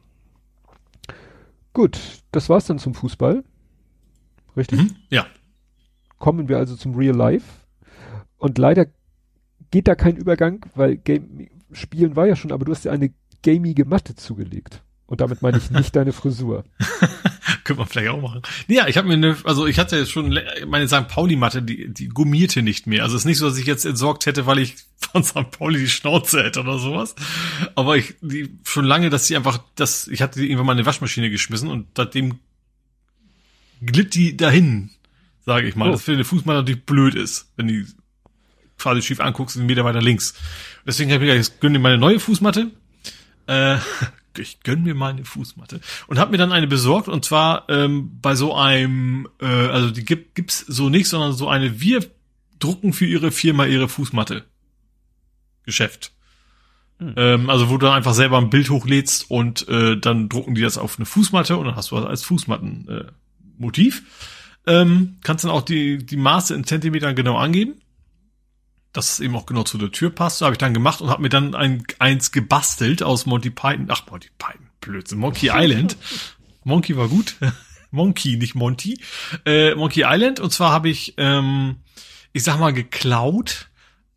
Gut, das war's dann zum Fußball. Richtig? Ja. Kommen wir also zum Real Life. Und leider geht da kein Übergang, weil Spielen war ja schon, aber du hast ja eine gamige Matte zugelegt. Und damit meine ich nicht deine Frisur. Könnte man vielleicht auch machen. Ja, ich habe mir ich hatte jetzt schon meine St. Pauli-Matte, die gummierte nicht mehr. Also es ist nicht so, dass ich jetzt entsorgt hätte, weil ich von St. Pauli die Schnauze hätte oder sowas. Aber schon lange, ich hatte die irgendwann mal in eine Waschmaschine geschmissen und seitdem glitt die dahin, sage ich mal. Das für eine Fußmatte natürlich blöd ist, wenn die quasi schief anguckst, 1 Meter weiter links. Deswegen habe ich gesagt, ich gönne mir meine neue Fußmatte. Ich gönn mir mal eine Fußmatte und habe mir dann eine besorgt und zwar bei so einem, also die gibt's so nicht, sondern so eine wir drucken für ihre Firma ihre Fußmatte Geschäft. Also wo du dann einfach selber ein Bild hochlädst und dann drucken die das auf eine Fußmatte und dann hast du das als Fußmatten Motiv. Kannst dann auch die Maße in Zentimetern genau angeben, dass es eben auch genau zu der Tür passt. So habe ich dann gemacht und habe mir dann eins gebastelt aus Monty Python. Ach, Monty Python, Blödsinn. Monkey Island. Monkey war gut. Monkey, nicht Monty. Monkey Island. Und zwar habe ich, ich sag mal, geklaut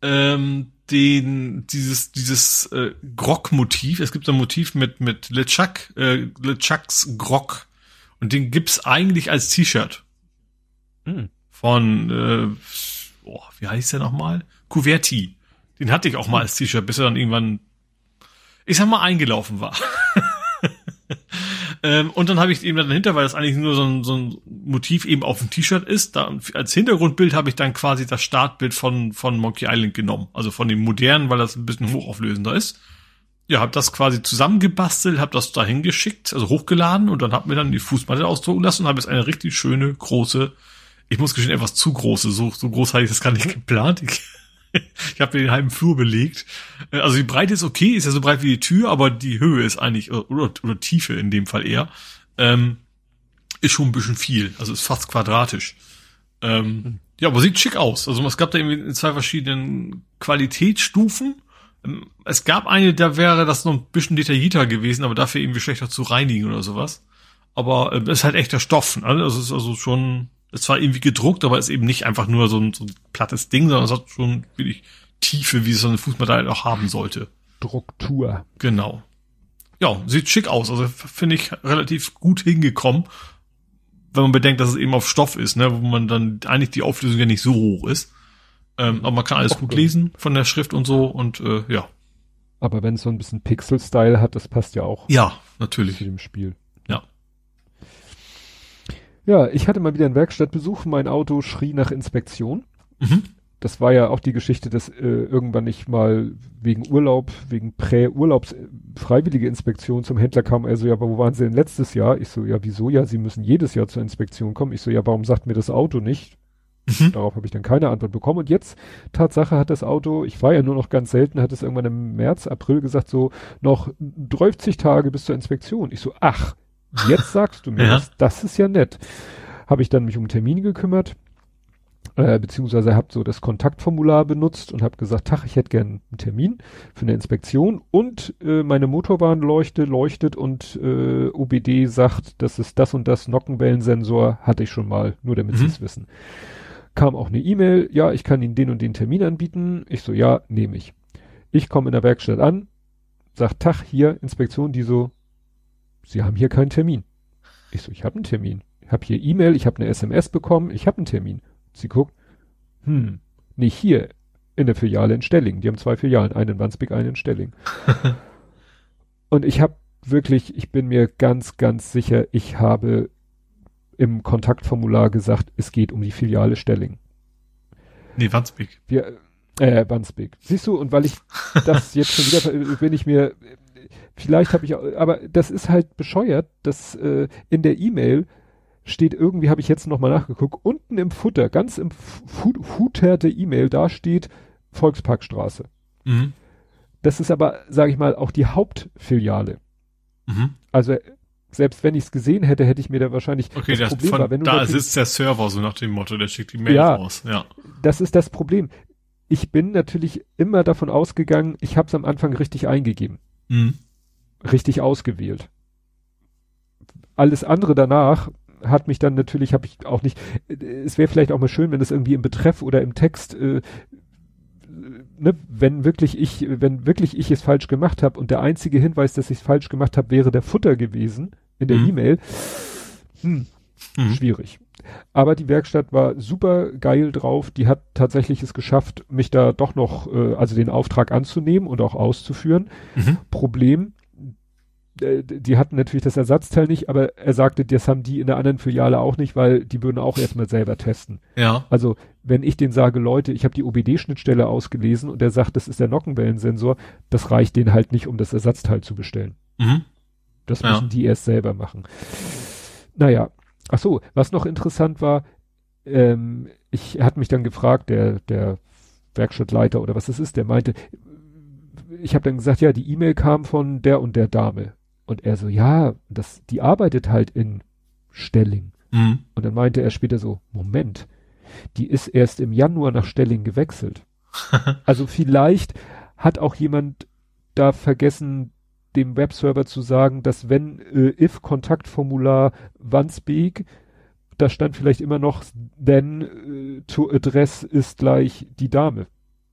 dieses Grog-Motiv. Es gibt ein Motiv mit LeChucks Grog. Und den gibt's eigentlich als T-Shirt. Von, wie heißt der nochmal? Kuverti. Den hatte ich auch mal als T-Shirt, bis er dann irgendwann, ich sag mal, eingelaufen war. Und dann habe ich eben dahinter, weil das eigentlich nur so ein Motiv eben auf dem T-Shirt ist, da als Hintergrundbild habe ich dann quasi das Startbild von Monkey Island genommen. Also von dem modernen, weil das ein bisschen hochauflösender ist. Ja, habe das quasi zusammengebastelt, habe das dahin geschickt, also hochgeladen und dann habe mir dann die Fußmatte ausdrucken lassen und habe jetzt eine richtig schöne, große, ich muss gestehen, etwas zu große, so groß hatte ich das gar nicht geplant. Ich habe den halben Flur belegt. Also die Breite ist okay, ist ja so breit wie die Tür, aber die Höhe ist eigentlich, oder Tiefe in dem Fall eher, ist schon ein bisschen viel. Also ist fast quadratisch. Ja, aber sieht schick aus. Also es gab da irgendwie in 2 verschiedenen Qualitätsstufen. Es gab eine, da wäre das noch ein bisschen detaillierter gewesen, aber dafür irgendwie schlechter zu reinigen oder sowas. Aber es ist halt echter Stoff. Ne? Also es ist also schon, es war irgendwie gedruckt, aber es ist eben nicht einfach nur so ein plattes Ding, sondern es hat schon wirklich Tiefe, wie es so eine Fußmatte halt auch haben sollte. Struktur. Genau. Ja, sieht schick aus. Also finde ich relativ gut hingekommen, wenn man bedenkt, dass es eben auf Stoff ist, ne, wo man dann eigentlich die Auflösung ja nicht so hoch ist. Aber man kann alles gut lesen von der Schrift und so und ja. Aber wenn es so ein bisschen Pixel-Style hat, das passt ja auch. Ja, natürlich. Zu dem Spiel. Ja. Ja, ich hatte mal wieder einen Werkstattbesuch. Mein Auto schrie nach Inspektion. Mhm. Das war ja auch die Geschichte, dass irgendwann nicht mal wegen Urlaub, wegen Prä-Urlaubs freiwillige Inspektion zum Händler kam. Also ja, aber wo waren Sie denn letztes Jahr? Ich so, ja, wieso? Ja, Sie müssen jedes Jahr zur Inspektion kommen. Ich so, ja, warum sagt mir das Auto nicht? Darauf habe ich dann keine Antwort bekommen. Und jetzt, Tatsache, hat das Auto, ich war ja nur noch ganz selten, hat es irgendwann im März, April gesagt, so noch 30 Tage bis zur Inspektion. Ich so, ach, jetzt sagst du mir Ja. das ist ja nett. Habe ich dann mich um einen Termin gekümmert, beziehungsweise habe so das Kontaktformular benutzt und habe gesagt, Tach, ich hätte gern einen Termin für eine Inspektion und meine Motorwarnleuchte leuchtet und OBD sagt, das ist das und das Nockenwellensensor, hatte ich schon mal, nur damit Sie es wissen. Kam auch eine E-Mail, ja, ich kann Ihnen den und den Termin anbieten. Ich so, ja, nehme ich. Ich komme in der Werkstatt an, sag, Tach, hier, Inspektion, die so, Sie haben hier keinen Termin. Ich so, ich habe einen Termin. Ich habe hier E-Mail, ich habe eine SMS bekommen, ich habe einen Termin. Sie guckt, nicht hier, in der Filiale in Stelling. Die haben 2 Filialen, eine in Wandsbek, eine in Stelling. Und ich habe wirklich, ich bin mir ganz, ganz sicher, ich habe im Kontaktformular gesagt, es geht um die Filiale Stelling. Nee, Wandsbek. Wandsbek. Siehst du, und weil ich das jetzt schon wieder, bin ich mir, vielleicht habe ich, aber das ist halt bescheuert, dass in der E-Mail steht irgendwie, habe ich jetzt nochmal nachgeguckt, unten im Footer, ganz im Footer der E-Mail, da steht Volksparkstraße. Mhm. Das ist aber, sage ich mal, auch die Hauptfiliale. Mhm. Also selbst wenn ich es gesehen hätte, hätte ich mir da wahrscheinlich Okay, das Problem war, wenn du da sitzt der Server, so nach dem Motto, der schickt die Mail raus. Ja. Das ist das Problem. Ich bin natürlich immer davon ausgegangen, ich habe es am Anfang richtig eingegeben. Mhm. Richtig ausgewählt. Alles andere danach hat mich dann natürlich, habe ich auch nicht, es wäre vielleicht auch mal schön, wenn es irgendwie im Betreff oder im Text, ne, wenn wirklich ich es falsch gemacht habe und der einzige Hinweis, dass ich es falsch gemacht habe, wäre der Footer gewesen in der E-Mail. Schwierig. Aber die Werkstatt war super geil drauf. Die hat tatsächlich es geschafft, mich da doch noch, also den Auftrag anzunehmen und auch auszuführen. Problem, die hatten natürlich das Ersatzteil nicht, aber er sagte, das haben die in der anderen Filiale auch nicht, weil die würden auch erstmal selber testen. Ja. Also wenn ich denen sage, Leute, ich habe die OBD-Schnittstelle ausgelesen und der sagt, das ist der Nockenwellensensor, das reicht denen halt nicht, um das Ersatzteil zu bestellen. Das müssen die erst selber machen. Naja, ach so, was noch interessant war, ich hatte mich dann gefragt, der Werkstattleiter oder was das ist, der meinte, ich habe dann gesagt, ja, die E-Mail kam von der und der Dame. Und er so, ja, die arbeitet halt in Stelling. Und dann meinte er später so, Moment, die ist erst im Januar nach Stelling gewechselt. Also vielleicht hat auch jemand da vergessen, dem Webserver zu sagen, dass wenn if-Kontaktformular Wandsbek, da stand vielleicht immer noch, then to address ist gleich die Dame.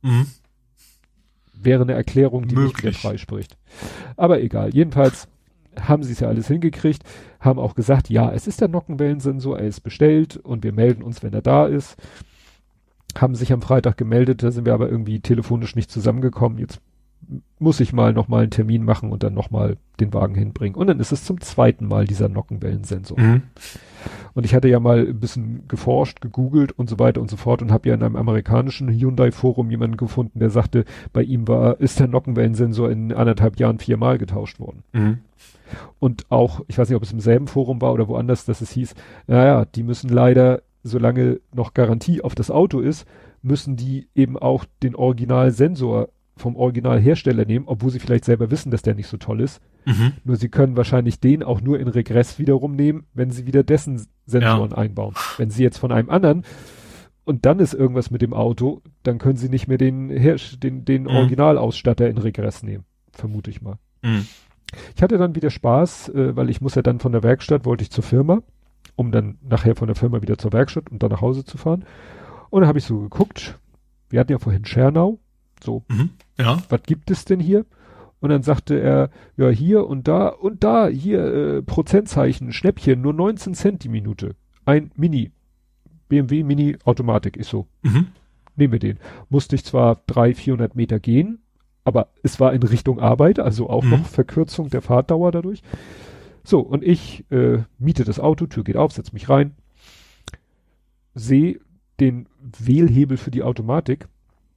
Wäre eine Erklärung, die nicht wieder freispricht. Aber egal, jedenfalls haben sie es ja alles hingekriegt, haben auch gesagt, ja, es ist der Nockenwellensensor, er ist bestellt und wir melden uns, wenn er da ist. Haben sich am Freitag gemeldet, da sind wir aber irgendwie telefonisch nicht zusammengekommen. Jetzt muss ich nochmal einen Termin machen und dann nochmal den Wagen hinbringen. Und dann ist es zum zweiten Mal dieser Nockenwellensensor. Mhm. Und ich hatte ja mal ein bisschen geforscht, gegoogelt und so weiter und so fort und habe ja in einem amerikanischen Hyundai-Forum jemanden gefunden, der sagte, bei ihm ist der Nockenwellensensor in 1,5 Jahren 4-mal getauscht worden. Mhm. Und auch, ich weiß nicht, ob es im selben Forum war oder woanders, dass es hieß, naja, die müssen leider, solange noch Garantie auf das Auto ist, müssen die eben auch den Originalsensor vom Originalhersteller nehmen, obwohl sie vielleicht selber wissen, dass der nicht so toll ist. Mhm. Nur sie können wahrscheinlich den auch nur in Regress wiederum nehmen, wenn sie wieder dessen Sensoren einbauen. Wenn sie jetzt von einem anderen und dann ist irgendwas mit dem Auto, dann können sie nicht mehr den Originalausstatter in Regress nehmen. Vermute ich mal. Mhm. Ich hatte dann wieder Spaß, weil ich muss ja dann von der Werkstatt, wollte ich zur Firma, um dann nachher von der Firma wieder zur Werkstatt und dann nach Hause zu fahren. Und dann habe ich so geguckt, wir hatten ja vorhin Schernau, so, ja, was gibt es denn hier? Und dann sagte er, ja, hier und da, hier, Prozentzeichen, Schnäppchen, nur 19 Cent die Minute. Ein BMW Mini Automatik. Ich so, nehmen wir den. Musste ich zwar 300-400 Meter gehen, aber es war in Richtung Arbeit, also auch noch Verkürzung der Fahrtdauer dadurch. So, und ich miete das Auto, Tür geht auf, setze mich rein, sehe den Wählhebel für die Automatik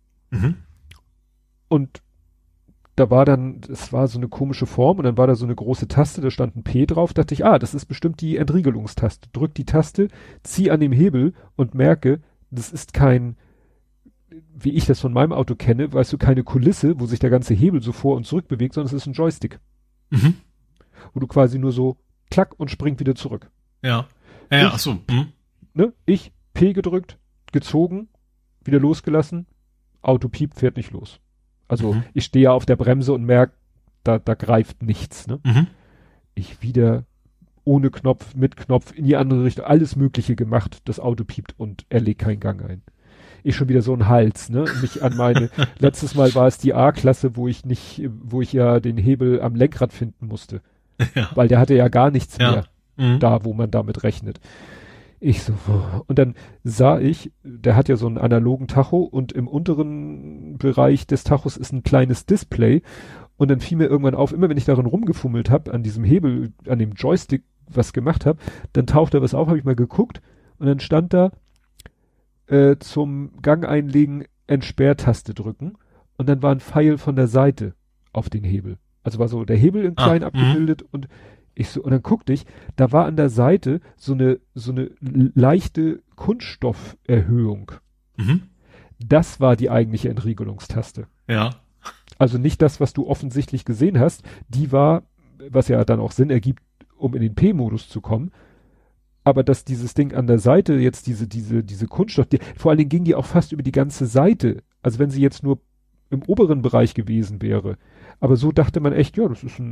und da war dann, es war so eine komische Form und dann war da so eine große Taste, da stand ein P drauf, dachte ich, das ist bestimmt die Entriegelungstaste. Drück die Taste, zieh an dem Hebel und merke, das ist kein, wie ich das von meinem Auto kenne, weißt du, keine Kulisse, wo sich der ganze Hebel so vor und zurück bewegt, sondern es ist ein Joystick. Wo du quasi nur so klack und springt wieder zurück. Ja. Ach so. Ne? Ich P gedrückt, gezogen, wieder losgelassen, Auto piept, fährt nicht los. Also ich stehe ja auf der Bremse und merke, da greift nichts. Ne? Ich wieder ohne Knopf, mit Knopf, in die andere Richtung, alles Mögliche gemacht, das Auto piept und er legt keinen Gang ein. Ich schon wieder so ein Hals, ne? Mich an letztes Mal war es die A-Klasse, wo ich ja den Hebel am Lenkrad finden musste. Ja. Weil der hatte ja gar nichts mehr da, wo man damit rechnet. Ich so, und dann sah ich, der hat ja so einen analogen Tacho und im unteren Bereich des Tachos ist ein kleines Display und dann fiel mir irgendwann auf, immer wenn ich darin rumgefummelt habe, an diesem Hebel, an dem Joystick was gemacht habe, dann tauchte was auf, habe ich mal geguckt und dann stand da zum Gang einlegen, Entsperrtaste drücken und dann war ein Pfeil von der Seite auf den Hebel. Also war so der Hebel in klein abgebildet und und dann guckte ich, da war an der Seite so eine leichte Kunststofferhöhung. Das war die eigentliche Entriegelungstaste. Ja. Also nicht das, was du offensichtlich gesehen hast, die war, was ja dann auch Sinn ergibt, um in den P-Modus zu kommen, aber dass dieses Ding an der Seite jetzt diese Kunststoff, vor allen Dingen ging die auch fast über die ganze Seite, also wenn sie jetzt nur im oberen Bereich gewesen wäre, aber so dachte man echt, ja, das ist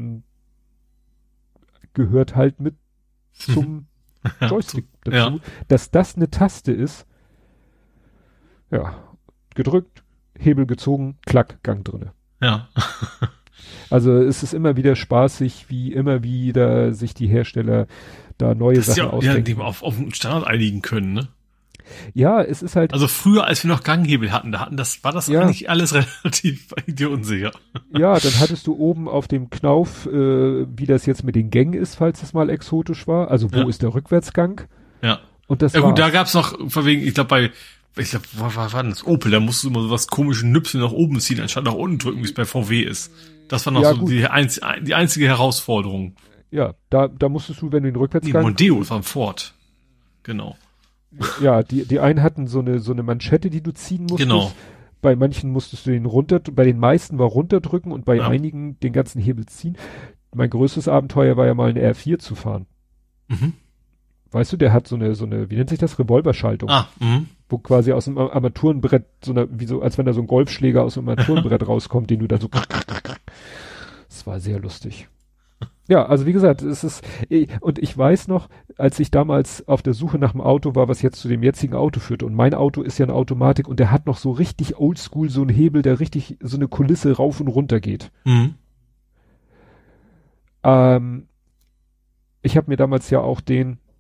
gehört halt mit zum Joystick dazu, dass das eine Taste ist, ja, gedrückt, Hebel gezogen, klack, Gang drinne. Ja. Also es ist immer wieder spaßig, wie immer wieder sich die Hersteller da neue Sachen ausdenken. Die wir auf einen Standard einigen können, ne? Ja, es ist halt. Also früher, als wir noch Ganghebel hatten, war das eigentlich alles relativ unsicher. Ja, dann hattest du oben auf dem Knauf, wie das jetzt mit den Gängen ist, falls es mal exotisch war. Also wo ist der Rückwärtsgang? Ja. Und das ja gut, da gab's noch, von wegen, ich glaube, was war denn das? Opel, da musst du immer so was komische Nüpsel nach oben ziehen, anstatt nach unten drücken, wie es bei VW ist. Das war noch so die einzige Herausforderung. Ja, da musstest du, wenn du den Rückwärtsgang. Mondeo, das war ein Ford. Genau. Ja, die einen hatten so eine Manschette, die du ziehen musstest. Genau. Bei manchen musstest du bei den meisten war runterdrücken und bei einigen den ganzen Hebel ziehen. Mein größtes Abenteuer war ja mal eine R4 zu fahren. Weißt du, der hat so eine, wie nennt sich das? Revolverschaltung. Wo quasi aus dem Armaturenbrett, als wenn da so ein Golfschläger aus dem Armaturenbrett rauskommt, den du da so. Das war sehr lustig. Ja, also wie gesagt, und ich weiß noch, als ich damals auf der Suche nach einem Auto war, was jetzt zu dem jetzigen Auto führte, und mein Auto ist ja eine Automatik und der hat noch so richtig oldschool so einen Hebel, der richtig so eine Kulisse rauf und runter geht. ich habe mir damals ja auch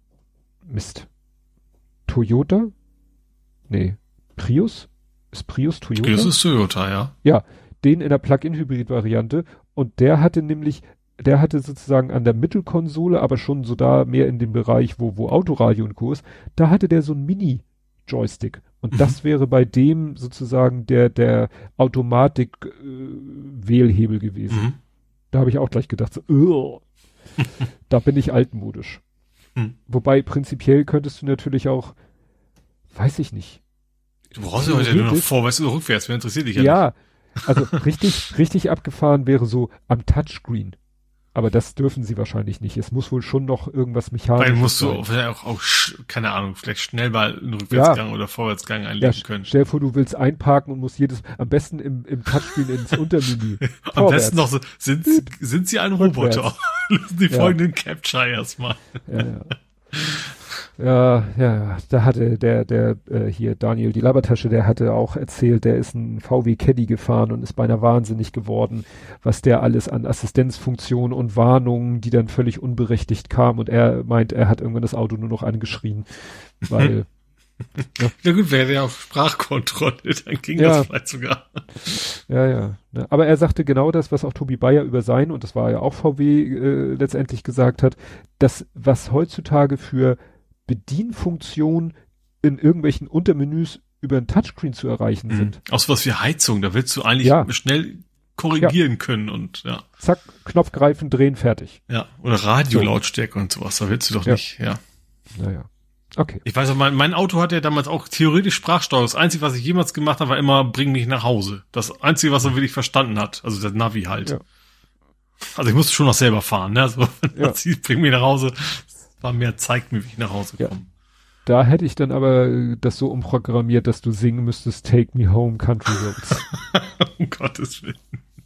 Toyota? Nee, Prius? Ist Prius Toyota? Prius ist Toyota, ja. Ja, den in der Plug-in-Hybrid-Variante und der hatte sozusagen an der Mittelkonsole, aber schon so da mehr in dem Bereich, wo Autoradio und Co. ist, da hatte der so ein Mini-Joystick und das wäre bei dem sozusagen der Automatik-Wählhebel gewesen. Mhm. Da habe ich auch gleich gedacht, so, da bin ich altmodisch. Wobei prinzipiell könntest du natürlich auch, weiß ich nicht. Du brauchst ja heute nur noch vorwärts oder rückwärts, wer interessiert dich ja ja nicht. Also richtig abgefahren wäre so am Touchscreen. Aber das dürfen sie wahrscheinlich nicht. Es muss wohl schon noch irgendwas Mechanisches Weil musst sein. du auch, keine Ahnung, vielleicht schnell mal einen Rückwärtsgang oder Vorwärtsgang einlegen können. Stell dir vor, du willst einparken und musst am besten im Touchscreen ins Untermenü. Am besten noch so, sind sie ein Roboter? Lösen die folgenden Captcha erstmal. Ja, da hatte der hier Daniel die Labertasche, der hatte auch erzählt, der ist ein VW Caddy gefahren und ist beinahe wahnsinnig geworden, was der alles an Assistenzfunktionen und Warnungen, die dann völlig unberechtigt kamen und er meint, er hat irgendwann das Auto nur noch angeschrien, weil ja gut, wäre ja auf Sprachkontrolle, dann ging das vielleicht sogar. Ja. Aber er sagte genau das, was auch Tobi Bayer über sein, und das war ja auch VW letztendlich gesagt hat, dass was heutzutage für Bedienfunktionen in irgendwelchen Untermenüs über ein Touchscreen zu erreichen sind. Auch sowas wie Heizung, da willst du eigentlich schnell korrigieren können und zack, Knopf greifen, drehen, fertig. Ja, oder Radiolautstärke und sowas, da willst du doch nicht, Naja. Okay. Ich weiß auch, mein Auto hatte ja damals auch theoretisch Sprachsteuerung. Das Einzige, was ich jemals gemacht habe, war immer, bring mich nach Hause. Das Einzige, was er wirklich verstanden hat. Also der Navi halt. Ja. Also ich musste schon noch selber fahren, ne? Also, bring mich nach Hause. War mehr, zeigt mir, wie ich nach Hause komme. Ja. Da hätte ich dann aber das so umprogrammiert, dass du singen müsstest, Take Me Home, Country Roads. Um Gottes Willen.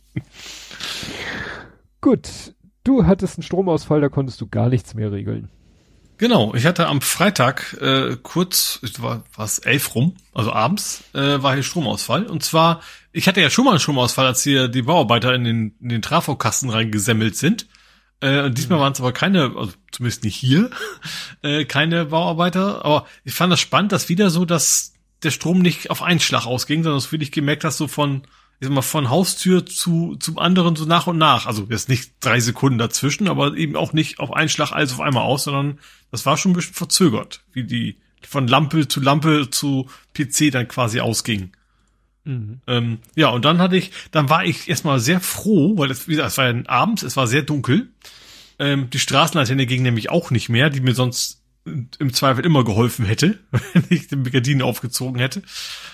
Gut. Du hattest einen Stromausfall, da konntest du gar nichts mehr regeln. Genau, ich hatte am Freitag war es 11 rum, also abends, war hier Stromausfall. Und zwar, ich hatte ja schon mal einen Stromausfall, als hier die Bauarbeiter in den Trafokasten reingesemmelt sind. Und diesmal waren es aber keine, also zumindest nicht hier, keine Bauarbeiter. Aber ich fand das spannend, dass wieder so, dass der Strom nicht auf einen Schlag ausging, sondern dass du wirklich gemerkt hast, so von Haustür zum anderen so nach und nach. Also jetzt nicht 3 Sekunden dazwischen, aber eben auch nicht auf einen Schlag alles auf einmal aus, sondern das war schon ein bisschen verzögert, wie die von Lampe zu PC dann quasi ausging. Mhm. Und dann war ich erstmal sehr froh, weil es war ja abends, es war sehr dunkel. Die Straßenlaterne ging nämlich auch nicht mehr, die mir sonst im Zweifel immer geholfen hätte, wenn ich den Gardinen aufgezogen hätte.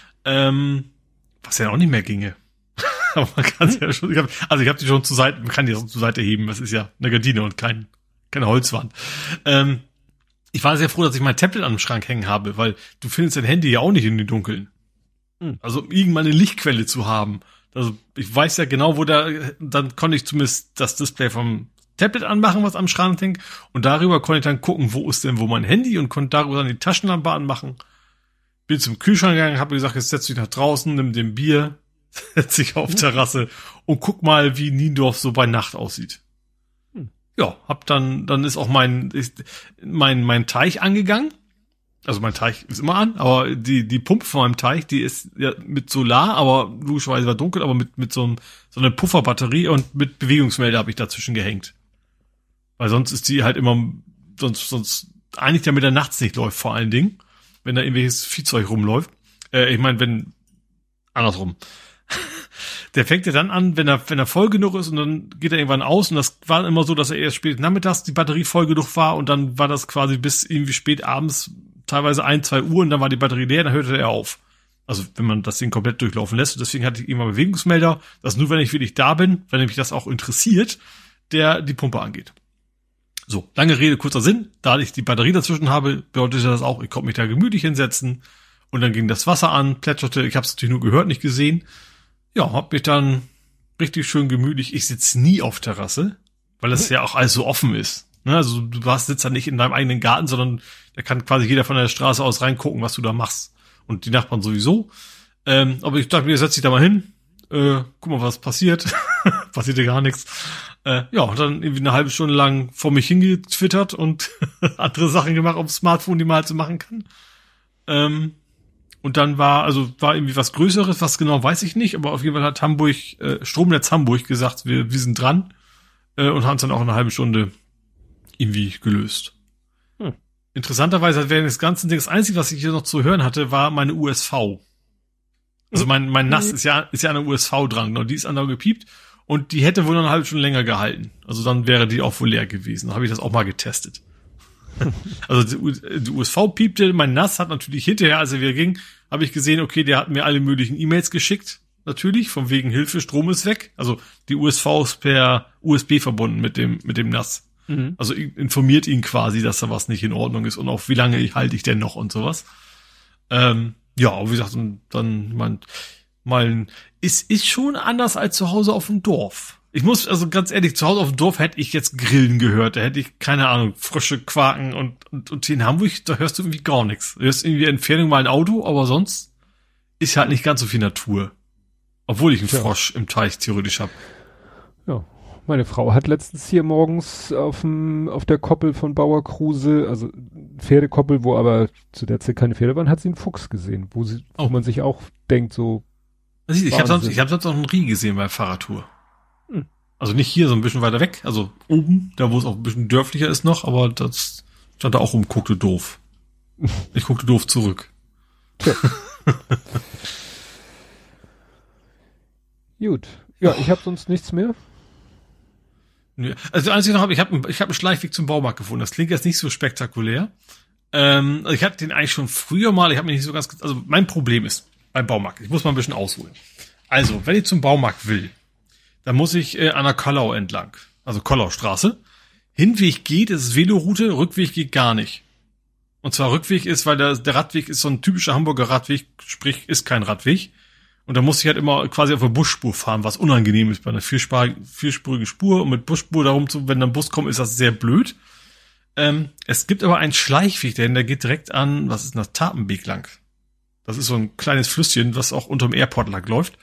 Was ja auch nicht mehr ginge. Aber man kann es ja schon, ich habe die schon zur Seite, man kann die schon zur Seite heben, das ist ja eine Gardine und keine Holzwand. Ich war sehr froh, dass ich mein Tablet an dem Schrank hängen habe, weil du findest dein Handy ja auch nicht in den Dunkeln. Also um irgendwann eine Lichtquelle zu haben. Also ich weiß ja genau, dann konnte ich zumindest das Display vom Tablet anmachen, was am Schrank hängt, und darüber konnte ich dann gucken, wo mein Handy, und konnte darüber dann die Taschenlampe anmachen. Bin zum Kühlschrank gegangen, habe gesagt, jetzt setz dich nach draußen, nimm den Bier, setz dich auf Terrasse und guck mal, wie Niendorf so bei Nacht aussieht. Ja, dann ist auch mein Teich angegangen. Also mein Teich ist immer an, aber die Pumpe von meinem Teich, die ist ja mit Solar, aber logischerweise war dunkel, aber mit so einer Pufferbatterie und mit Bewegungsmelder habe ich dazwischen gehängt. Weil sonst ist die halt immer, sonst eigentlich damit der nachts nicht läuft, vor allen Dingen, wenn da irgendwelches Viehzeug rumläuft. Andersrum. Der fängt ja dann an, wenn er voll genug ist, und dann geht er irgendwann aus, und das war immer so, dass er erst spät nachmittags die Batterie voll genug war, und dann war das quasi bis irgendwie spät abends, teilweise 1-2 Uhr, und dann war die Batterie leer, dann hörte er auf. Also wenn man das Ding komplett durchlaufen lässt. Und deswegen hatte ich immer Bewegungsmelder, dass nur wenn ich wirklich da bin, wenn mich das auch interessiert, der die Pumpe angeht. So, lange Rede, kurzer Sinn. Da ich die Batterie dazwischen habe, bedeutete das auch, ich konnte mich da gemütlich hinsetzen, und dann ging das Wasser an, plätscherte, ich habe es natürlich nur gehört, nicht gesehen. Ja, hab mich dann richtig schön gemütlich, ich sitze nie auf Terrasse, weil das ja auch alles so offen ist. Ne? Also du sitzt da nicht in deinem eigenen Garten, sondern da kann quasi jeder von der Straße aus reingucken, was du da machst. Und die Nachbarn sowieso. Aber ich dachte mir, setz dich da mal hin, guck mal, was passiert. Passierte gar nichts. Ja, und dann irgendwie eine halbe Stunde lang vor mich hingetwittert und andere Sachen gemacht auf dem Smartphone, die man halt so machen kann. Und dann war irgendwie was Größeres, was genau weiß ich nicht, aber auf jeden Fall hat Stromnetz Hamburg gesagt, wir sind dran und haben es dann auch eine halbe Stunde irgendwie gelöst. Interessanterweise während des ganzen Ding, das Einzige, was ich hier noch zu hören hatte, war meine USV. Also mein NAS ist ja an der USV dran, genau, die ist andauernd gepiept und die hätte wohl noch eine halbe Stunde länger gehalten. Also dann wäre die auch wohl leer gewesen. Dann habe ich das auch mal getestet. Also die USV piepte, mein NAS hat natürlich hinterher, als er wieder ging, habe ich gesehen, okay, der hat mir alle möglichen E-Mails geschickt, natürlich, von wegen Hilfe, Strom ist weg. Also die USV ist per USB verbunden mit dem NAS. Mhm. Also informiert ihn quasi, dass da was nicht in Ordnung ist und auch wie lange halte ich denn noch und sowas. Ja, wie gesagt, und dann ist schon anders als zu Hause auf dem Dorf. Ich muss, also ganz ehrlich, zu Hause auf dem Dorf hätte ich jetzt Grillen gehört. Da hätte ich, keine Ahnung, Frösche quaken und hier in Hamburg, da hörst du irgendwie gar nichts. Du hörst irgendwie Entfernung mal ein Auto, aber sonst ist halt nicht ganz so viel Natur. Obwohl ich einen Frosch im Teich theoretisch habe. Ja, meine Frau hat letztens hier morgens auf der Koppel von Bauer Kruse, also Pferdekoppel, wo aber zu der Zeit keine Pferde waren, hat sie einen Fuchs gesehen, wo man sich auch denkt, so. Also ich habe sonst noch einen Rie gesehen bei Fahrradtour. Also nicht hier, so ein bisschen weiter weg, also oben, da wo es auch ein bisschen dörflicher ist noch, aber das stand da auch rum, guckte doof. Ich guckte doof zurück. Tja. Gut. Ja, ich habe sonst nichts mehr. Also das Einzige noch, ich hab einen Schleichweg zum Baumarkt gefunden. Das klingt jetzt nicht so spektakulär. Also ich hatte den eigentlich schon früher mal, ich habe mich nicht so ganz, also mein Problem ist beim Baumarkt, ich muss mal ein bisschen ausholen. Also, wenn ich zum Baumarkt will, dann muss ich an der Kollau entlang, also Kollaustraße. Hinweg geht, ist Veloroute, Rückweg geht gar nicht. Und zwar Rückweg ist, weil der Radweg ist so ein typischer Hamburger Radweg, sprich ist kein Radweg. Und da muss ich halt immer quasi auf der Busspur fahren, was unangenehm ist bei einer vierspurigen Spur. Und mit Busspur wenn ein Bus kommt, ist das sehr blöd. Es gibt aber einen Schleichweg, der geht direkt an, was ist das, Tapenbeek lang. Das ist so ein kleines Flüsschen, was auch unterm Airport lang läuft.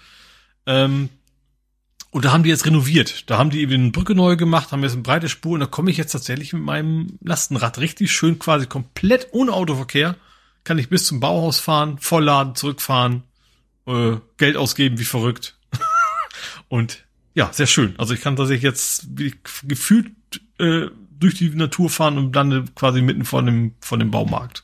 Und da haben die jetzt renoviert. Da haben die eben eine Brücke neu gemacht, haben jetzt eine breite Spur und da komme ich jetzt tatsächlich mit meinem Lastenrad richtig schön quasi komplett ohne Autoverkehr. Kann ich bis zum Bauhaus fahren, vollladen, zurückfahren, Geld ausgeben wie verrückt. Und ja, sehr schön. Also ich kann tatsächlich jetzt gefühlt durch die Natur fahren und lande quasi mitten vor dem Baumarkt.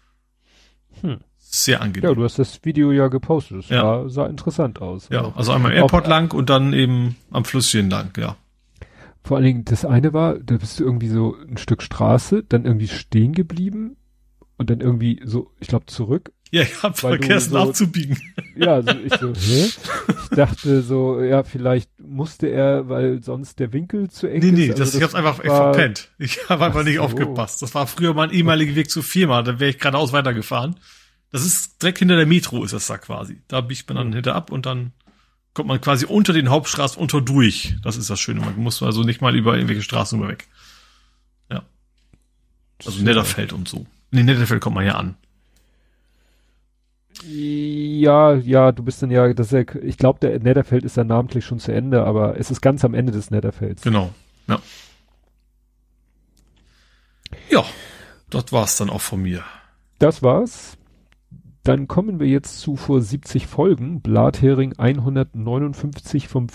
Sehr angenehm. Ja, du hast das Video ja gepostet. Das sah interessant aus. Ja, also einmal am Airport lang und dann eben am Flüsschen lang, ja. Vor allen Dingen, das eine war, da bist du irgendwie so ein Stück Straße, dann irgendwie stehen geblieben und dann irgendwie so, ich glaube, zurück. Ja, ich hab vergessen abzubiegen. Ja, so, ich dachte so, ja, vielleicht musste er, weil sonst der Winkel zu eng ist. Nee, ich hab's einfach verpennt. Ich habe einfach nicht aufgepasst. Das war früher mein ehemaliger Weg zur Firma, da wäre ich geradeaus weitergefahren. Das ist direkt hinter der Metro, ist das da quasi. Da biegt man dann hinter ab und dann kommt man quasi unter den Hauptstraßen durch. Das ist das Schöne. Man muss also nicht mal über irgendwelche Straßen rüber weg. Ja. Also Netterfeld und so. Nee, Netterfeld kommt man ja an. Ja, du bist dann ja, ich glaube, der Netterfeld ist dann namentlich schon zu Ende, aber es ist ganz am Ende des Netterfelds. Genau, ja. Ja, das war's dann auch von mir. Das war's. Dann kommen wir jetzt zu vor 70 Folgen, Blathering 159 vom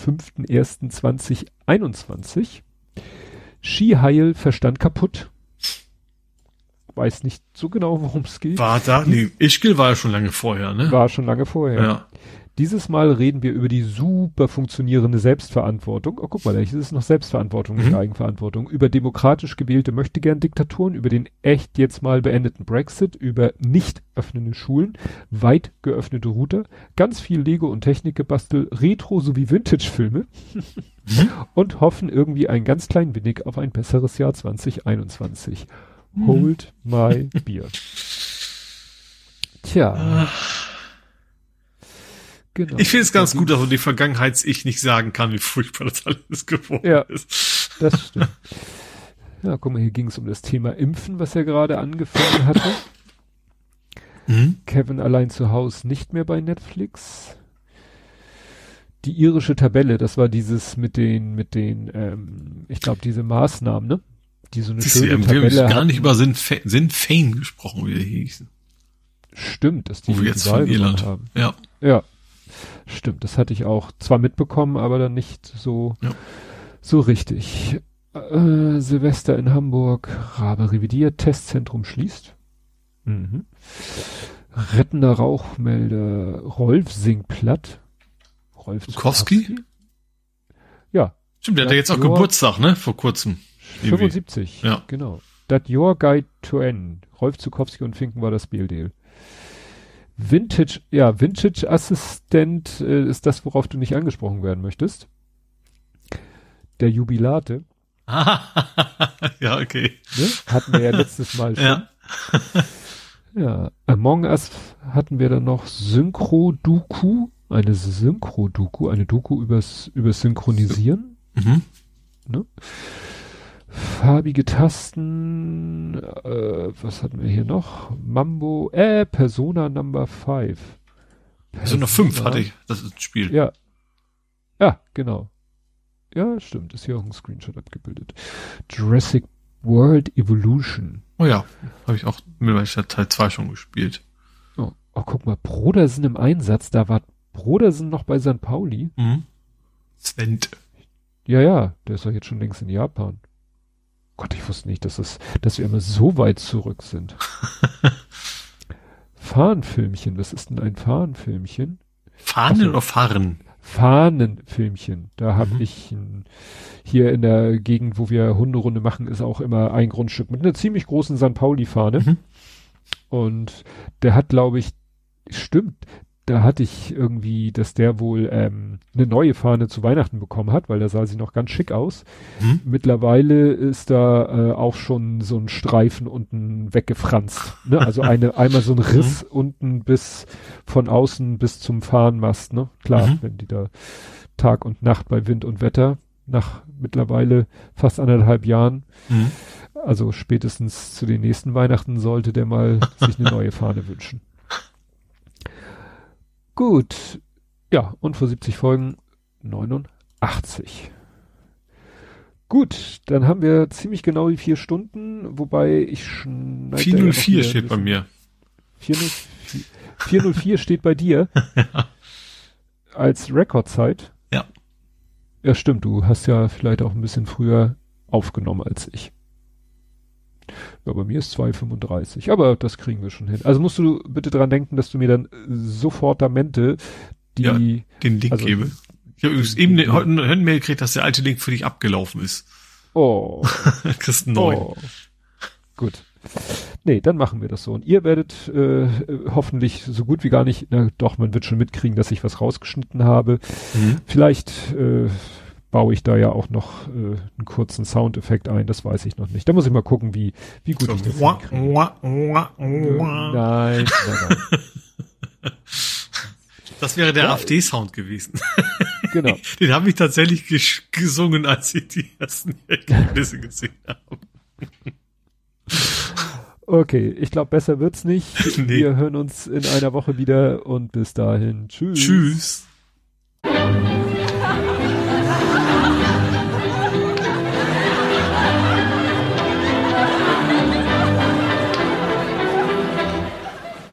5.1.2021. Skiheil, Verstand kaputt. Weiß nicht so genau, worum es geht. Ischgl war ja schon lange vorher, ne? War schon lange vorher. Ja. Dieses Mal reden wir über die super funktionierende Selbstverantwortung. Oh, guck mal, das ist noch Selbstverantwortung, nicht Eigenverantwortung. Über demokratisch gewählte Möchtegern-Diktaturen, über den echt jetzt mal beendeten Brexit, über nicht öffnende Schulen, weit geöffnete Router, ganz viel Lego und Technikgebastel, Retro- sowie Vintage-Filme und hoffen irgendwie ein ganz klein wenig auf ein besseres Jahr 2021. Hold my beer. Tja. Genau. Ich finde es ganz gut, dass man die Vergangenheits-Ich nicht sagen kann, wie furchtbar das alles geworden ist. Das stimmt. Ja, guck mal, hier ging es um das Thema Impfen, was er gerade angefangen hatte. Kevin allein zu Hause nicht mehr bei Netflix. die irische Tabelle, das war dieses mit den, ich glaube, diese Maßnahmen, ne? Die so eine schöne Tabelle wir haben gar hatten. nicht über Sinn Fein gesprochen, wie der hießen. Stimmt, dass die Wo wir jetzt die Wahl von Irland gewonnen haben. Ja. Ja, stimmt, das hatte ich auch zwar mitbekommen, aber dann nicht so, so richtig. Silvester in Hamburg, Rabe revidiert, Testzentrum schließt. Mhm. Rettender Rauchmelder, Rolf singt platt. Rolf Zukowski? Ja. Stimmt, der hat jetzt auch Geburtstag, ne, vor kurzem. 75, ja. Genau. That Your Guide to N. Rolf Zukowski und Finken war das BLD. Vintage Assistent ist das, worauf du nicht angesprochen werden möchtest. Der Jubilate. Ja, okay. Ne? Hatten wir ja letztes Mal schon. Ja. Ja. Among Us hatten wir dann noch Synchro-Doku. Eine Synchro-Doku, eine Doku übers Synchronisieren. Mhm. Ne? Farbige Tasten, was hatten wir hier noch? Mambo, Persona Number 5. Persona 5 hatte ich, das ist ein Spiel. Ja. Ja, genau. Ja, stimmt, ist hier auch ein Screenshot abgebildet. Jurassic World Evolution. Oh ja, habe ich auch mit Teil 2 schon gespielt. Oh, guck mal, Brodersen im Einsatz, da war Brodersen noch bei St. Pauli. Mhm. Sven. Ja, der ist doch jetzt schon längst in Japan. Gott, ich wusste nicht, dass wir immer so weit zurück sind. Fahnenfilmchen, was ist denn ein Fahnenfilmchen? Fahnen oder Fahren? Fahnenfilmchen. Da habe ich hier in der Gegend, wo wir Hunderunde machen, ist auch immer ein Grundstück mit einer ziemlich großen St. Pauli-Fahne. Mhm. Und der hat, glaube ich, stimmt, da hatte ich irgendwie, dass der wohl eine neue Fahne zu Weihnachten bekommen hat, weil da sah sie noch ganz schick aus. Mhm. Mittlerweile ist da auch schon so ein Streifen unten weggefranst. Ne? Also einmal so ein Riss unten bis von außen bis zum Fahnenmast. Ne? Klar, wenn die da Tag und Nacht bei Wind und Wetter nach mittlerweile fast 1,5 Jahren. Mhm. Also spätestens zu den nächsten Weihnachten sollte der mal sich eine neue Fahne wünschen. Gut. Ja, und vor 70 Folgen 89. Gut, dann haben wir ziemlich genau die 4 Stunden, wobei ich 404 steht bei mir. 404 steht bei dir. Ja. Als Rekordzeit. Ja. Ja, stimmt, du hast ja vielleicht auch ein bisschen früher aufgenommen als ich. Ja, bei mir ist 2,35, aber das kriegen wir schon hin. Also musst du bitte dran denken, dass du mir dann sofortamente den Link gebe. Ich habe eben heute eine Mail gekriegt, dass der alte Link für dich abgelaufen ist. Oh. Kriegst einen neuen. Oh. Gut. Nee, dann machen wir das so. Und ihr werdet hoffentlich so gut wie gar nicht, na doch, man wird schon mitkriegen, dass ich was rausgeschnitten habe. Mhm. Vielleicht baue ich da ja auch noch einen kurzen Soundeffekt ein, das weiß ich noch nicht. Da muss ich mal gucken, wie gut so ich das hinkriege. Nein. Das wäre der AfD-Sound gewesen. Genau. Den habe ich tatsächlich gesungen, als ich die ersten Ergebnisse gesehen habe. Okay, ich glaube, besser wird's nicht. Nee. Wir hören uns in einer Woche wieder und bis dahin. Tschüss. Tschüss.